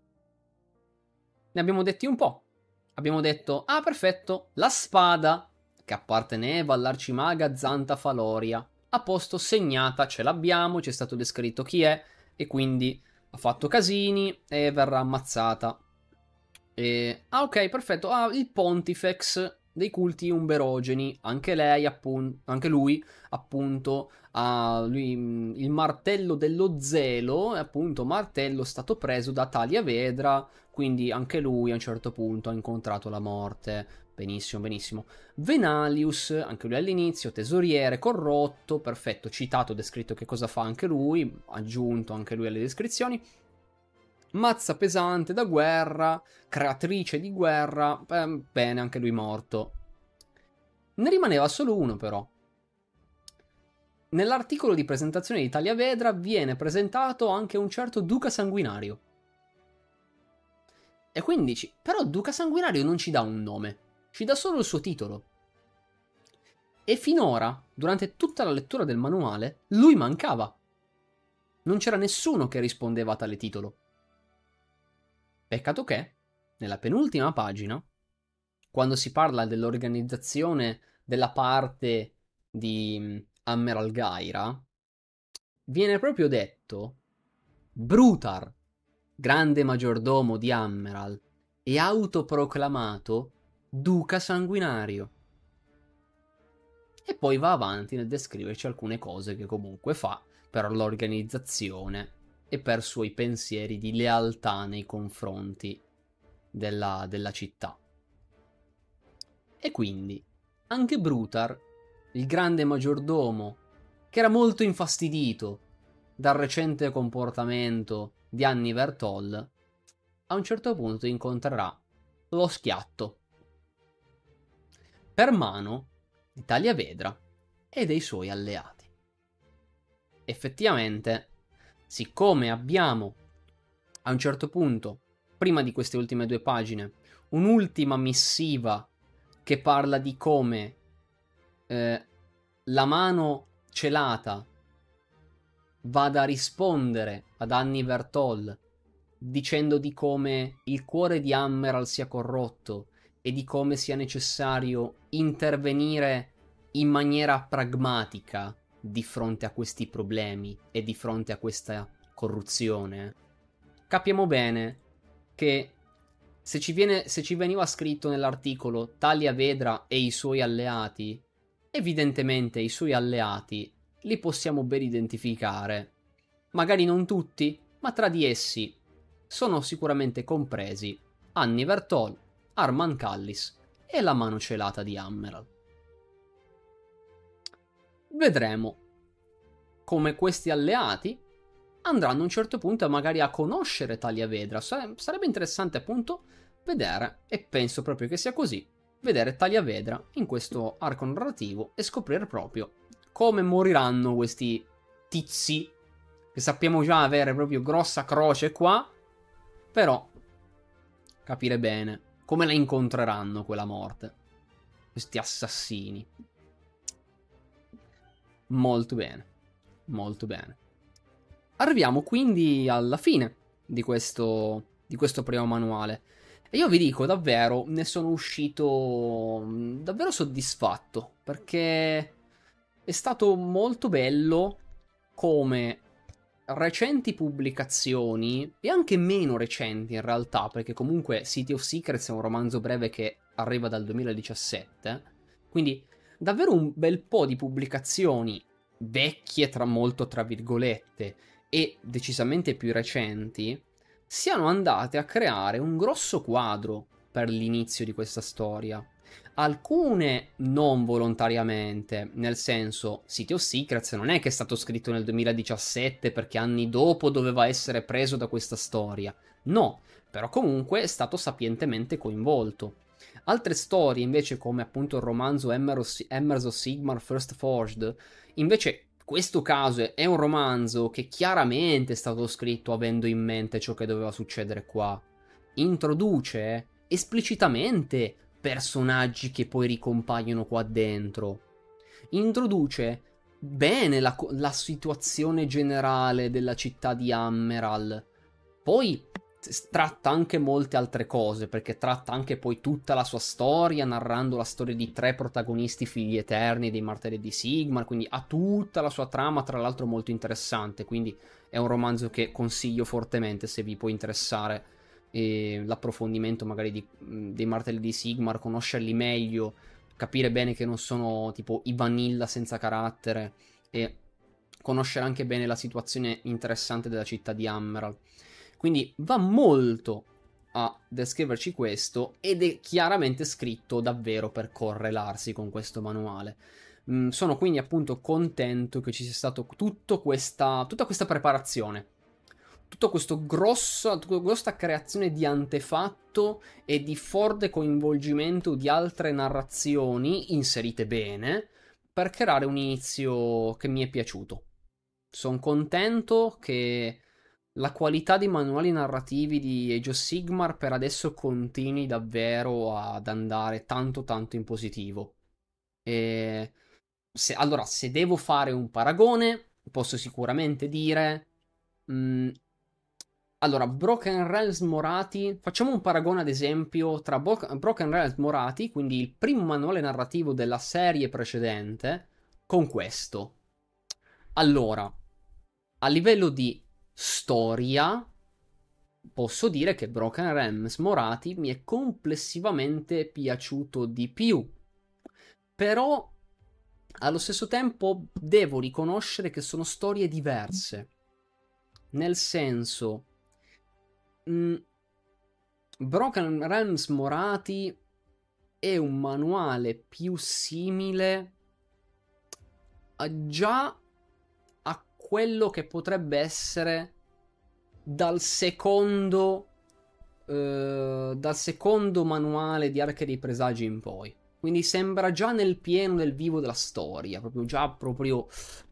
Ne abbiamo detti un po'. Abbiamo detto, ah perfetto, la spada che apparteneva all'arcimaga Zanta Faloria. A posto, segnata, ce l'abbiamo, ci è stato descritto chi è e quindi ha fatto casini e verrà ammazzata. Ok, perfetto. Ah, il Pontifex dei culti umberogeni. Anche lei, anche lui, appunto, ha il martello dello zelo. E appunto, martello stato preso da Talia Vedra. Quindi anche lui a un certo punto ha incontrato la morte. Benissimo, benissimo. Venalius, anche lui all'inizio, tesoriere, corrotto, perfetto, citato, descritto che cosa fa anche lui, aggiunto anche lui alle descrizioni. Mazza pesante da guerra, creatrice di guerra, bene, anche lui morto. Ne rimaneva solo uno però. Nell'articolo di presentazione di Talia Vedra viene presentato anche un certo Duca Sanguinario. E quindi dici, però Duca Sanguinario non ci dà un nome, ci dà solo il suo titolo. E finora, durante tutta la lettura del manuale, lui mancava. Non c'era nessuno che rispondeva a tale titolo. Peccato che, nella penultima pagina, quando si parla dell'organizzazione della parte di Ammeral Gaira, viene proprio detto Brutar, grande maggiordomo di Ammeral e autoproclamato duca sanguinario. E poi va avanti nel descriverci alcune cose che comunque fa per l'organizzazione e per suoi pensieri di lealtà nei confronti della città. E quindi anche Brutar, il grande maggiordomo, che era molto infastidito dal recente comportamento di Anni Vertol, a un certo punto incontrerà lo schiatto per mano di Tagliavedra e dei suoi alleati. Effettivamente, siccome abbiamo a un certo punto, prima di queste ultime 2 pagine, un'ultima missiva che parla di come la mano celata vada a rispondere ad Anni Vertol dicendo di come il cuore di Ammeral sia corrotto e di come sia necessario intervenire in maniera pragmatica di fronte a questi problemi e di fronte a questa corruzione, capiamo bene che se ci veniva scritto nell'articolo Tagliavedra e i suoi alleati, evidentemente i suoi alleati li possiamo ben identificare. Magari non tutti, ma tra di essi sono sicuramente compresi Anni Vertol, Arman Callis e la mano celata di Ammeral. Vedremo come questi alleati andranno a un certo punto magari a conoscere Tagliavedra. Sarebbe interessante appunto vedere, e penso proprio che sia così, vedere Tagliavedra in questo arco narrativo e scoprire proprio come moriranno questi tizi che sappiamo già avere proprio grossa croce qua, però capire bene come la incontreranno quella morte, questi assassini. Molto bene, molto bene. Arriviamo quindi alla fine di questo primo manuale. E io vi dico, davvero, ne sono uscito davvero soddisfatto, perché è stato molto bello come recenti pubblicazioni, e anche meno recenti in realtà, perché comunque City of Secrets è un romanzo breve che arriva dal 2017, quindi davvero un bel po' di pubblicazioni vecchie molto tra virgolette e decisamente più recenti siano andate a creare un grosso quadro per l'inizio di questa storia. Alcune non volontariamente, nel senso, City of Secrets non è che è stato scritto nel 2017 perché anni dopo doveva essere preso da questa storia. No, però comunque è stato sapientemente coinvolto. Altre storie, invece, come appunto il romanzo Embers of Sigmar First Forged, invece questo caso è un romanzo che chiaramente è stato scritto avendo in mente ciò che doveva succedere qua. Introduce esplicitamente personaggi che poi ricompaiono qua dentro. Introduce bene la situazione generale della città di Ammeral. Poi tratta anche molte altre cose, perché tratta anche poi tutta la sua storia, narrando la storia di 3 protagonisti figli eterni dei martiri di Sigmar, quindi ha tutta la sua trama, tra l'altro molto interessante, quindi è un romanzo che consiglio fortemente se vi può interessare l'approfondimento magari dei martelli di Sigmar, conoscerli meglio, capire bene che non sono tipo i vanilla senza carattere e conoscere anche bene la situazione interessante della città di Ammeral. Quindi va molto a descriverci questo ed è chiaramente scritto davvero per correlarsi con questo manuale. Sono quindi appunto contento che ci sia stato tutta questa preparazione, tutta questa creazione di antefatto e di forte coinvolgimento di altre narrazioni inserite bene per creare un inizio che mi è piaciuto. Sono contento che la qualità dei manuali narrativi di Age of Sigmar per adesso continui davvero ad andare tanto tanto in positivo. E allora, se devo fare un paragone, posso sicuramente dire allora, Broken Realms Morati. Facciamo un paragone, ad esempio, tra Broken Realms Morati, quindi il primo manuale narrativo della serie precedente, con questo. Allora, a livello di storia, posso dire che Broken Realms Morati mi è complessivamente piaciuto di più. Però allo stesso tempo devo riconoscere che sono storie diverse. Nel senso, mh, Broken Realms Morati è un manuale più simile già a quello che potrebbe essere dal dal secondo manuale di Arca dei Presagi in poi. Quindi sembra già nel pieno del vivo della storia, proprio già proprio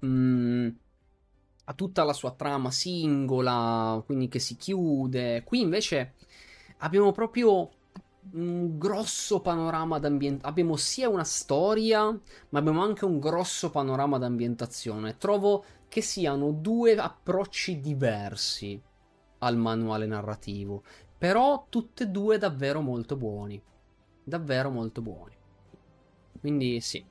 ha tutta la sua trama singola, quindi che si chiude. Qui invece abbiamo proprio un grosso panorama d'ambientazione. Abbiamo sia una storia, ma abbiamo anche un grosso panorama d'ambientazione. Trovo che siano due approcci diversi al manuale narrativo, però tutte e due davvero molto buoni. Davvero molto buoni. Quindi sì.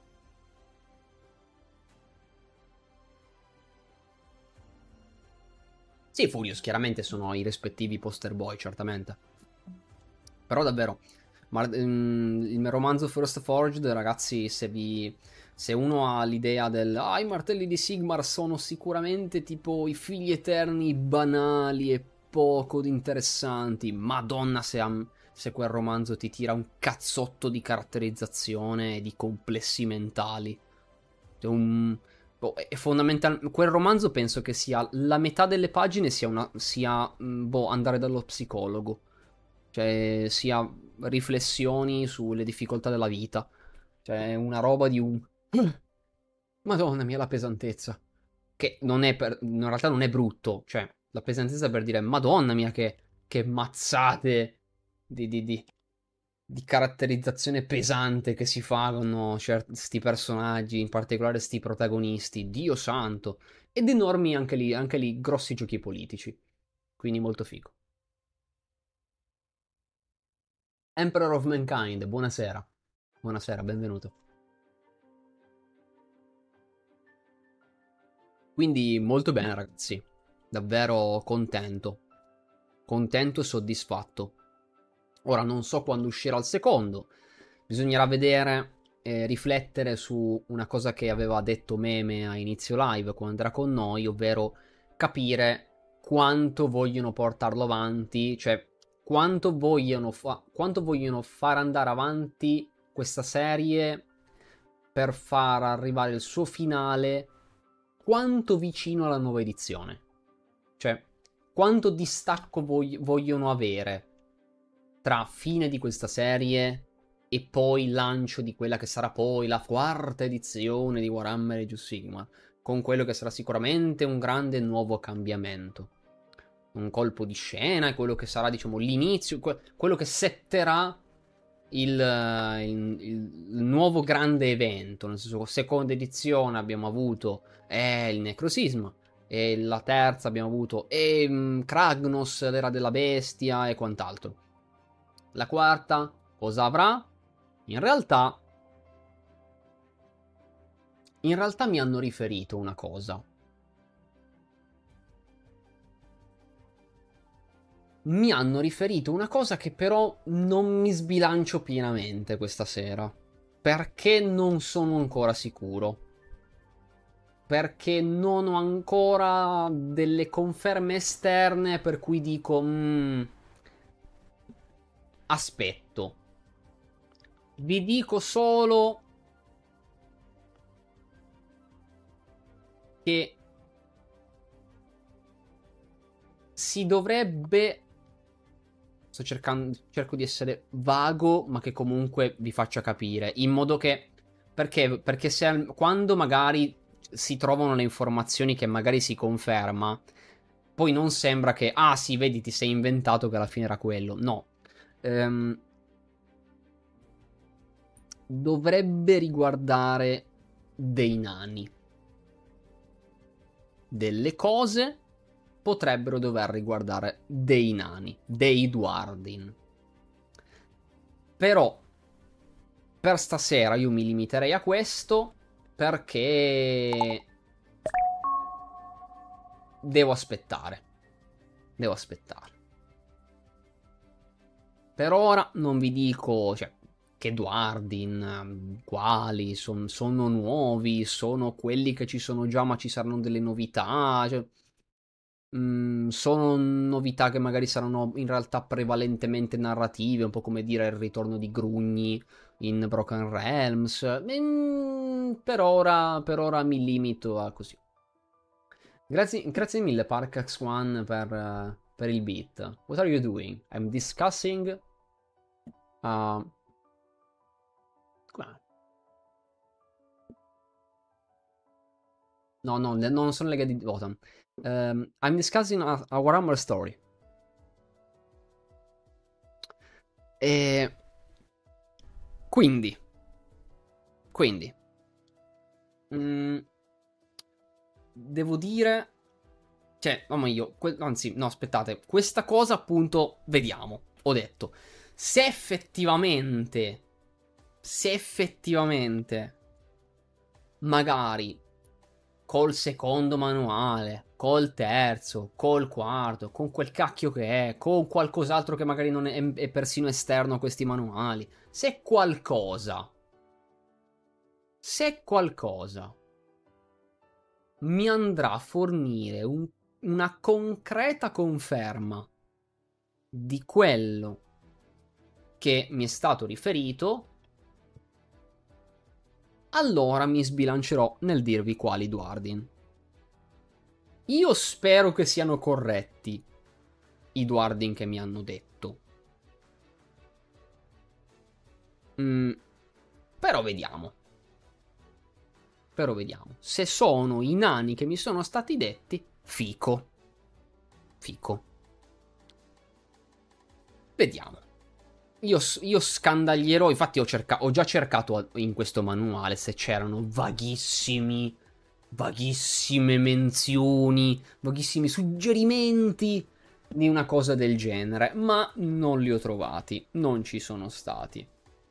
Sì, Furious chiaramente sono i rispettivi poster boy, certamente. Però davvero, il romanzo First Forged, ragazzi, se uno ha l'idea i martelli di Sigmar sono sicuramente tipo i figli eterni banali e poco interessanti, madonna se quel romanzo ti tira un cazzotto di caratterizzazione e di complessi mentali. Cioè, boh, è quel romanzo penso che sia la metà delle pagine boh, andare dallo psicologo. Cioè, sia riflessioni sulle difficoltà della vita. Cioè, una roba di un... Madonna mia, la pesantezza. Che non è in realtà non è brutto. Cioè, la pesantezza per dire, Madonna mia, che mazzate di, di, di, di caratterizzazione pesante che si fa con sti personaggi, in particolare sti protagonisti. Dio santo. Ed enormi anche lì grossi giochi politici. Quindi molto figo. Emperor of Mankind, buonasera. Buonasera, benvenuto. Quindi molto bene, ragazzi. Davvero contento. Contento e soddisfatto. Ora non so quando uscirà il secondo. Bisognerà vedere e riflettere su una cosa che aveva detto Meme a inizio live quando era con noi, ovvero capire quanto vogliono portarlo avanti, cioè quanto vogliono far andare avanti questa serie per far arrivare il suo finale quanto vicino alla nuova edizione. Cioè, quanto distacco vogliono avere tra fine di questa serie e poi lancio di quella che sarà poi la quarta edizione di Warhammer Age of Sigmar, con quello che sarà sicuramente un grande nuovo cambiamento. Un colpo di scena, quello che sarà, diciamo, l'inizio, quello che setterà il nuovo grande evento. Nel senso, seconda edizione abbiamo avuto il Necrosisma, e la terza abbiamo avuto Kragnos, l'era della bestia e quant'altro. La quarta cosa avrà? In realtà, in realtà mi hanno riferito una cosa. Mi hanno riferito una cosa che però non mi sbilancio pienamente questa sera. Perché non sono ancora sicuro. Perché non ho ancora delle conferme esterne per cui dico aspetto. Vi dico solo che si dovrebbe... cerco di essere vago, ma che comunque vi faccia capire. In modo che... Perché quando magari si trovano le informazioni che magari si conferma, poi non sembra che, ah sì, vedi, ti sei inventato che alla fine era quello. No. Ehm, Dovrebbe riguardare dei nani. Delle cose potrebbero dover riguardare dei nani, dei Duardin. Però per stasera io mi limiterei a questo perché devo aspettare. Devo aspettare. Per ora non vi dico, cioè, che Duardin, quali, sono nuovi, sono quelli che ci sono già ma ci saranno delle novità, cioè, sono novità che magari saranno in realtà prevalentemente narrative, un po' come dire il ritorno di Grugni in Broken Realms. Per ora mi limito a così. Grazie mille Parkax One per il beat. What are you doing? I'm discussing. Uh, com'è? No, no, non sono legati di Gotham. I'm discussing a Warhammer story. E quindi, quindi, mm, devo dire, cioè, mamma io, anzi, no, aspettate, questa cosa appunto, vediamo, ho detto, se effettivamente, magari col secondo manuale, col terzo, col quarto, con quel cacchio che è, con qualcos'altro che magari non è persino esterno a questi manuali. Se qualcosa mi andrà a fornire una concreta conferma di quello che mi è stato riferito, allora mi sbilancerò nel dirvi quali Duardin. Io spero che siano corretti i Duardin che mi hanno detto. Però vediamo. Se sono i nani che mi sono stati detti, fico. Vediamo. Io scandaglierò. Infatti, ho già cercato in questo manuale se c'erano vaghissime menzioni, vaghissimi suggerimenti di una cosa del genere. Ma non li ho trovati. Non ci sono stati.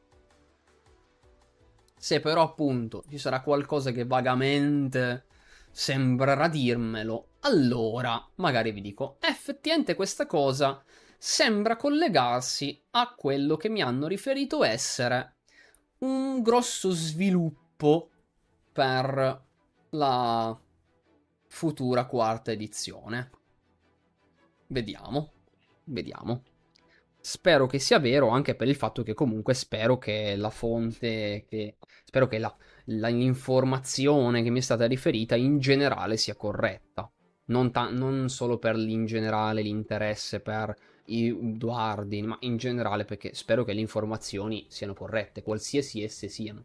Se però appunto ci sarà qualcosa che vagamente sembrerà dirmelo, allora magari vi dico, effettivamente questa cosa sembra collegarsi a quello che mi hanno riferito essere un grosso sviluppo per la futura quarta edizione. Vediamo. Spero che sia vero, anche per il fatto che comunque spero che la fonte, spero che l'informazione che mi è stata riferita in generale sia corretta. Non solo per in generale l'interesse per i Duardin, ma in generale perché spero che le informazioni siano corrette, qualsiasi esse siano.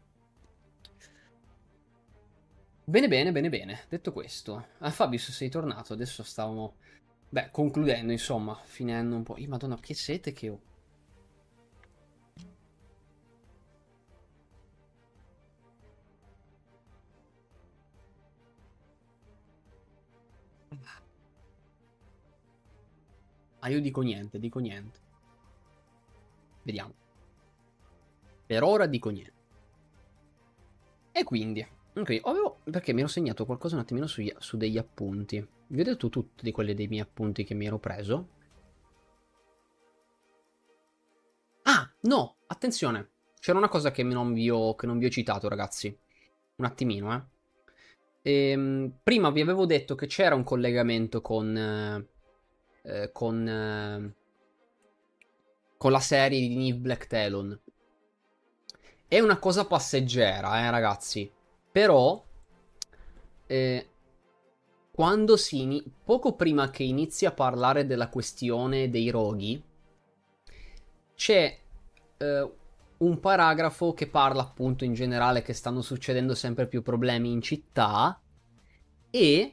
Bene. Detto questo, Fabius sei tornato, adesso stavamo, beh, concludendo, insomma, finendo un po'. Madonna, che sete che ho. Ah, io dico niente. Vediamo. Per ora dico niente. E quindi, perché mi ero segnato qualcosa un attimino su degli appunti. Vi ho detto tutti di quelli dei miei appunti che mi ero preso? Ah, no, attenzione. C'era una cosa che non vi ho citato, ragazzi. Un attimino, eh. Prima vi avevo detto che c'era un collegamento con la serie di Niv Black Talon. È una cosa passeggera, ragazzi. Però, eh, poco prima che inizi a parlare della questione dei roghi, c'è un paragrafo che parla appunto in generale che stanno succedendo sempre più problemi in città e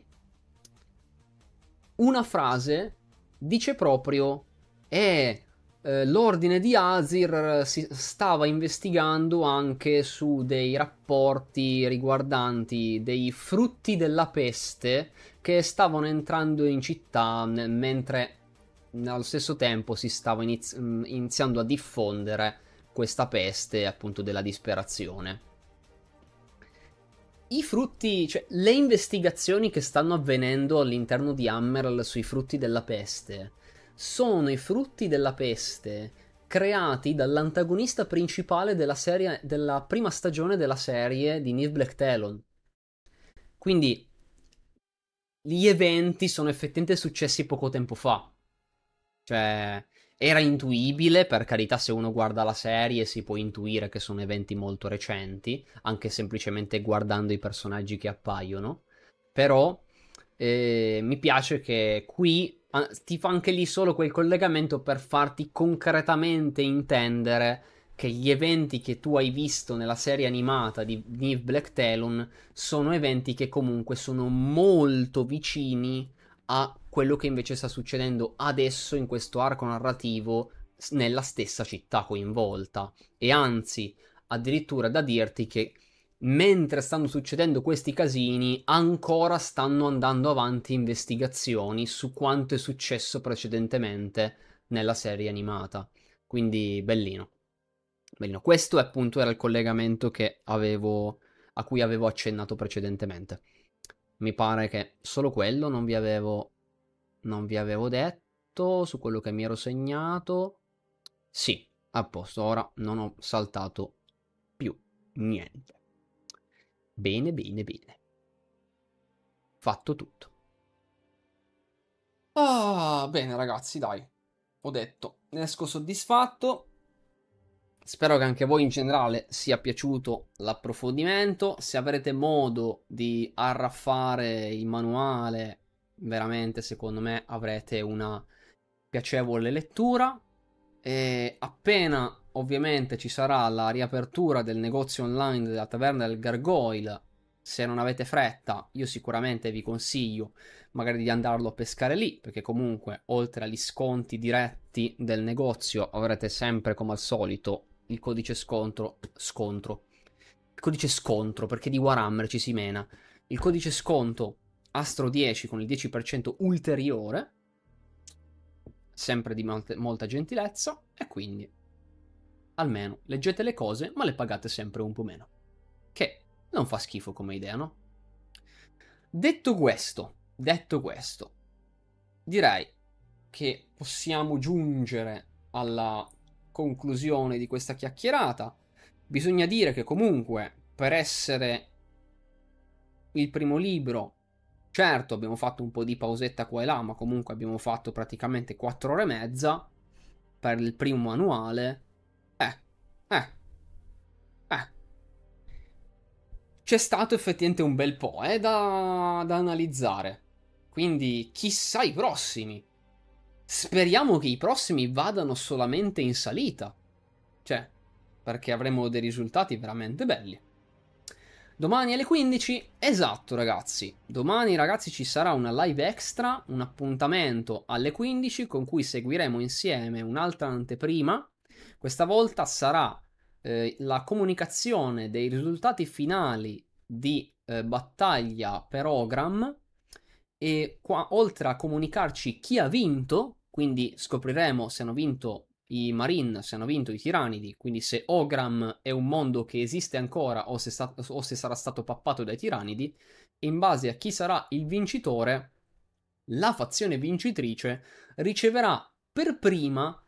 una frase dice proprio l'ordine di Azir si stava investigando anche su dei rapporti riguardanti dei frutti della peste che stavano entrando in città mentre allo stesso tempo si stava iniziando a diffondere questa peste appunto della disperazione. I frutti, cioè le investigazioni che stanno avvenendo all'interno di Hammerl sui frutti della peste sono i frutti della peste creati dall'antagonista principale della serie, della prima stagione della serie di Niv Black Talon. Quindi gli eventi sono effettivamente successi poco tempo fa. Cioè, era intuibile, per carità, se uno guarda la serie si può intuire che sono eventi molto recenti, anche semplicemente guardando i personaggi che appaiono. Però mi piace che qui ti fa anche lì solo quel collegamento per farti concretamente intendere che gli eventi che tu hai visto nella serie animata di Niv Black Talon sono eventi che comunque sono molto vicini a quello che invece sta succedendo adesso in questo arco narrativo nella stessa città coinvolta. E anzi, addirittura da dirti che mentre stanno succedendo questi casini, ancora stanno andando avanti investigazioni su quanto è successo precedentemente nella serie animata. Quindi bellino. Bellino. Questo appunto era il collegamento che avevo, a cui avevo accennato precedentemente. Mi pare che solo quello non vi avevo detto su quello che mi ero segnato. Sì, a posto, ora non ho saltato più niente. Bene, bene, bene. Fatto tutto. Ah, bene ragazzi, dai. Ho detto, ne esco soddisfatto. Spero che anche a voi in generale sia piaciuto l'approfondimento. Se avrete modo di arraffare il manuale, veramente secondo me avrete una piacevole lettura. E appena ovviamente ci sarà la riapertura del negozio online della Taverna del Gargoyle, se non avete fretta, io sicuramente vi consiglio magari di andarlo a pescare lì, perché comunque oltre agli sconti diretti del negozio avrete sempre come al solito il codice il codice scontro, perché di Warhammer ci si mena, il codice sconto Astro 10 con il 10% ulteriore, sempre di molta gentilezza, e quindi almeno leggete le cose, ma le pagate sempre un po' meno. Che non fa schifo come idea, no? Detto questo, direi che possiamo giungere alla conclusione di questa chiacchierata. Bisogna dire che comunque, per essere il primo libro, certo abbiamo fatto un po' di pausetta qua e là, ma comunque abbiamo fatto praticamente 4 ore e mezza per il primo manuale. Eh, eh, eh. C'è stato effettivamente un bel po', da analizzare. Quindi, chissà i prossimi. Speriamo che i prossimi vadano solamente in salita. Cioè, perché avremo dei risultati veramente belli. Domani alle 15, esatto ragazzi, domani ragazzi ci sarà una live extra, un appuntamento alle 15 con cui seguiremo insieme un'altra anteprima. Questa volta sarà la comunicazione dei risultati finali di battaglia per Ogram, e qua oltre a comunicarci chi ha vinto, quindi scopriremo se hanno vinto i Marine, se hanno vinto i Tiranidi, quindi se Ogram è un mondo che esiste ancora o se sarà stato pappato dai Tiranidi, e in base a chi sarà il vincitore, la fazione vincitrice riceverà per prima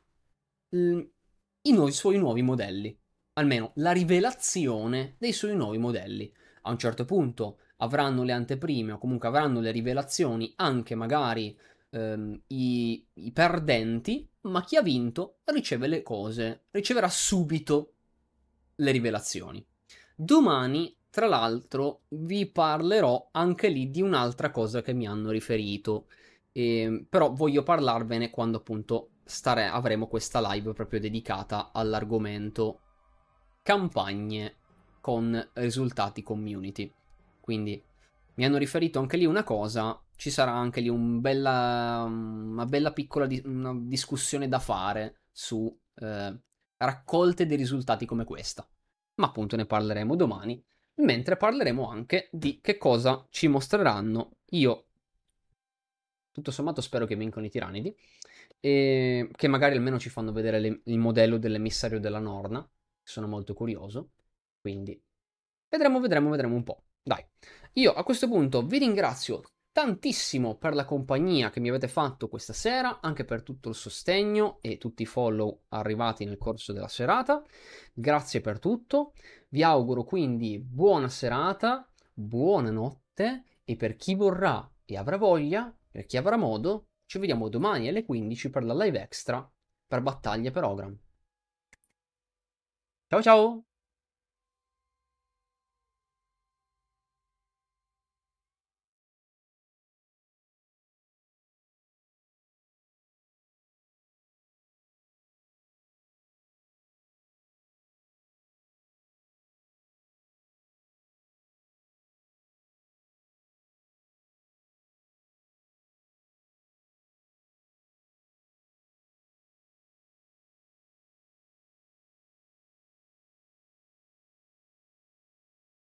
i suoi nuovi modelli, almeno la rivelazione dei suoi nuovi modelli. A un certo punto avranno le anteprime o comunque avranno le rivelazioni anche magari i perdenti, ma chi ha vinto riceve le cose, riceverà subito le rivelazioni. Domani, tra l'altro, vi parlerò anche lì di un'altra cosa che mi hanno riferito. Però voglio parlarvene quando appunto avremo questa live proprio dedicata all'argomento campagne con risultati community. Quindi mi hanno riferito anche lì una cosa, ci sarà anche lì una bella piccola una discussione da fare su raccolte di risultati come questa. Ma appunto ne parleremo domani, mentre parleremo anche di che cosa ci mostreranno. Io tutto sommato spero che vincano i Tiranidi e che magari almeno ci fanno vedere il modello dell'emissario della Norna. Sono molto curioso, quindi vedremo un po'. Dai, io a questo punto vi ringrazio tantissimo per la compagnia che mi avete fatto questa sera, anche per tutto il sostegno e tutti i follow arrivati nel corso della serata. Grazie per tutto. Vi auguro quindi buona serata, buonanotte e per chi vorrà e avrà voglia, per chi avrà modo, ci vediamo domani alle 15 per la live extra per Battaglie per Ogram. Ciao ciao!